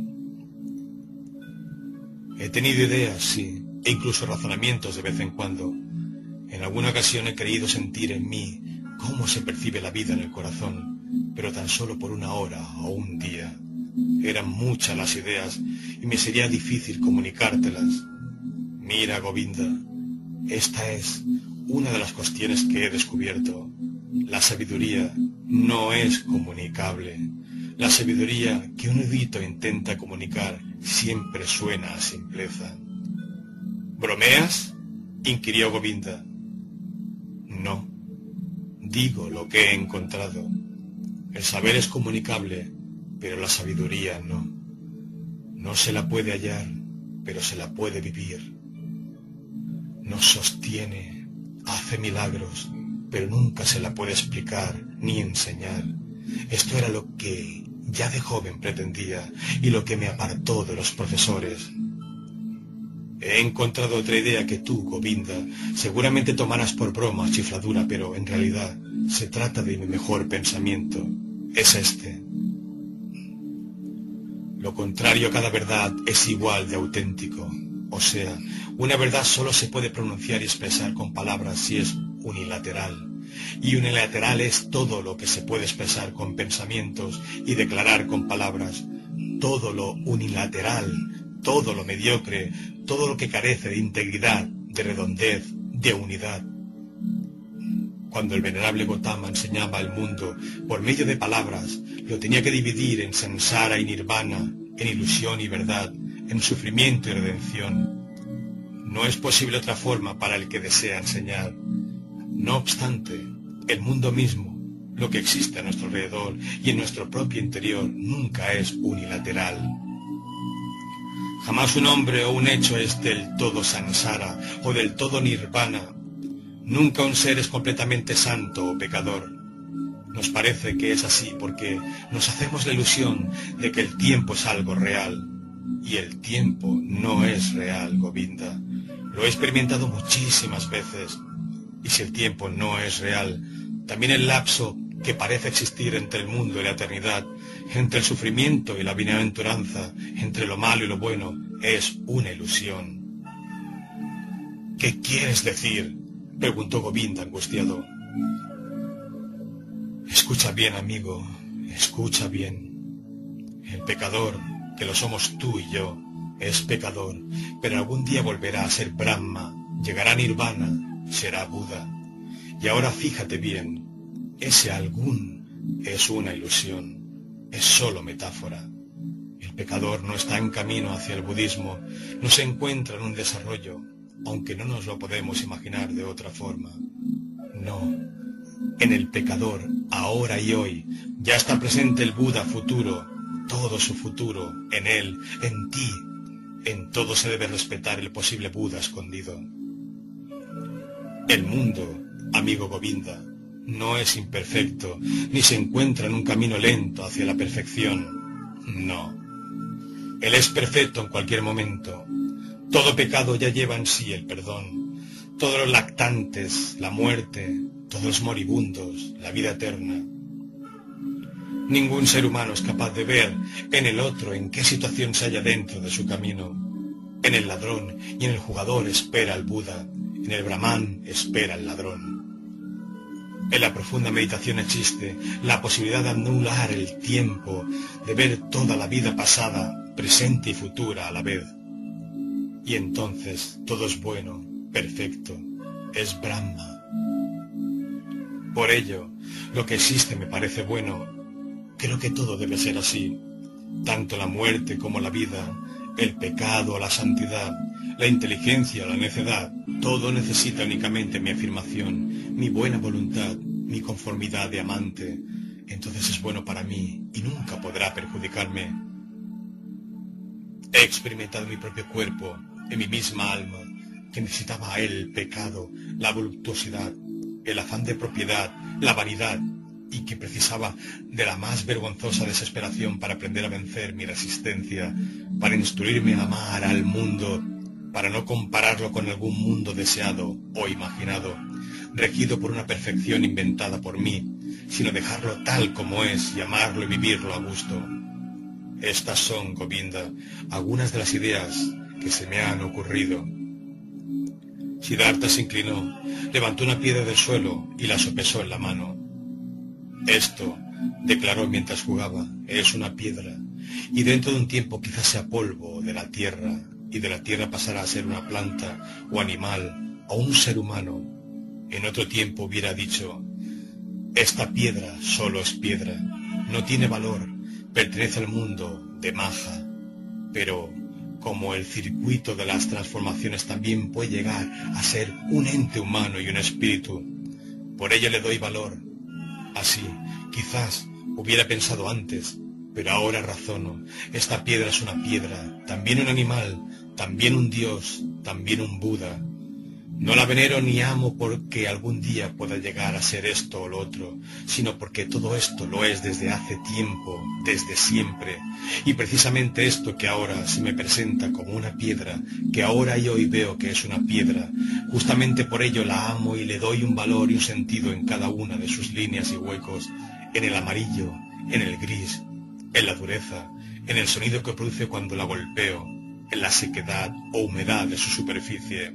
«He tenido ideas, sí, e incluso razonamientos de vez en cuando. En alguna ocasión he creído sentir en mí cómo se percibe la vida en el corazón, pero tan solo por una hora o un día. Eran muchas las ideas y me sería difícil comunicártelas. Mira, Govinda, esta es una de las cuestiones que he descubierto. La sabiduría no es comunicable. La sabiduría que un erudito intenta comunicar siempre suena a simpleza». «¿Bromeas?», inquirió Govinda. «No, digo lo que he encontrado. El saber es comunicable, pero la sabiduría no. No se la puede hallar, pero se la puede vivir. Nos sostiene, hace milagros, pero nunca se la puede explicar ni enseñar. Esto era lo que ya de joven pretendía y lo que me apartó de los profesores. He encontrado otra idea que tú, Govinda, seguramente tomarás por broma o chifladura, pero en realidad se trata de mi mejor pensamiento. Es este: lo contrario a cada verdad es igual de auténtico. O sea, una verdad solo se puede pronunciar y expresar con palabras si es unilateral. Y unilateral es todo lo que se puede expresar con pensamientos y declarar con palabras. Todo lo unilateral, todo lo mediocre, todo lo que carece de integridad, de redondez, de unidad. Cuando el venerable Gotama enseñaba al mundo por medio de palabras, lo tenía que dividir en samsara y nirvana, en ilusión y verdad, en sufrimiento y redención. No es posible otra forma para el que desea enseñar. No obstante, el mundo mismo, lo que existe a nuestro alrededor y en nuestro propio interior, nunca es unilateral. Jamás un hombre o un hecho es del todo samsara o del todo nirvana. Nunca un ser es completamente santo o pecador. Nos parece que es así porque nos hacemos la ilusión de que el tiempo es algo real. Y el tiempo no es real, Govinda. Lo he experimentado muchísimas veces. Y si el tiempo no es real, también el lapso que parece existir entre el mundo y la eternidad, entre el sufrimiento y la bienaventuranza, entre lo malo y lo bueno, es una ilusión. ¿Qué quieres decir?, preguntó Govinda angustiado. Escucha bien, amigo, escucha bien. El pecador, que lo somos tú y yo, es pecador, pero algún día volverá a ser Brahma, llegará a Nirvana, será Buda. Y ahora fíjate bien, ese algún es una ilusión, es solo metáfora. El pecador no está en camino hacia el budismo, no se encuentra en un desarrollo, aunque no nos lo podemos imaginar de otra forma. No, en el pecador, ahora y hoy, ya está presente el Buda futuro, todo su futuro, en él, en ti. En todo se debe respetar el posible Buda escondido. El mundo, amigo Govinda, no es imperfecto, ni se encuentra en un camino lento hacia la perfección. No. Él es perfecto en cualquier momento. Todo pecado ya lleva en sí el perdón. Todos los lactantes, la muerte, todos los moribundos, la vida eterna. Ningún ser humano es capaz de ver en el otro en qué situación se halla dentro de su camino. En el ladrón y en el jugador espera el Buda, en el Brahman espera el ladrón. En la profunda meditación existe la posibilidad de anular el tiempo, de ver toda la vida pasada, presente y futura a la vez. Y entonces todo es bueno, perfecto, es Brahma. Por ello, lo que existe me parece bueno. Creo que todo debe ser así, tanto la muerte como la vida, el pecado o la santidad, la inteligencia o la necedad, todo necesita únicamente mi afirmación, mi buena voluntad, mi conformidad de amante. Entonces es bueno para mí y nunca podrá perjudicarme. He experimentado en mi propio cuerpo, en mi misma alma, que necesitaba a él el pecado, la voluptuosidad, el afán de propiedad, la vanidad, y que precisaba de la más vergonzosa desesperación para aprender a vencer mi resistencia, para instruirme a amar al mundo, para no compararlo con algún mundo deseado o imaginado, regido por una perfección inventada por mí, sino dejarlo tal como es y amarlo y vivirlo a gusto. Estas son, Govinda, algunas de las ideas que se me han ocurrido. Siddhartha se inclinó, levantó una piedra del suelo y la sopesó en la mano. Esto, declaró mientras jugaba, es una piedra, y dentro de un tiempo quizás sea polvo de la tierra, y de la tierra pasará a ser una planta, o animal, o un ser humano. En otro tiempo hubiera dicho, esta piedra solo es piedra, no tiene valor, pertenece al mundo de Maja, pero como el circuito de las transformaciones también puede llegar a ser un ente humano y un espíritu, por ello le doy valor. Así, quizás hubiera pensado antes, pero ahora razono. Esta piedra es una piedra, también un animal, también un dios, también un Buda. No la venero ni amo porque algún día pueda llegar a ser esto o lo otro, sino porque todo esto lo es desde hace tiempo, desde siempre. Y precisamente esto que ahora se me presenta como una piedra, que ahora y hoy veo que es una piedra, justamente por ello la amo y le doy un valor y un sentido en cada una de sus líneas y huecos, en el amarillo, en el gris, en la dureza, en el sonido que produce cuando la golpeo, en la sequedad o humedad de su superficie.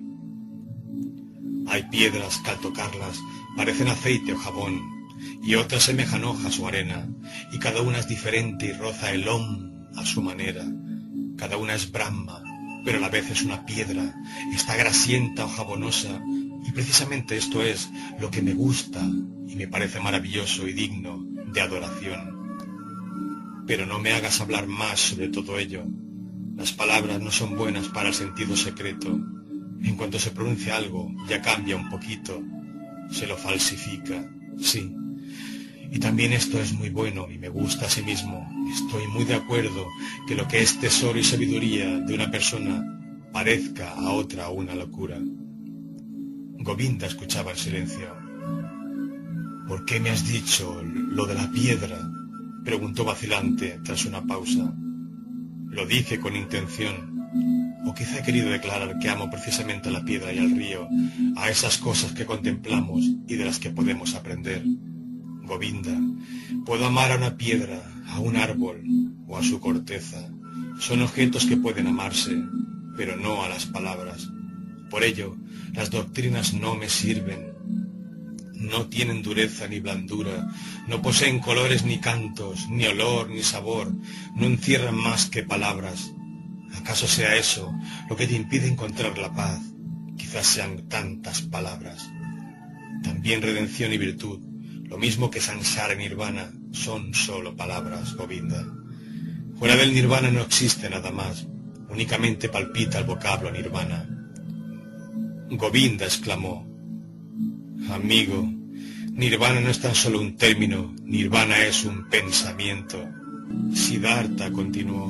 Hay piedras que al tocarlas parecen aceite o jabón, y otras semejan hojas o arena, y cada una es diferente y roza el Om a su manera. Cada una es Brahma, pero a la vez es una piedra, está grasienta o jabonosa, y precisamente esto es lo que me gusta y me parece maravilloso y digno de adoración. Pero no me hagas hablar más sobre todo ello. Las palabras no son buenas para el sentido secreto. En cuanto se pronuncia algo, ya cambia un poquito, se lo falsifica, sí. Y también esto es muy bueno y me gusta a sí mismo. Estoy muy de acuerdo que lo que es tesoro y sabiduría de una persona parezca a otra una locura. Govinda escuchaba en silencio. ¿Por qué me has dicho lo de la piedra?, preguntó vacilante tras una pausa. Lo dije con intención, o quizá he querido declarar que amo precisamente a la piedra y al río, a esas cosas que contemplamos y de las que podemos aprender. Govinda, puedo amar a una piedra, a un árbol o a su corteza. Son objetos que pueden amarse, pero no a las palabras. Por ello, las doctrinas no me sirven. No tienen dureza ni blandura, no poseen colores ni cantos, ni olor ni sabor, no encierran más que palabras. ¿Acaso sea eso lo que te impide encontrar la paz? Quizás sean tantas palabras. También redención y virtud, lo mismo que Sansara y Nirvana, son solo palabras, Govinda. Fuera del Nirvana no existe nada más, únicamente palpita el vocablo Nirvana. Govinda exclamó. Amigo, Nirvana no es tan solo un término, Nirvana es un pensamiento. Siddhartha continuó.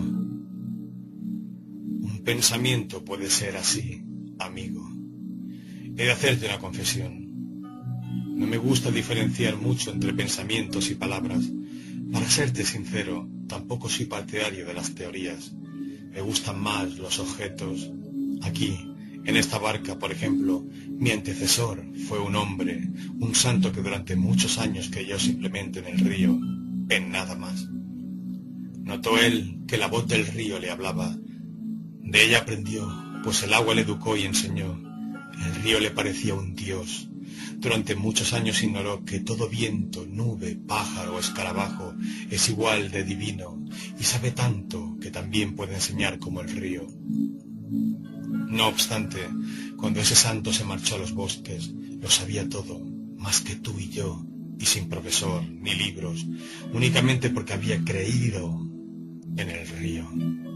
Un pensamiento puede ser así, amigo. He de hacerte una confesión. No me gusta diferenciar mucho entre pensamientos y palabras. Para serte sincero, tampoco soy partidario de las teorías. Me gustan más los objetos. Aquí, en esta barca, por ejemplo, mi antecesor fue un hombre, un santo que durante muchos años creyó simplemente en el río, en nada más. Notó él que la voz del río le hablaba. De ella aprendió, pues el agua le educó y enseñó. El río le parecía un dios. Durante muchos años ignoró que todo viento, nube, pájaro o escarabajo es igual de divino y sabe tanto que también puede enseñar como el río. No obstante, cuando ese santo se marchó a los bosques, lo sabía todo, más que tú y yo, y sin profesor ni libros, únicamente porque había creído en el río.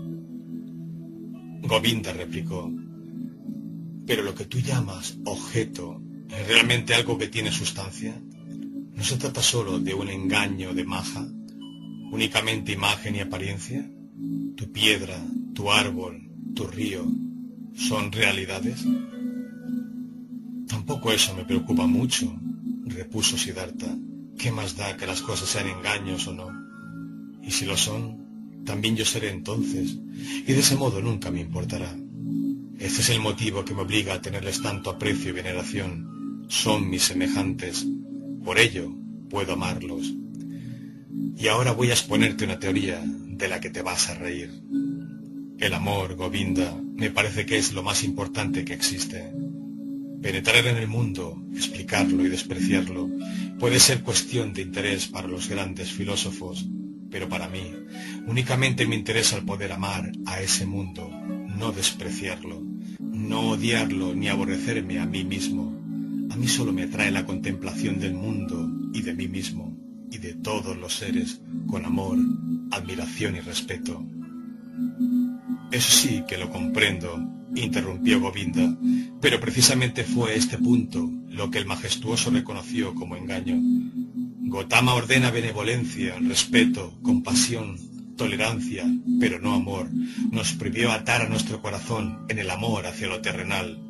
Govinda replicó, pero lo que tú llamas objeto, ¿es realmente algo que tiene sustancia? ¿No se trata solo de un engaño de maja? ¿Únicamente imagen y apariencia? ¿Tu piedra, tu árbol, tu río, son realidades? Tampoco eso me preocupa mucho, repuso Siddhartha. ¿Qué más da que las cosas sean engaños o no? Y si lo son, también yo seré entonces, y de ese modo nunca me importará. Ese es el motivo que me obliga a tenerles tanto aprecio y veneración. Son mis semejantes, por ello puedo amarlos. Y ahora voy a exponerte una teoría de la que te vas a reír. El amor, Govinda, me parece que es lo más importante que existe. Penetrar en el mundo, explicarlo y despreciarlo, puede ser cuestión de interés para los grandes filósofos, pero para mí, únicamente me interesa el poder amar a ese mundo, no despreciarlo, no odiarlo ni aborrecerme a mí mismo. A mí solo me atrae la contemplación del mundo y de mí mismo, y de todos los seres, con amor, admiración y respeto. Eso sí que lo comprendo, interrumpió Govinda, pero precisamente fue este punto lo que el majestuoso reconoció como engaño. Gotama ordena benevolencia, respeto, compasión, tolerancia, pero no amor. Nos prohibió atar a nuestro corazón en el amor hacia lo terrenal.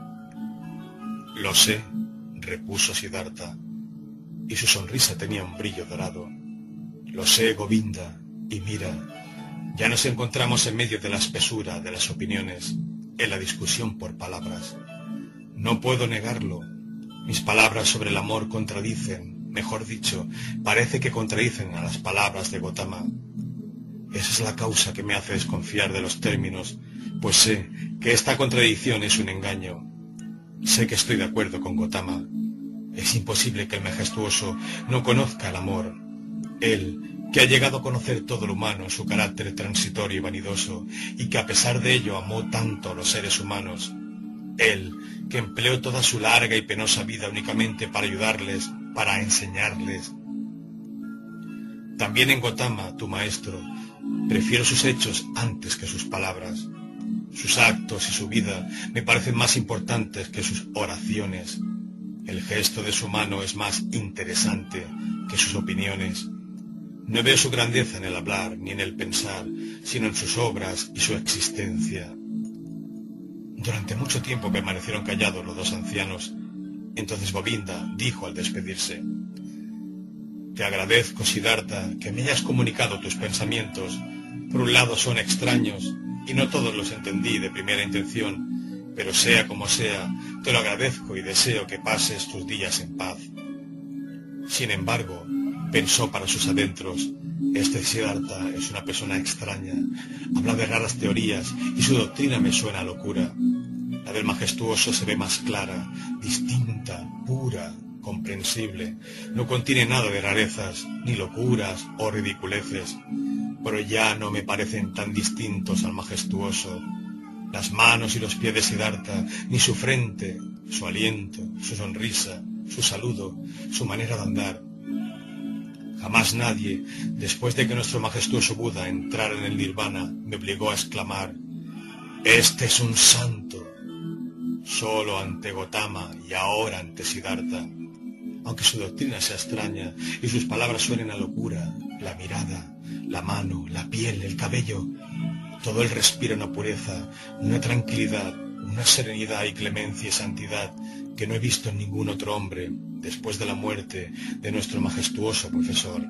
Lo sé, repuso Siddhartha, y su sonrisa tenía un brillo dorado. Lo sé, Govinda, y mira, ya nos encontramos en medio de la espesura de las opiniones, en la discusión por palabras. No puedo negarlo. Mis palabras sobre el amor contradicen, mejor dicho, parece que contradicen a las palabras de Gotama. Esa es la causa que me hace desconfiar de los términos, pues sé que esta contradicción es un engaño. Sé que estoy de acuerdo con Gotama. Es imposible que el majestuoso no conozca el amor. Él, que ha llegado a conocer todo lo humano en su carácter transitorio y vanidoso, y que a pesar de ello amó tanto a los seres humanos. Él, que empleó toda su larga y penosa vida únicamente para ayudarles, para enseñarles. También en Gotama, tu maestro, prefiero sus hechos antes que sus palabras. Sus actos y su vida me parecen más importantes que sus oraciones. El gesto de su mano es más interesante que sus opiniones. No veo su grandeza en el hablar ni en el pensar, sino en sus obras y su existencia. Durante mucho tiempo permanecieron callados los dos ancianos. Entonces Govinda dijo al despedirse: «Te agradezco, Siddhartha, que me hayas comunicado tus pensamientos. Por un lado son extraños, y no todos los entendí de primera intención, pero sea como sea, te lo agradezco y deseo que pases tus días en paz». Sin embargo, pensó para sus adentros: «Este Siddhartha es una persona extraña, habla de raras teorías y su doctrina me suena a locura. La del majestuoso se ve más clara, distinta, pura, comprensible. No contiene nada de rarezas, ni locuras o ridiculeces, pero ya no me parecen tan distintos al majestuoso. Las manos y los pies de Siddhartha, ni su frente, su aliento, su sonrisa, su saludo, su manera de andar. Jamás nadie, después de que nuestro majestuoso Buda entrara en el nirvana, me obligó a exclamar: «Este es un santo», solo ante Gotama y ahora ante Siddhartha. Aunque su doctrina sea extraña y sus palabras suenen a locura, la mirada, la mano, la piel, el cabello, todo él respira una pureza, una tranquilidad, una serenidad y clemencia y santidad que no he visto en ningún otro hombre después de la muerte de nuestro majestuoso profesor».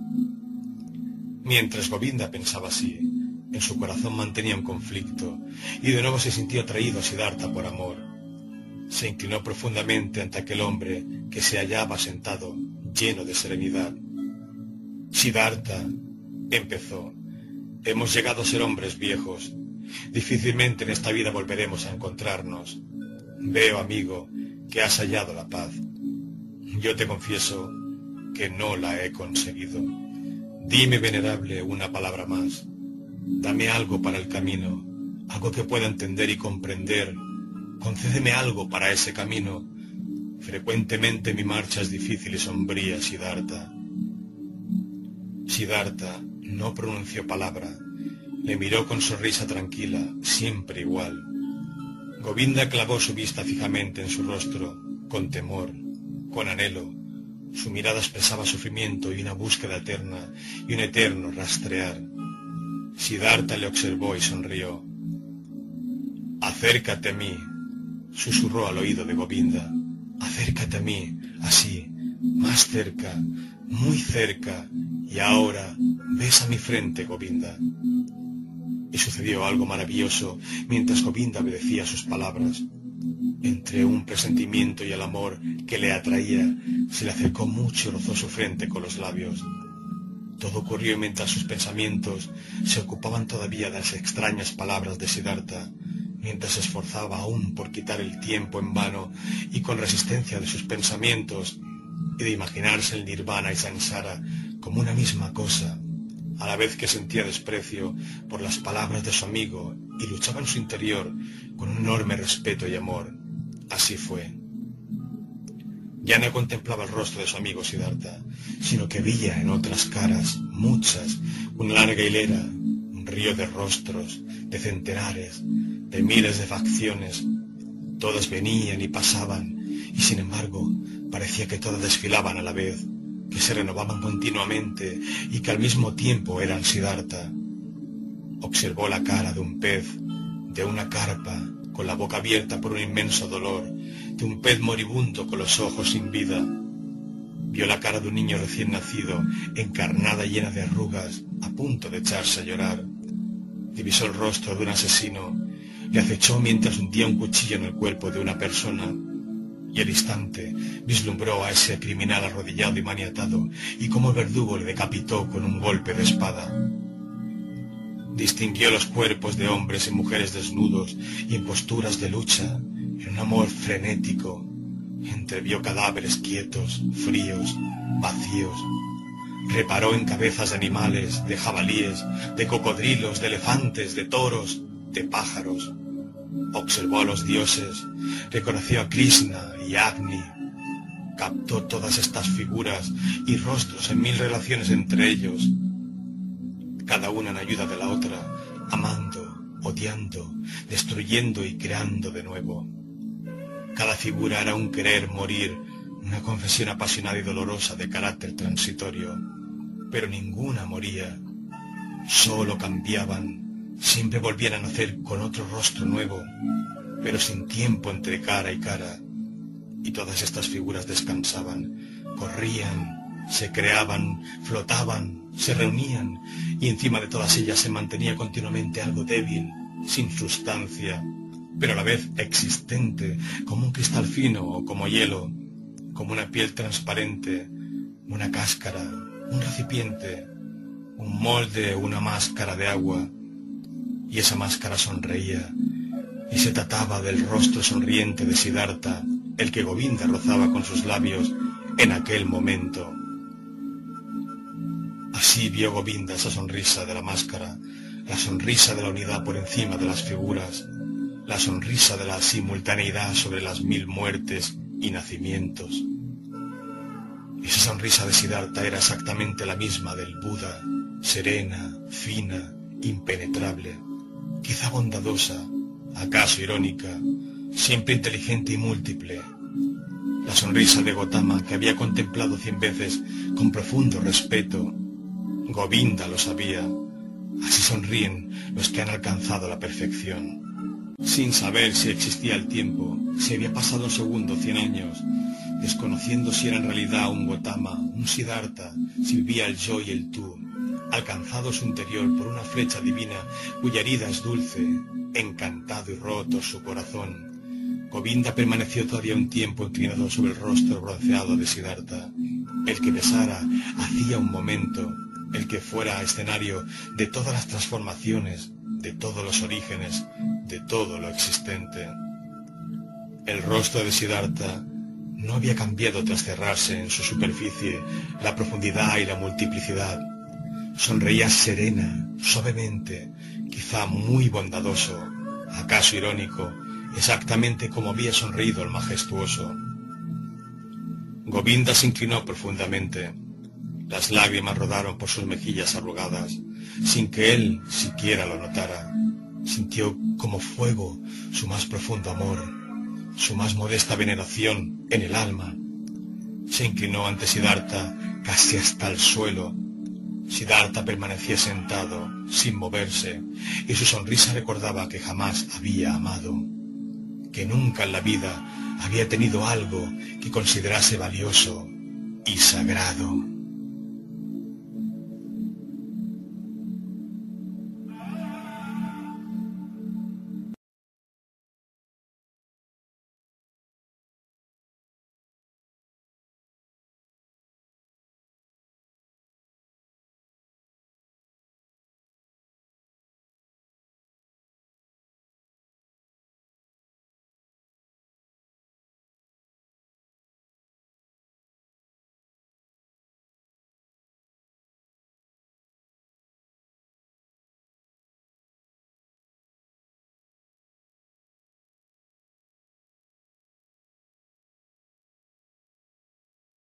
Mientras Govinda pensaba así, en su corazón mantenía un conflicto y de nuevo se sintió atraído a Siddhartha por amor. Se inclinó profundamente ante aquel hombre que se hallaba sentado, lleno de serenidad. «Siddhartha», empezó, «hemos llegado a ser hombres viejos. Difícilmente en esta vida volveremos a encontrarnos. Veo, amigo, que has hallado la paz. Yo te confieso que no la he conseguido. Dime, venerable, una palabra más. Dame algo para el camino, algo que pueda entender y comprender. Concédeme algo para ese camino. Frecuentemente mi marcha es difícil y sombría, Siddhartha». Siddhartha no pronunció palabra. Le miró con sonrisa tranquila, siempre igual. Govinda clavó su vista fijamente en su rostro, con temor, con anhelo. Su mirada expresaba sufrimiento y una búsqueda eterna, y un eterno rastrear. Siddhartha le observó y sonrió. «Acércate a mí», susurró al oído de Govinda. «Acércate a mí, así, más cerca, muy cerca, y ahora besa mi frente, Govinda». Y sucedió algo maravilloso mientras Govinda obedecía sus palabras. Entre un presentimiento y el amor que le atraía, se le acercó mucho y rozó su frente con los labios. Todo ocurrió mientras sus pensamientos se ocupaban todavía de las extrañas palabras de Siddhartha, mientras se esforzaba aún por quitar el tiempo en vano y con resistencia de sus pensamientos y de imaginarse el nirvana y samsara como una misma cosa, a la vez que sentía desprecio por las palabras de su amigo y luchaba en su interior con un enorme respeto y amor. Así fue. Ya no contemplaba el rostro de su amigo Siddhartha, sino que veía en otras caras, muchas, una larga hilera, un río de rostros, de centenares, de miles de facciones. Todas venían y pasaban, y sin embargo parecía que todas desfilaban a la vez, que se renovaban continuamente y que al mismo tiempo eran Siddhartha. Observó la cara de un pez, de una carpa, con la boca abierta por un inmenso dolor, de un pez moribundo con los ojos sin vida. Vio la cara de un niño recién nacido, encarnada y llena de arrugas, a punto de echarse a llorar. Divisó el rostro de un asesino, le acechó mientras hundía un cuchillo en el cuerpo de una persona, y al instante vislumbró a ese criminal arrodillado y maniatado, y cómo el verdugo le decapitó con un golpe de espada. Distinguió los cuerpos de hombres y mujeres desnudos y en posturas de lucha, en un amor frenético. Entrevió cadáveres quietos, fríos, vacíos. Reparó en cabezas de animales, de jabalíes, de cocodrilos, de elefantes, de toros, de pájaros. Observó a los dioses, reconoció a Krishna y Agni. Captó todas estas figuras y rostros en mil relaciones entre ellos, cada una en ayuda de la otra, amando, odiando, destruyendo y creando de nuevo. Cada figura era un querer morir, una confesión apasionada y dolorosa de carácter transitorio, pero ninguna moría, solo cambiaban, siempre volvían a nacer con otro rostro nuevo, pero sin tiempo entre cara y cara, y todas estas figuras descansaban, corrían, se creaban, flotaban, se reunían, y encima de todas ellas se mantenía continuamente algo débil, sin sustancia, pero a la vez existente, como un cristal fino o como hielo, como una piel transparente, una cáscara, un recipiente, un molde, una máscara de agua, y esa máscara sonreía, y se trataba del rostro sonriente de Siddhartha, el que Govinda rozaba con sus labios en aquel momento. Así vio Govinda esa sonrisa de la máscara, la sonrisa de la unidad por encima de las figuras, la sonrisa de la simultaneidad sobre las mil muertes y nacimientos. Esa sonrisa de Siddhartha era exactamente la misma del Buda, serena, fina, impenetrable, quizá bondadosa, acaso irónica, siempre inteligente y múltiple. La sonrisa de Gotama que había contemplado cien veces con profundo respeto. Govinda lo sabía. Así sonríen los que han alcanzado la perfección. Sin saber si existía el tiempo, si había pasado un segundo, cien años, desconociendo si era en realidad un Gotama, un Siddhartha, si vivía el yo y el tú, alcanzado su interior por una flecha divina cuya herida es dulce, encantado y roto su corazón. Govinda permaneció todavía un tiempo inclinado sobre el rostro bronceado de Siddhartha, el que besara hacía un momento, el que fuera escenario de todas las transformaciones, de todos los orígenes, de todo lo existente. El rostro de Siddhartha no había cambiado tras cerrarse en su superficie la profundidad y la multiplicidad. Sonreía serena, suavemente, quizá muy bondadoso, acaso irónico, exactamente como había sonreído el majestuoso. Govinda se inclinó profundamente. Las lágrimas rodaron por sus mejillas arrugadas, sin que él siquiera lo notara. Sintió como fuego su más profundo amor, su más modesta veneración en el alma. Se inclinó ante Siddhartha casi hasta el suelo. Siddhartha permanecía sentado, sin moverse, y su sonrisa recordaba que jamás había amado, que nunca en la vida había tenido algo que considerase valioso y sagrado.